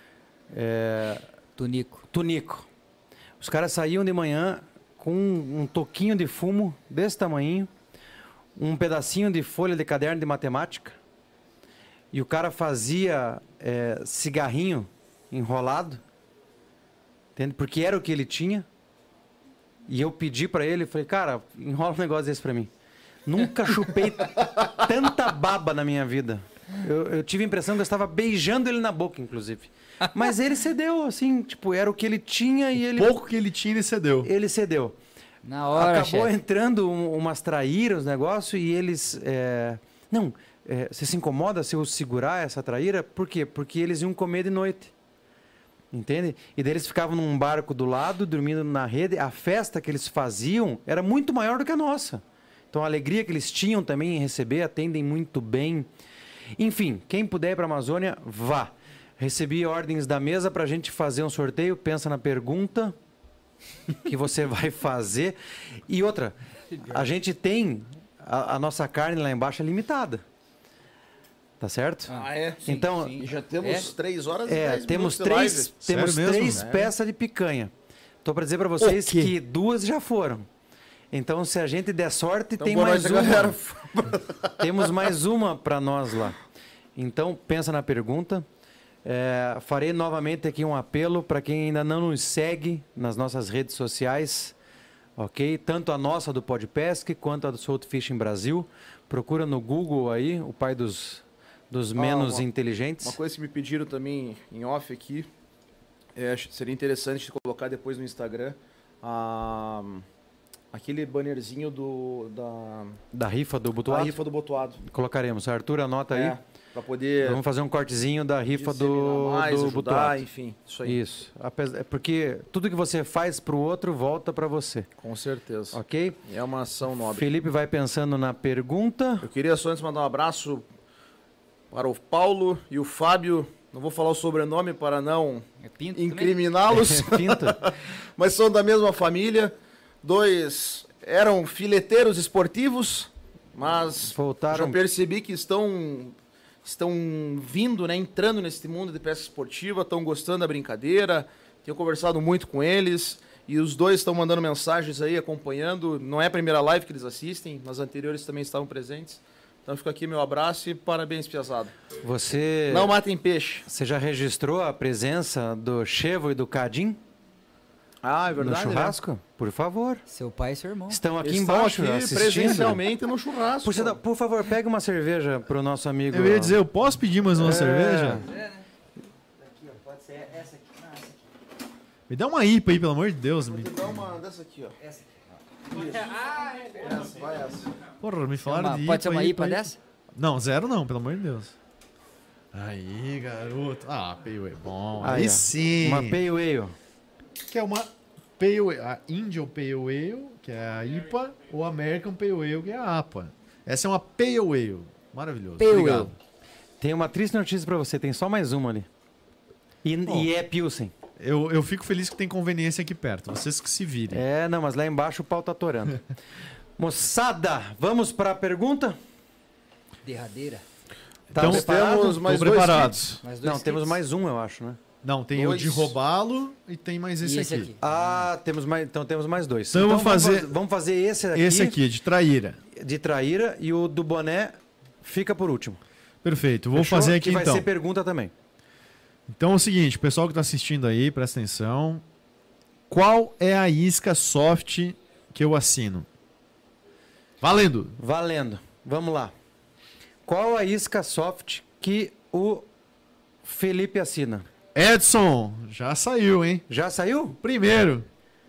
Tunico. Os caras saíam de manhã com um toquinho de fumo desse tamanho, um pedacinho de folha de caderno de matemática, e o cara fazia cigarrinho enrolado, entende? Porque era o que ele tinha. E eu pedi para ele, falei, cara, enrola um negócio desse para mim. Nunca chupei tanta baba na minha vida. Eu tive a impressão que eu estava beijando ele na boca, inclusive. Mas ele cedeu, assim, tipo, era o que ele tinha e ele... Pouco que ele tinha, ele cedeu. Ele cedeu. Na hora, Acabou chefe. entrando umas traíras, negócio, e eles... você se incomoda se eu segurar essa traíra? Por quê? Porque eles iam comer de noite. Entende? E daí eles ficavam num barco do lado, dormindo na rede. A festa que eles faziam era muito maior do que a nossa. Então a alegria que eles tinham também em receber, atendem muito bem. Enfim, quem puder ir para a Amazônia, vá. Recebi ordens da mesa para a gente fazer um sorteio. Pensa na pergunta que você vai fazer. E outra, a gente tem a nossa carne lá embaixo é limitada. Tá certo? Sim, então, sim. Já temos 3 horas e 10 temos minutos de live. temos três peças de picanha. Tô para dizer para vocês que 2 já foram. Então, se a gente der sorte, Então, tem boa mais noite, uma. galera. Temos mais uma para nós lá. Então, pensa na pergunta. Farei novamente aqui um apelo para quem ainda não nos segue nas nossas redes sociais, ok? Tanto a nossa do Podpesc quanto a do South Fishing Brasil. Procura no Google aí, o pai dos menos inteligentes. Uma coisa que me pediram também em off aqui, seria interessante colocar depois no Instagram aquele bannerzinho da rifa do Botuado. Da rifa do Botuado. Colocaremos. Arthur, anota aí. Para poder... Vamos fazer um cortezinho da rifa do ajudar, Botuado. enfim, isso aí. Isso. Porque tudo que você faz para o outro volta para você. Com certeza. Ok? É uma ação nobre. Felipe vai pensando na pergunta. Eu queria só antes mandar um abraço para o Paulo e o Fábio. Não vou falar o sobrenome para não incriminá-los. Pinto. Mas são da mesma família. 2 eram fileteiros esportivos, mas voltaram. Já percebi que estão vindo, né, entrando nesse mundo de pesca esportiva, estão gostando da brincadeira. Tenho conversado muito com eles e os 2 estão mandando mensagens aí, acompanhando. Não é a primeira live que eles assistem, nas anteriores também estavam presentes. Então fica aqui meu abraço e parabéns, piazada. Você... Não matem peixe. Você já registrou a presença do Chevo e do Cadim? Ah, é verdade. No churrasco? Né? Por favor. Seu pai e seu irmão. Estão aqui embaixo assistindo. Presencialmente no churrasco. Por favor, pega uma cerveja pro nosso amigo. Eu ia dizer, eu posso pedir mais uma cerveja? Aqui, ó, pode ser essa aqui. Não, essa aqui. Me dá uma IPA aí, pelo amor de Deus. Vou te dar uma dessa aqui, ó. Essa aqui. Essa, vai essa. Porra, me falaram de IPA. Pode ser uma IPA dessa? Não, 0 não, pelo amor de Deus. Aí, garoto. Ah, Pale Ale, bom. Aí ó. sim. Uma Pale Ale. Que é uma Pale Ale, a Indian Pale Ale, que é a IPA, ou American Pale Ale, que é a APA. Essa é uma Pale Ale. Maravilhoso. Pale Obrigado. Ale. Tem uma triste notícia pra você, tem só mais uma ali. E é Pilsen. Eu fico feliz que tem conveniência aqui perto. Vocês que se virem. Não, mas lá embaixo o pau tá atorando. Moçada, vamos para a pergunta? Derradeira. Tá Então temos mais Tô preparados. Não, temos mais um, eu acho, né? Não, tem o de roubá-lo e tem mais esse, aqui. Ah, temos mais 2. Então eu vou fazer... Vamos fazer esse aqui. Esse aqui, de traíra. De traíra, e o do boné fica por último. Perfeito, vou Fechou? fazer aqui que então. vai ser pergunta também. Então é o seguinte, pessoal que está assistindo aí, presta atenção. Qual é a isca soft que eu assino? Valendo! Valendo. Vamos lá. Qual a isca soft que o Felipe assina? Edson, já saiu, hein? Já saiu? Primeiro.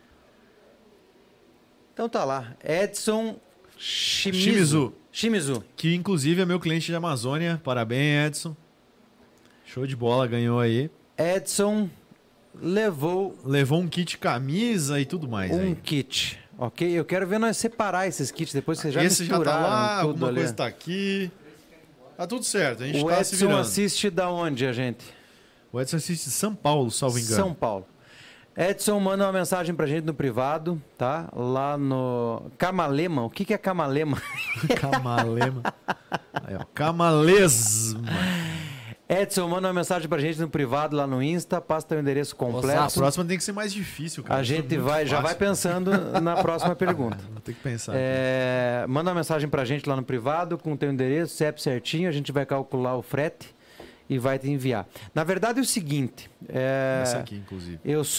Então tá lá. Edson Shimizu. Que inclusive é meu cliente de Amazônia. Parabéns, Edson. Show de bola, ganhou aí. Edson levou um kit camisa e tudo mais. Um aí. kit. Ok? Eu quero ver nós separar esses kits. Depois vocês já Esse misturaram já tá lá, tudo alguma ali. coisa tá aqui. Tá tudo certo, a gente O tá se Edson virando. assiste da onde, a gente? O Edson assiste de São Paulo, salvo engano. São Paulo. Edson, manda uma mensagem pra gente no privado, tá? Lá no Camalema. O que é Camalema? Camalema. Aí, ó, Camalesma. Edson, manda uma mensagem pra gente no privado lá no Insta, passa teu endereço A completo. próxima tem que ser mais difícil, cara. A gente vai, já vai pensando na próxima pergunta. Vou ter que pensar. Manda uma mensagem pra gente lá no privado com o teu endereço, CEP certinho, a gente vai calcular o frete e vai te enviar. Na verdade é o seguinte, Essa aqui, inclusive.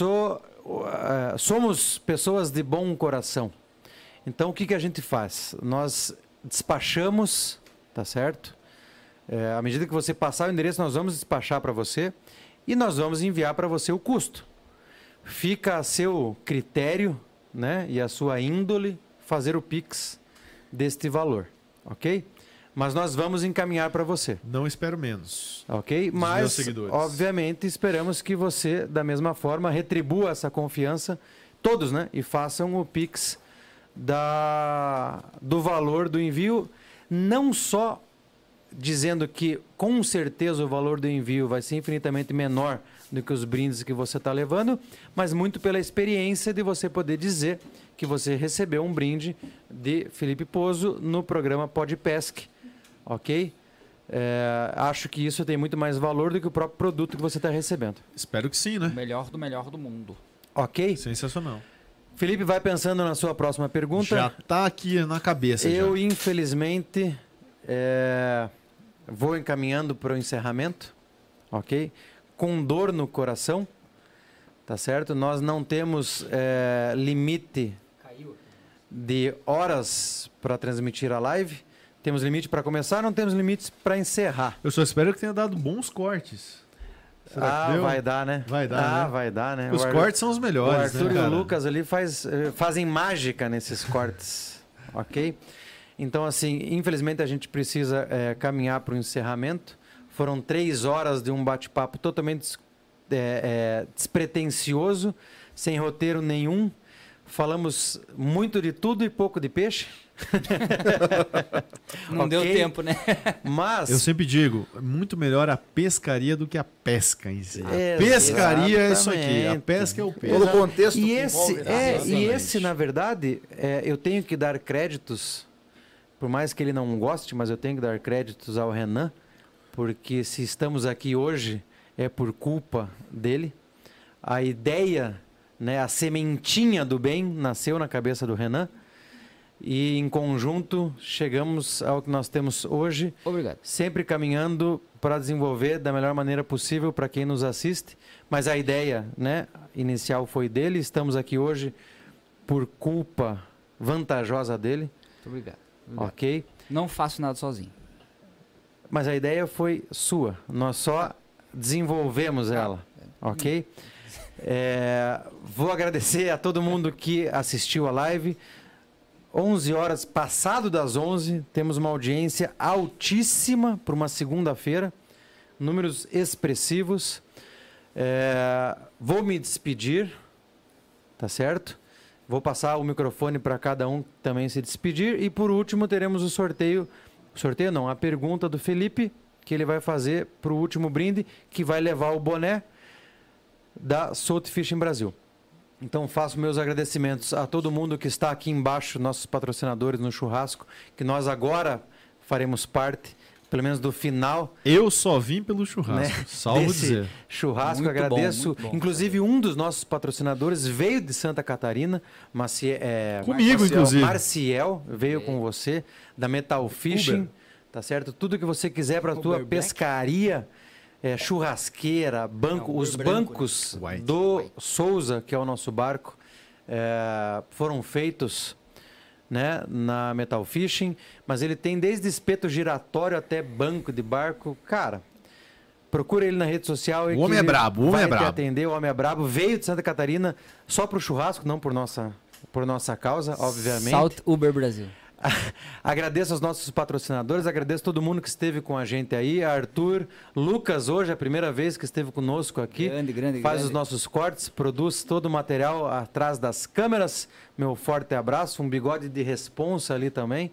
somos pessoas de bom coração. Então o que a gente faz? Nós despachamos, tá certo? À medida que você passar o endereço, nós vamos despachar para você e nós vamos enviar para você o custo. Fica a seu critério, né, e a sua índole fazer o Pix deste valor, ok? Mas nós vamos encaminhar para você. Não espero menos. Ok? Dos Mas, meus seguidores. obviamente, esperamos que você, da mesma forma, retribua essa confiança, todos, né? E façam o Pix do valor do envio, não só dizendo que, com certeza, o valor do envio vai ser infinitamente menor do que os brindes que você está levando, mas muito pela experiência de você poder dizer que você recebeu um brinde de Felipe Pozzo no programa Podpesc, ok? Acho que isso tem muito mais valor do que o próprio produto que você está recebendo. Espero que sim, né? O melhor do melhor do mundo. Ok? Sensacional. Felipe, vai pensando na sua próxima pergunta. Já tá aqui na cabeça. Eu, já. infelizmente, vou encaminhando para o encerramento, ok? Com dor no coração, tá certo? Nós não temos limite de horas para transmitir a live. Temos limite para começar, não temos limites para encerrar. Eu só espero que tenha dado bons cortes. Será que deu? Vai dar, né? Vai dar, né? Vai dar, né? Os cortes são os O melhores, Arthur né, e cara? o Lucas ali fazem mágica nesses cortes, ok? Então, assim, infelizmente a gente precisa caminhar para o encerramento. Foram 3 horas de um bate-papo totalmente despretensioso, sem roteiro nenhum. Falamos muito de tudo e pouco de peixe. Não deu tempo, né? Mas eu sempre digo, muito melhor a pescaria do que a pesca em si. A pescaria é isso aqui, a pesca é o peixe. Todo o contexto E que esse, envolve, esse, na verdade, eu tenho que dar créditos, por mais que ele não goste, mas eu tenho que dar créditos ao Renan, porque se estamos aqui hoje é por culpa dele. A ideia, né, a sementinha do bem nasceu na cabeça do Renan e em conjunto chegamos ao que nós temos hoje. Obrigado. Sempre caminhando para desenvolver da melhor maneira possível para quem nos assiste, mas a ideia, né, inicial foi dele. Estamos aqui hoje por culpa vantajosa dele. Muito obrigado. Ok? Não faço nada sozinho. Mas a ideia foi sua. Nós só desenvolvemos ela. Ok? Vou agradecer a todo mundo que assistiu a live. 11 horas, passado das 11, temos uma audiência altíssima para uma segunda-feira. Números expressivos. Vou me despedir, tá certo? Vou passar o microfone para cada um também se despedir. E por último teremos o sorteio. Sorteio não, a pergunta do Felipe, que ele vai fazer para o último brinde, que vai levar o boné da Salt Fishing Brasil. Então faço meus agradecimentos a todo mundo que está aqui embaixo, nossos patrocinadores no churrasco, que nós agora faremos parte, pelo menos do final. Eu só vim pelo churrasco, né, salvo desse dizer. churrasco. Muito Agradeço. bom, Inclusive, um dos nossos patrocinadores veio de Santa Catarina, Comigo, inclusive. Marciel veio com você, da Metal Fishing, tá certo? Tudo que você quiser para a tua pescaria, churrasqueira, banco, os bancos do Souza, que é o nosso barco, foram feitos, né, na Metal Fishing, mas ele tem desde espeto giratório até banco de barco. Cara, procura ele na rede social. O homem é brabo, o homem é brabo. Atender, o homem é brabo. Veio de Santa Catarina só para o churrasco, não por nossa causa, obviamente. Salt Uber Brasil. Agradeço aos nossos patrocinadores, agradeço todo mundo que esteve com a gente aí, Arthur, Lucas, hoje é a primeira vez que esteve conosco aqui, faz os nossos cortes, produz todo o material atrás das câmeras. Meu forte abraço, um bigode de responsa ali também.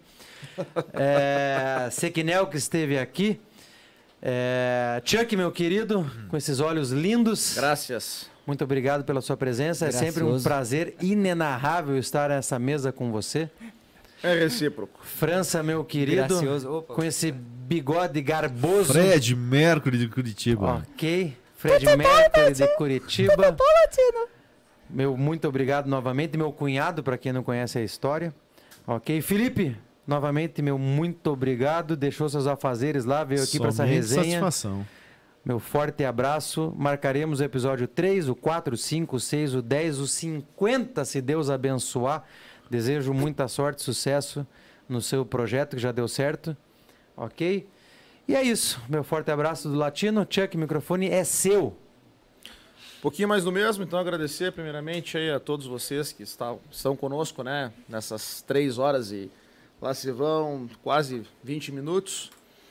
Sequinel, que esteve aqui. Chuck, meu querido, com esses olhos lindos. Graças. muito obrigado pela sua presença. É sempre um Gracioso. prazer inenarrável estar nessa mesa com você. É recíproco. França, meu querido, Gracioso. Opa. com esse bigode garboso. Fred Mercury de Curitiba. Ok. Fred Mercury de Curitiba. Meu muito obrigado novamente. Meu cunhado, para quem não conhece a história. Ok. Felipe, novamente, meu muito obrigado. Deixou seus afazeres lá, veio aqui para essa Somente resenha. satisfação. Meu forte abraço. Marcaremos o episódio 3, o 4, o 5, o 6, o 10, o 50, se Deus abençoar. Desejo muita sorte, sucesso no seu projeto, que já deu certo. Ok? E é isso. Meu forte abraço do Latino. Chuck, o microfone é seu. Um pouquinho mais do mesmo, então agradecer primeiramente aí a todos vocês que estão conosco, né? Nessas 3 horas e lá se vão quase 20 minutos.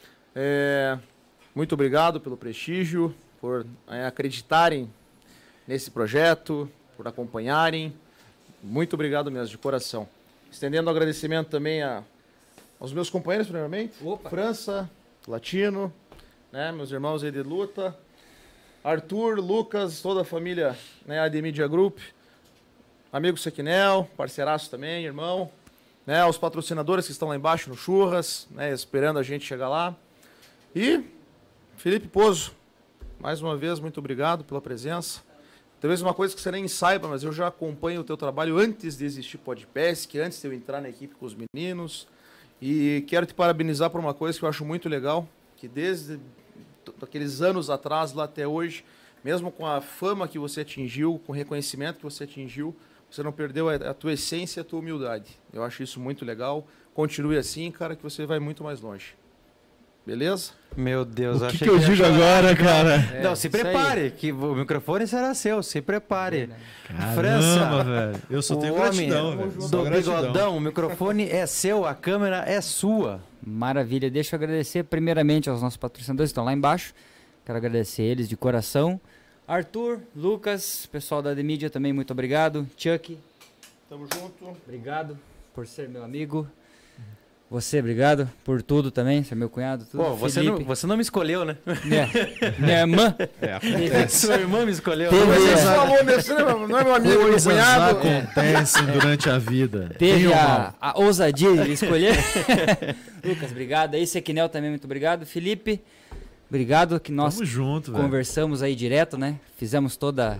Muito obrigado pelo prestígio, por acreditarem nesse projeto, por acompanharem. Muito obrigado mesmo, de coração. Estendendo o agradecimento também aos meus companheiros, primeiramente. Opa. França, Latino, né, meus irmãos aí de luta. Arthur, Lucas, toda a família, né, AD Media Group. Amigo Sequinel, parceiraço também, irmão. Né, os patrocinadores que estão lá embaixo no Churras, né, esperando a gente chegar lá. E Felipe Pozo, mais uma vez, muito obrigado pela presença. Talvez uma coisa que você nem saiba, mas eu já acompanho o teu trabalho antes de existir Podpesc, antes de eu entrar na equipe com os meninos. E quero te parabenizar por uma coisa que eu acho muito legal, que desde aqueles anos atrás, lá até hoje, mesmo com a fama que você atingiu, com o reconhecimento que você atingiu, você não perdeu a tua essência e a tua humildade. Eu acho isso muito legal. Continue assim, cara, que você vai muito mais longe. Beleza? Meu Deus, O achei que eu ia digo chorar. agora, cara? Não, se isso aí. prepare, que o microfone será seu, se prepare. Caramba, França, velho. Eu só tenho o gratidão, homem velho. Só do gratidão. bigodão, o microfone é seu, a câmera é sua. Maravilha. Deixa eu agradecer primeiramente aos nossos patrocinadores que estão lá embaixo. Quero agradecer eles de coração. Arthur, Lucas, pessoal da The Media também, muito obrigado. Chuck, Tamo junto. obrigado por ser meu amigo. Você, obrigado por tudo também, ser meu cunhado. Tudo. Pô, você não me escolheu, né? Minha irmã. Sua irmã me escolheu. Teve- Mas É. você falou, né? Você não é meu amigo, meu Coisas cunhado. acontecem durante a vida. Teve Bem ou mal. a ousadia de escolher. Lucas, obrigado. Aí, Sequinel também, muito obrigado. Felipe, obrigado que nós Tamo junto, velho. conversamos aí direto, né? Fizemos todo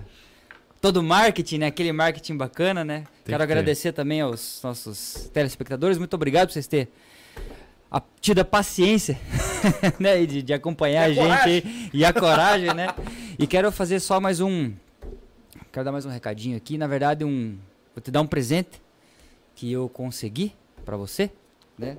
o marketing, né? Aquele marketing bacana, né? Quero que ter. agradecer também aos nossos telespectadores. Muito obrigado por vocês terem tido a paciência, né? E de acompanhar a gente aí, e a coragem, né? E quero fazer só mais um... Quero dar mais um recadinho aqui. Na verdade, vou te dar um presente que eu consegui pra você, né?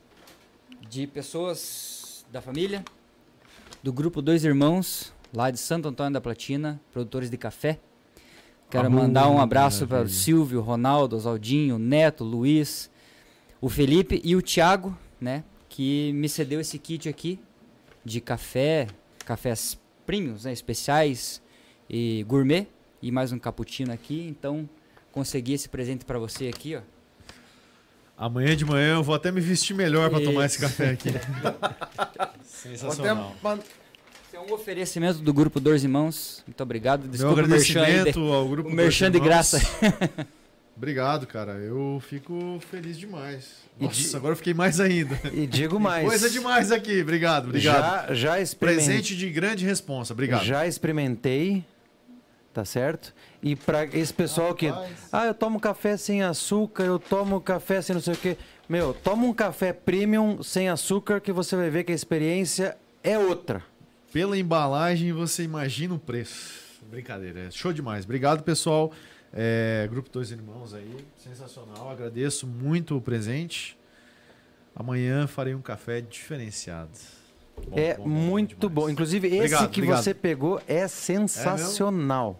De pessoas da família, do grupo Dois Irmãos, lá de Santo Antônio da Platina, produtores de café. Quero mandar um abraço para o Silvio, Ronaldo, Osaldinho, Neto, Luiz, o Felipe e o Thiago, né? Que me cedeu esse kit aqui de cafés premiums, né? Especiais e gourmet, e mais um cappuccino aqui. Então, consegui esse presente para você aqui, ó. Amanhã de manhã eu vou até me vestir melhor pra tomar esse Isso. café aqui. Vou Sensacional. até Esse é um oferecimento do grupo Dois Irmãos. Muito obrigado. Meu Desculpa o merchan aí agradecimento ao grupo o merchan Dois de graça. Irmãos. Obrigado, cara. Eu fico feliz demais. Nossa, agora eu fiquei mais ainda. E digo mais. Coisa demais aqui. Obrigado, obrigado. Já experimentei. Presente de grande responsa. Obrigado. Já experimentei, tá certo? E para esse pessoal que... eu tomo café sem açúcar, eu tomo café sem não sei o quê. Meu, toma um café premium sem açúcar que você vai ver que a experiência é outra. Pela embalagem, você imagina o preço. Brincadeira. Show demais. Obrigado, pessoal. Grupo Dois Irmãos aí. Sensacional. Agradeço muito o presente. Amanhã farei um café diferenciado. Bom muito demais. bom. Inclusive, esse Obrigado, que obrigado. você pegou é sensacional.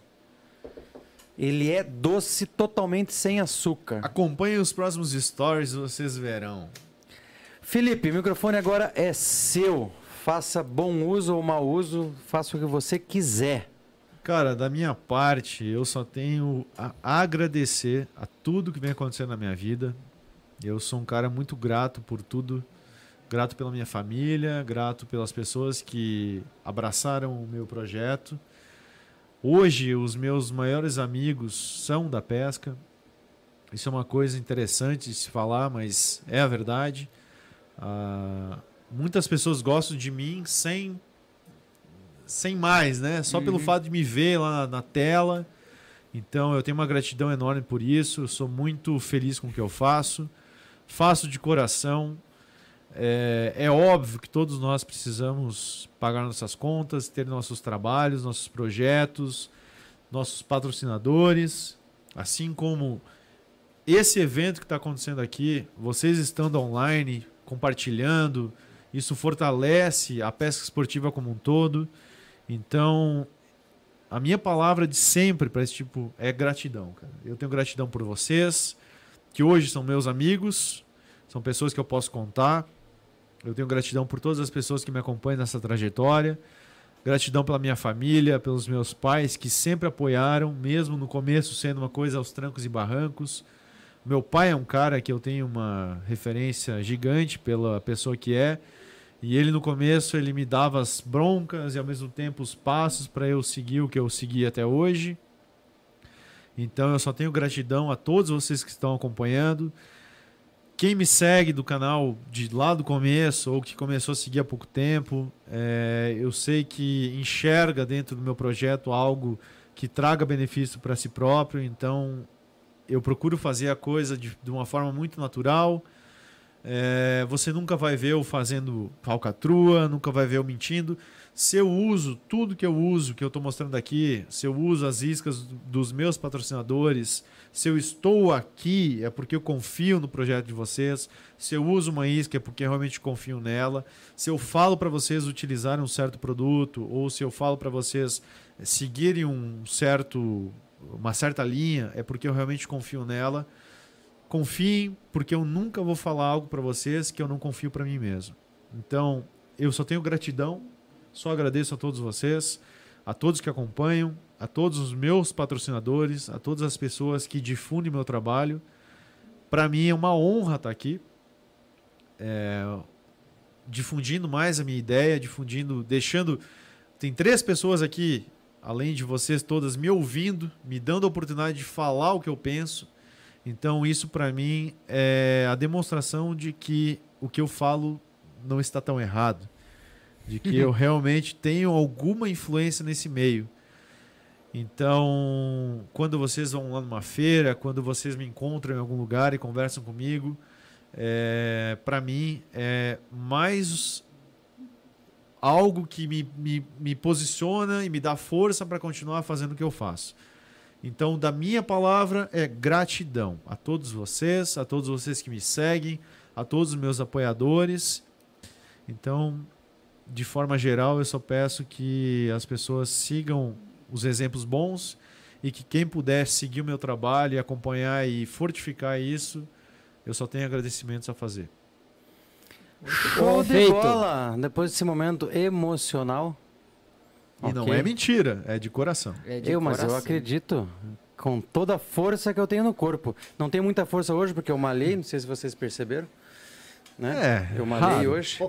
Ele é doce, totalmente sem açúcar. Acompanhem os próximos stories, vocês verão. Felipe, o microfone agora é seu. Faça bom uso ou mau uso, faça o que você quiser. Cara, da minha parte, eu só tenho a agradecer a tudo que vem acontecendo na minha vida. Eu sou um cara muito grato por tudo. Grato pela minha família, grato pelas pessoas que abraçaram o meu projeto. Hoje, os meus maiores amigos são da pesca. Isso é uma coisa interessante de se falar, mas é a verdade. Muitas pessoas gostam de mim sem mais, né? Só pelo fato de me ver lá na tela. Então, eu tenho uma gratidão enorme por isso. Eu sou muito feliz com o que eu faço. Faço de coração. É óbvio que todos nós precisamos pagar nossas contas, ter nossos trabalhos, nossos projetos, nossos patrocinadores, assim como esse evento que está acontecendo aqui, vocês estando online, compartilhando, isso fortalece a pesca esportiva como um todo. Então, a minha palavra de sempre para esse tipo é gratidão, cara. Eu tenho gratidão por vocês, que hoje são meus amigos, são pessoas que eu posso contar. Eu tenho gratidão por todas as pessoas que me acompanham nessa trajetória. Gratidão pela minha família, pelos meus pais que sempre apoiaram, mesmo no começo sendo uma coisa aos trancos e barrancos. Meu pai é um cara que eu tenho uma referência gigante pela pessoa que é. E ele no começo ele me dava as broncas e ao mesmo tempo os passos para eu seguir o que eu segui até hoje. Então eu só tenho gratidão a todos vocês que estão acompanhando. Quem me segue do canal de lá do começo ou que começou a seguir há pouco tempo, eu sei que enxerga dentro do meu projeto algo que traga benefício para si próprio. Então eu procuro fazer a coisa de uma forma muito natural. Você nunca vai ver eu fazendo falcatrua, nunca vai ver eu mentindo. Se eu uso tudo que eu uso, que eu estou mostrando aqui, se eu uso as iscas dos meus patrocinadores, se eu estou aqui é porque eu confio no projeto de vocês, se eu uso uma isca é porque eu realmente confio nela, se eu falo para vocês utilizarem um certo produto ou se eu falo para vocês seguirem uma certa linha é porque eu realmente confio nela. Confiem, porque eu nunca vou falar algo para vocês que eu não confio para mim mesmo. Então, eu só tenho gratidão, só agradeço a todos vocês, a todos que acompanham, a todos os meus patrocinadores, a todas as pessoas que difundem meu trabalho. Para mim é uma honra estar aqui, difundindo mais a minha ideia, deixando... Tem 3 pessoas aqui, além de vocês todas, me ouvindo, me dando a oportunidade de falar o que eu penso. Então isso para mim é a demonstração de que o que eu falo não está tão errado. De que eu realmente tenho alguma influência nesse meio. Então, quando vocês vão lá numa feira, quando vocês me encontram em algum lugar e conversam comigo, para mim é mais algo que me posiciona e me dá força para continuar fazendo o que eu faço. Então, da minha palavra é gratidão a todos vocês que me seguem, a todos os meus apoiadores. Então, de forma geral, eu só peço que as pessoas sigam os exemplos bons e que quem puder seguir o meu trabalho e acompanhar e fortificar isso, eu só tenho agradecimentos a fazer. Show de bola! Depois desse momento emocional. E não é mentira, é de coração. Mas eu acredito com toda a força que eu tenho no corpo. Não tenho muita força hoje porque eu malhei, não sei se vocês perceberam. Né? Eu malhei hoje.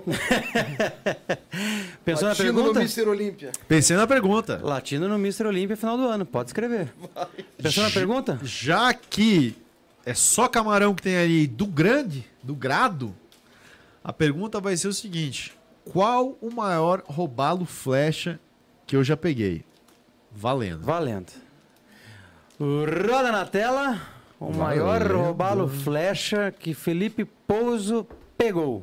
Pensou na pergunta? No Mr. Olímpia. Pensei na pergunta. Latino no Mr. Olímpia final do ano, pode escrever. Pensou na pergunta? Já que é só camarão que tem aí do grado, a pergunta vai ser o seguinte: qual o maior robalo flecha que eu já peguei? Valendo. Roda na tela. O maior robalo flecha que Felipe Pouso pegou.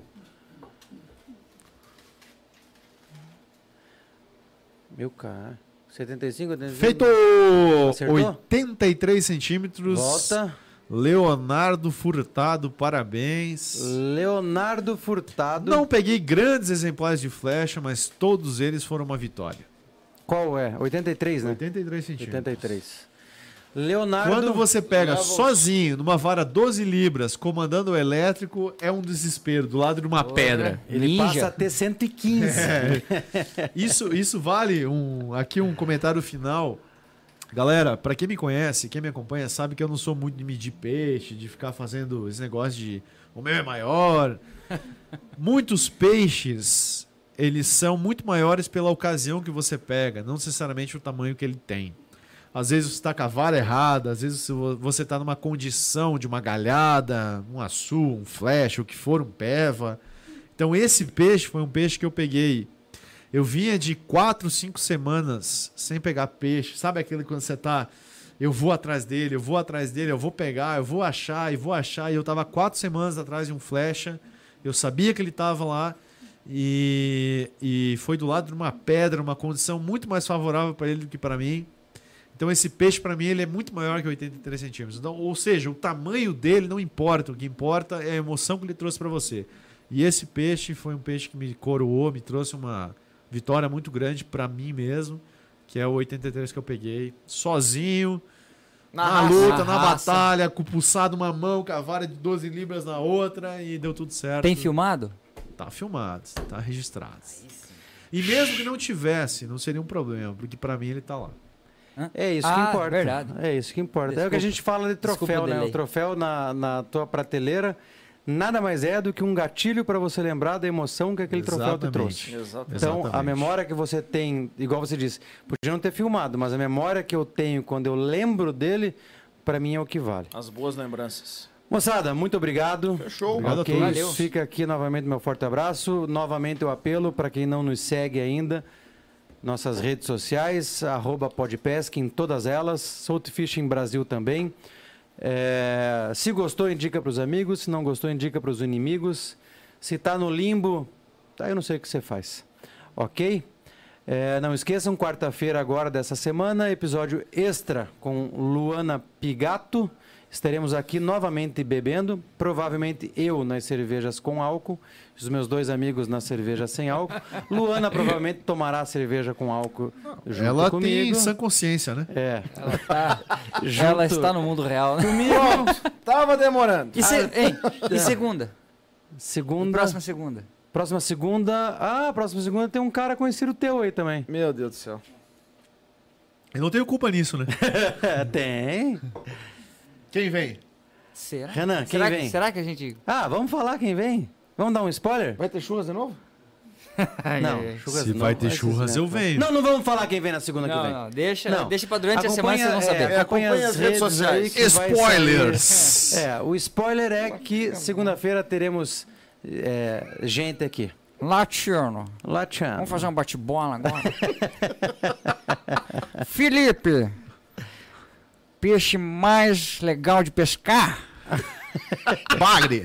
Meu cara. 75, 85. Feito! Acertou? 83 centímetros. Volta. Leonardo Furtado, parabéns. Leonardo Furtado. Não peguei grandes exemplares de flecha, mas todos eles foram uma vitória. Qual é? 83, né? 83 centímetros. 83. Leonardo... Quando você pega sozinho, numa vara 12 libras, comandando o elétrico, é um desespero, do lado de uma pedra. Ele passa a ter 115. Isso vale aqui um comentário final. Galera, para quem me conhece, quem me acompanha, sabe que eu não sou muito de medir peixe, de ficar fazendo esse negócio de o meu é maior. Muitos peixes eles são muito maiores pela ocasião que você pega, não necessariamente o tamanho que ele tem. Às vezes você está com a vara errada, às vezes você está numa condição de uma galhada, um açu, um flash, o que for, um peva. Então esse peixe foi um peixe que eu peguei. Eu vinha de 4, 5 semanas sem pegar peixe. Sabe aquele quando você tá... Eu vou atrás dele, eu vou pegar, eu vou achar. E eu tava 4 semanas atrás de um flecha. Eu sabia que ele tava lá. E foi do lado de uma pedra, uma condição muito mais favorável para ele do que para mim. Então esse peixe para mim ele é muito maior que 83 centímetros. Então, ou seja, o tamanho dele não importa. O que importa é a emoção que ele trouxe para você. E esse peixe foi um peixe que me coroou, me trouxe uma vitória muito grande para mim mesmo, que é o 83 que eu peguei sozinho, na luta, na batalha, com o pulsado numa mão, com a vara de 12 libras na outra, e deu tudo certo. Tem filmado? Tá filmado, tá registrado. E mesmo que não tivesse, não seria um problema, porque para mim ele tá lá. É isso que importa. Verdade. É isso que importa. Desculpa. É o que a gente fala de troféu, Desculpa o né? delay. O troféu na tua prateleira nada mais é do que um gatilho para você lembrar da emoção que aquele troféu te trouxe. Então, a memória que você tem, igual você disse, podia não ter filmado, mas a memória que eu tenho quando eu lembro dele, para mim é o que vale. As boas lembranças. Moçada, muito obrigado. Fechou. Obrigado a Ok, todos. Valeu. fica aqui novamente meu forte abraço. Novamente o apelo para quem não nos segue ainda, nossas redes sociais, @podpesc em todas elas, Salt Fishing Brasil também. Se gostou, indica para os amigos. Se não gostou, indica para os inimigos. Se está no limbo, eu não sei o que você faz. Ok? Não esqueçam, quarta-feira agora dessa semana, episódio extra com Luana Pigato. Estaremos aqui novamente bebendo, provavelmente eu nas cervejas com álcool, os meus 2 amigos nas cervejas sem álcool. Luana provavelmente tomará cerveja com álcool junto Ela comigo. tem sã consciência, né? Ela está no mundo real, né? Comigo. Tava demorando. E segunda? Segunda. Próxima segunda. Próxima segunda. Próxima segunda tem um cara conhecido teu aí também. Meu Deus do céu. Eu não tenho culpa nisso, né? Tem. Quem vem? Será? Renan, quem vem? Será que a gente... Vamos falar quem vem? Vamos dar um spoiler? Vai ter churras de novo? Não, churras Se não, vai ter churras, eu venho. Não vamos falar quem vem na segunda que vem. Não, deixa Não. pra durante a semana vocês vão saber. Acompanha as redes sociais. Aí que vai Spoilers! sair. O spoiler é que segunda-feira teremos gente aqui. Latiano. Vamos fazer um bate-bola agora. Felipe. Peixe mais legal de pescar? Bagre!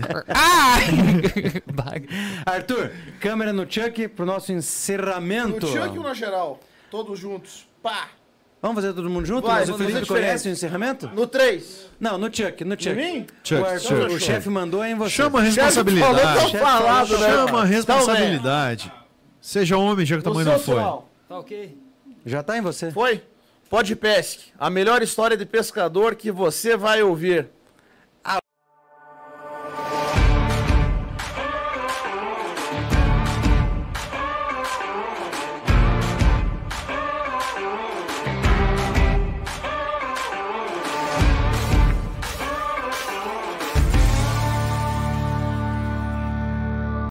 Arthur, câmera no Chuck pro nosso encerramento. No Chuck ou na geral? Todos juntos. Pá! Vamos fazer todo mundo junto? Vai, Mas o vamos Felipe fazer conhece o encerramento? No 3. Não, no Chuck, no Chuck. De mim? Chuck, O Arthur, o chefe mandou em você. Chama a Falou responsabilidade. tão falado, né? Chama a responsabilidade. Seja homem, já que o tamanho não foi. Tá ok. Já tá em você. Foi? Podpesc, a melhor história de pescador que você vai ouvir.